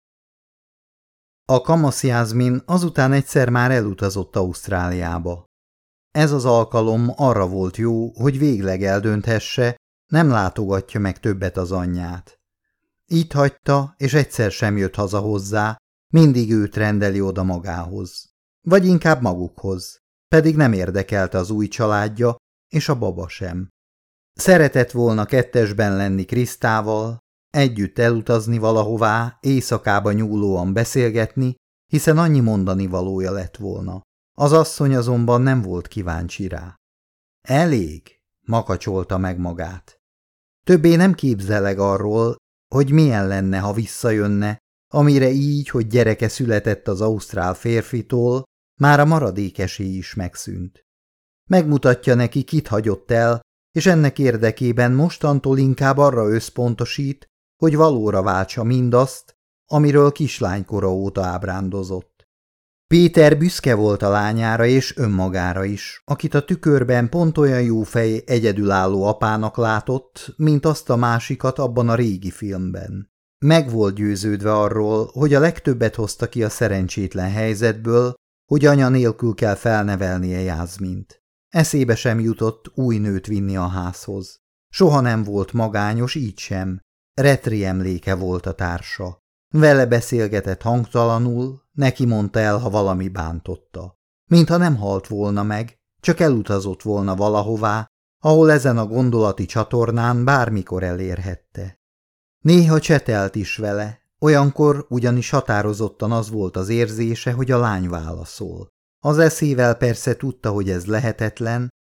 A kamasz Jászmin azután egyszer már elutazott Ausztráliába. Ez az alkalom arra volt jó, hogy végleg eldönthesse, nem látogatja meg többet az anyját. Itt hagyta, és egyszer sem jött haza hozzá, mindig őt rendeli oda magához. Vagy inkább magukhoz, pedig nem érdekelte az új családja, és a baba sem. Szeretett volna kettesben lenni Krisztával, együtt elutazni valahová, éjszakába nyúlóan beszélgetni, hiszen annyi mondani valója lett volna. Az asszony azonban nem volt kíváncsi rá. Elég, makacsolta meg magát. Többé nem képzeleg arról, hogy milyen lenne, ha visszajönne, amire így, hogy gyereke született az ausztrál férfitól, már a maradék esély is megszűnt. Megmutatja neki, kit hagyott el, és ennek érdekében mostantól inkább arra összpontosít, hogy valóra váltsa mindazt, amiről kislánykora óta ábrándozott. Péter büszke volt a lányára és önmagára is, akit a tükörben pont olyan jó fej egyedülálló apának látott, mint azt a másikat abban a régi filmben. Meg volt győződve arról, hogy a legtöbbet hozta ki a szerencsétlen helyzetből, hogy anya nélkül kell felnevelnie Jászmint. Eszébe sem jutott új nőt vinni a házhoz. Soha nem volt magányos, így sem. Retri emléke volt a társa. Vele beszélgetett hangtalanul, neki mondta el, ha valami bántotta. Mintha nem halt volna meg, csak elutazott volna valahová, ahol ezen a gondolati csatornán bármikor elérhette. Néha csetelt is vele, olyankor ugyanis határozottan az volt az érzése, hogy a lány válaszol. Az eszével persze tudta, hogy ez lehetetlen,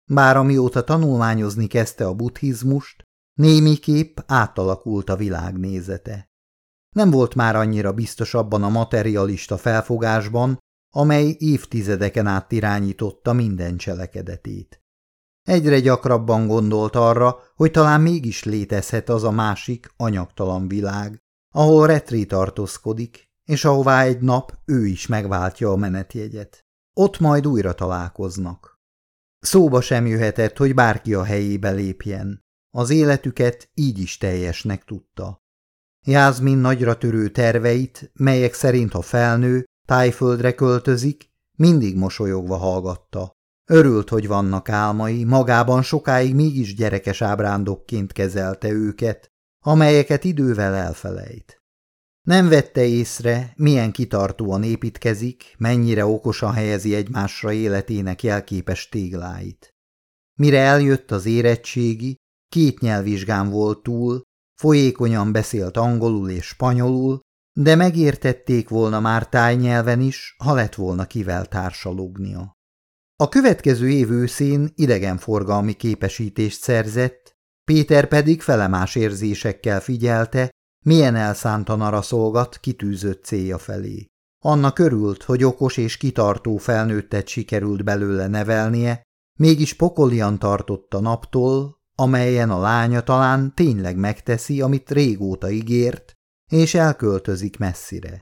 Bár amióta tanulmányozni kezdte a buddhizmust, némiképp átalakult a világnézete. Nem volt már annyira biztos abban a materialista felfogásban, amely évtizedeken át irányította minden cselekedetét. Egyre gyakrabban gondolt arra, hogy talán mégis létezhet az a másik, anyagtalan világ, ahol Retri tartózkodik, és ahová egy nap ő is megváltja a menetjegyet. Ott majd újra találkoznak. Szóba sem jöhetett, hogy bárki a helyébe lépjen. Az életüket így is teljesnek tudta. Jászmin nagyra törő terveit, melyek szerint ha felnő, Tájföldre költözik, mindig mosolyogva hallgatta. Örült, hogy vannak álmai, magában sokáig mégis gyerekes ábrándokként kezelte őket, amelyeket idővel elfelejt. Nem vette észre, milyen kitartóan építkezik, mennyire okosan helyezi egymásra életének jelképes tégláit. Mire eljött az érettségi, 2 nyelvvizsgán volt túl, folyékonyan beszélt angolul és spanyolul, de megértették volna már tájnyelven is, ha lett volna kivel társalognia. A következő év őszén idegenforgalmi képesítést szerzett, Péter pedig felemás érzésekkel figyelte, milyen elszántan araszolgat kitűzött célja felé. Annak örült, hogy okos és kitartó felnőttet sikerült belőle nevelnie, mégis pokolian tartott a naptól, amelyen a lánya talán tényleg megteszi, amit régóta ígért, és elköltözik messzire.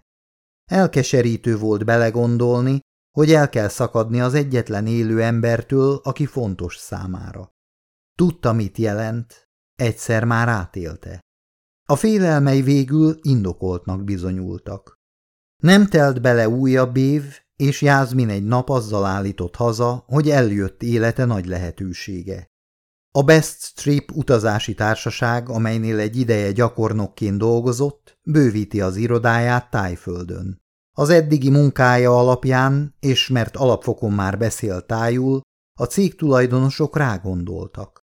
Elkeserítő volt belegondolni, hogy el kell szakadni az egyetlen élő embertől, aki fontos számára. Tudta, mit jelent, egyszer már átélte. A félelmei végül indokoltnak bizonyultak. Nem telt bele újabb év, és Jászmin egy nap azzal állított haza, hogy eljött élete nagy lehetősége. A Best Trip utazási társaság, amelynél egy ideje gyakornokként dolgozott, bővíti az irodáját Tájföldön. Az eddigi munkája alapján, és mert alapfokon már beszélt tájul, a cég tulajdonosok rágondoltak.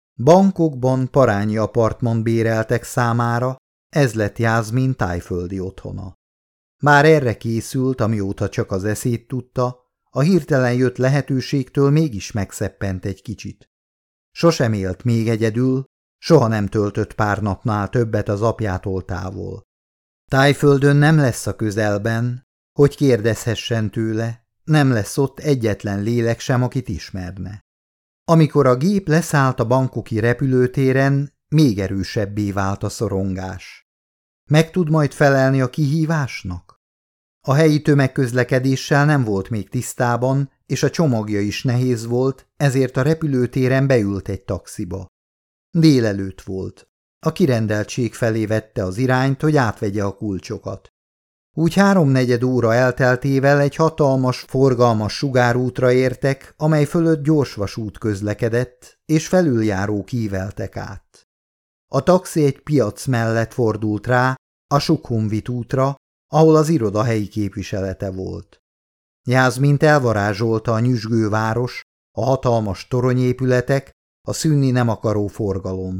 Bangkokban parányi apartman béreltek számára, ez lett Jászmin tájföldi otthona. Bár erre készült, amióta csak az eszét tudta, a hirtelen jött lehetőségtől mégis megszeppent egy kicsit. Sosem élt még egyedül, soha nem töltött pár napnál többet az apjától távol. Tájföldön nem lesz a közelben, hogy kérdezhessen tőle, nem lesz ott egyetlen lélek sem, akit ismerne. Amikor a gép leszállt a bangkoki repülőtéren, még erősebbé vált a szorongás. Meg tud majd felelni a kihívásnak? A helyi tömegközlekedéssel nem volt még tisztában, és a csomagja is nehéz volt, ezért a repülőtéren beült egy taxiba. Délelőtt volt. A kirendeltség felé vette az irányt, hogy átvegye a kulcsokat. Úgy 3/4 óra elteltével egy hatalmas, forgalmas sugárútra értek, amely fölött gyorsvasút közlekedett, és felüljárók íveltek át. A taxi egy piac mellett fordult rá, a Sukhumvit útra, ahol az iroda helyi képviselete volt. Jászmint elvarázsolta a nyüzsgő város, a hatalmas toronyépületek, a szűnni nem akaró forgalom.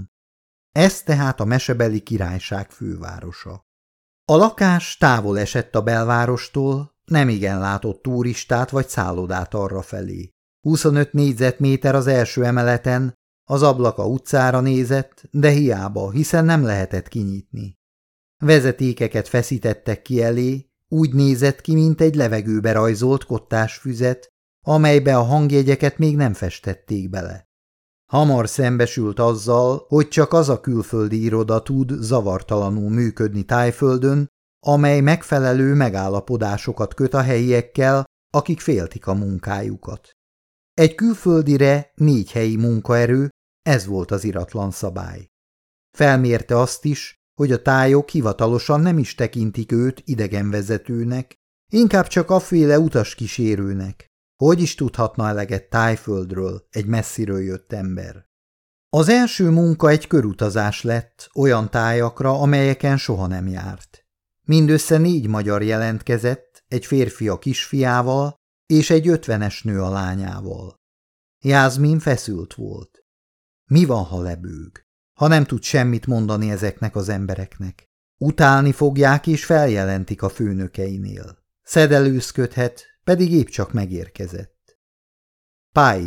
Ez tehát a mesebeli királyság fővárosa. A lakás távol esett a belvárostól, nemigen látott turistát vagy szállodát arrafelé. 25 négyzetméter az első emeleten, az ablaka utcára nézett, de hiába, hiszen nem lehetett kinyitni. Vezetékeket feszítettek ki elé, úgy nézett ki, mint egy levegőbe rajzolt kottásfüzet, amelybe a hangjegyeket még nem festették bele. Hamar szembesült azzal, hogy csak az a külföldi iroda tud zavartalanul működni Tájföldön, amely megfelelő megállapodásokat köt a helyiekkel, akik féltik a munkájukat. Egy külföldire 4 helyi munkaerő, ez volt az iratlan szabály. Felmérte azt is, hogy a tájok hivatalosan nem is tekintik őt idegenvezetőnek, inkább csak afféle utaskísérőnek. Hogy is tudhatna eleget Tájföldről egy messziről jött ember? Az első munka egy körutazás lett olyan tájakra, amelyeken soha nem járt. Mindössze 4 magyar jelentkezett, egy férfi a kisfiával, és egy 50-es nő a lányával. Jászmin feszült volt. Mi van, ha lebőg? Ha nem tud semmit mondani ezeknek az embereknek? Utálni fogják és feljelentik a főnökeinél. Szedelőzködhet, pedig épp csak megérkezett. Pai,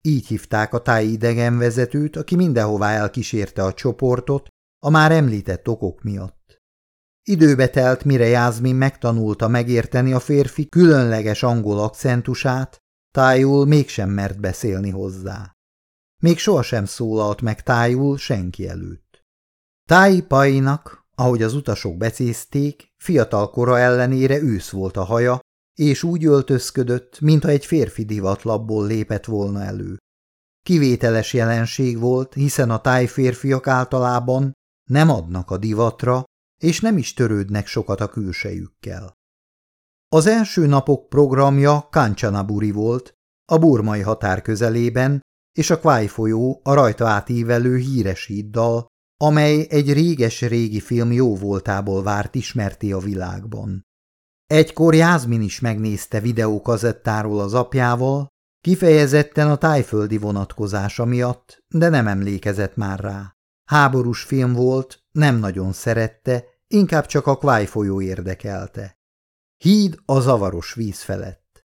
így hívták a táj idegenvezetőt, aki mindenhová elkísérte a csoportot a már említett okok miatt. Időbe telt, mire Jászmin megtanulta megérteni a férfi különleges angol akcentusát, tájul mégsem mert beszélni hozzá. Még sohasem szólalt meg tájul senki előtt. Táj Painak, ahogy az utasok becézték, fiatal kora ellenére ősz volt a haja, és úgy öltözködött, mintha egy férfi divatlapból lépett volna elő. Kivételes jelenség volt, hiszen a táj férfiak általában nem adnak a divatra, és nem is törődnek sokat a külsejükkel. Az első napok programja Kanchanaburi volt, a burmai határ közelében, és a Kwai folyó a rajta átívelő híres híddal, amely egy réges-régi film jóvoltából várt ismerté a világban. Egykor Jászmin is megnézte videókazettáról az apjával, kifejezetten a tájföldi vonatkozása miatt, de nem emlékezett már rá. Háborús film volt, nem nagyon szerette, inkább csak a Kwai folyó érdekelte. Híd a zavaros víz felett.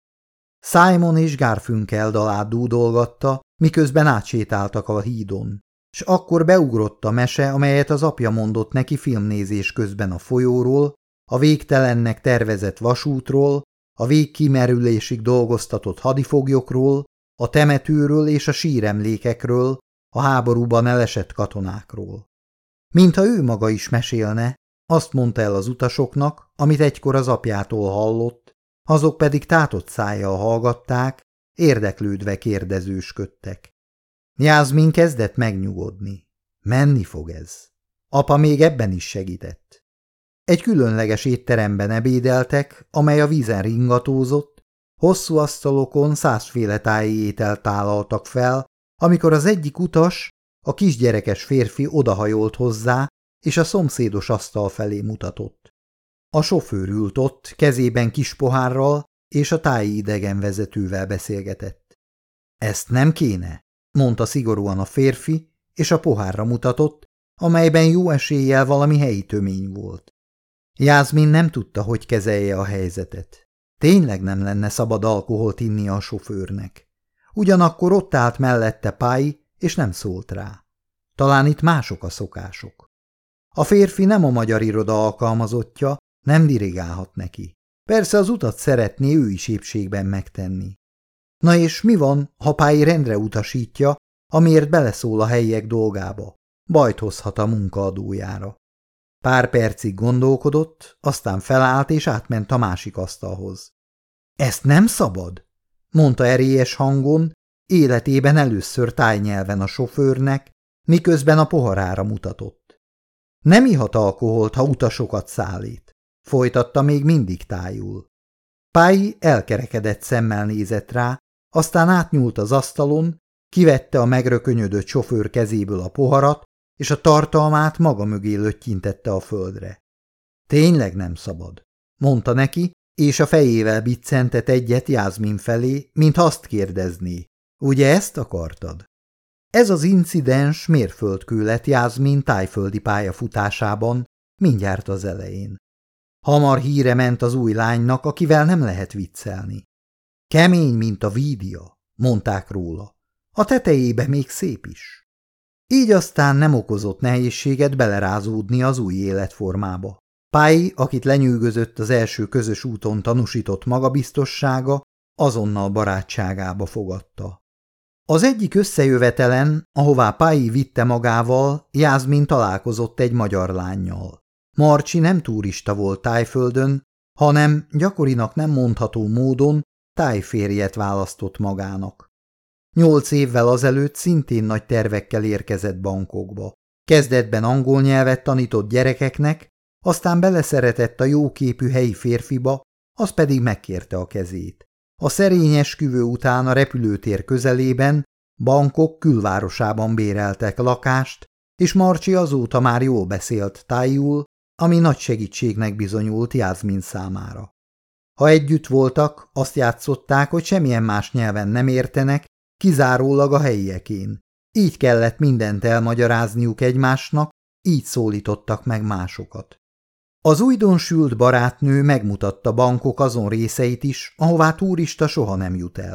Simon és Garfunkel dalát dúdolgatta, miközben átsétáltak a hídon, s akkor beugrott a mese, amelyet az apja mondott neki filmnézés közben a folyóról, a végtelennek tervezett vasútról, a végkimerülésig dolgoztatott hadifoglyokról, a temetőről és a síremlékekről, a háborúban elesett katonákról. Mintha ő maga is mesélne, azt mondta el az utasoknak, amit egykor az apjától hallott, azok pedig tátott szájjal hallgatták, érdeklődve kérdezősködtek. Jászmin kezdett megnyugodni. Menni fog ez. Apa még ebben is segített. Egy különleges étteremben ebédeltek, amely a vízen ringatózott, hosszú asztalokon 100 féle táji ételt tálaltak fel, amikor az egyik utas, a kisgyerekes férfi odahajolt hozzá, és a szomszédos asztal felé mutatott. A sofőr ült ott, kezében kis pohárral, és a táji idegenvezetővel beszélgetett. Ezt nem kéne, mondta szigorúan a férfi, és a pohárra mutatott, amelyben jó eséllyel valami helyi tömény volt. Jászmin nem tudta, hogy kezelje a helyzetet. Tényleg nem lenne szabad alkoholt inni a sofőrnek. Ugyanakkor ott állt mellette Pai, és nem szólt rá. Talán itt mások a szokások. A férfi nem a magyar iroda alkalmazottja, nem dirigálhat neki. Persze az utat szeretné ő is épségben megtenni. Na és mi van, ha Pai rendre utasítja, amiért beleszól a helyiek dolgába? Bajt hozhat a munkaadójára. Pár percig gondolkodott, aztán felállt és átment a másik asztalhoz. Ezt nem szabad, mondta erélyes hangon, életében először tájnyelven a sofőrnek, miközben a poharára mutatott. Nem ihat alkoholt, ha utasokat szállít, folytatta még mindig tájul. Pai elkerekedett szemmel nézett rá, aztán átnyúlt az asztalon, kivette a megrökönyödött sofőr kezéből a poharat, és a tartalmát maga mögé löttyintette a földre. Tényleg nem szabad, mondta neki, és a fejével biccentett egyet Jászmin felé, mintha azt kérdezné. Ugye ezt akartad? Ez az incidens mérföldkő lett Jászmin tájföldi pályafutásában, mindjárt az elején. Hamar híre ment az új lánynak, akivel nem lehet viccelni. Kemény, mint a vídia, mondták róla. A tetejébe még szép is. Így aztán nem okozott nehézséget belerázódni az új életformába. Pai, akit lenyűgözött az első közös úton tanúsított magabiztossága, azonnal barátságába fogadta. Az egyik összejövetelen, ahová Pai vitte magával, Jászmin találkozott egy magyar lánnyal. Marcsi nem turista volt Tájföldön, hanem gyakorinak nem mondható módon tájférjet választott magának. 8 évvel azelőtt szintén nagy tervekkel érkezett Bangkokba. Kezdetben angol nyelvet tanított gyerekeknek, aztán beleszeretett a jóképű helyi férfiba, az pedig megkérte a kezét. A szerény esküvő után a repülőtér közelében, Bangkok külvárosában béreltek lakást, és Marcsi azóta már jól beszélt tájul, ami nagy segítségnek bizonyult Jászmin számára. Ha együtt voltak, azt játszották, hogy semmilyen más nyelven nem értenek, kizárólag a helyiekén. Így kellett mindent elmagyarázniuk egymásnak, így szólítottak meg másokat. Az újdonsült barátnő megmutatta Bangkok azon részeit is, ahová turista soha nem jut el.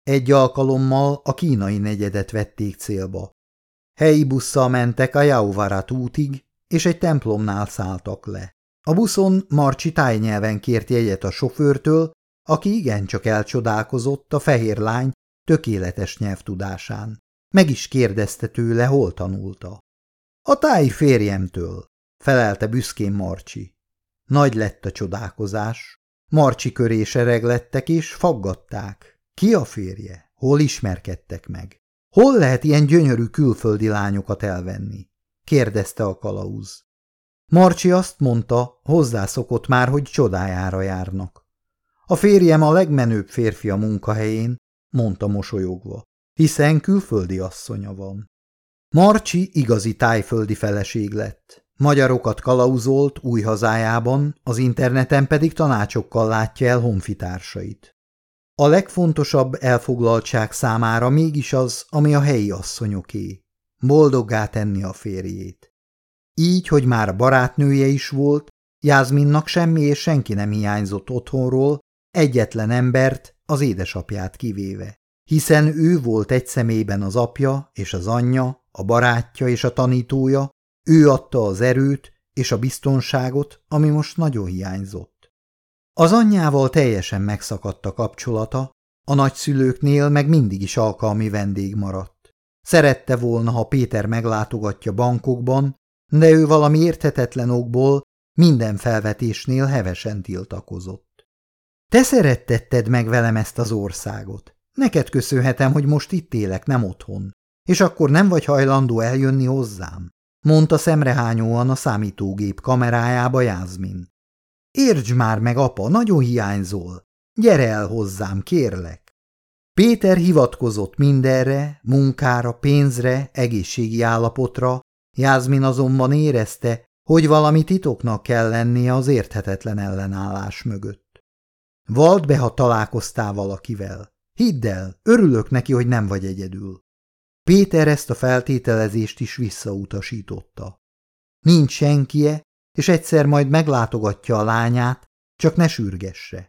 Egy alkalommal a kínai negyedet vették célba. Helyi busszal mentek a Jauvarat útig, és egy templomnál szálltak le. A buszon Marcsi tájnyelven kért jegyet a sofőrtől, aki igencsak elcsodálkozott a fehér lány tökéletes nyelvtudásán. Meg is kérdezte tőle, hol tanulta. A táji férjemtől, felelte büszkén Marcsi. Nagy lett a csodálkozás. Marcsi köré sereglettek és faggatták. Ki a férje? Hol ismerkedtek meg? Hol lehet ilyen gyönyörű külföldi lányokat elvenni? Kérdezte a kalauz. Marcsi azt mondta, hozzászokott már, hogy csodájára járnak. A férjem a legmenőbb férfi a munkahelyén, mondta mosolyogva, hiszen külföldi asszonya van. Marcsi igazi tájföldi feleség lett. Magyarokat kalauzolt új hazájában, az interneten pedig tanácsokkal látja el honfitársait. A legfontosabb elfoglaltság számára mégis az, ami a helyi asszonyoké. Boldoggá tenni a férjét. Így, hogy már barátnője is volt, Jászminnak semmi és senki nem hiányzott otthonról, egyetlen embert, az édesapját kivéve. Hiszen ő volt egy személyben az apja és az anyja, a barátja és a tanítója, ő adta az erőt és a biztonságot, ami most nagyon hiányzott. Az anyjával teljesen megszakadt a kapcsolata, a nagyszülőknél meg mindig is alkalmi vendég maradt. Szerette volna, ha Péter meglátogatja Bangkokban, de ő valami érthetetlen okból minden felvetésnél hevesen tiltakozott. Te szerettetted meg velem ezt az országot. Neked köszönhetem, hogy most itt élek, nem otthon. És akkor nem vagy hajlandó eljönni hozzám? Mondta szemrehányóan a számítógép kamerájába Jászmin. Értsd már meg, apa, nagyon hiányzol. Gyere el hozzám, kérlek. Péter hivatkozott mindenre, munkára, pénzre, egészségi állapotra, Jászmin azonban érezte, hogy valami titoknak kell lennie az érthetetlen ellenállás mögött. Vald be, ha találkoztál valakivel. Hidd el, örülök neki, hogy nem vagy egyedül. Péter ezt a feltételezést is visszautasította. Nincs senkie, és egyszer majd meglátogatja a lányát, csak ne sürgesse.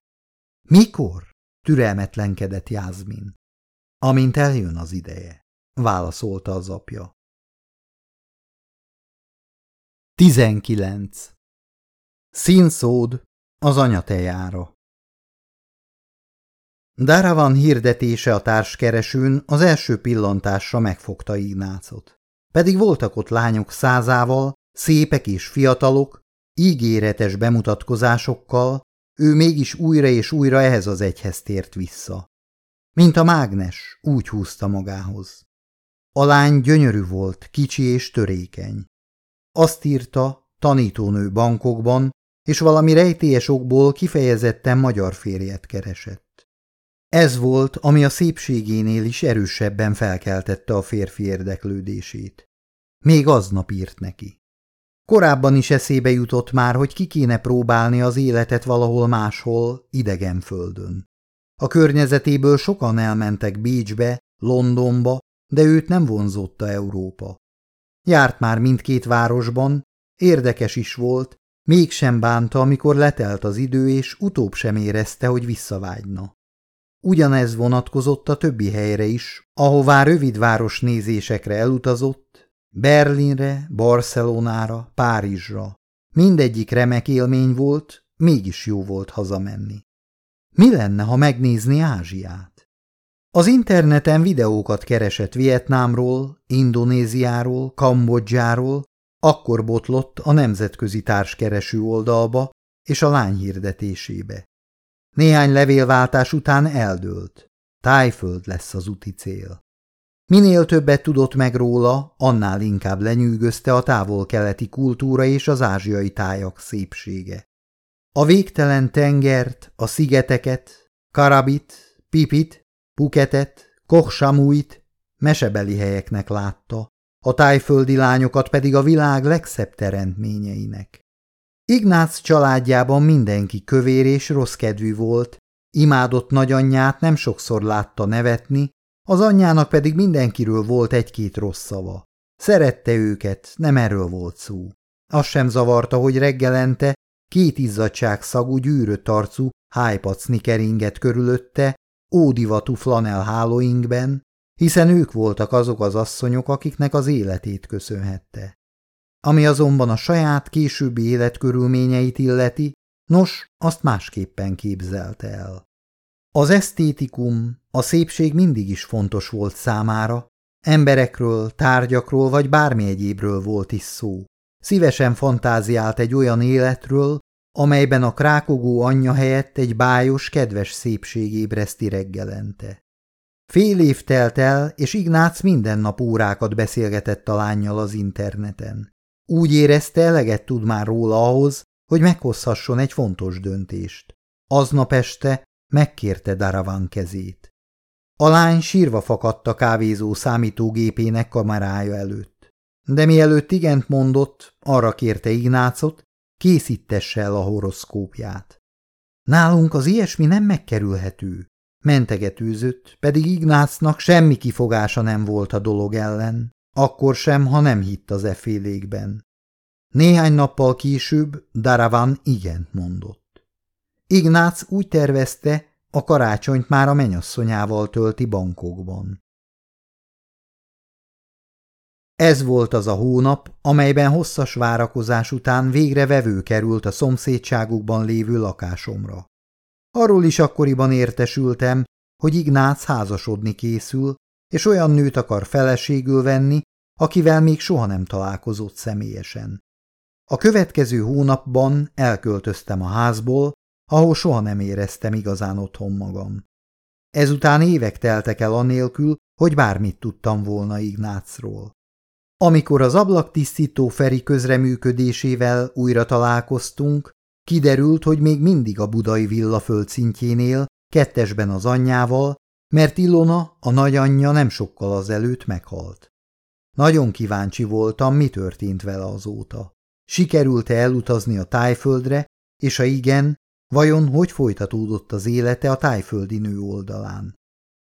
Mikor? Türelmetlenkedett Jászmin. Amint eljön az ideje, válaszolta az apja. 19. Színszód az anyatejára. Daravan hirdetése a társkeresőn az első pillantásra megfogta Ignácot. Pedig voltak ott lányok százával, szépek és fiatalok, ígéretes bemutatkozásokkal, ő mégis újra és újra ehhez az egyhez tért vissza. Mint a mágnes, úgy húzta magához. A lány gyönyörű volt, kicsi és törékeny. Azt írta, tanítónő Bangkokban, és valami rejtélyes okból kifejezetten magyar férjet keresett. Ez volt, ami a szépségénél is erősebben felkeltette a férfi érdeklődését. Még aznap írt neki. Korábban is eszébe jutott már, hogy ki kéne próbálni az életet valahol máshol, idegen földön. A környezetéből sokan elmentek Bécsbe, Londonba, de őt nem vonzotta Európa. Járt már mindkét városban, érdekes is volt, mégsem bánta, amikor letelt az idő, és utóbb sem érezte, hogy visszavágyna. Ugyanez vonatkozott a többi helyre is, ahová rövidváros nézésekre elutazott, Berlinre, Barcelonára, Párizsra. Mindegyik remek élmény volt, mégis jó volt hazamenni. Mi lenne, ha megnézni Ázsiát? Az interneten videókat keresett Vietnámról, Indonéziáról, Kambodzsáról, akkor botlott a nemzetközi társkereső oldalba és a lány hirdetésébe. Néhány levélváltás után eldőlt. Tájföld lesz az úti cél. Minél többet tudott meg róla, annál inkább lenyűgözte a távol-keleti kultúra és az ázsiai tájak szépsége. A végtelen tengert, a szigeteket, Karabit, Pipit, Phuketet, Koh Samuit mesebeli helyeknek látta, a tájföldi lányokat pedig a világ legszebb teremtményeinek. Ignác családjában mindenki kövér és rosszkedvű volt, imádott nagyanyját nem sokszor látta nevetni, az anyjának pedig mindenkiről volt egy-két rossz szava. Szerette őket, nem erről volt szó. Az sem zavarta, hogy reggelente két izzadságszagú, gyűrött arcú hájpacni keringett körülötte, ódivatú flanellhálóinkben, hiszen ők voltak azok az asszonyok, akiknek az életét köszönhette. Ami azonban a saját későbbi életkörülményeit illeti, nos, azt másképpen képzelte el. Az esztétikum, a szépség mindig is fontos volt számára, emberekről, tárgyakról vagy bármi egyébről volt is szó. Szívesen fantáziált egy olyan életről, amelyben a krákogó anyja helyett egy bájos, kedves szépség ébreszti reggelente. Fél év telt el, és Ignác minden nap órákat beszélgetett a lánnyal az interneten. Úgy érezte, eleget tud már róla ahhoz, hogy meghozhasson egy fontos döntést. Aznap este megkérte Daravan kezét. A lány sírva fakadt a kávézó számítógépének kamerája előtt. De mielőtt igent mondott, arra kérte Ignácot, készítesse el a horoszkópját. Nálunk az ilyesmi nem megkerülhető, mentegetőzött, pedig Ignácnak semmi kifogása nem volt a dolog ellen, akkor sem, ha nem hitt az effélékben. Néhány nappal később Daravan igent mondott. Ignác úgy tervezte, a karácsonyt már a menyasszonyával tölti Bangkokban. Ez volt az a hónap, amelyben hosszas várakozás után végre vevő került a szomszédságukban lévő lakásomra. Arról is akkoriban értesültem, hogy Ignác házasodni készül, és olyan nőt akar feleségül venni, akivel még soha nem találkozott személyesen. A következő hónapban elköltöztem a házból, ahol soha nem éreztem igazán otthon magam. Ezután évek teltek el anélkül, hogy bármit tudtam volna Ignácról. Amikor az ablaktisztító Feri közreműködésével újra találkoztunk, kiderült, hogy még mindig a budai villa földszintjén él, kettesben az anyjával, mert Ilona, a nagyanyja nem sokkal azelőtt meghalt. Nagyon kíváncsi voltam, mi történt vele azóta. Sikerült-e elutazni a Tájföldre, és ha igen, vajon hogy folytatódott az élete a tájföldi nő oldalán?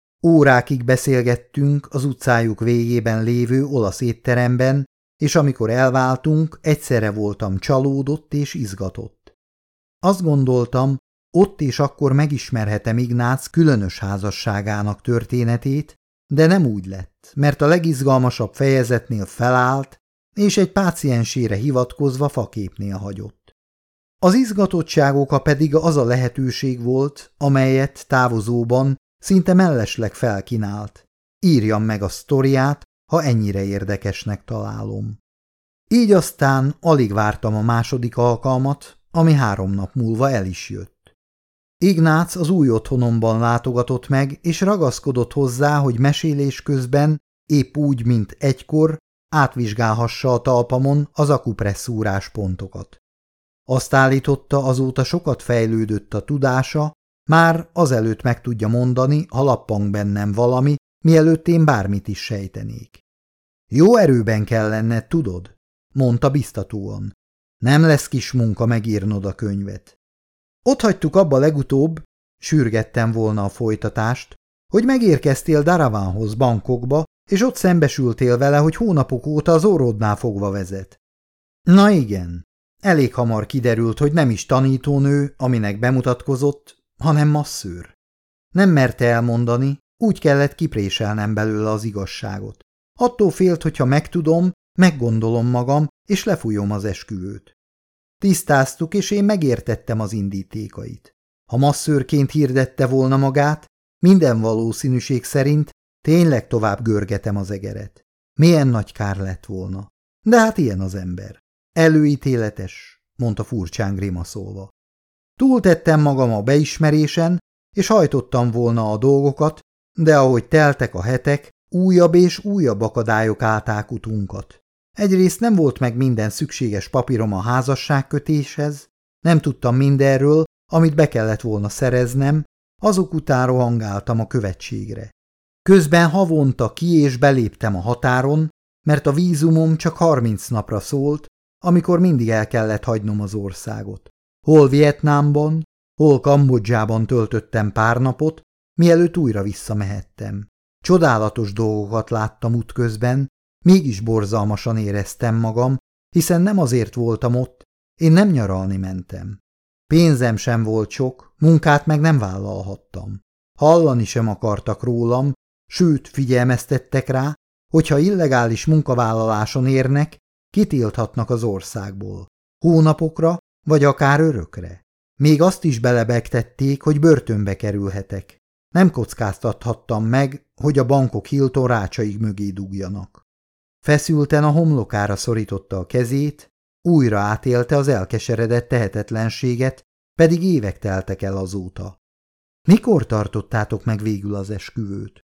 Órákig beszélgettünk az utcájuk végében lévő olasz étteremben, és amikor elváltunk, egyszerre voltam csalódott és izgatott. Azt gondoltam, ott és akkor megismerhetem Ignác különös házasságának történetét, de nem úgy lett, mert a legizgalmasabb fejezetnél felállt, és egy páciensére hivatkozva faképnél hagyott. Az izgatottság oka pedig az a lehetőség volt, amelyet távozóban szinte mellesleg felkínált. Írjam meg a sztoriát, ha ennyire érdekesnek találom. Így aztán alig vártam a második alkalmat, ami 3 nap múlva el is jött. Ignác az új otthonomban látogatott meg, és ragaszkodott hozzá, hogy mesélés közben, épp úgy, mint egykor, átvizsgálhassa a talpamon az akupresszúrás pontokat. Azt állította, azóta sokat fejlődött a tudása, már azelőtt meg tudja mondani, ha lappang bennem valami, mielőtt én bármit is sejtenék. Jó erőben kell lenned, tudod? Mondta biztatóan. Nem lesz kis munka megírnod a könyvet. Ott hagytuk abba legutóbb, sürgettem volna a folytatást, hogy megérkeztél Daravanhoz, Bangkokba, és ott szembesültél vele, hogy hónapok óta az orrodnál fogva vezet. Na igen, elég hamar kiderült, hogy nem is tanítónő, aminek bemutatkozott, hanem masszőr. Nem merte elmondani, úgy kellett kipréselnem belőle az igazságot. Attól félt, hogyha megtudom, meggondolom magam, és lefújom az esküvőt. Tisztáztuk, és én megértettem az indítékait. Ha masszőrként hirdette volna magát, minden valószínűség szerint tényleg tovább görgetem az egeret. Milyen nagy kár lett volna. De hát ilyen az ember. Előítéletes, mondta furcsán grimaszolva. Túltettem magam a beismerésen, és hajtottam volna a dolgokat, de ahogy teltek a hetek, újabb és újabb akadályok állták utunkat. Egyrészt nem volt meg minden szükséges papírom a házasságkötéshez, nem tudtam mindenről, amit be kellett volna szereznem, azok után rohangáltam a követségre. Közben havonta ki és beléptem a határon, mert a vízumom csak 30 napra szólt, amikor mindig el kellett hagynom az országot. Hol Vietnámban, hol Kambodzsában töltöttem pár napot, mielőtt újra visszamehettem. Csodálatos dolgokat láttam útközben, mégis borzalmasan éreztem magam, hiszen nem azért voltam ott, én nem nyaralni mentem. Pénzem sem volt sok, munkát meg nem vállalhattam. Hallani sem akartak rólam, sőt figyelmeztettek rá, hogyha illegális munkavállaláson érnek, kitilthatnak az országból. Hónapokra, vagy akár örökre. Még azt is belebegtették, hogy börtönbe kerülhetek. Nem kockáztathattam meg, hogy a bankok Hilton rácsaig mögé dugjanak. Feszülten a homlokára szorította a kezét, újra átélte az elkeseredett tehetetlenséget, pedig évek teltek el azóta. Mikor tartottátok meg végül az esküvőt?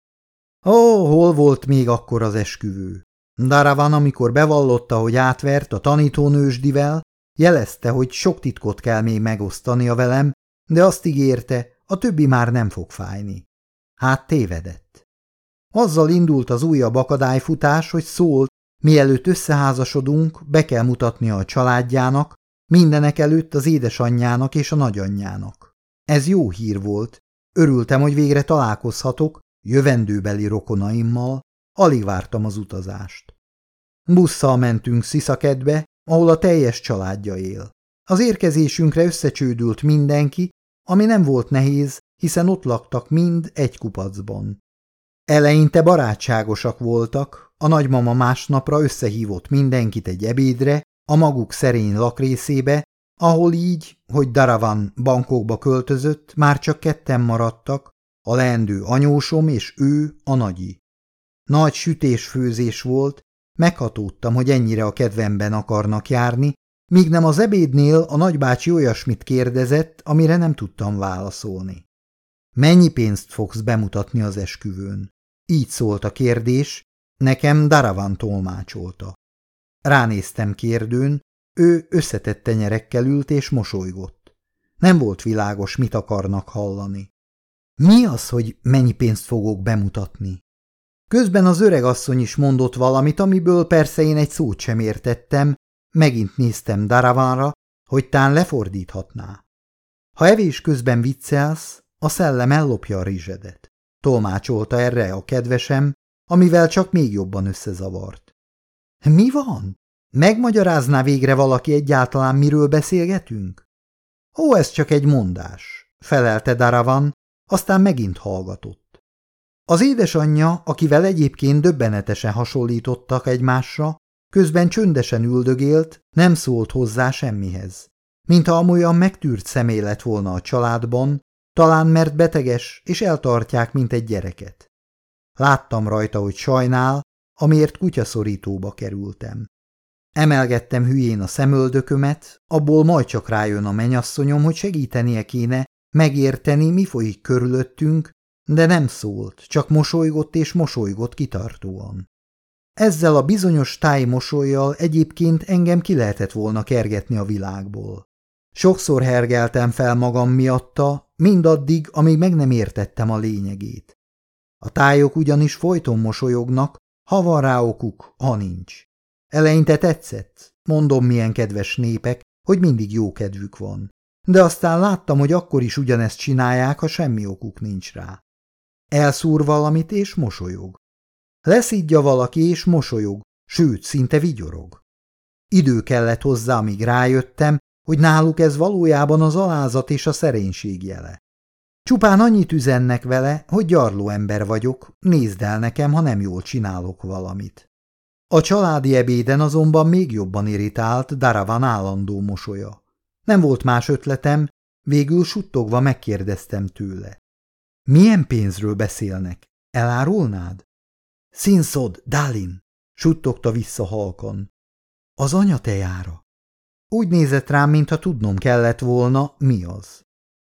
Hol volt még akkor az esküvő? Daravan, amikor bevallotta, hogy átvert a tanítónősdivel, jelezte, hogy sok titkot kell még megosztania velem, de azt ígérte, a többi már nem fog fájni. Hát tévedett. Azzal indult az újabb akadályfutás, hogy szólt, mielőtt összeházasodunk, be kell mutatnia a családjának, mindenek előtt az édesanyjának és a nagyanyjának. Ez jó hír volt. Örültem, hogy végre találkozhatok jövendőbeli rokonaimmal, alig vártam az utazást. Busszal mentünk Sziszakedbe, ahol a teljes családja él. Az érkezésünkre összecsődült mindenki, ami nem volt nehéz, hiszen ott laktak mind egy kupacban. Eleinte barátságosak voltak, a nagymama másnapra összehívott mindenkit egy ebédre, a maguk szerény lakrészébe, ahol így, hogy Daravan Bangkokba költözött, már csak ketten maradtak, a leendő anyósom és ő, a nagyi. Nagy sütés-főzés volt, meghatódtam, hogy ennyire a kedvemben akarnak járni, míg nem az ebédnél a nagybácsi olyasmit kérdezett, amire nem tudtam válaszolni. Mennyi pénzt fogsz bemutatni az esküvőn? Így szólt a kérdés, nekem Daravan tolmácsolta. Ránéztem kérdőn, ő összetett tenyerekkel ült és mosolygott. Nem volt világos, mit akarnak hallani. Mi az, hogy mennyi pénzt fogok bemutatni? Közben az öreg asszony is mondott valamit, amiből persze én egy szót sem értettem, megint néztem Daravanra, hogy tán lefordíthatná. Ha evés közben viccelsz, a szellem ellopja a rizsedet. Tolmácsolta erre a kedvesem, amivel csak még jobban összezavart. Mi van? Megmagyarázná végre valaki egyáltalán, miről beszélgetünk? Ó, ez csak egy mondás, felelte Daravan, aztán megint hallgatott. Az édesanyja, akivel egyébként döbbenetesen hasonlítottak egymásra, közben csöndesen üldögélt, nem szólt hozzá semmihez. Mintha amolyan megtűrt személy lett volna a családban, talán mert beteges, és eltartják, mint egy gyereket. Láttam rajta, hogy sajnál, amiért kutyaszorítóba kerültem. Emelgettem hülyén a szemöldökömet, abból majd csak rájön a mennyasszonyom, hogy segítenie kéne megérteni, mi folyik körülöttünk, de nem szólt, csak mosolygott és mosolygott kitartóan. Ezzel a bizonyos tájmosollyal egyébként engem ki lehetett volna kergetni a világból. Sokszor hergeltem fel magam miatta, mindaddig, amíg meg nem értettem a lényegét. A tájok ugyanis folyton mosolyognak, ha van rá okuk, ha nincs. Eleinte tetszett, mondom, milyen kedves népek, hogy mindig jó kedvük van. De aztán láttam, hogy akkor is ugyanezt csinálják, ha semmi okuk nincs rá. Elszúr valamit és mosolyog. Leszidja valaki és mosolyog, sőt, szinte vigyorog. Idő kellett hozzá, amíg rájöttem, hogy náluk ez valójában az alázat és a szerénység jele. Csupán annyit üzennek vele, hogy gyarló ember vagyok, nézd el nekem, ha nem jól csinálok valamit. A családi ebéden azonban még jobban irritált Daravan állandó mosolya. Nem volt más ötletem, végül suttogva megkérdeztem tőle. Milyen pénzről beszélnek? Elárulnád? Szinszod, Dalin, suttogta vissza halkan. Az anyatejára. Úgy nézett rám, mintha tudnom kellett volna, mi az.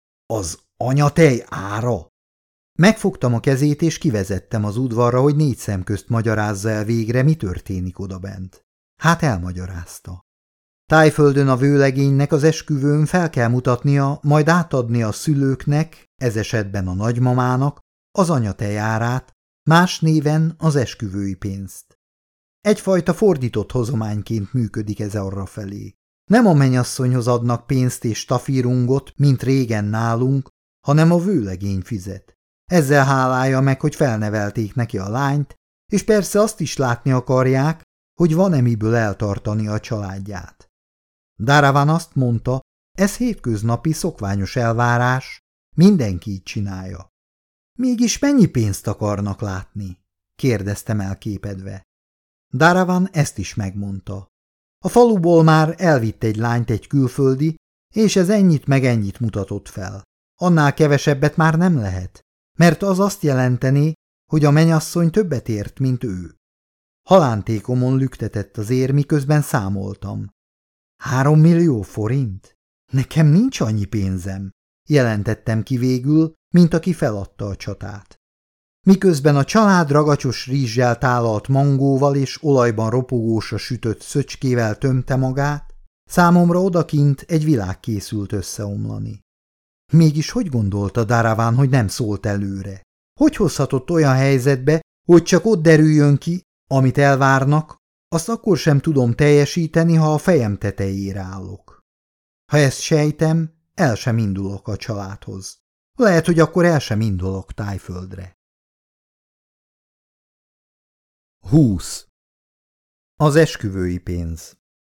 Az anyatej ára? Megfogtam a kezét, és kivezettem az udvarra, hogy 4 szem közt magyarázza el végre, mi történik odabent. Hát elmagyarázta. Tájföldön a vőlegénynek az esküvőn fel kell mutatnia, majd átadni a szülőknek, ez esetben a nagymamának, az anyatej árát, más néven az esküvői pénzt. Egyfajta fordított hozományként működik ez arrafelé. Nem a mennyasszonyhoz adnak pénzt és stafírungot, mint régen nálunk, hanem a vőlegény fizet. Ezzel hálálja meg, hogy felnevelték neki a lányt, és persze azt is látni akarják, hogy van-e miből eltartani a családját. Daravan azt mondta, ez hétköznapi szokványos elvárás, mindenki így csinálja. Mégis mennyi pénzt akarnak látni? Kérdeztem elképedve. Daravan ezt is megmondta. A faluból már elvitt egy lányt egy külföldi, és ez ennyit meg ennyit mutatott fel. Annál kevesebbet már nem lehet, mert az azt jelenteni, hogy a menyasszony többet ért, mint ő. Halántékomon lüktetett az ér, miközben számoltam. 3 millió forint? Nekem nincs annyi pénzem, jelentettem ki végül, mint aki feladta a csatát. Miközben a család ragacsos rizssel tálalt mangóval és olajban ropogósra sütött szöcskével tömte magát, számomra odakint egy világ készült összeomlani. Mégis hogy gondolta Daravan, hogy nem szólt előre? Hogy hozhatott olyan helyzetbe, hogy csak ott derüljön ki, amit elvárnak, azt akkor sem tudom teljesíteni, ha a fejem tetejére állok. Ha ezt sejtem, el sem indulok a családhoz. Lehet, hogy akkor el sem indulok Tájföldre. 20. Az esküvői pénz.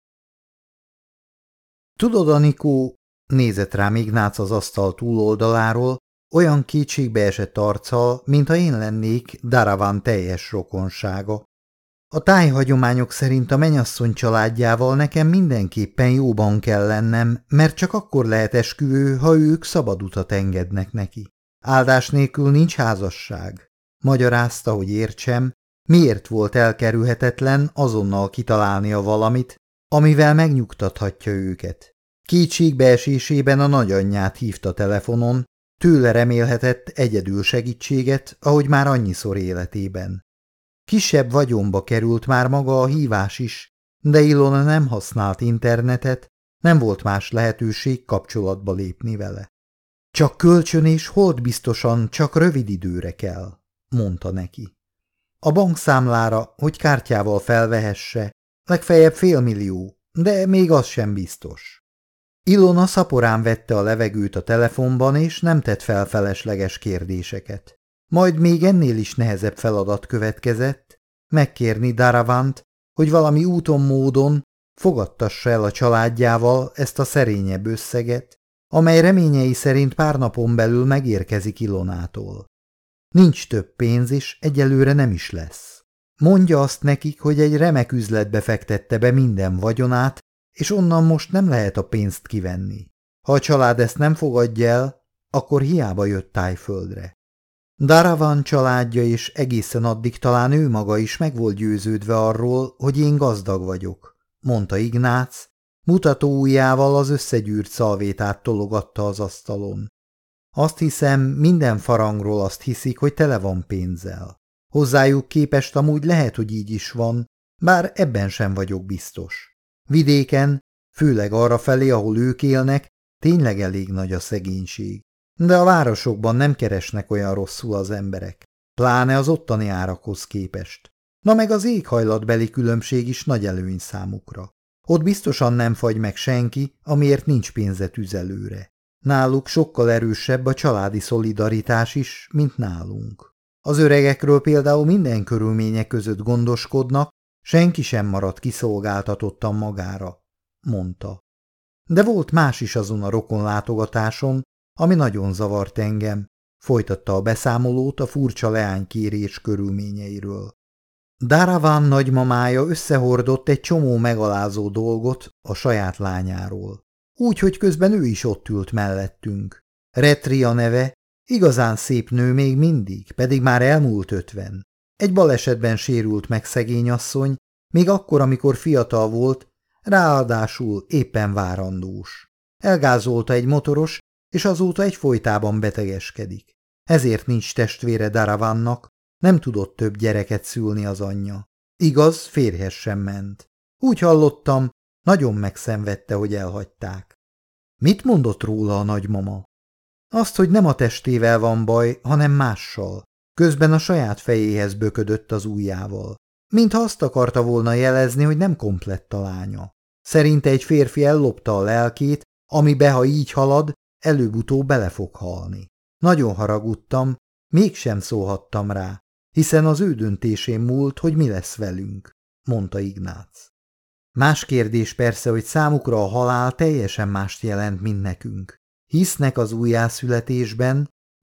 Tudod, Anikó, nézett rám Ignác az asztal túloldaláról, olyan kétségbeesett arccal, mintha én lennék Daravan teljes rokonsága. A tájhagyományok szerint a menyasszony családjával nekem mindenképpen jóban kell lennem, mert csak akkor lehet esküvő, ha ők szabad utat engednek neki. Áldás nélkül nincs házasság. Magyarázta, hogy értsem, miért volt elkerülhetetlen azonnal kitalálnia valamit, amivel megnyugtathatja őket. Kétségbeesésében a nagyanyját hívta telefonon, tőle remélhetett egyedül segítséget, ahogy már annyiszor életében. Kisebb vagyonba került már maga a hívás is, de Ilona nem használt internetet, nem volt más lehetőség kapcsolatba lépni vele. Csak kölcsön és holdbiztosan csak rövid időre kell, mondta neki. A bankszámlára, hogy kártyával felvehesse, legfeljebb 500 000, de még az sem biztos. Ilona szaporán vette a levegőt a telefonban, és nem tett fel felesleges kérdéseket. Majd még ennél is nehezebb feladat következett, megkérni Daravant, hogy valami úton módon fogadtassa el a családjával ezt a szerényebb összeget, amely reményei szerint pár napon belül megérkezik Ilonától. Nincs több pénz, és egyelőre nem is lesz. Mondja azt nekik, hogy egy remek üzletbe fektette be minden vagyonát, és onnan most nem lehet a pénzt kivenni. Ha a család ezt nem fogadja el, akkor hiába jött Tájföldre. Daravan családja és egészen addig talán ő maga is meg volt győződve arról, hogy én gazdag vagyok, mondta Ignác, mutató ujjával az összegyűrt szalvétát tologatta az asztalon. Azt hiszem, minden farangról azt hiszik, hogy tele van pénzzel. Hozzájuk képest amúgy lehet, hogy így is van, bár ebben sem vagyok biztos. Vidéken, főleg arrafelé, ahol ők élnek, tényleg elég nagy a szegénység. De a városokban nem keresnek olyan rosszul az emberek, pláne az ottani árakhoz képest. Na meg az éghajlatbeli különbség is nagy előny számukra. Ott biztosan nem fagy meg senki, amiért nincs pénze tüzelőre. Náluk sokkal erősebb a családi szolidaritás is, mint nálunk. Az öregekről például minden körülmények között gondoskodnak, senki sem maradt kiszolgáltatottan magára, mondta. De volt más is azon a rokonlátogatáson, ami nagyon zavart engem, folytatta a beszámolót a furcsa leánykérés körülményeiről. Daravan nagymamája összehordott egy csomó megalázó dolgot a saját lányáról. Úgy, hogy közben ő is ott ült mellettünk. Retri a neve, igazán szép nő még mindig, pedig már elmúlt 50. Egy balesetben sérült meg szegény asszony, még akkor, amikor fiatal volt, ráadásul éppen várandós. Elgázolta egy motoros, és azóta egyfolytában betegeskedik. Ezért nincs testvére Daravannak, nem tudott több gyereket szülni az anyja. Igaz, férjhez sem ment. Úgy hallottam, nagyon megszenvedte, hogy elhagyták. Mit mondott róla a nagymama? Azt, hogy nem a testével van baj, hanem mással. Közben a saját fejéhez böködött az ujjával. Mintha azt akarta volna jelezni, hogy nem komplett a lánya. Szerinte egy férfi ellopta a lelkét, amibe, ha így halad, előbb-utóbb bele fog halni. Nagyon haragudtam, mégsem szólhattam rá, hiszen az ő döntésén múlt, hogy mi lesz velünk, mondta Ignác. Más kérdés persze, hogy számukra a halál teljesen mást jelent, mint nekünk. Hisznek az újjászületésben,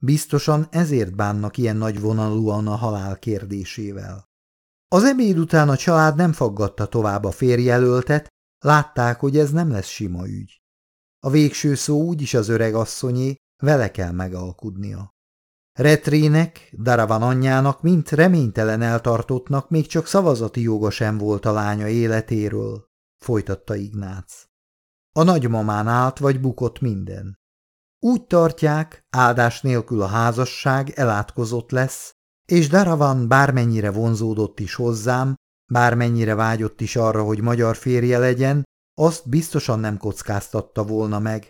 Biztosan ezért bánnak ilyen nagyvonalúan a halál kérdésével. Az ebéd után a család nem faggatta tovább a férjjelöltet, látták, hogy ez nem lesz sima ügy. A végső szó úgyis az öreg asszonyé, vele kell megalkudnia. Retrének, Daravan anyjának, mint reménytelen eltartottnak még csak szavazati joga sem volt a lánya életéről, folytatta Ignác. A nagymamán állt vagy bukott minden. Úgy tartják, áldás nélkül a házasság elátkozott lesz, és Daravan bármennyire vonzódott is hozzám, bármennyire vágyott is arra, hogy magyar férje legyen, azt biztosan nem kockáztatta volna meg.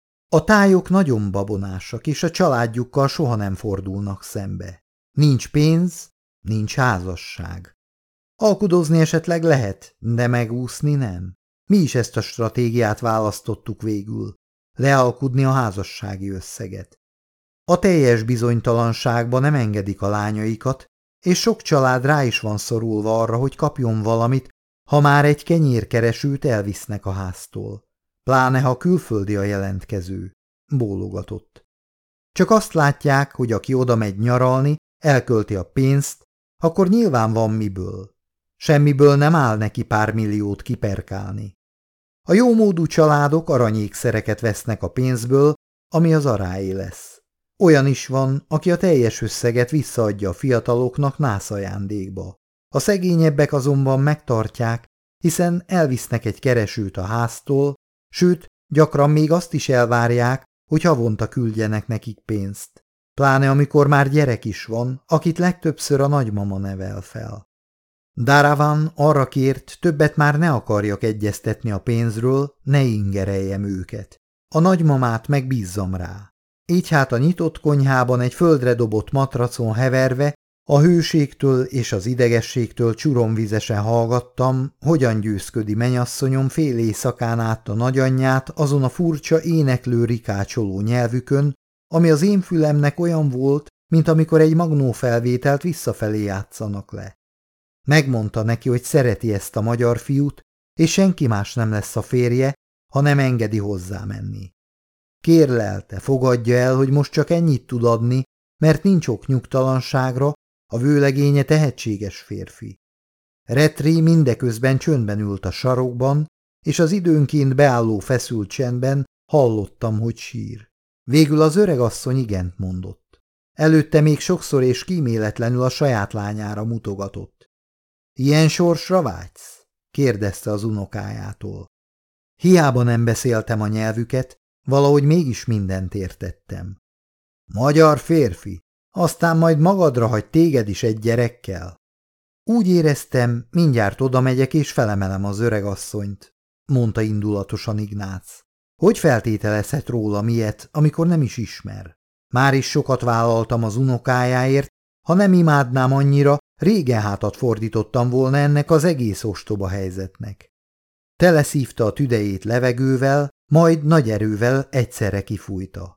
A tájok nagyon babonásak, és a családjukkal soha nem fordulnak szembe. Nincs pénz, nincs házasság. Alkudozni esetleg lehet, de megúszni nem. Mi is ezt a stratégiát választottuk végül. Lealkudni a házassági összeget. A teljes bizonytalanságba nem engedik a lányaikat, és sok család rá is van szorulva arra, hogy kapjon valamit, ha már egy kenyérkeresőt elvisznek a háztól. Pláne, ha külföldi a jelentkező. Bólogatott. Csak azt látják, hogy aki oda megy nyaralni, elkölti a pénzt, akkor nyilván van miből. Semmiből nem áll neki pár milliót kiperkálni. A jómódú családok aranyékszereket vesznek a pénzből, ami az aráé lesz. Olyan is van, aki a teljes összeget visszaadja a fiataloknak nászajándékba. A szegényebbek azonban megtartják, hiszen elvisznek egy keresőt a háztól, sőt, gyakran még azt is elvárják, hogy havonta küldjenek nekik pénzt. Pláne amikor már gyerek is van, akit legtöbbször a nagymama nevel fel. Daravan arra kért, többet már ne akarjak egyeztetni a pénzről, ne ingereljem őket. A nagymamát megbízzam rá. Így hát a nyitott konyhában egy földre dobott matracon heverve, a hőségtől és az idegességtől csuromvizesen hallgattam, hogyan győzködi menyasszonyom fél éjszakán át a nagyanyját azon a furcsa éneklő rikácsoló nyelvükön, ami az én fülemnek olyan volt, mint amikor egy magnófelvételt visszafelé játszanak le. Megmondta neki, hogy szereti ezt a magyar fiút, és senki más nem lesz a férje, ha nem engedi hozzá menni. Kérlelte, fogadja el, hogy most csak ennyit tud adni, mert nincs ok nyugtalanságra, a vőlegénye tehetséges férfi. Retri mindeközben csöndben ült a sarokban, és az időnként beálló feszült csendben hallottam, hogy sír. Végül az öregasszony igent mondott. Előtte még sokszor és kíméletlenül a saját lányára mutogatott. Ilyen sorsra vágysz? Kérdezte az unokájától. Hiába nem beszéltem a nyelvüket, valahogy mégis mindent értettem. Magyar férfi, aztán majd magadra hagy téged is egy gyerekkel. Úgy éreztem, mindjárt oda megyek és felemelem az öregasszonyt, mondta indulatosan Ignác. Hogy feltételezhet rólam ilyet, amikor nem is ismer? Már is sokat vállaltam az unokájáért, ha nem imádnám annyira, régen hátat fordítottam volna ennek az egész ostoba helyzetnek. Teleszívta a tüdejét levegővel, majd nagy erővel egyszerre kifújta.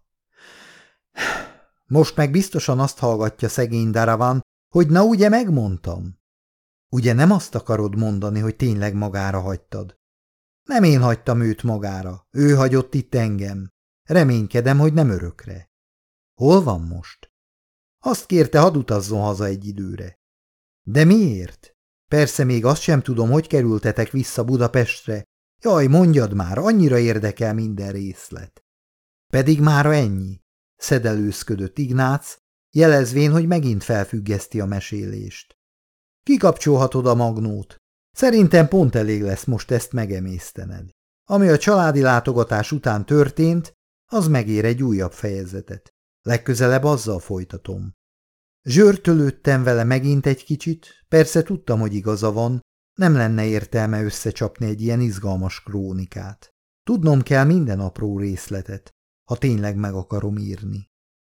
Most meg biztosan azt hallgatja szegény Daravan, hogy na ugye megmondtam. Ugye nem azt akarod mondani, hogy tényleg magára hagytad? Nem én hagytam őt magára, ő hagyott itt engem. Reménykedem, hogy nem örökre. Hol van most? Azt kérte, hadd utazzon haza egy időre. De miért? Persze még azt sem tudom, hogy kerültetek vissza Budapestre. Jaj, mondjad már, annyira érdekel minden részlet. Pedig mára ennyi, szedelőzködött Ignác, jelezvén, hogy megint felfüggeszti a mesélést. Kikapcsolhatod a magnót. Szerintem pont elég lesz most ezt megemésztened. Ami a családi látogatás után történt, az megér egy újabb fejezetet. Legközelebb azzal folytatom. Zsörtölődtem vele megint egy kicsit, persze tudtam, hogy igaza van, nem lenne értelme összecsapni egy ilyen izgalmas krónikát. Tudnom kell minden apró részletet, ha tényleg meg akarom írni.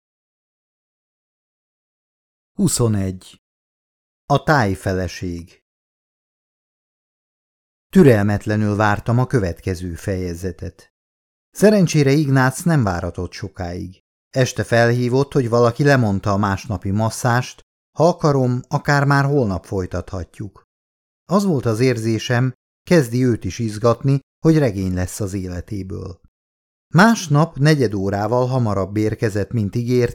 21. A tájfeleség. Türelmetlenül vártam a következő fejezetet. Szerencsére Ignác nem váratott sokáig. Este felhívott, hogy valaki lemondta a másnapi masszást, ha akarom, akár már holnap folytathatjuk. Az volt az érzésem, kezdi őt is izgatni, hogy regény lesz az életéből. Másnap 4 órával hamarabb érkezett, mint ígérte,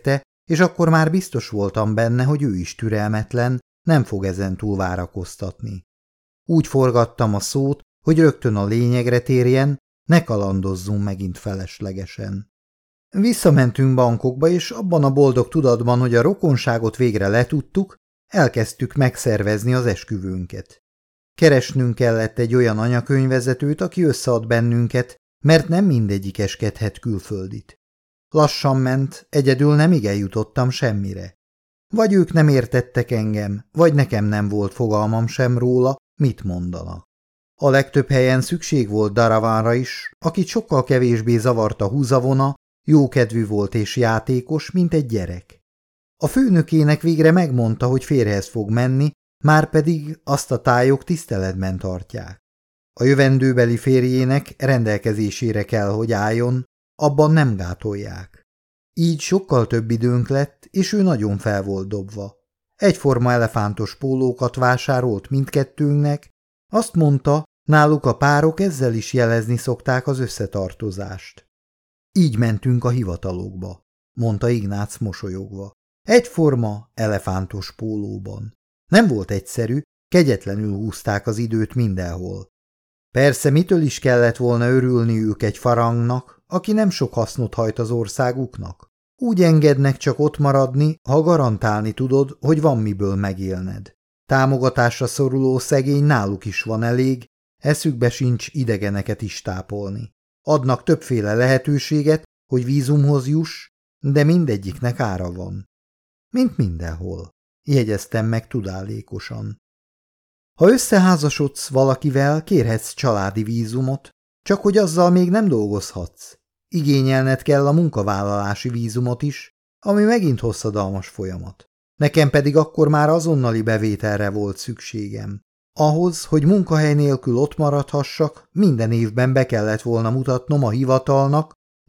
és akkor már biztos voltam benne, hogy ő is türelmetlen, nem fog ezentúl várakoztatni. Úgy forgattam a szót, hogy rögtön a lényegre térjen, ne kalandozzunk megint feleslegesen. Visszamentünk bankokba, és abban a boldog tudatban, hogy a rokonságot végre letudtuk, elkezdtük megszervezni az esküvőnket. Keresnünk kellett egy olyan anyakönyvvezetőt, aki összead bennünket, mert nem mindegyik eskedhet külföldit. Lassan ment, egyedül nem igen jutottam semmire. Vagy ők nem értettek engem, vagy nekem nem volt fogalmam sem róla, mit mondanak. A legtöbb helyen szükség volt Daravánra is, akit sokkal kevésbé zavart a húzavona, jókedvű volt és játékos, mint egy gyerek. A főnökének végre megmondta, hogy férjhez fog menni, márpedig azt a tájok tiszteletben tartják. A jövendőbeli férjének rendelkezésére kell, hogy álljon, abban nem gátolják. Így sokkal több időnk lett, és ő nagyon fel volt dobva. Egyforma elefántos pólókat vásárolt mindkettőnknek, azt mondta, náluk a párok ezzel is jelezni szokták az összetartozást. Így mentünk a hivatalokba, mondta Ignác mosolyogva. Egyforma elefántos pólóban. Nem volt egyszerű, kegyetlenül húzták az időt mindenhol. Persze mitől is kellett volna örülniük egy farangnak, aki nem sok hasznot hajt az országuknak? Úgy engednek csak ott maradni, ha garantálni tudod, hogy van miből megélned. Támogatásra szoruló szegény náluk is van elég, eszükbe sincs idegeneket is tápolni. Adnak többféle lehetőséget, hogy vízumhoz juss, de mindegyiknek ára van. Mint mindenhol, jegyeztem meg tudálékosan. Ha összeházasodsz valakivel, kérhetsz családi vízumot, csak hogy azzal még nem dolgozhatsz. Igényelned kell a munkavállalási vízumot is, ami megint hosszadalmas folyamat. Nekem pedig akkor már azonnali bevételre volt szükségem. Ahhoz, hogy munkahely nélkül ott maradhassak, minden évben be kellett volna mutatnom a hivatalnak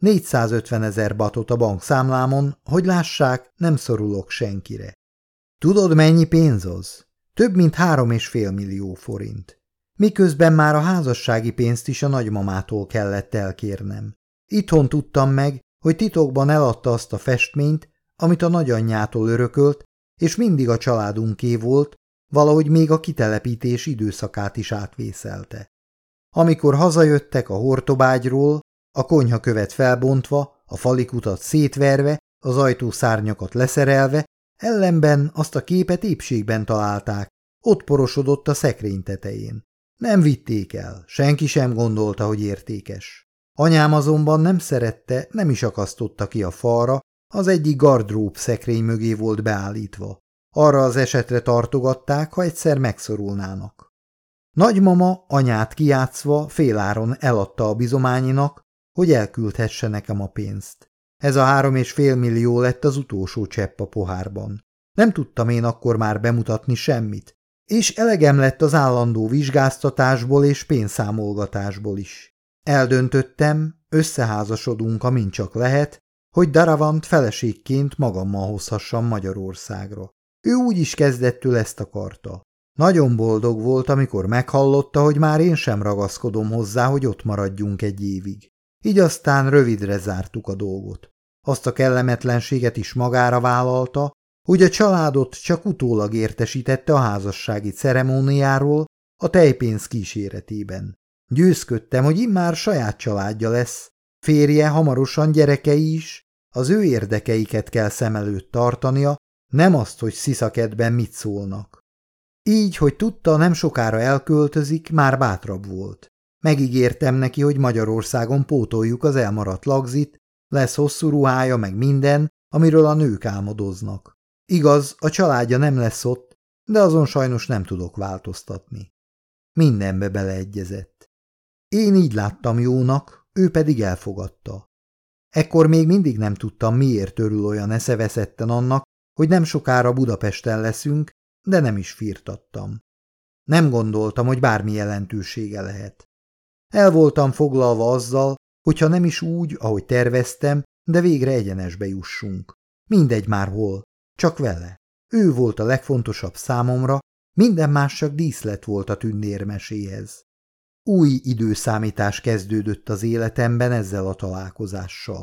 450 000 batot a bankszámlámon, hogy lássák, nem szorulok senkire. Tudod, mennyi pénz az? Több mint 3,5 millió forint. Miközben már a házassági pénzt is a nagymamától kellett elkérnem. Itthon tudtam meg, hogy titokban eladta azt a festményt, amit a nagyanyjától örökölt, és mindig a családunké volt, valahogy még a kitelepítés időszakát is átvészelte. Amikor hazajöttek a hortobágyról, a konyhakövet felbontva, a falikutat szétverve, az ajtószárnyakat leszerelve, ellenben azt a képet épségben találták, ott porosodott a szekrény tetején. Nem vitték el, senki sem gondolta, hogy értékes. Anyám azonban nem szerette, nem is akasztotta ki a falra, az egyik gardrób szekrény mögé volt beállítva. Arra az esetre tartogatták, ha egyszer megszorulnának. Nagymama anyát kijátszva féláron eladta a bizományinak, hogy elküldhesse nekem a pénzt. Ez a 3,5 millió lett az utolsó csepp a pohárban. Nem tudtam én akkor már bemutatni semmit, és elegem lett az állandó vizsgáztatásból és pénzszámolgatásból is. Eldöntöttem, összeházasodunk, amint csak lehet, hogy Daravant feleségként magammal hozhassam Magyarországra. Ő úgy is kezdettől ezt akarta. Nagyon boldog volt, amikor meghallotta, hogy már én sem ragaszkodom hozzá, hogy ott maradjunk egy évig. Így aztán rövidre zártuk a dolgot. Azt a kellemetlenséget is magára vállalta, hogy a családot csak utólag értesítette a házassági ceremóniáról a tejpénz kíséretében. Győzködtem, hogy immár saját családja lesz, férje, hamarosan gyerekei is, az ő érdekeiket kell szem előtt tartania, nem azt, hogy Sziszakedben mit szólnak. Így, hogy tudta, nem sokára elköltözik, már bátrabb volt. Megígértem neki, hogy Magyarországon pótoljuk az elmaradt lagzit, lesz hosszú ruhája, meg minden, amiről a nők álmodoznak. Igaz, a családja nem lesz ott, de azon sajnos nem tudok változtatni. Mindenbe beleegyezett. Én így láttam jónak, ő pedig elfogadta. Ekkor még mindig nem tudtam, miért örül olyan eszeveszetten annak, hogy nem sokára Budapesten leszünk, de nem is firtattam. Nem gondoltam, hogy bármi jelentősége lehet. El voltam foglalva azzal, hogyha nem is úgy, ahogy terveztem, de végre egyenesbe jussunk. Mindegy már hol, csak vele. Ő volt a legfontosabb számomra, minden más csak díszlet volt a tündérmeséhez. Új időszámítás kezdődött az életemben ezzel a találkozással.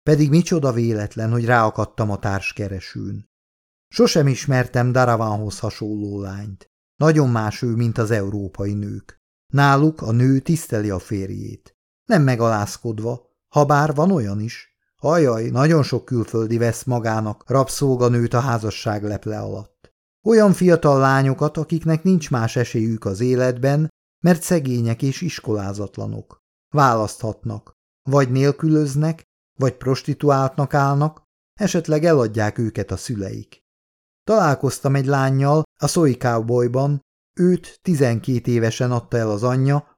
Pedig micsoda véletlen, hogy ráakadtam a társkeresőn. Sosem ismertem Daravanhoz hasonló lányt. Nagyon más ő, mint az európai nők. Náluk a nő tiszteli a férjét. Nem megalázkodva, habár van olyan is. Ajaj, nagyon sok külföldi vesz magának rabszolganőt a házasság leple alatt. Olyan fiatal lányokat, akiknek nincs más esélyük az életben, mert szegények és iskolázatlanok. Választhatnak. Vagy nélkülöznek, vagy prostituáltnak állnak, esetleg eladják őket a szüleik. Találkoztam egy lánnyal a Soy Cowboyban, őt 12 évesen adta el az anyja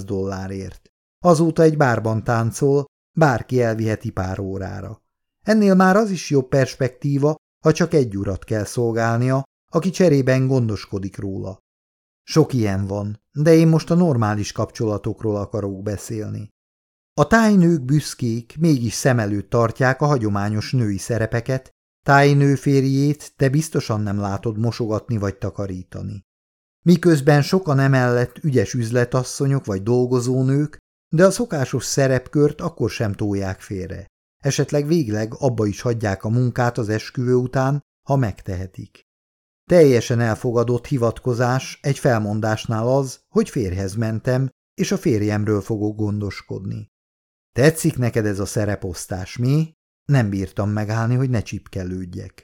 $600. Azóta egy bárban táncol, bárki elviheti pár órára. Ennél már az is jobb perspektíva, ha csak egy urat kell szolgálnia, aki cserében gondoskodik róla. Sok ilyen van, de én most a normális kapcsolatokról akarok beszélni. A tájnők büszkék, mégis szem előtt tartják a hagyományos női szerepeket, tájnő férjét te biztosan nem látod mosogatni vagy takarítani. Miközben sokan emellett ügyes üzletasszonyok vagy dolgozónők, de a szokásos szerepkört akkor sem tolják félre. Esetleg végleg abba is hagyják a munkát az esküvő után, ha megtehetik. Teljesen elfogadott hivatkozás egy felmondásnál az, hogy férjhez mentem, és a férjemről fogok gondoskodni. Tetszik neked ez a szereposztás, mi? Nem bírtam megállni, hogy ne csipkelődjek.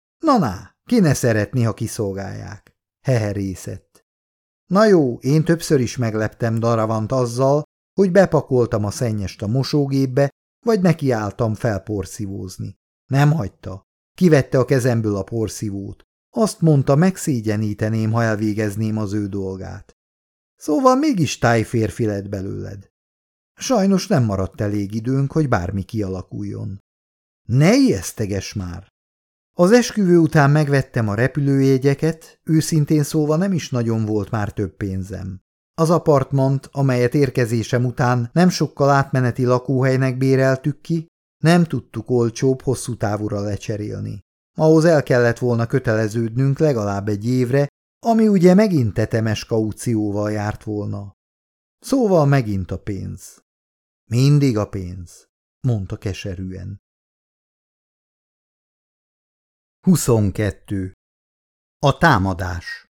Na, ki ne szeretni, ha kiszolgálják? Heherészett. Na jó, én többször is megleptem Daravant azzal, hogy bepakoltam a szennyest a mosógépbe, vagy nekiálltam felporszívózni. Nem hagyta. Kivette a kezemből a porszívót. Azt mondta, megszégyeníteném, ha elvégezném az ő dolgát. Szóval mégis tájférfi lett belőled. Sajnos nem maradt elég időnk, hogy bármi kialakuljon. Ne ijeszteges már! Az esküvő után megvettem a repülőjegyeket, őszintén szólva nem is nagyon volt már több pénzem. Az apartmant, amelyet érkezésem után nem sokkal átmeneti lakóhelynek béreltük ki, nem tudtuk olcsóbb, hosszú távúra lecserélni. Ahhoz el kellett volna köteleződnünk legalább egy évre, ami ugye megint tetemes kaucióval járt volna. Szóval megint a pénz. Mindig a pénz, mondta keserűen. 22. A támadás.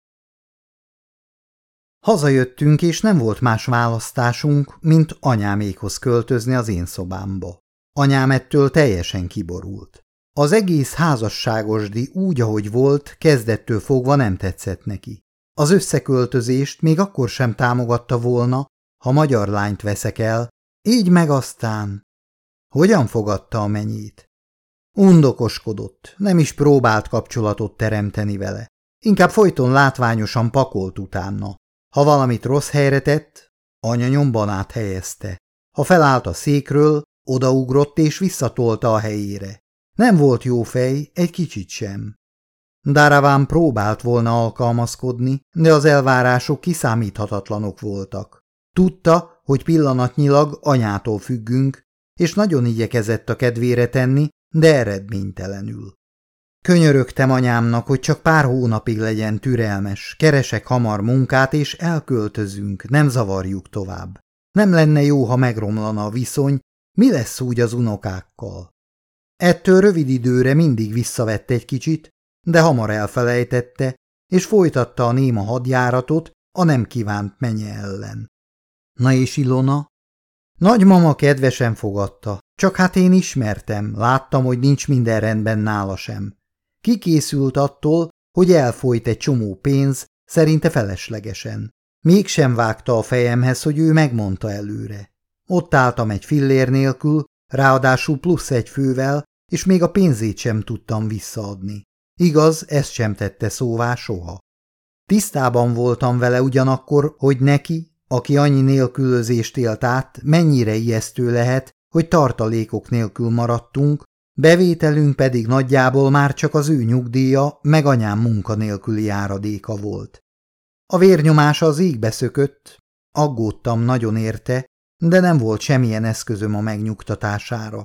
Hazajöttünk, és nem volt más választásunk, mint anyámékhoz költözni az én szobámba. Anyám ettől teljesen kiborult. Az egész házasságosdi úgy, ahogy volt, kezdettől fogva nem tetszett neki. Az összeköltözést még akkor sem támogatta volna, ha magyar lányt veszek el, így meg aztán... Hogyan fogadta a mennyét? Undokoskodott, nem is próbált kapcsolatot teremteni vele. Inkább folyton látványosan pakolt utána. Ha valamit rossz helyre tett, anya nyomban áthelyezte. Ha felállt a székről, odaugrott és visszatolta a helyére. Nem volt jó fej, egy kicsit sem. Daravan próbált volna alkalmazkodni, de az elvárások kiszámíthatatlanok voltak. Tudta, hogy pillanatnyilag anyától függünk, és nagyon igyekezett a kedvére tenni, de eredménytelenül. Könyörögtem anyámnak, hogy csak pár hónapig legyen türelmes, keresek hamar munkát, és elköltözünk, nem zavarjuk tovább. Nem lenne jó, ha megromlana a viszony, mi lesz úgy az unokákkal? Ettől rövid időre mindig visszavett egy kicsit, de hamar elfelejtette, és folytatta a néma hadjáratot a nem kívánt menye ellen. Na és Ilona? Nagymama kedvesen fogadta, csak hát én ismertem, láttam, hogy nincs minden rendben nála sem. Kikészült attól, hogy elfolyt egy csomó pénz, szerinte feleslegesen. Mégsem vágta a fejemhez, hogy ő megmondta előre. Ott álltam egy fillér nélkül, ráadásul plusz egy fővel, és még a pénzét sem tudtam visszaadni. Igaz, ezt sem tette szóvá soha. Tisztában voltam vele ugyanakkor, hogy neki, aki annyi nélkülözést élt át, mennyire ijesztő lehet, hogy tartalékok nélkül maradtunk, bevételünk pedig nagyjából már csak az ő nyugdíja meg anyám munkanélküli járadéka volt. A vérnyomása az égbe szökött, aggódtam nagyon érte, de nem volt semmilyen eszközöm a megnyugtatására.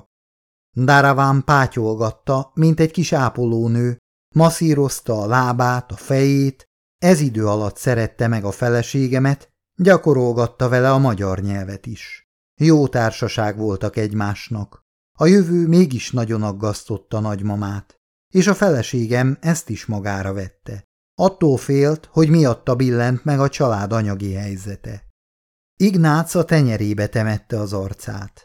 Daravan pátyolgatta, mint egy kis ápolónő, masszírozta a lábát, a fejét, ez idő alatt szerette meg a feleségemet, gyakorolgatta vele a magyar nyelvet is. Jó társaság voltak egymásnak. A jövő mégis nagyon aggasztotta nagymamát, és a feleségem ezt is magára vette. Attól félt, hogy miatta billent meg a család anyagi helyzete. Ignác a tenyerébe temette az arcát.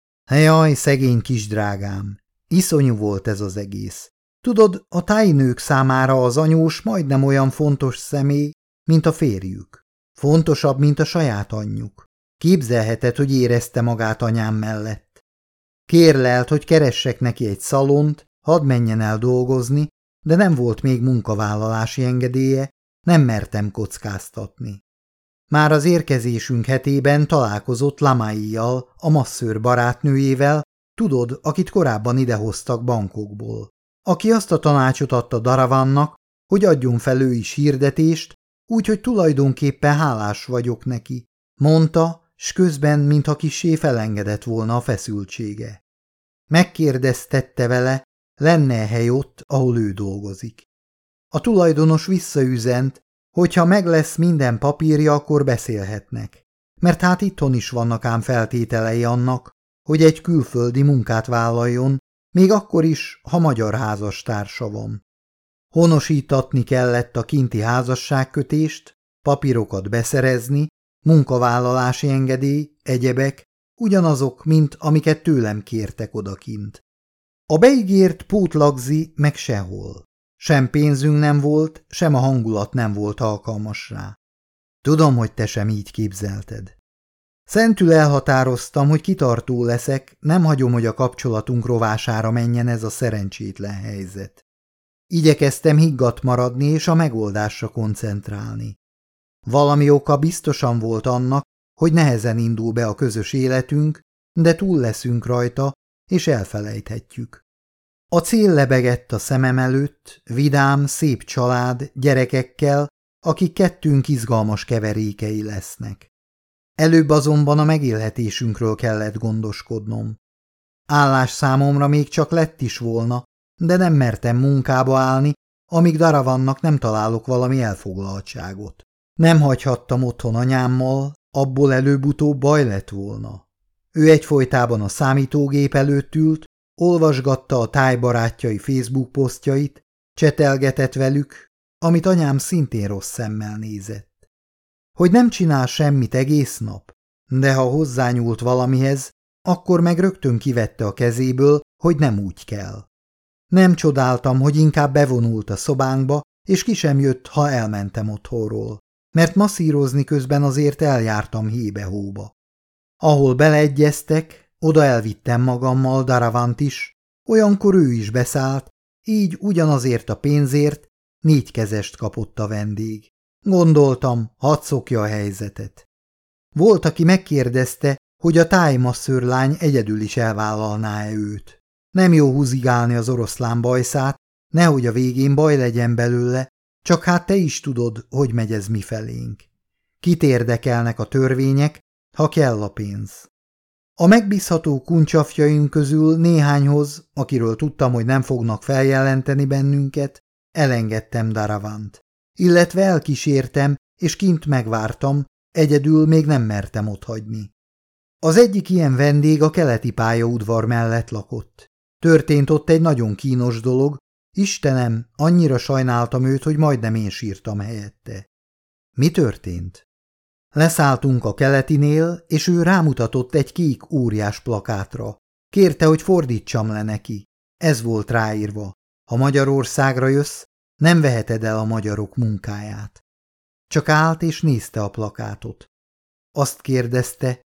Jaj, szegény kisdrágám, iszonyú volt ez az egész. Tudod, a tájnők számára az anyós majdnem olyan fontos személy, mint a férjük. Fontosabb, mint a saját anyjuk. Képzelheted, hogy érezte magát anyám mellett. Kérlelt, hogy keressek neki egy szalont, hadd menjen el dolgozni, de nem volt még munkavállalási engedélye, nem mertem kockáztatni. Már az érkezésünk hetében találkozott Lamaijjal, a masszőr barátnőjével, tudod, akit korábban idehoztak Bangkokból. Aki azt a tanácsot adta Daravannak, hogy adjon fel ő is hirdetést, úgyhogy tulajdonképpen hálás vagyok neki, mondta, s közben, mintha kissé felengedett volna a feszültsége. Megkérdeztette vele, lenne hely ott, ahol ő dolgozik. A tulajdonos visszaüzent, hogyha meg lesz minden papírja, akkor beszélhetnek, mert hát itthon is vannak ám feltételei annak, hogy egy külföldi munkát vállaljon, még akkor is, ha magyar házastársa van. Honosítatni kellett a kinti házasságkötést, papírokat beszerezni, munkavállalási engedély, egyebek, ugyanazok, mint amiket tőlem kértek odakint. A beígért pótlagzi meg sehol. Sem pénzünk nem volt, sem a hangulat nem volt alkalmas rá. Tudom, hogy te sem így képzelted. Szentül elhatároztam, hogy kitartó leszek, nem hagyom, hogy a kapcsolatunk rovására menjen ez a szerencsétlen helyzet. Igyekeztem higgadt maradni és a megoldásra koncentrálni. Valami oka biztosan volt annak, hogy nehezen indul be a közös életünk, de túl leszünk rajta, és elfelejthetjük. A cél lebegett a szemem előtt, vidám, szép család, gyerekekkel, akik kettőnk izgalmas keverékei lesznek. Előbb azonban a megélhetésünkről kellett gondoskodnom. Állás számomra még csak lett is volna, de nem mertem munkába állni, amíg Daravannak nem találok valami elfoglaltságot. Nem hagyhattam otthon anyámmal, abból előbb-utóbb baj lett volna. Ő egyfolytában a számítógép előtt ült, olvasgatta a tájbarátjai Facebook posztjait, csetelgetett velük, amit anyám szintén rossz szemmel nézett. Hogy nem csinál semmit egész nap, de ha hozzányúlt valamihez, akkor meg rögtön kivette a kezéből, hogy nem úgy kell. Nem csodáltam, hogy inkább bevonult a szobánkba, és ki sem jött, ha elmentem otthonról, mert masszírozni közben azért eljártam hébe-hóba. Ahol beleegyeztek, oda elvittem magammal Daravant is, olyankor ő is beszállt, így ugyanazért a pénzért 4 kezest kapott a vendég. Gondoltam, hadd szokja a helyzetet. Volt, aki megkérdezte, hogy a tájmasszőrlány egyedül is elvállalná-e őt. Nem jó húzigálni az oroszlán bajszát, nehogy a végén baj legyen belőle, csak hát te is tudod, hogy megy ez mifelénk. Kit érdekelnek a törvények, ha kell a pénz. A megbízható kuncsafjaim közül néhányhoz, akiről tudtam, hogy nem fognak feljelenteni bennünket, elengedtem Daravant. Illetve elkísértem, és kint megvártam, egyedül még nem mertem otthagyni. Az egyik ilyen vendég a keleti pályaudvar mellett lakott. Történt ott egy nagyon kínos dolog, Istenem, annyira sajnáltam őt, hogy majdnem én sírtam helyette. Mi történt? Leszálltunk a keletinél, és ő rámutatott egy kék óriás plakátra. Kérte, hogy fordítsam le neki. Ez volt ráírva. Ha Magyarországra jössz, nem veheted el a magyarok munkáját. Csak állt és nézte a plakátot. Azt kérdezte,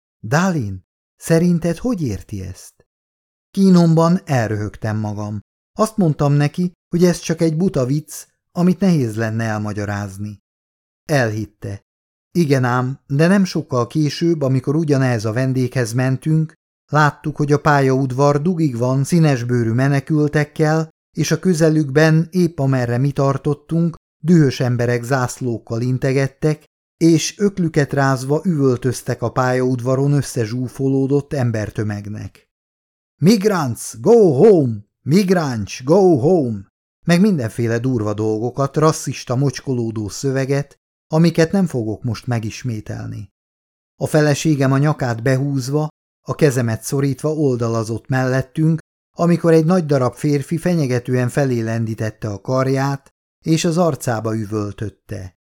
Dálin, szerinted hogy érti ezt? Kínomban elröhögtem magam. Azt mondtam neki, hogy ez csak egy buta vicc, amit nehéz lenne elmagyarázni. Elhitte. Igen ám, de nem sokkal később, amikor ugyanehhez a vendéghez mentünk, láttuk, hogy a pályaudvar dugig van színesbőrű menekültekkel, és a közelükben, épp amerre mi tartottunk, dühös emberek zászlókkal integettek, és öklüket rázva üvöltöztek a pályaudvaron összezsúfolódott embertömegnek. Migrants, go home! Migráns, go home! Meg mindenféle durva dolgokat, rasszista mocskolódó szöveget, amiket nem fogok most megismételni. A feleségem a nyakát behúzva, A kezemet szorítva oldalazott mellettünk, amikor egy nagy darab férfi fenyegetően felé lendítette a karját, és az arcába üvöltötte.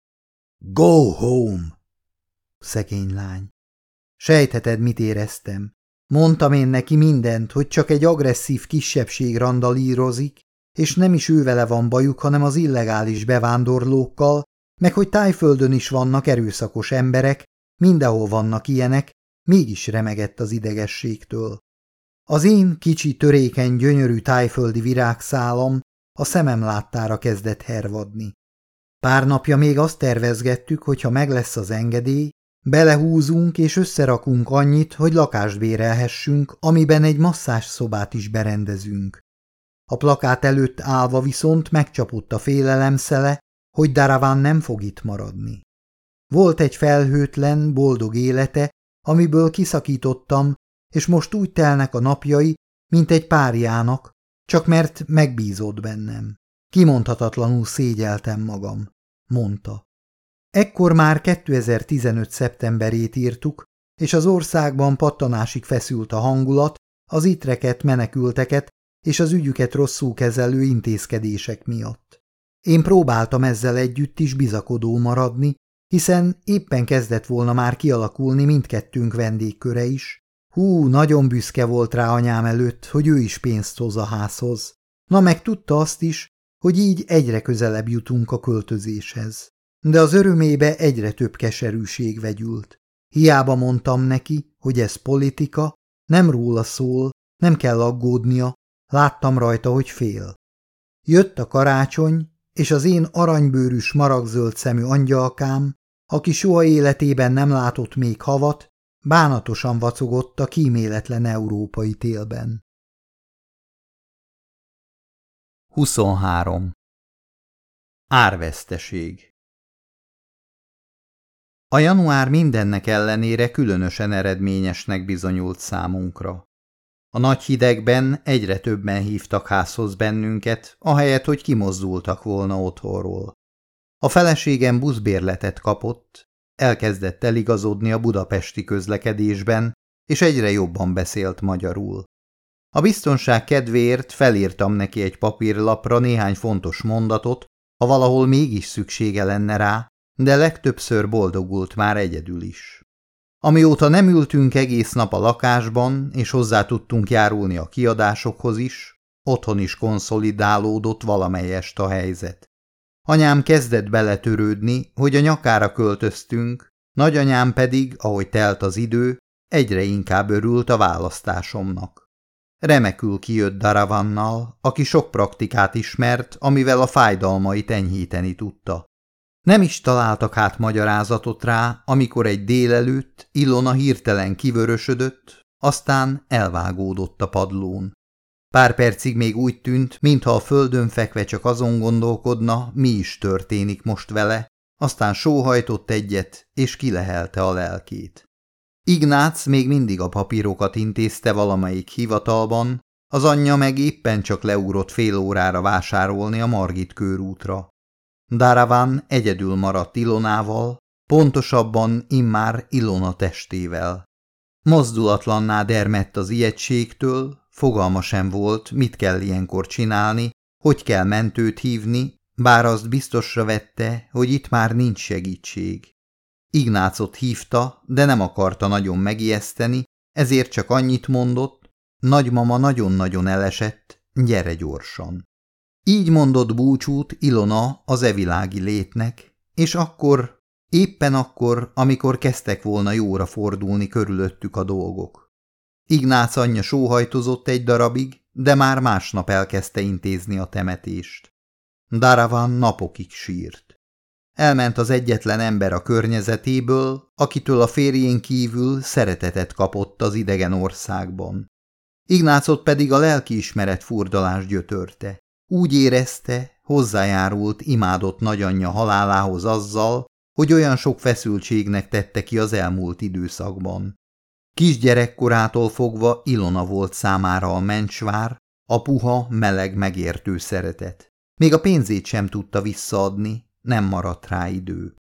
Go home! Szegény lány. Sejtheted, mit éreztem. Mondtam én neki mindent, hogy csak egy agresszív kisebbség randalírozik, és nem is ővele van bajuk, hanem az illegális bevándorlókkal, meg hogy Tájföldön is vannak erőszakos emberek, mindenhol vannak ilyenek, mégis remegett az idegességtől. Az én kicsi, törékeny, gyönyörű tájföldi virágszálam a szemem láttára kezdett hervadni. Pár napja még azt tervezgettük, hogy ha meg lesz az engedély, belehúzunk és összerakunk annyit, hogy lakást bérelhessünk, amiben egy masszázsszobát is berendezünk. A plakát előtt állva viszont megcsapott a félelem szele, hogy Daravan nem fog itt maradni. Volt egy felhőtlen, boldog élete, amiből kiszakítottam, és most úgy telnek a napjai, mint egy párjának, csak mert megbízott bennem. Kimondhatatlanul szégyeltem magam, mondta. Ekkor már 2015. szeptemberét írtuk, és az országban pattanásig feszült a hangulat, az itt rekedt menekülteket és az ügyüket rosszul kezelő intézkedések miatt. Én próbáltam ezzel együtt is bizakodó maradni, hiszen éppen kezdett volna már kialakulni mindkettőnk vendégköre is. Nagyon büszke volt rá anyám előtt, hogy ő is pénzt hoz a házhoz. Na meg tudta azt is, hogy így egyre közelebb jutunk a költözéshez. De az örömébe egyre több keserűség vegyült. Hiába mondtam neki, hogy ez politika, nem róla szól, nem kell aggódnia, láttam rajta, hogy fél. Jött a karácsony, és az én aranybőrű smaragdzöld szemű angyalkám, aki soha életében nem látott még havat, bánatosan vacogott a kíméletlen európai télben. 23. Árveszteség. A január mindennek ellenére különösen eredményesnek bizonyult számunkra. A nagy hidegben egyre többen hívtak házhoz bennünket, ahelyett, hogy kimozdultak volna otthonról. A feleségem buszbérletet kapott, elkezdett eligazodni a budapesti közlekedésben, és egyre jobban beszélt magyarul. A biztonság kedvéért felírtam neki egy papírlapra néhány fontos mondatot, ha valahol mégis szüksége lenne rá, de legtöbbször boldogult már egyedül is. Amióta nem ültünk egész nap a lakásban, és hozzá tudtunk járulni a kiadásokhoz is, otthon is konszolidálódott valamelyest a helyzet. Anyám kezdett beletörődni, hogy a nyakára költöztünk, nagyanyám pedig, ahogy telt az idő, egyre inkább örült a választásomnak. Remekül kijött Daravannal, aki sok praktikát ismert, amivel a fájdalmait enyhíteni tudta. Nem is találtak hát magyarázatot rá, amikor egy délelőtt Ilona hirtelen kivörösödött, aztán elvágódott a padlón. Pár percig még úgy tűnt, mintha a földön fekve csak azon gondolkodna, mi is történik most vele, aztán sóhajtott egyet, és kilehelte a lelkét. Ignác még mindig a papírokat intézte valamelyik hivatalban, az anyja meg éppen csak leugrott fél órára vásárolni a Margit körútra. Daravan egyedül maradt Ilonával, pontosabban immár Ilona testével. Mozdulatlanná dermedt az ijegységtől, fogalma sem volt, mit kell ilyenkor csinálni, hogy kell mentőt hívni, bár azt biztosra vette, hogy itt már nincs segítség. Ignácot hívta, de nem akarta nagyon megijeszteni, ezért csak annyit mondott, nagymama nagyon-nagyon elesett, gyere gyorsan. Így mondott búcsút Ilona az evilági létnek, és akkor, éppen akkor, amikor kezdtek volna jóra fordulni körülöttük a dolgok. Ignác anyja sóhajtozott egy darabig, de már másnap elkezdte intézni a temetést. Daravan napokig sírt. Elment az egyetlen ember a környezetéből, akitől a férjén kívül szeretetet kapott az idegen országban. Ignácot pedig a lelkiismeret furdalás gyötörte. Úgy érezte, hozzájárult imádott nagyanyja halálához azzal, hogy olyan sok feszültségnek tette ki az elmúlt időszakban. Kisgyerekkorától fogva Ilona volt számára a mencsvár, a puha, meleg, megértő szeretet. Még a pénzét sem tudta visszaadni, nem maradt rá idő.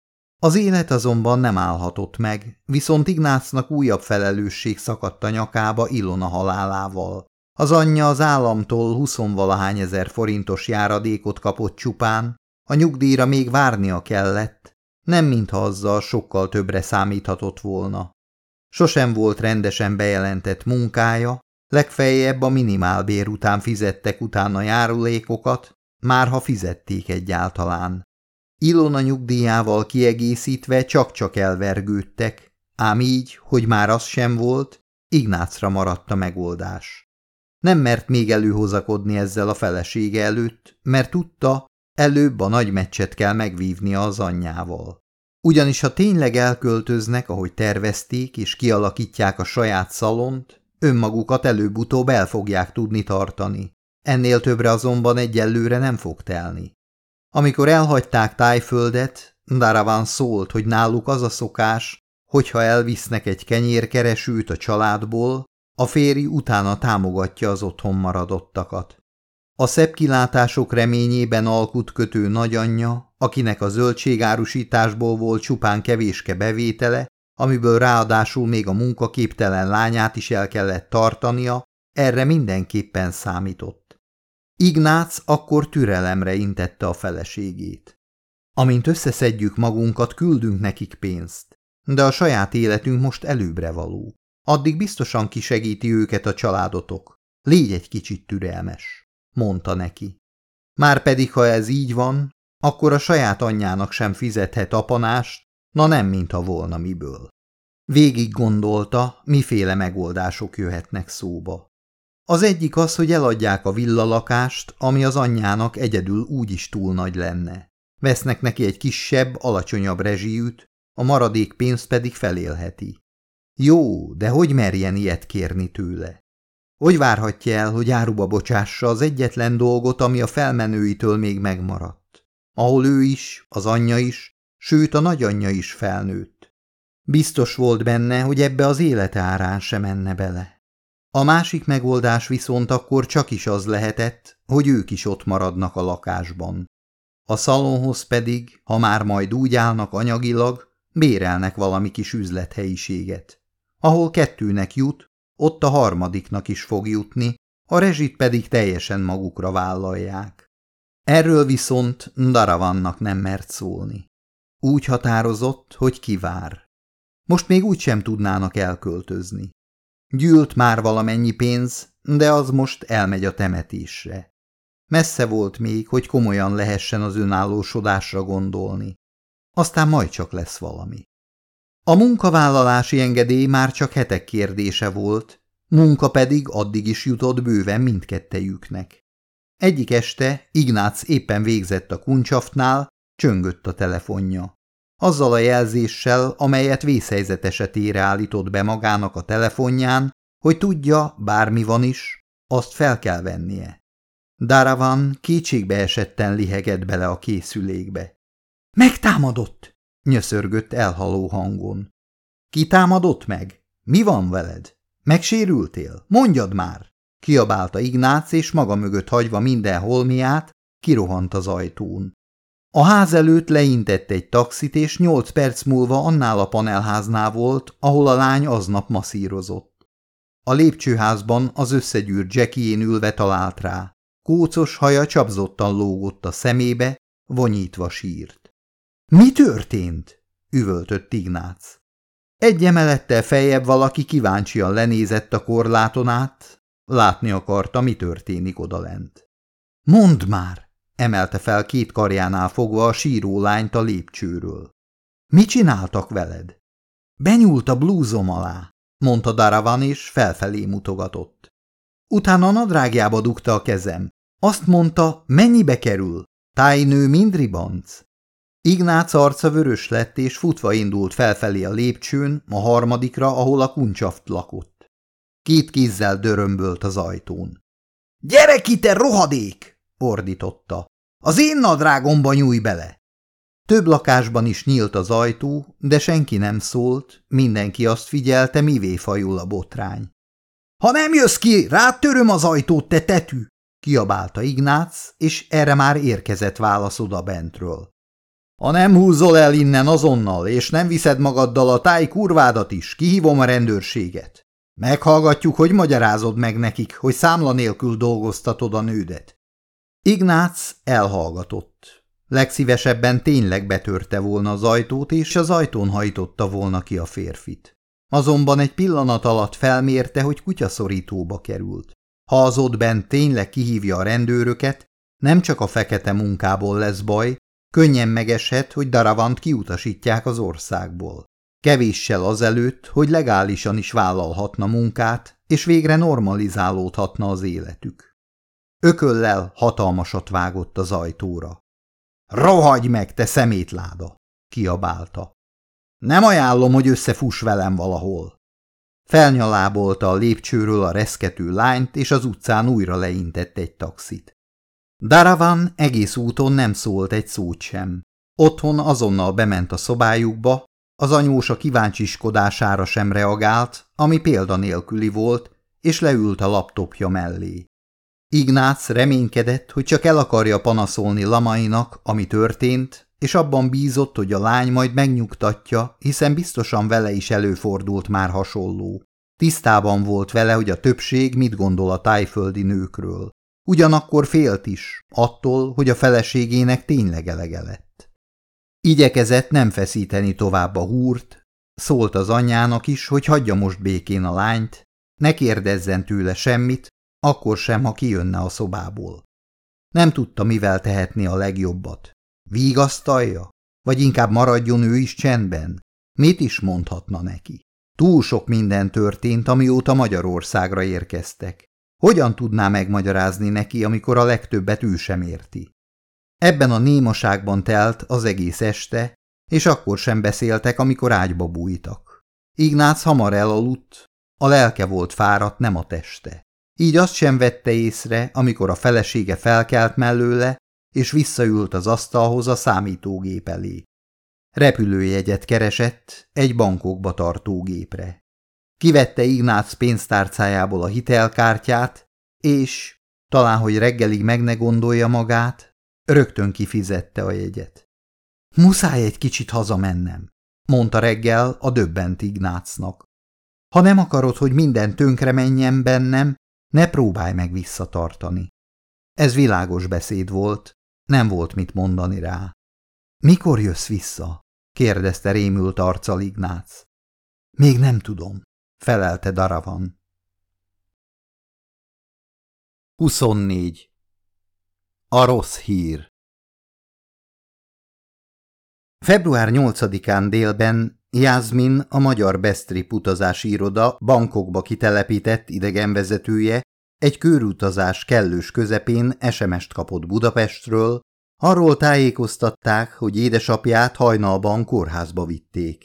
Az élet azonban nem állhatott meg, viszont Ignácnak újabb felelősség szakadt a nyakába Ilona halálával. Az anyja az államtól 20-valahány ezer forintos járadékot kapott csupán, a nyugdíjra még várnia kellett, nem mintha azzal sokkal többre számíthatott volna. Sosem volt rendesen bejelentett munkája, legfeljebb a minimálbér után fizettek utána járulékokat, már ha fizették egyáltalán. Ilona nyugdíjával kiegészítve csak-csak elvergődtek, ám így, hogy már az sem volt, Ignácra maradt a megoldás. Nem mert még előhozakodni ezzel a felesége előtt, mert tudta, előbb a nagy meccset kell megvívnia az anyjával. Ugyanis ha tényleg elköltöznek, ahogy tervezték, és kialakítják a saját szalont, önmagukat előbb-utóbb el fogják tudni tartani. Ennél többre azonban egyelőre nem fog telni. Amikor elhagyták Tájföldet, Daravan szólt, hogy náluk az a szokás, hogyha elvisznek egy kenyérkeresőt a családból, a férj utána támogatja az otthon maradottakat. A szebb kilátások reményében alkut kötő nagyanyja, akinek a zöldségárusításból volt csupán kevéske bevétele, amiből ráadásul még a munkaképtelen lányát is el kellett tartania, erre mindenképpen számított. Ignác akkor türelemre intette a feleségét. Amint összeszedjük magunkat, küldünk nekik pénzt, de a saját életünk most előbbre való. Addig biztosan kisegíti őket a családotok. Légy egy kicsit türelmes, mondta neki. Márpedig, ha ez így van, akkor a saját anyjának sem fizethet apanást, na nem mintha volna miből. Végig gondolta, miféle megoldások jöhetnek szóba. Az egyik az, hogy eladják a villalakást, ami az anyjának egyedül úgyis túl nagy lenne. Vesznek neki egy kisebb, alacsonyabb rezsijűt, a maradék pénzt pedig felélheti. Jó, de hogy merjen ilyet kérni tőle? Hogy várhatja el, hogy áruba bocsássa az egyetlen dolgot, ami a felmenőitől még megmaradt? Ahol ő is, az anyja is, sőt a nagyanyja is felnőtt. Biztos volt benne, hogy ebbe az élete árán se menne bele. A másik megoldás viszont akkor csak is az lehetett, hogy ők is ott maradnak a lakásban. A szalonhoz pedig, ha már majd úgy állnak anyagilag, bérelnek valami kis üzlethelyiséget. Ahol kettőnek jut, ott a harmadiknak is fog jutni, a rezsit pedig teljesen magukra vállalják. Erről viszont Daravannak nem mert szólni. Úgy határozott, hogy kivár. Most még úgysem tudnának elköltözni. Gyűlt már valamennyi pénz, de az most elmegy a temetésre. Messze volt még, hogy komolyan lehessen az önállósodásra gondolni. Aztán majd csak lesz valami. A munkavállalási engedély már csak hetek kérdése volt, munka pedig addig is jutott bőven mindkettejüknek. Egyik este Ignác éppen végzett a Kuncsafnál, csöngött a telefonja. Azzal a jelzéssel, amelyet vészhelyzet esetére állított be magának a telefonján, hogy tudja, bármi van is, azt fel kell vennie. Daravan kétségbe esetten lihegett bele a készülékbe. – Megtámadott! – nyöszörgött elhaló hangon. – Ki támadott meg? Mi van veled? Megsérültél? Mondjad már! – kiabálta Ignác, és maga mögött hagyva minden holmiát, kirohant az ajtón. A ház előtt leintett egy taxit, és 8 perc múlva annál a panelháznál volt, ahol a lány aznap masszírozott. A lépcsőházban az összegyűrt Jackie-én ülve talált rá. Kócos haja csapzottan lógott a szemébe, vonyítva sírt. – Mi történt? – üvöltött Ignác. Egy emelettel feljebb valaki kíváncsian lenézett a korláton át, látni akarta, mi történik odalent. – Mondd már! – emelte fel 2 karjánál fogva a síró lányt a lépcsőről. – Mit csináltak veled? – Benyúlt a blúzom alá – mondta Daravan, és felfelé mutogatott. Utána a nadrágjába dugta a kezem. Azt mondta, mennyibe kerül? Tájnő mind ribanc. Ignác arca vörös lett, és futva indult felfelé a lépcsőn, a harmadikra, ahol a Kuncsaft lakott. 2 kézzel dörömbölt az ajtón. – Gyere ki, te rohadék! – ordította. – Az én nadrágomba nyújj bele! Több lakásban is nyílt az ajtó, de senki nem szólt, mindenki azt figyelte, mivé fajul a botrány. – Ha nem jössz ki, rád töröm az ajtót, te tetű! – kiabálta Ignác, és erre már érkezett válasz oda bentről. Ha nem húzol el innen azonnal, és nem viszed magaddal a táj kurvádat is, kihívom a rendőrséget. Meghallgatjuk, hogy magyarázod meg nekik, hogy számla nélkül dolgoztatod a nődet. Ignác elhallgatott. Legszívesebben tényleg betörte volna az ajtót, és az ajtón hajtotta volna ki a férfit. Azonban egy pillanat alatt felmérte, hogy kutyaszorítóba került. Ha az ott bent tényleg kihívja a rendőröket, nem csak a fekete munkából lesz baj, könnyen megeshet, hogy Daravant kiutasítják az országból. Kevéssel azelőtt, hogy legálisan is vállalhatna munkát, és végre normalizálódhatna az életük. Ököllel hatalmasat vágott az ajtóra. Rohadj meg, te szemétláda! Kiabálta. Nem ajánlom, hogy összefuss velem valahol. Felnyalábolta a lépcsőről a reszkető lányt, és az utcán újra leintett egy taxit. Daravan egész úton nem szólt egy szót sem. Otthon azonnal bement a szobájukba, az anyósa kíváncsiskodására sem reagált, ami példanélküli volt, és leült a laptopja mellé. Ignác reménykedett, hogy csak el akarja panaszolni Lamainak, ami történt, és abban bízott, hogy a lány majd megnyugtatja, hiszen biztosan vele is előfordult már hasonló. Tisztában volt vele, hogy a többség mit gondol a tájföldi nőkről. Ugyanakkor félt is, attól, hogy a feleségének tényleg elege lett. Igyekezett nem feszíteni tovább a húrt, szólt az anyjának is, hogy hagyja most békén a lányt, ne kérdezzen tőle semmit, akkor sem, ha kijönne a szobából. Nem tudta, mivel tehetni a legjobbat. Vigasztalja? Vagy inkább maradjon ő is csendben? Mit is mondhatna neki? Túl sok minden történt, amióta Magyarországra érkeztek. Hogyan tudná megmagyarázni neki, amikor a legtöbbet ő sem érti? Ebben a némaságban telt az egész este, és akkor sem beszéltek, amikor ágyba bújtak. Ignác hamar elaludt, a lelke volt fáradt, nem a teste. Így azt sem vette észre, amikor a felesége felkelt mellőle, és visszaült az asztalhoz a számítógép elé. Repülőjegyet keresett egy Bangkokba tartó gépre. Kivette Ignác pénztárcájából a hitelkártyát, és, talán hogy reggelig meg ne gondolja magát, rögtön kifizette a jegyet. Muszáj egy kicsit hazamennem, mondta reggel a döbbent Ignácnak. Ha nem akarod, hogy minden tönkre menjen bennem, ne próbálj meg visszatartani. Ez világos beszéd volt, nem volt mit mondani rá. Mikor jössz vissza? kérdezte rémült arccal Ignác. Még nem tudom, felelte Daravan. 24. A rossz hír. Február 8-án délben Jászmin, a Magyar Besztrip utazási iroda Bangkokba kitelepített idegenvezetője egy körutazás kellős közepén SMS-t kapott Budapestről, arról tájékoztatták, hogy édesapját hajnalban kórházba vitték.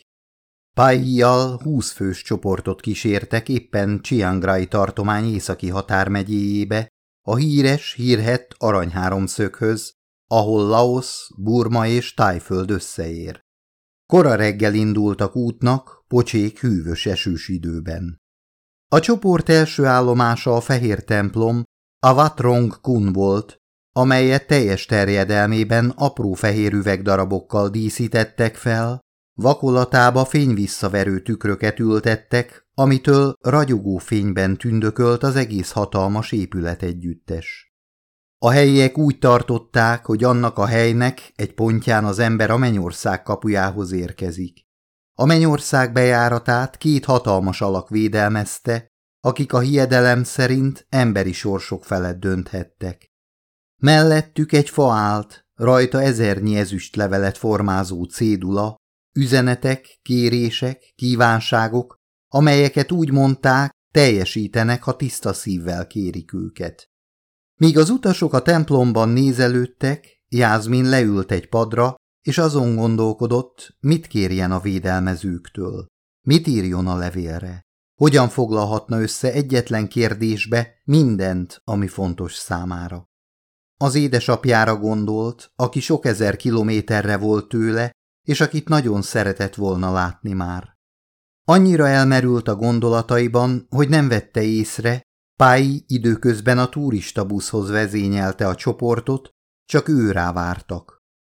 Pályjal 20 fős csoportot kísértek éppen Chiang Rai tartomány északi határmegyéjébe, a hírhett aranyháromszöghöz, ahol Laosz, Burma és Tájföld összeér. Kora reggel indultak útnak, pocsék hűvös esős időben. A csoport első állomása a fehér templom, a Wat Rong Kun volt, amelyet teljes terjedelmében apró fehér üvegdarabokkal díszítettek fel, vakolatába fényvisszaverő tükröket ültettek, amitől ragyogó fényben tündökölt az egész hatalmas épületegyüttes. A helyiek úgy tartották, hogy annak a helynek egy pontján az ember a mennyország kapujához érkezik. A mennyország bejáratát két hatalmas alak védelmezte, akik a hiedelem szerint emberi sorsok felett dönthettek. Mellettük egy fa állt, rajta ezernyi ezüstlevelet formázó cédula, üzenetek, kérések, kívánságok, amelyeket úgy mondták, teljesítenek, ha tiszta szívvel kérik őket. Míg az utasok a templomban nézelődtek, Jászmin leült egy padra, és azon gondolkodott, mit kérjen a védelmezőktől. Mit írjon a levélre? Hogyan foglalhatna össze egyetlen kérdésbe mindent, ami fontos számára? Az édesapjára gondolt, aki sok ezer kilométerre volt tőle, és akit nagyon szeretett volna látni már. Annyira elmerült a gondolataiban, hogy nem vette észre, Pái időközben a turistabuszhoz vezényelte a csoportot, csak őrá vártak.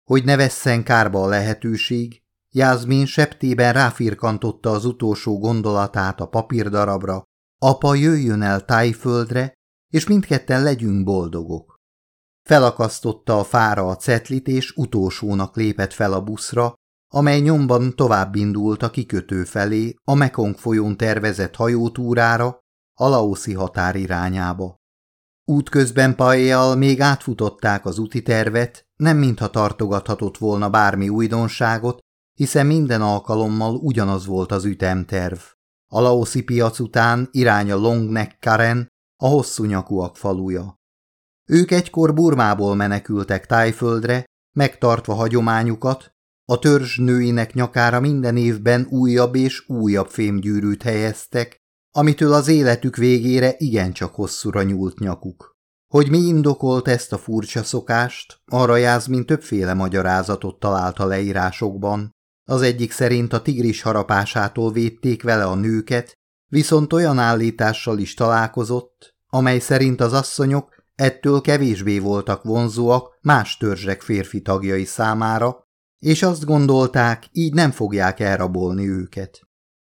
Hogy ne vesszen kárba a lehetőség, Jászmin septében ráfirkantotta az utolsó gondolatát a papírdarabra: apa, jöjjön el Tájföldre, és mindketten legyünk boldogok. Felakasztotta a fára a cetlit, és utolsónak lépett fel a buszra, amely nyomban továbbindult a kikötő felé a Mekong folyón tervezett hajótúrára, a laoszi határ irányába. Útközben Pajjal még átfutották az úti tervet, nem mintha tartogathatott volna bármi újdonságot, hiszen minden alkalommal ugyanaz volt az ütemterv. A laoszi piac után irány a Long Neck Karen, a hosszú nyakúak faluja. Ők egykor Burmából menekültek Tájföldre, megtartva hagyományukat, a törzs nőinek nyakára minden évben újabb és újabb fémgyűrűt helyeztek, amitől az életük végére igencsak hosszúra nyúlt nyakuk. Hogy mi indokolt ezt a furcsa szokást, arra Jászmin többféle magyarázatot talált a leírásokban. Az egyik szerint a tigris harapásától védték vele a nőket, viszont olyan állítással is találkozott, amely szerint az asszonyok ettől kevésbé voltak vonzóak más törzsek férfi tagjai számára, és azt gondolták, így nem fogják elrabolni őket.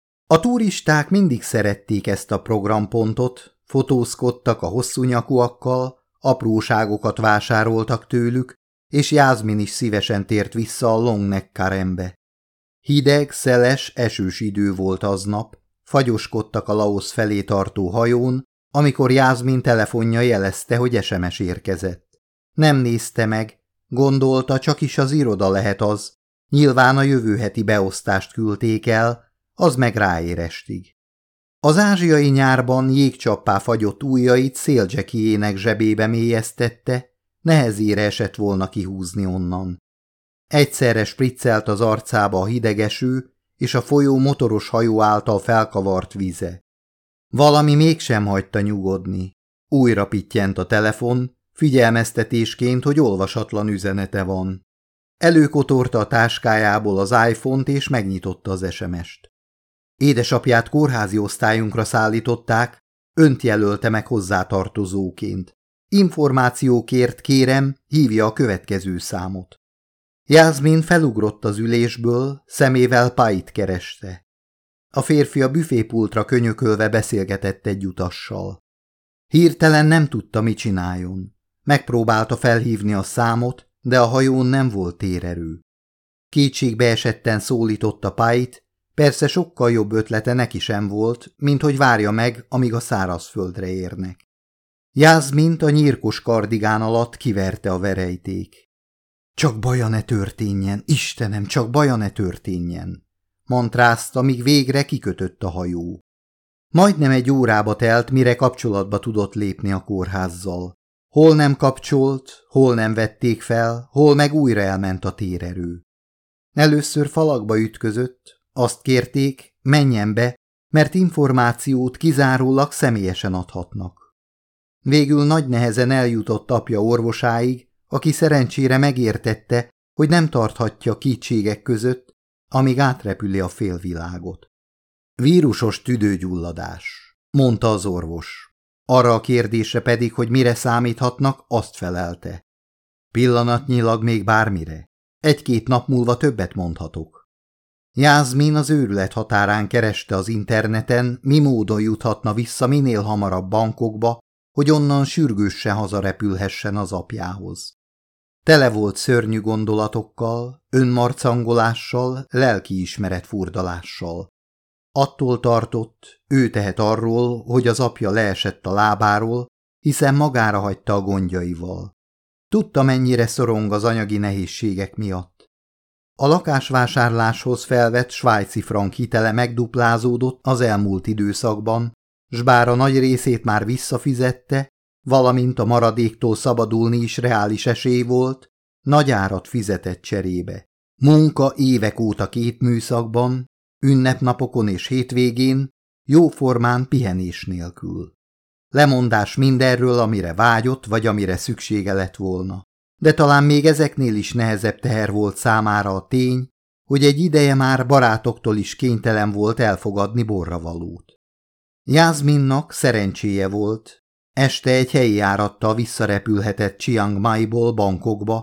A turisták mindig szerették ezt a programpontot, fotózkodtak a hosszú nyakúakkal, apróságokat vásároltak tőlük, és Jászmin is szívesen tért vissza a Long Neck Karenbe. Hideg, szeles, esős idő volt aznap, fagyoskodtak a Laosz felé tartó hajón, amikor Jászmin telefonja jelezte, hogy SMS érkezett. Nem nézte meg, gondolta, csak is az iroda lehet az, nyilván a jövő heti beosztást küldték el, az meg ráér estig. Az ázsiai nyárban jégcsappá fagyott ujjait széldzsekijének zsebébe mélyeztette, nehezére esett volna kihúzni onnan. Egyszerre spriccelt az arcába a hideg eső és a folyó motoros hajó által felkavart vize. Valami mégsem hagyta nyugodni. Újra pittyent a telefon, figyelmeztetésként, hogy olvasatlan üzenete van. Előkotorta a táskájából az iPhone-t és megnyitotta az SMS-t. Édesapját kórházi osztályunkra szállították, önt jelölte meg hozzátartozóként. Információkért kérem, hívja a következő számot. Jászmin felugrott az ülésből, szemével Pait kereste. A férfi a büfépultra könyökölve beszélgetett egy utassal. Hirtelen nem tudta, mit csináljon. Megpróbálta felhívni a számot, de a hajón nem volt térerő. Kétségbe esetten szólította Pait, persze sokkal jobb ötlete neki sem volt, mint hogy várja meg, amíg a szárazföldre érnek. Jászmint a nyírkos kardigán alatt kiverte a verejték. Csak baja ne történjen, Istenem, csak baja ne történjen, mantrázta, míg végre kikötött a hajó. Majdnem egy órába telt, mire kapcsolatba tudott lépni a kórházzal. Hol nem kapcsolt, hol nem vették fel, hol meg újra elment a térerő. Először falakba ütközött, azt kérték, menjen be, mert információt kizárólag személyesen adhatnak. Végül nagy nehezen eljutott apja orvosáig, aki szerencsére megértette, hogy nem tarthatja kétségek között, amíg átrepüli a félvilágot. Vírusos tüdőgyulladás, mondta az orvos. Arra a kérdésre pedig, hogy mire számíthatnak, azt felelte. Pillanatnyilag még bármire. 1-2 nap múlva többet mondhatok. Jászmin az őrület határán kereste az interneten, mi módon juthatna vissza minél hamarabb Bangkokba, hogy onnan sürgősen hazarepülhessen az apjához. Tele volt szörnyű gondolatokkal, önmarcangolással, lelkiismeret furdalással. Attól tartott, ő tehet arról, hogy az apja leesett a lábáról, hiszen magára hagyta a gondjaival. Tudta, mennyire szorong az anyagi nehézségek miatt. A lakásvásárláshoz felvett svájci frank hitele megduplázódott az elmúlt időszakban, s bár a nagy részét már visszafizette, valamint a maradéktól szabadulni is reális esély volt, nagy árat fizetett cserébe. Munka évek óta 2 műszakban, ünnepnapokon és hétvégén, jóformán pihenés nélkül. Lemondás mindenről, amire vágyott, vagy amire szüksége lett volna. De talán még ezeknél is nehezebb teher volt számára a tény, hogy egy ideje már barátoktól is kénytelen volt elfogadni borravalót. Jászminnak szerencséje volt, este egy helyi járattal visszarepülhetett Chiang Mai-ból Bangkokba,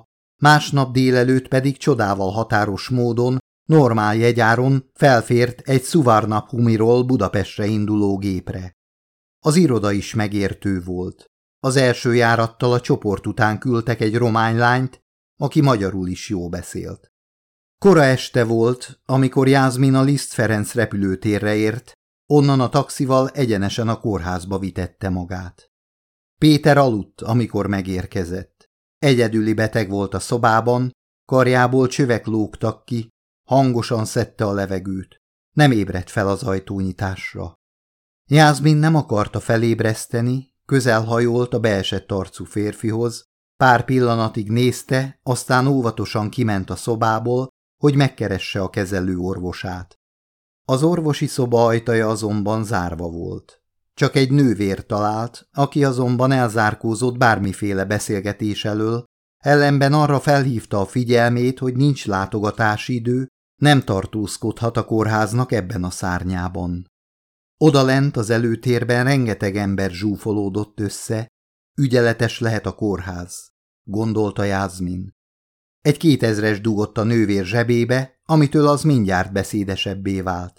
Másnap délelőtt pedig csodával határos módon, normál jegyáron felfért egy Suvarnabhumiról Budapestre induló gépre. Az iroda is megértő volt. Az első járattal a csoport után küldtek egy romány lányt, aki magyarul is jól beszélt. Kora este volt, amikor Jászmin a Liszt Ferenc repülőtérre ért, onnan a taxival egyenesen a kórházba vitette magát. Péter aludt, amikor megérkezett. Egyedüli beteg volt a szobában, karjából csövek lógtak ki, hangosan szedte a levegőt. Nem ébredt fel az ajtónyitásra. Jászmin nem akarta felébreszteni, közelhajolt a beesett arcú férfihoz, pár pillanatig nézte, aztán óvatosan kiment a szobából, hogy megkeresse a kezelő orvosát. Az orvosi szoba ajtaja azonban zárva volt. Csak egy nővér talált, aki azonban elzárkózott bármiféle beszélgetés elől, ellenben arra felhívta a figyelmét, hogy nincs látogatási idő, nem tartózkodhat a kórháznak ebben a szárnyában. Odalent az előtérben rengeteg ember zsúfolódott össze, ügyeletes lehet a kórház, gondolta Jászmin. Egy 2000-es dugott a nővér zsebébe, amitől az mindjárt beszédesebbé vált.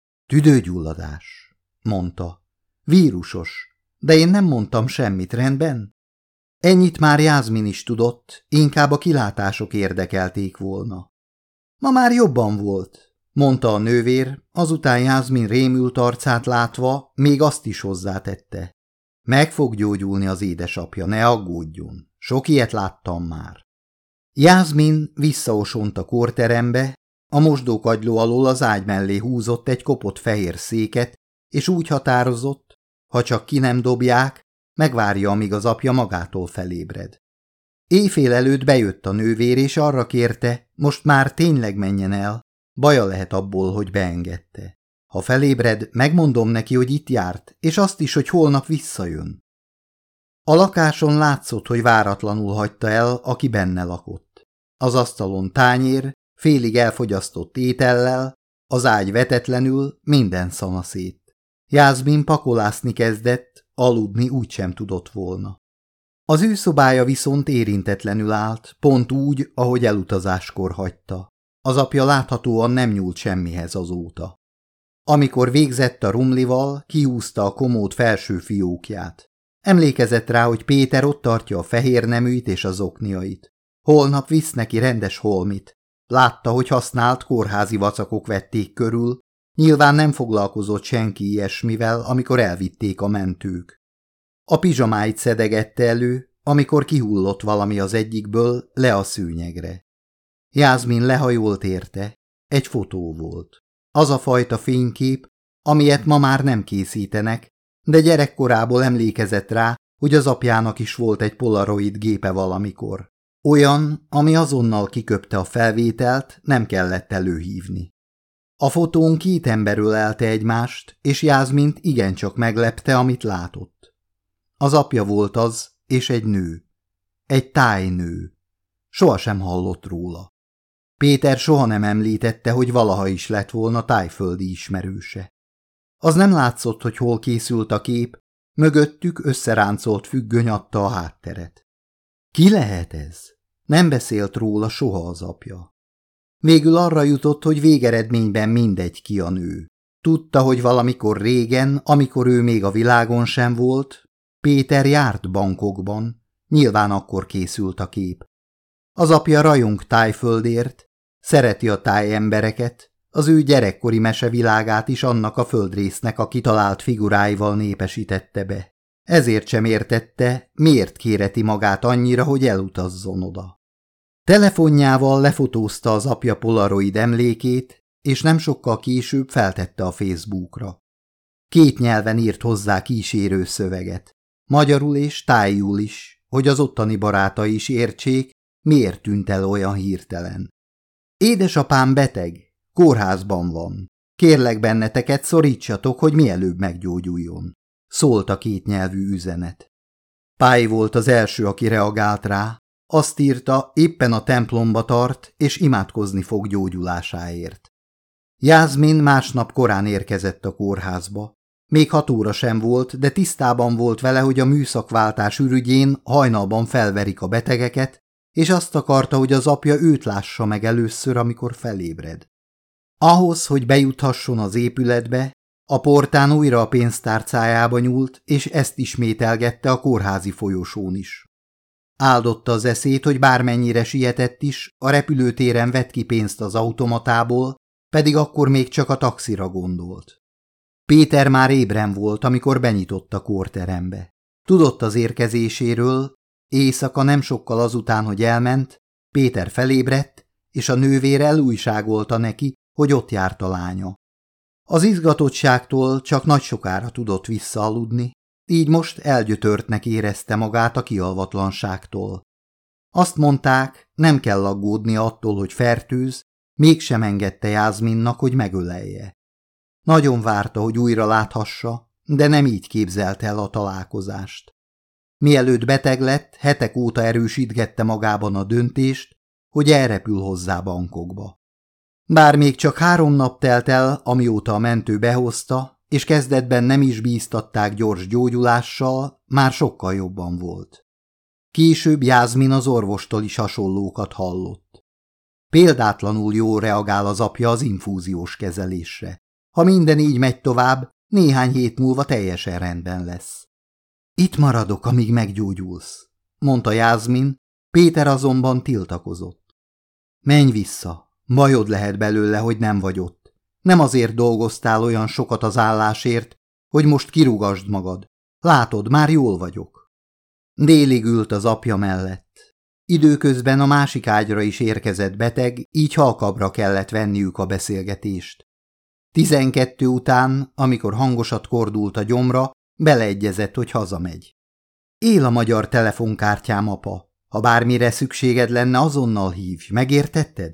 Tüdőgyulladás, mondta. Vírusos, de én nem mondtam semmit, rendben? Ennyit már Jászmin is tudott, inkább a kilátások érdekelték volna. Ma már jobban volt, mondta a nővér, azután Jászmin rémült arcát látva még azt is hozzátette. Meg fog gyógyulni az édesapja, ne aggódjon, sok ilyet láttam már. Jászmin visszaosont a kórterembe, a mosdókagyló alól az ágy mellé húzott egy kopott fehér széket, és úgy határozott, ha csak ki nem dobják, megvárja, amíg az apja magától felébred. Éjfél előtt bejött a nővér, és arra kérte, most már tényleg menjen el, baja lehet abból, hogy beengedte. Ha felébred, megmondom neki, hogy itt járt, és azt is, hogy holnap visszajön. A lakáson látszott, hogy váratlanul hagyta el, aki benne lakott. Az asztalon tányér, félig elfogyasztott étellel, az ágy vetetlenül, minden szanaszét. Jászmin pakolászni kezdett, aludni úgysem tudott volna. Az ő szobája viszont érintetlenül állt, pont úgy, ahogy elutazáskor hagyta. Az apja láthatóan nem nyúlt semmihez azóta. Amikor végzett a rumlival, kihúzta a komód felső fiókját. Emlékezett rá, hogy Péter ott tartja a fehér neműit és az okniait. Holnap visz neki rendes holmit. Látta, hogy használt kórházi vacakok vették körül, nyilván nem foglalkozott senki ilyesmivel, amikor elvitték a mentők. A pizsamáit szedegette elő, amikor kihullott valami az egyikből le a szőnyegre. Jászmin lehajolt érte, egy fotó volt. Az a fajta fénykép, amilyet ma már nem készítenek, de gyerekkorából emlékezett rá, hogy az apjának is volt egy polaroid gépe valamikor. Olyan, ami azonnal kiköpte a felvételt, nem kellett előhívni. A fotón két ember ölelte egymást, és Jászmint igencsak meglepte, amit látott. Az apja volt az, és egy nő. Egy tájnő. Sohasem hallott róla. Péter soha nem említette, hogy valaha is lett volna tájföldi ismerőse. Az nem látszott, hogy hol készült a kép, mögöttük összeráncolt függöny adta a hátteret. Ki lehet ez? Nem beszélt róla soha az apja. Végül arra jutott, hogy végeredményben mindegy ki a nő. Tudta, hogy valamikor régen, amikor ő még a világon sem volt, Péter járt Bangkokban, nyilván akkor készült a kép. Az apja rajong Tájföldért, szereti a táj embereket, az ő gyerekkori mesevilágát is annak a földrésznek a kitalált figuráival népesítette be. Ezért sem értette, miért kéreti magát annyira, hogy elutazzon oda. Telefonjával lefotózta az apja polaroid emlékét, és nem sokkal később feltette a Facebookra. 2 nyelven írt hozzá kísérő szöveget, magyarul és tájul is, hogy az ottani barátai is értsék, miért tűnt el olyan hirtelen. Édesapám beteg, kórházban van. Kérlek benneteket, szorítsatok, hogy mielőbb meggyógyuljon. Szólt a 2 nyelvű üzenet. Pály volt az első, aki reagált rá. Azt írta, éppen a templomba tart, és imádkozni fog gyógyulásáért. Jászmin másnap korán érkezett a kórházba. Még 6 óra sem volt, de tisztában volt vele, hogy a műszakváltás ürügyén hajnalban felverik a betegeket, és azt akarta, hogy az apja őt lássa meg először, amikor felébred. Ahhoz, hogy bejuthasson az épületbe, a portán újra a pénztárcájába nyúlt, és ezt ismételgette a kórházi folyosón is. Áldotta az eszét, hogy bármennyire sietett is, a repülőtéren vett ki pénzt az automatából, pedig akkor még csak a taxira gondolt. Péter már ébren volt, amikor benyitott a kórterembe. Tudott az érkezéséről, éjszaka nem sokkal azután, hogy elment, Péter felébredt, és a nővére elújságolta neki, hogy ott járt a lánya. Az izgatottságtól csak nagy sokára tudott visszaaludni, így most elgyötörtnek érezte magát a kialvatlanságtól. Azt mondták, nem kell aggódni attól, hogy fertőz, mégsem engedte Jászminnak, hogy megölelje. Nagyon várta, hogy újra láthassa, de nem így képzelte el a találkozást. Mielőtt beteg lett, hetek óta erősítgette magában a döntést, hogy elrepül hozzá Bangkokba. Bár még csak 3 nap telt el, amióta a mentő behozta, és kezdetben nem is bíztatták gyors gyógyulással, már sokkal jobban volt. Később Jászmin az orvostól is hasonlókat hallott. Példátlanul jól reagál az apja az infúziós kezelésre. Ha minden így megy tovább, néhány hét múlva teljesen rendben lesz. Itt maradok, amíg meggyógyulsz, mondta Jászmin, Péter azonban tiltakozott. Menj vissza, bajod lehet belőle, hogy nem vagy ott. Nem azért dolgoztál olyan sokat az állásért, hogy most kirúgasd magad. Látod, már jól vagyok. Délig ült az apja mellett. Időközben a másik ágyra is érkezett beteg, így halkabbra kellett venniük a beszélgetést. 12 után, amikor hangosat kordult a gyomra, beleegyezett, hogy hazamegy. Él a magyar telefonkártyám, apa. Ha bármire szükséged lenne, azonnal hívj, megértetted?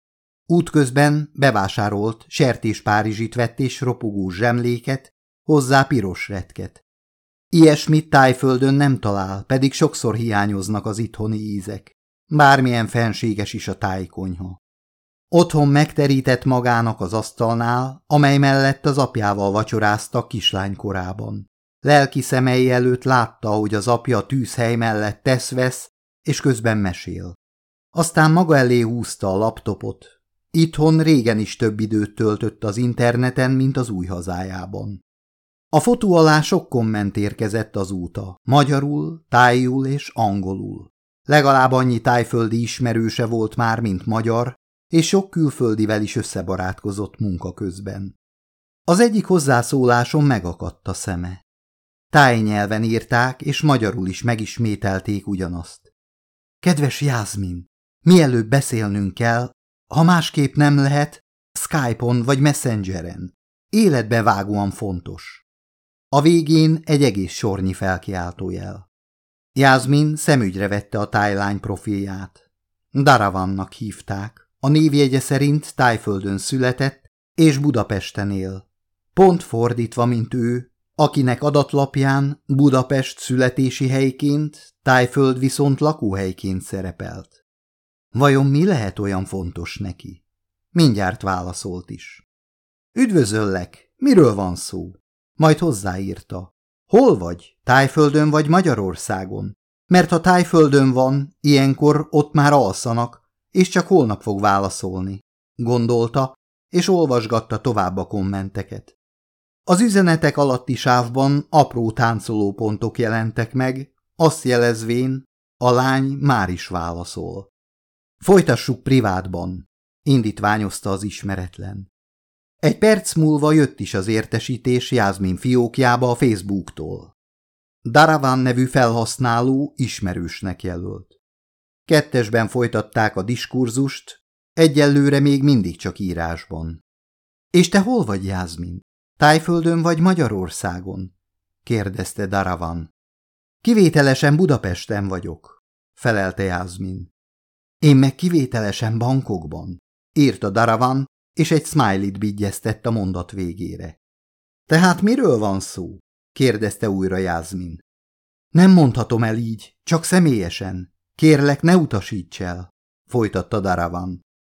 Útközben bevásárolt, sertéspárizsit vett és ropogós zsemléket, hozzá piros retket. Ilyesmit Tájföldön nem talál, pedig sokszor hiányoznak az itthoni ízek. Bármilyen fenséges is a tájkonyha. Otthon megterített magának az asztalnál, amely mellett az apjával vacsoráztak kislánykorában. Lelki szemei előtt látta, hogy az apja a tűzhely mellett tesz-vesz, és közben mesél. Aztán maga elé húzta a laptopot. Itthon régen is több időt töltött az interneten, mint az új hazájában. A fotó alá sok komment érkezett azóta, magyarul, tájul és angolul. Legalább annyi tájföldi ismerőse volt már, mint magyar, és sok külföldivel is összebarátkozott munka közben. Az egyik hozzászóláson megakadt a szeme. Tájnyelven írták, és magyarul is megismételték ugyanazt. Kedves Jászmin, mielőbb beszélnünk kell, ha másképp nem lehet, Skype-on vagy Messengeren. Életbe vágóan fontos. A végén egy egész sornyi felkiáltójel. Jászmin szemügyre vette a tájlány profilját. Daravannak hívták. A névjegye szerint Tájföldön született, és Budapesten él. Pont fordítva, mint ő, akinek adatlapján Budapest születési helyként, Tájföld viszont lakóhelyként szerepelt. Vajon mi lehet olyan fontos neki? Mindjárt válaszolt is. Üdvözöllek, miről van szó? Majd hozzáírta. Hol vagy? Tájföldön vagy Magyarországon? Mert ha Tájföldön van, ilyenkor ott már alszanak, és csak holnap fog válaszolni, gondolta, és olvasgatta tovább a kommenteket. Az üzenetek alatti sávban apró táncolópontok jelentek meg, azt jelezvén, a lány már is válaszol. Folytassuk privátban, indítványozta az ismeretlen. Egy perc múlva jött is az értesítés Jászmin fiókjába a Facebooktól. Daravan nevű felhasználó ismerősnek jelölt. Kettesben folytatták a diskurzust, egyelőre még mindig csak írásban. És te hol vagy, Jászmin? Tájföldön vagy Magyarországon? kérdezte Daravan. Kivételesen Budapesten vagyok, felelte Jászmin. Én meg kivételesen Bangkokban, írta Daravan, és egy smiley-t bigyeztett a mondat végére. Tehát miről van szó? kérdezte újra Jászmin. Nem mondhatom el így, csak személyesen. Kérlek, ne utasíts el, folytatta Daravan.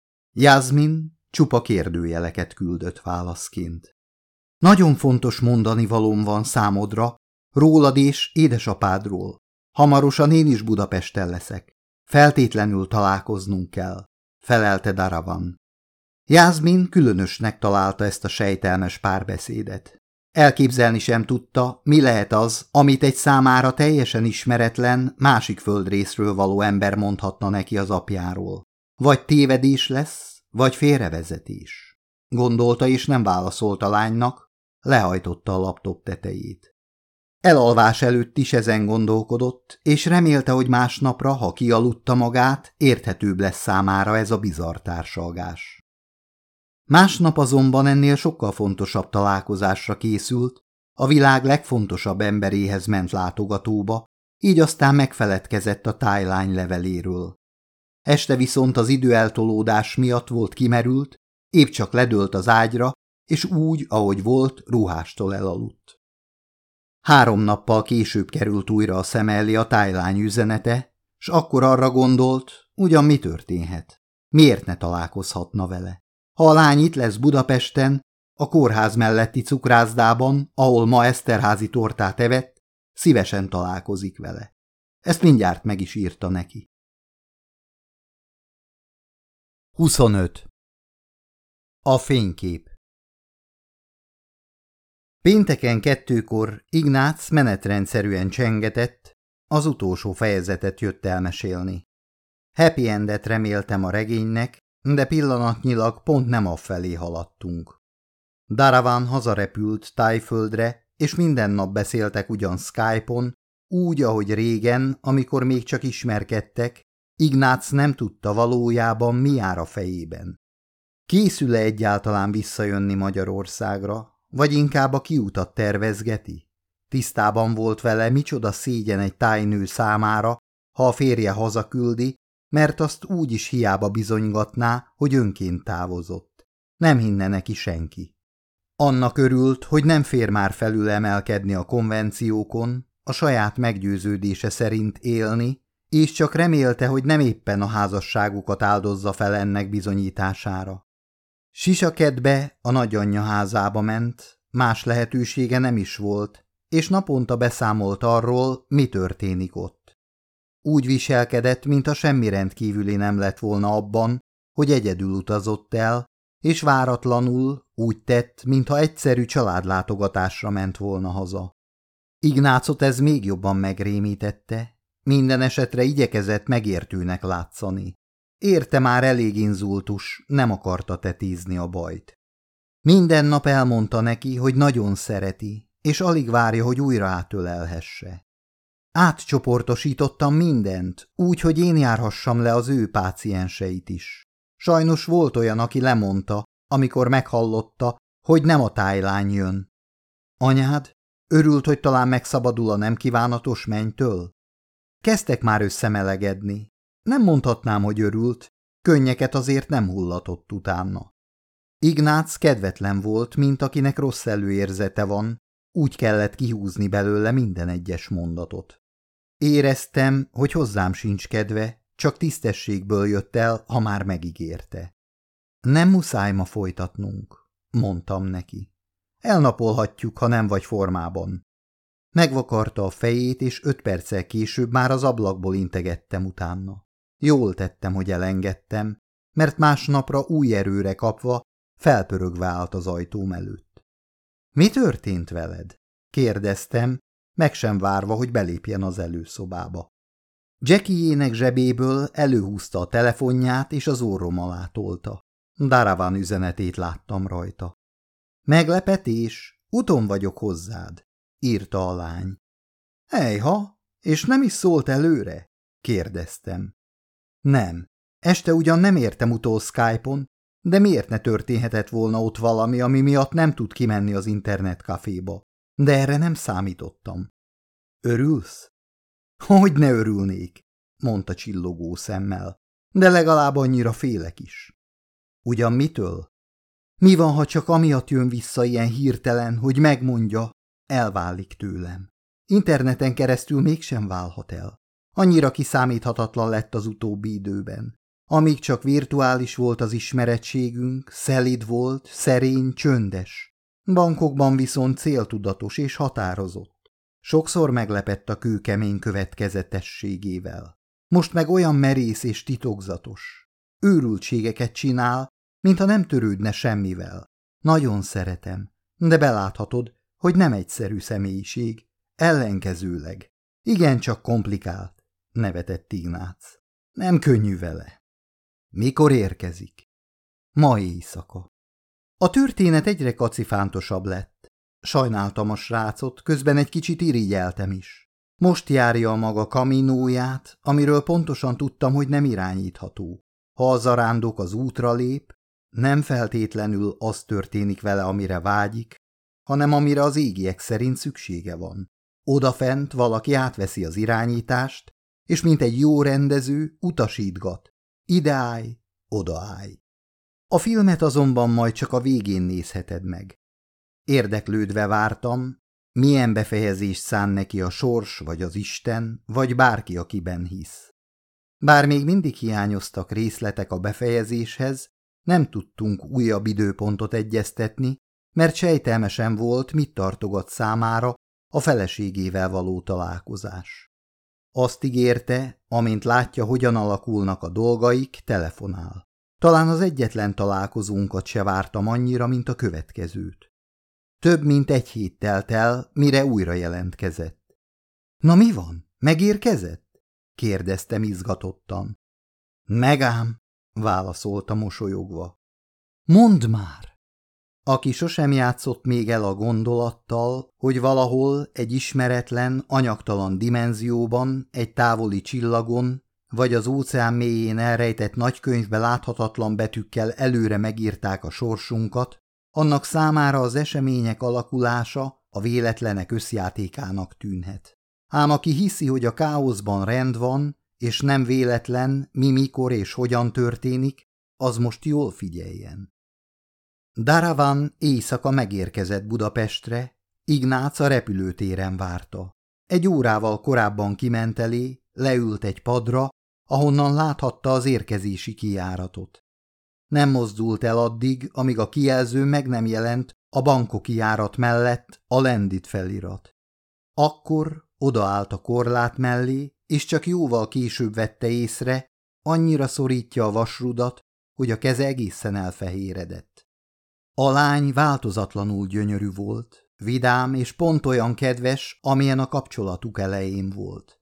Jászmin csupa kérdőjeleket küldött válaszként. Nagyon fontos mondanivalóm van számodra, rólad és édesapádról. Hamarosan én is Budapesten leszek. Feltétlenül találkoznunk kell, felelte Daravan. Jászmin különösnek találta ezt a sejtelmes párbeszédet. Elképzelni sem tudta, mi lehet az, amit egy számára teljesen ismeretlen, másik földrészről való ember mondhatna neki az apjáról. Vagy tévedés lesz, vagy félrevezetés. Gondolta és nem válaszolt a lánynak, lehajtotta a laptop tetejét. Elalvás előtt is ezen gondolkodott, és remélte, hogy másnapra, ha kialudta magát, érthetőbb lesz számára ez a bizarr társalgás. Másnap azonban ennél sokkal fontosabb találkozásra készült, a világ legfontosabb emberéhez ment látogatóba, így aztán megfeledkezett a tájlány leveléről. Este viszont az időeltolódás miatt volt kimerült, épp csak ledőlt az ágyra, és úgy, ahogy volt, ruhástól elaludt. 3 nappal később került újra a szem elé a tájlány üzenete, s akkor arra gondolt, ugyan mi történhet. Miért ne találkozhatna vele? Ha a lány itt lesz Budapesten, a kórház melletti cukrászdában, ahol ma Eszterházi tortát evett, szívesen találkozik vele. Ezt mindjárt meg is írta neki. 25. A fénykép. Pénteken 2-kor Ignác menetrendszerűen csengetett, az utolsó fejezetet jött elmesélni. Happy endet reméltem a regénynek, de pillanatnyilag pont nem afelé haladtunk. Daravan hazarepült Tájföldre, és minden nap beszéltek ugyan Skype-on, úgy, ahogy régen, amikor még csak ismerkedtek, Ignác nem tudta valójában, mi jár a fejében. Készül-e egyáltalán visszajönni Magyarországra, vagy inkább a kiutat tervezgeti? Tisztában volt vele, micsoda szégyen egy tájnő számára, ha a férje hazaküldi, mert azt úgy is hiába bizonygatná, hogy önként távozott. Nem hinne neki senki. Annak örült, hogy nem fér már felül emelkedni a konvenciókon, a saját meggyőződése szerint élni, és csak remélte, hogy nem éppen a házasságukat áldozza fel ennek bizonyítására. Sisakedbe, a nagyanyja házába ment, más lehetősége nem is volt, és naponta beszámolt arról, mi történik ott. Úgy viselkedett, mintha semmi rendkívüli nem lett volna abban, hogy egyedül utazott el, és váratlanul úgy tett, mintha egyszerű családlátogatásra ment volna haza. Ignácot ez még jobban megrémítette, minden esetre igyekezett megértőnek látszani. Érte már elég inzultus, nem akarta tetézni a bajt. Minden nap elmondta neki, hogy nagyon szereti, és alig várja, hogy újra átölelhesse. Átcsoportosítottam mindent, úgy, hogy én járhassam le az ő pácienseit is. Sajnos volt olyan, aki lemondta, amikor meghallotta, hogy nem a tájlány jön. Anyád? Örült, hogy talán megszabadul a nem kívánatos mennytől? Kezdtek már összemelegedni. Nem mondhatnám, hogy örült, könnyeket azért nem hullatott utána. Ignác kedvetlen volt, mint akinek rossz előérzete van, úgy kellett kihúzni belőle minden egyes mondatot. Éreztem, hogy hozzám sincs kedve, csak tisztességből jött el, ha már megígérte. Nem muszáj ma folytatnunk, mondtam neki. Elnapolhatjuk, ha nem vagy formában. Megvakarta a fejét, és 5 perccel később már az ablakból integettem utána. Jól tettem, hogy elengedtem, mert másnapra új erőre kapva felpörögve állt az ajtóm előtt. Mi történt veled? Kérdeztem, meg sem várva, hogy belépjen az előszobába. Jackie-jének zsebéből előhúzta a telefonját, és az orrom alá tolta. Daravan üzenetét láttam rajta. Meglepetés, uton vagyok hozzád, írta a lány. Ejha, és nem is szólt előre? Kérdeztem. Nem, este ugyan nem értem utol Skype-on, de miért ne történhetett volna ott valami, ami miatt nem tud kimenni az internetkaféba? De erre nem számítottam. Örülsz? Hogy ne örülnék, mondta csillogó szemmel, de legalább annyira félek is. Ugyan mitől? Mi van, ha csak amiatt jön vissza ilyen hirtelen, hogy megmondja, elválik tőlem? Interneten keresztül mégsem válhat el. Annyira kiszámíthatatlan lett az utóbbi időben. Amíg csak virtuális volt az ismerettségünk, szelíd volt, szerény, csöndes. Bankokban viszont céltudatos és határozott. Sokszor meglepett a kőkemény következetességével. Most meg olyan merész és titokzatos. Őrültségeket csinál, mintha nem törődne semmivel. Nagyon szeretem, de beláthatod, hogy nem egyszerű személyiség, ellenkezőleg. Igencsak komplikált, nevetett Ignác. Nem könnyű vele. Mikor érkezik? Ma éjszaka. A történet egyre kacifántosabb lett. Sajnáltam a srácot, közben egy kicsit irigyeltem is. Most járja a maga kaminóját, amiről pontosan tudtam, hogy nem irányítható. Ha a zarándok az útra lép, nem feltétlenül az történik vele, amire vágyik, hanem amire az égiek szerint szüksége van. Odafent valaki átveszi az irányítást, és mint egy jó rendező utasítgat. Ide állj, oda állj. A filmet azonban majd csak a végén nézheted meg. Érdeklődve vártam, milyen befejezést szán neki a sors, vagy az Isten, vagy bárki, akiben hisz. Bár még mindig hiányoztak részletek a befejezéshez, nem tudtunk újabb időpontot egyeztetni, mert sejtelmesen volt, mit tartogat számára a feleségével való találkozás. Azt ígérte, amint látja, hogyan alakulnak a dolgaik, telefonál. Talán az egyetlen találkozónkat se vártam annyira, mint a következőt. Több mint egy hét telt el, mire újra jelentkezett. – Na mi van? Megérkezett? – kérdeztem izgatottan. – Megám – válaszolta mosolyogva. – Mondd már! Aki sosem játszott még el a gondolattal, hogy valahol egy ismeretlen, anyagtalan dimenzióban, egy távoli csillagon, vagy az óceán mélyén elrejtett nagykönyvbe láthatatlan betűkkel előre megírták a sorsunkat, annak számára az események alakulása a véletlenek összjátékának tűnhet. Ám aki hiszi, hogy a káoszban rend van, és nem véletlen, mi, mikor és hogyan történik, az most jól figyeljen. Daravan éjszaka megérkezett Budapestre, Ignác a repülőtéren várta. Egy órával korábban kiment elé, leült egy padra, ahonnan láthatta az érkezési kijáratot. Nem mozdult el addig, amíg a kijelző meg nem jelent a bankoki járat mellett a Lendit felirat. Akkor odaállt a korlát mellé, és csak jóval később vette észre, annyira szorítja a vasrudat, hogy a keze egészen elfehéredett. A lány változatlanul gyönyörű volt, vidám és pont olyan kedves, amilyen a kapcsolatuk elején volt.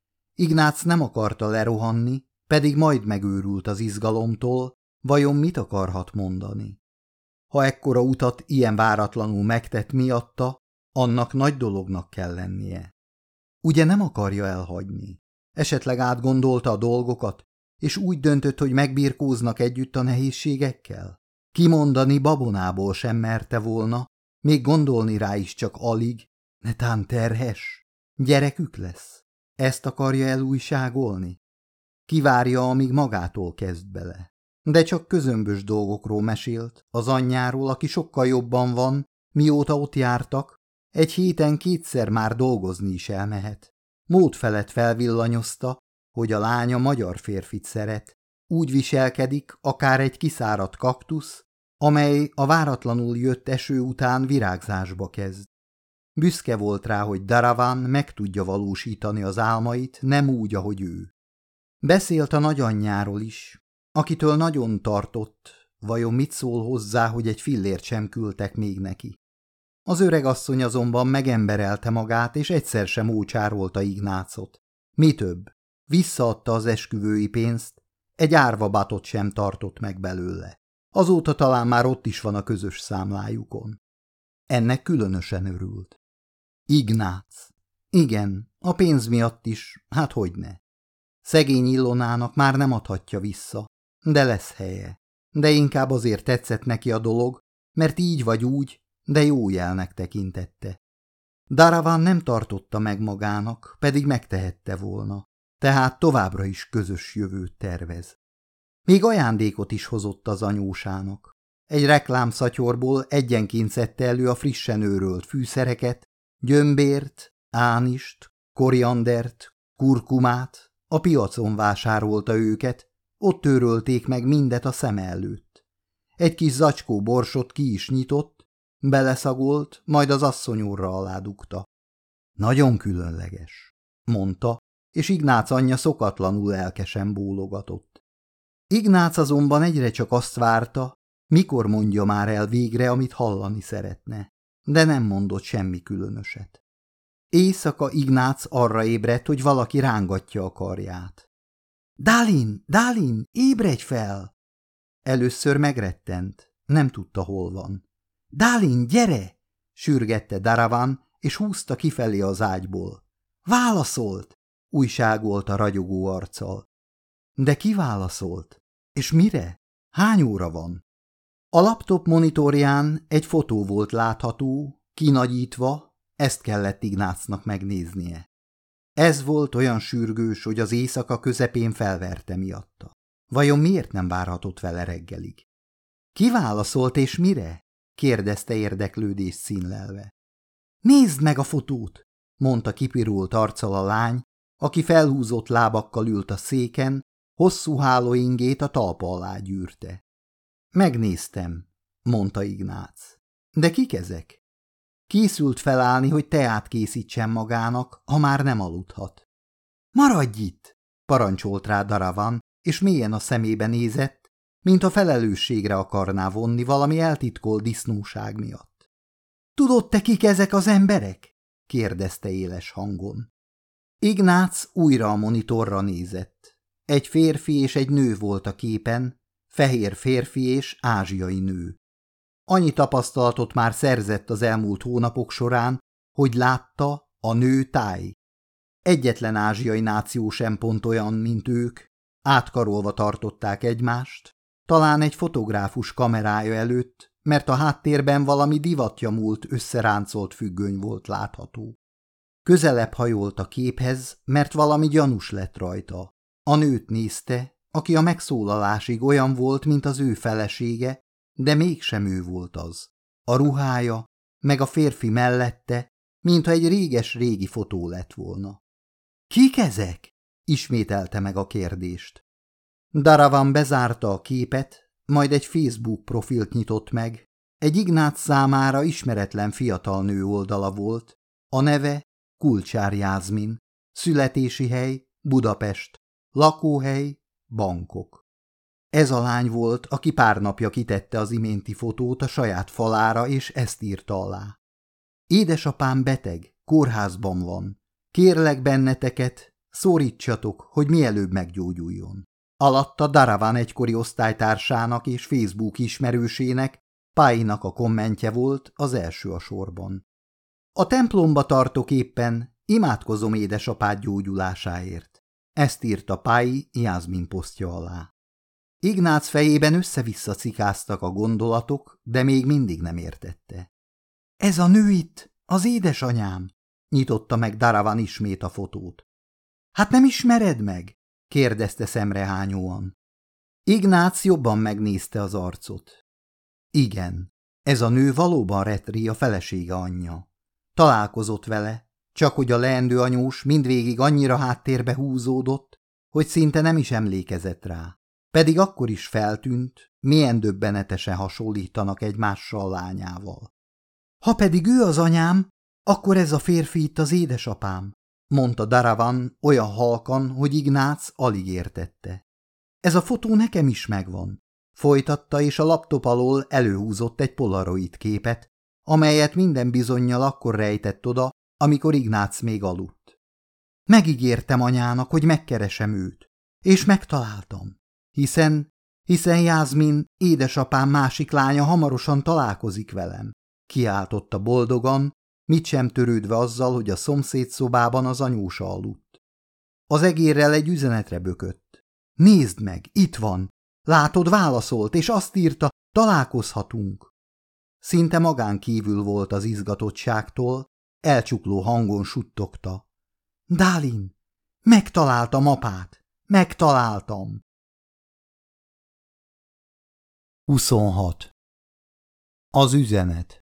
Ignác nem akarta lerohanni, pedig majd megőrült az izgalomtól, vajon mit akarhat mondani. Ha ekkora utat ilyen váratlanul megtett miatta, annak nagy dolognak kell lennie. Ugye nem akarja elhagyni? Esetleg átgondolta a dolgokat, és úgy döntött, hogy megbirkóznak együtt a nehézségekkel? Kimondani babonából sem merte volna, még gondolni rá is csak alig, netán terhes. Gyerekük lesz. Ezt akarja elújságolni? Kivárja, amíg magától kezd bele. De csak közömbös dolgokról mesélt, az anyjáról, aki sokkal jobban van, mióta ott jártak, egy héten kétszer már dolgozni is elmehet. Mód felett felvillanyozta, hogy a lánya magyar férfit szeret. Úgy viselkedik, akár egy kiszáradt kaktusz, amely a váratlanul jött eső után virágzásba kezd. Büszke volt rá, hogy Daravan meg tudja valósítani az álmait, nem úgy, ahogy ő. Beszélt a nagyanyjáról is, akitől nagyon tartott, vajon mit szól hozzá, hogy egy fillért sem küldtek még neki. Az öregasszony azonban megemberelte magát, és egyszer sem ócsárolta Ignácot. Mi több, visszaadta az esküvői pénzt, egy árvabatot sem tartott meg belőle. Azóta talán már ott is van a közös számlájukon. Ennek különösen örült. Ignác. Igen, a pénz miatt is, hát hogyne. Szegény Illonának már nem adhatja vissza, de lesz helye. De inkább azért tetszett neki a dolog, mert így vagy úgy, de jó jelnek tekintette. Daravan nem tartotta meg magának, pedig megtehette volna, tehát továbbra is közös jövőt tervez. Még ajándékot is hozott az anyósának. Egy reklámszatyorból egyenként szedte elő a frissen őrölt fűszereket, gyömbért, ánist, koriandert, kurkumát, a piacon vásárolta őket, ott őrölték meg mindet a szeme előtt. Egy kis zacskó borsot ki is nyitott, beleszagolt, majd az asszony orra alá dugta. Nagyon különleges, mondta, és Ignác anyja szokatlanul lelkesen bólogatott. Ignác azonban egyre csak azt várta, mikor mondja már el végre, amit hallani szeretne, de nem mondott semmi különöset. Éjszaka Ignác arra ébredt, hogy valaki rángatja a karját. Dálin, Dálin, ébredj fel! Először megrettent, nem tudta, hol van. Dálin, gyere! Sürgette Daravan, és húzta kifelé az ágyból. Válaszolt! Újságolta ragyogó arccal. De ki válaszolt? És mire? Hány óra van? A laptop monitorján egy fotó volt látható, kinagyítva, ezt kellett Ignácnak megnéznie. Ez volt olyan sürgős, hogy az éjszaka közepén felverte miatta. Vajon miért nem várhatott vele reggelig? Ki válaszolt és mire? Kérdezte érdeklődés színlelve. Nézd meg a fotót, mondta kipirult arccal a lány, aki felhúzott lábakkal ült a széken, hosszú hálóingét a talpa alá gyűrte. Megnéztem, mondta Ignác. De kik ezek? Készült felállni, hogy teát készítsen magának, ha már nem aludhat. Maradj itt, parancsolt rá Daravan, és mélyen a szemébe nézett, mint a felelősségre akarná vonni valami eltitkolt disznóság miatt. Tudod te, kik ezek az emberek? kérdezte éles hangon. Ignác újra a monitorra nézett. Egy férfi és egy nő volt a képen, fehér férfi és ázsiai nő. Annyi tapasztalatot már szerzett az elmúlt hónapok során, hogy látta, a nő táj. Egyetlen ázsiai náció sem pont olyan, mint ők, átkarolva tartották egymást, talán egy fotográfus kamerája előtt, mert a háttérben valami divatja múlt összeráncolt függöny volt látható. Közelebb hajolt a képhez, mert valami gyanús lett rajta. A nőt nézte, aki a megszólalásig olyan volt, mint az ő felesége, de mégsem ő volt az. A ruhája, meg a férfi mellette, mintha egy réges-régi fotó lett volna. Kik ezek? Ismételte meg a kérdést. Daravan bezárta a képet, majd egy Facebook profilt nyitott meg. Egy Ignác számára ismeretlen fiatal nő oldala volt, a neve Kulcsár Jászmin, születési hely Budapest, lakóhely Bangkok. Ez a lány volt, aki pár napja kitette az iménti fotót a saját falára, és ezt írta alá. Édesapám beteg, kórházban van. Kérlek benneteket, szorítsatok, hogy mielőbb meggyógyuljon. Alatta Daravan egykori osztálytársának és Facebook ismerősének, Páinak a kommentje volt az első a sorban. A templomba tartok éppen, imádkozom édesapád gyógyulásáért. Ezt írta Pái Jászmin posztja alá. Ignác fejében össze-vissza cikáztak a gondolatok, de még mindig nem értette. Ez a nő itt, az édesanyám, nyitotta meg Daravan ismét a fotót. Hát nem ismered meg? kérdezte szemrehányóan. Ignác jobban megnézte az arcot. Igen, ez a nő valóban Retri, a felesége anyja. Találkozott vele, csak hogy a leendő anyós mindvégig annyira háttérbe húzódott, hogy szinte nem is emlékezett rá. Pedig akkor is feltűnt, milyen döbbenetesen hasonlítanak egymással lányával. Ha pedig ő az anyám, akkor ez a férfi itt az édesapám, mondta Daravan olyan halkan, hogy Ignác alig értette. Ez a fotó nekem is megvan. Folytatta, és a laptop alól előhúzott egy polaroid képet, amelyet minden bizonnyal akkor rejtett oda, amikor Ignác még aludt. Megígértem anyának, hogy megkeresem őt, és megtaláltam. Hiszen Jászmin, édesapám másik lánya hamarosan találkozik velem, kiáltotta boldogan, mit sem törődve azzal, hogy a szomszéd szobában az anyósa aludt. Az egérrel egy üzenetre bökött. Nézd meg, itt van! Látod, válaszolt, és azt írta, találkozhatunk. Szinte magán kívül volt az izgatottságtól, elcsukló hangon suttogta. Dálin, megtaláltam apát, megtaláltam! 26. Az üzenet.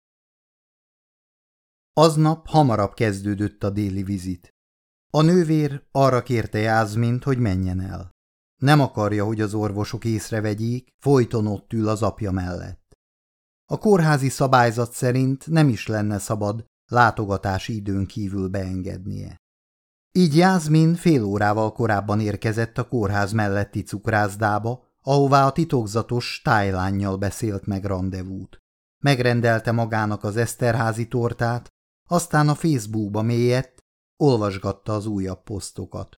Aznap hamarabb kezdődött a déli vizit. A nővér arra kérte Jászmint, hogy menjen el. Nem akarja, hogy az orvosok észrevegyék, folyton ott ül az apja mellett. A kórházi szabályzat szerint nem is lenne szabad látogatási időn kívül beengednie. Így Jászmin fél órával korábban érkezett a kórház melletti cukrászdába, ahová a titokzatos tájlánnyal beszélt meg randevút. Megrendelte magának az Eszterházi tortát, aztán a Facebookba mélyedt, olvasgatta az újabb posztokat.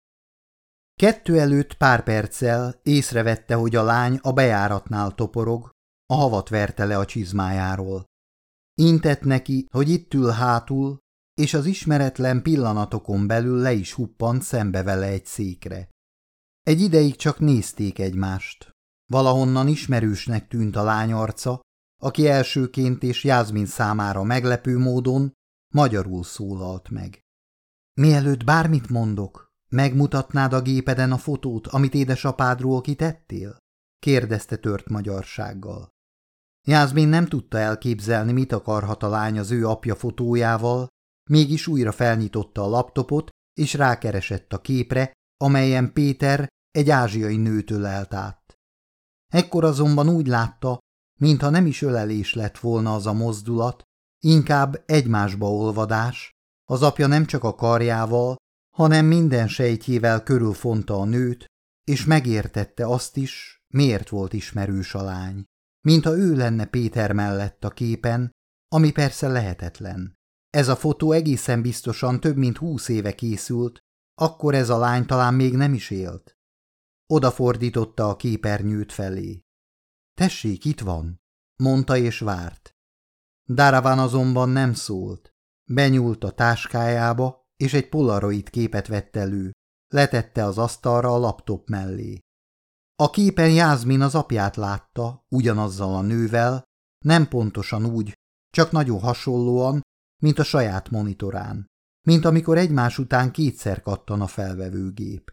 2 előtt pár perccel észrevette, hogy a lány a bejáratnál toporog, a havat verte le a csizmájáról. Intett neki, hogy itt ül hátul, és az ismeretlen pillanatokon belül le is huppant szembe vele egy székre. Egy ideig csak nézték egymást. Valahonnan ismerősnek tűnt a lány arca, aki elsőként és Jászmin számára meglepő módon magyarul szólalt meg. Mielőtt bármit mondok, megmutatnád a gépeden a fotót, amit édesapádról kitettél? Kérdezte tört magyarsággal. Jászmin nem tudta elképzelni, mit akarhat a lány az ő apja fotójával, mégis újra felnyitotta a laptopot, és rákeresett a képre, amelyen Péter egy ázsiai nőtől lelt át. Ekkor azonban úgy látta, mintha nem is ölelés lett volna az a mozdulat, inkább egymásba olvadás, az apja nem csak a karjával, hanem minden sejtjével körülfonta a nőt, és megértette azt is, miért volt ismerős a lány. Mintha ő lenne Péter mellett a képen, ami persze lehetetlen. Ez a fotó egészen biztosan több mint 20 éve készült, akkor ez a lány talán még nem is élt. Odafordította a képernyőt felé. Tessék, itt van, mondta és várt. Daravan azonban nem szólt. Benyúlt a táskájába, és egy polaroid képet vett elő. Letette az asztalra a laptop mellé. A képen Jászmin az apját látta, ugyanazzal a nővel, nem pontosan úgy, csak nagyon hasonlóan, mint a saját monitorán, mint amikor egymás után kétszer kattan a felvevőgép.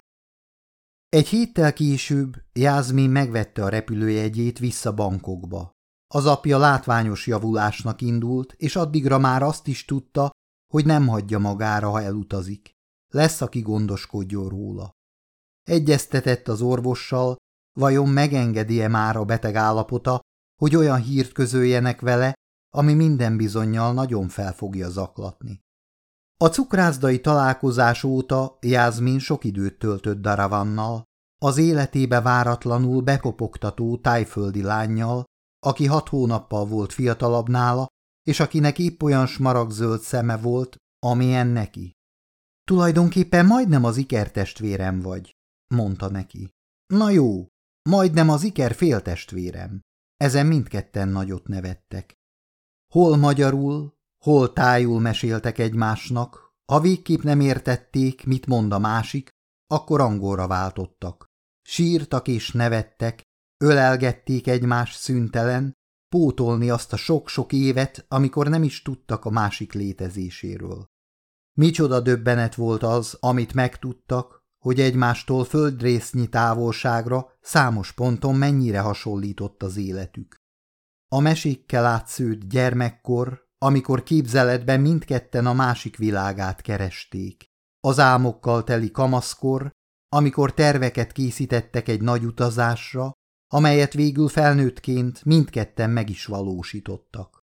Egy héttel később Jászmin megvette a repülőjegyét vissza Bangkokba. Az apja látványos javulásnak indult, és addigra már azt is tudta, hogy nem hagyja magára, ha elutazik. Lesz, aki gondoskodjon róla. Egyeztetett az orvossal, vajon megengedi-e már a beteg állapota, hogy olyan hírt közöljenek vele, ami minden bizonnyal nagyon fel fogja zaklatni. A cukrászdai találkozás óta Jászmin sok időt töltött Daravannal, az életébe váratlanul bekopogtató tájföldi lánnyal, aki 6 hónappal volt fiatalabb nála, és akinek épp olyan smaragdzöld szeme volt, amilyen neki. Tulajdonképpen majdnem az ikertestvérem vagy, mondta neki. Na jó, majdnem az iker féltestvérem. Ezen mindketten nagyot nevettek. Hol magyarul, hol tájul meséltek egymásnak, ha végképp nem értették, mit mond a másik, akkor angolra váltottak. Sírtak és nevettek, ölelgették egymást szüntelen, pótolni azt a sok-sok évet, amikor nem is tudtak a másik létezéséről. Micsoda döbbenet volt az, amit megtudtak, hogy egymástól földrésznyi távolságra számos ponton mennyire hasonlított az életük. A mesékkel átszőtt gyermekkor, amikor képzeletben mindketten a másik világát keresték. Az álmokkal teli kamaszkor, amikor terveket készítettek egy nagy utazásra, amelyet végül felnőttként mindketten meg is valósítottak.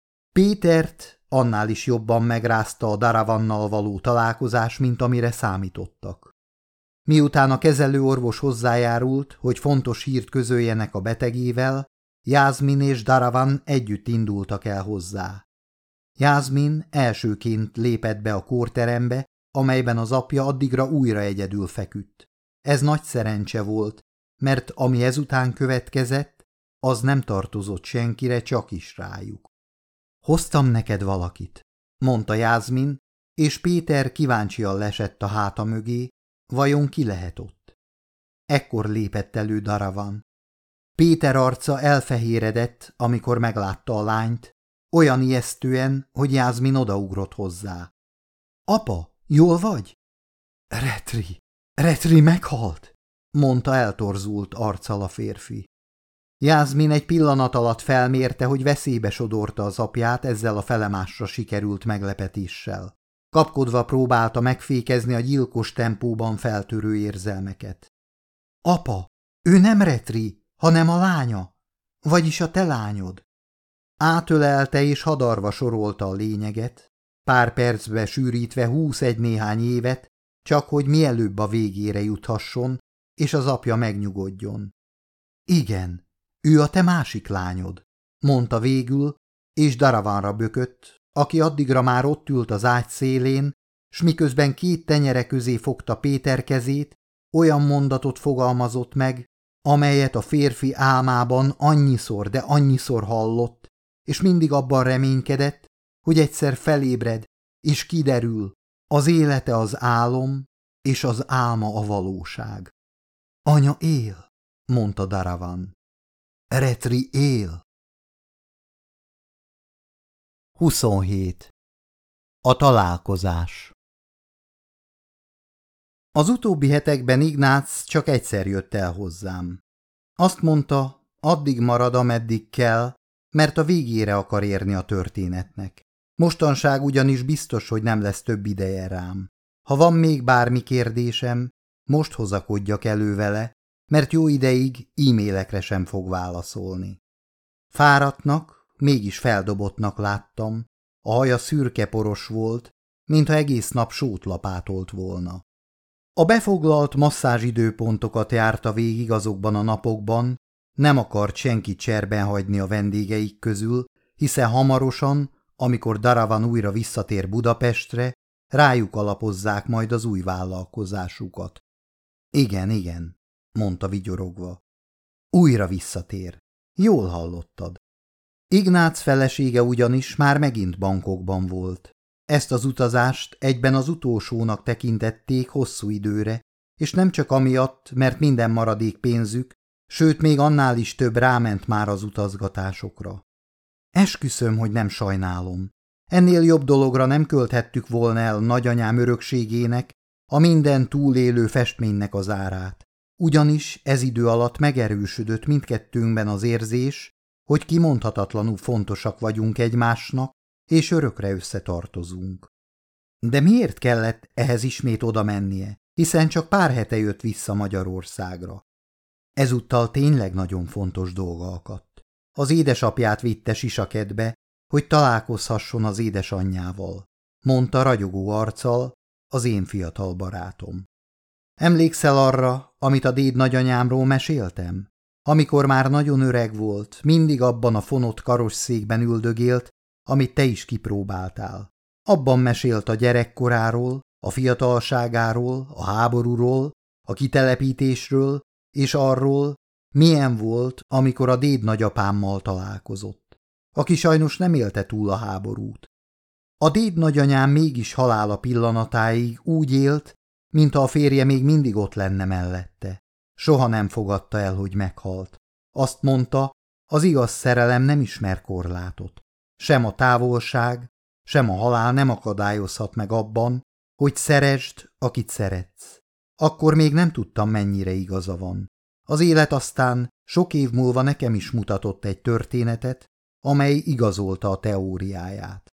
Pétert annál is jobban megrázta a Daravannal való találkozás, mint amire számítottak. Miután a kezelőorvos hozzájárult, hogy fontos hírt közöljenek a betegével, Jászmin és Daravan együtt indultak el hozzá. Jászmin elsőként lépett be a kórterembe, amelyben az apja addigra újra egyedül feküdt. Ez nagy szerencse volt, mert ami ezután következett, az nem tartozott senkire, csak is rájuk. Hoztam neked valakit, mondta Jászmin, és Péter kíváncsian lesett a háta mögé, vajon ki lehet ott. Ekkor lépett elő Daravan. Péter arca elfehéredett, amikor meglátta a lányt, olyan ijesztően, hogy Jászmin odaugrott hozzá. Apa, jól vagy? Retri meghalt, mondta eltorzult arccal a férfi. Jászmin egy pillanat alatt felmérte, hogy veszélybe sodorta az apját ezzel a felemásra sikerült meglepetéssel. Kapkodva próbálta megfékezni a gyilkos tempóban feltörő érzelmeket. Apa, ő nem Retri, hanem a lánya, vagyis a te lányod. Átölelte és hadarva sorolta a lényeget, pár percbe sűrítve 21 néhány évet, csak hogy mielőbb a végére juthasson, és az apja megnyugodjon. Igen, ő a te másik lányod, mondta végül, és Daravanra bökött, aki addigra már ott ült az ágy szélén, s miközben két tenyere közé fogta Péter kezét, olyan mondatot fogalmazott meg, amelyet a férfi álmában annyiszor, de annyiszor hallott, és mindig abban reménykedett, hogy egyszer felébred, és kiderül, az élete az álom, és az álma a valóság. Anya él, mondta Daravan. Retri él. 27. A találkozás. Az utóbbi hetekben Ignác csak egyszer jött el hozzám. Azt mondta, addig marad, ameddig kell, mert a végére akar érni a történetnek. Mostanság ugyanis biztos, hogy nem lesz több ideje rám. Ha van még bármi kérdésem, most hozakodjak elő vele, mert jó ideig e-mailekre sem fog válaszolni. Fáradtnak, mégis feldobottnak láttam, a haja szürke-poros volt, mintha egész nap sót lapátolt volna. A befoglalt masszázsidőpontokat járta végig azokban a napokban, nem akart senkit cserben hagyni a vendégeik közül, hiszen hamarosan, amikor Daravan újra visszatér Budapestre, rájuk alapozzák majd az új vállalkozásukat. Igen, igen, mondta vigyorogva. Újra visszatér. Jól hallottad. Ignác felesége ugyanis már megint Bangkokban volt. Ezt az utazást egyben az utolsónak tekintették hosszú időre, és nem csak amiatt, mert minden maradék pénzük, sőt még annál is több ráment már az utazgatásokra. Esküszöm, hogy nem sajnálom. Ennél jobb dologra nem költhettük volna el nagyanyám örökségének, a minden túlélő festménynek az árát. Ugyanis ez idő alatt megerősödött mindkettőnkben az érzés, hogy kimondhatatlanul fontosak vagyunk egymásnak, és örökre összetartozunk. De miért kellett ehhez ismét oda mennie, hiszen csak pár hete jött vissza Magyarországra? Ezúttal tényleg nagyon fontos dolga akadt. Az édesapját vitte Sisakedbe, hogy találkozhasson az édesanyjával, mondta ragyogó arccal az én fiatal barátom. Emlékszel arra, amit a déd nagyanyámról meséltem? Amikor már nagyon öreg volt, mindig abban a fonott karosszékben üldögélt, amit te is kipróbáltál. Abban mesélt a gyerekkoráról, a fiatalságáról, a háborúról, a kitelepítésről, és arról, milyen volt, amikor a déd nagyapámmal találkozott, aki sajnos nem élte túl a háborút. A déd nagyanyám mégis halála pillanatáig úgy élt, mintha a férje még mindig ott lenne mellette. Soha nem fogadta el, hogy meghalt. Azt mondta, az igaz szerelem nem ismer korlátot. Sem a távolság, sem a halál nem akadályozhat meg abban, hogy szeresd, akit szeretsz. Akkor még nem tudtam, mennyire igaza van. Az élet aztán sok év múlva nekem is mutatott egy történetet, amely igazolta a teóriáját.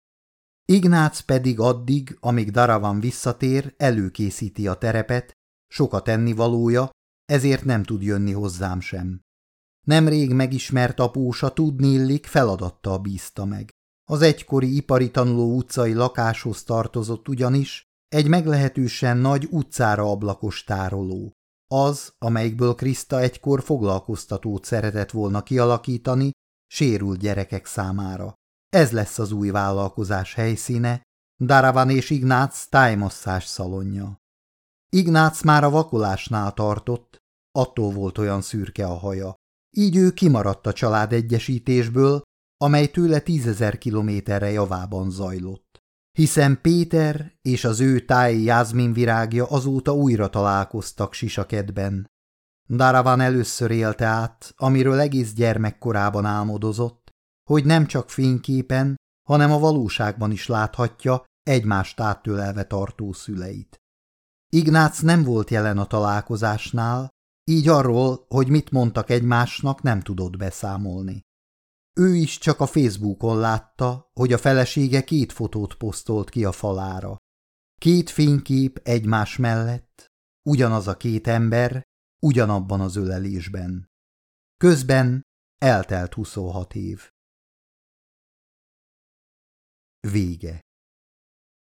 Ignác pedig addig, amíg Daravan visszatér, előkészíti a terepet, sokat ennivalója, ezért nem tud jönni hozzám sem. Nemrég megismert apósa tudniillik feladattal bízta meg. Az egykori ipari tanuló utcai lakáshoz tartozott ugyanis egy meglehetősen nagy utcára ablakos tároló. Az, amelyikből Kriszta egykor foglalkoztatót szeretett volna kialakítani sérült gyerekek számára. Ez lesz az új vállalkozás helyszíne, Daravan és Ignác tájmasszázs szalonja. Ignác már a vakolásnál tartott, attól volt olyan szürke a haja. Így ő kimaradt a családegyesítésből, amely tőle 10 000 kilométerre javában zajlott. Hiszen Péter és az ő táji jázminvirágja azóta újra találkoztak Sisakedben. Daravan először élte át, amiről egész gyermekkorában álmodozott, hogy nem csak fényképen, hanem a valóságban is láthatja egymást áttölelve tartó szüleit. Ignác nem volt jelen a találkozásnál, így arról, hogy mit mondtak egymásnak, nem tudott beszámolni. Ő is csak a Facebookon látta, hogy a felesége 2 fotót posztolt ki a falára. 2 fénykép egymás mellett, ugyanaz a 2 ember, ugyanabban az ölelésben. Közben eltelt 26 év. Vége.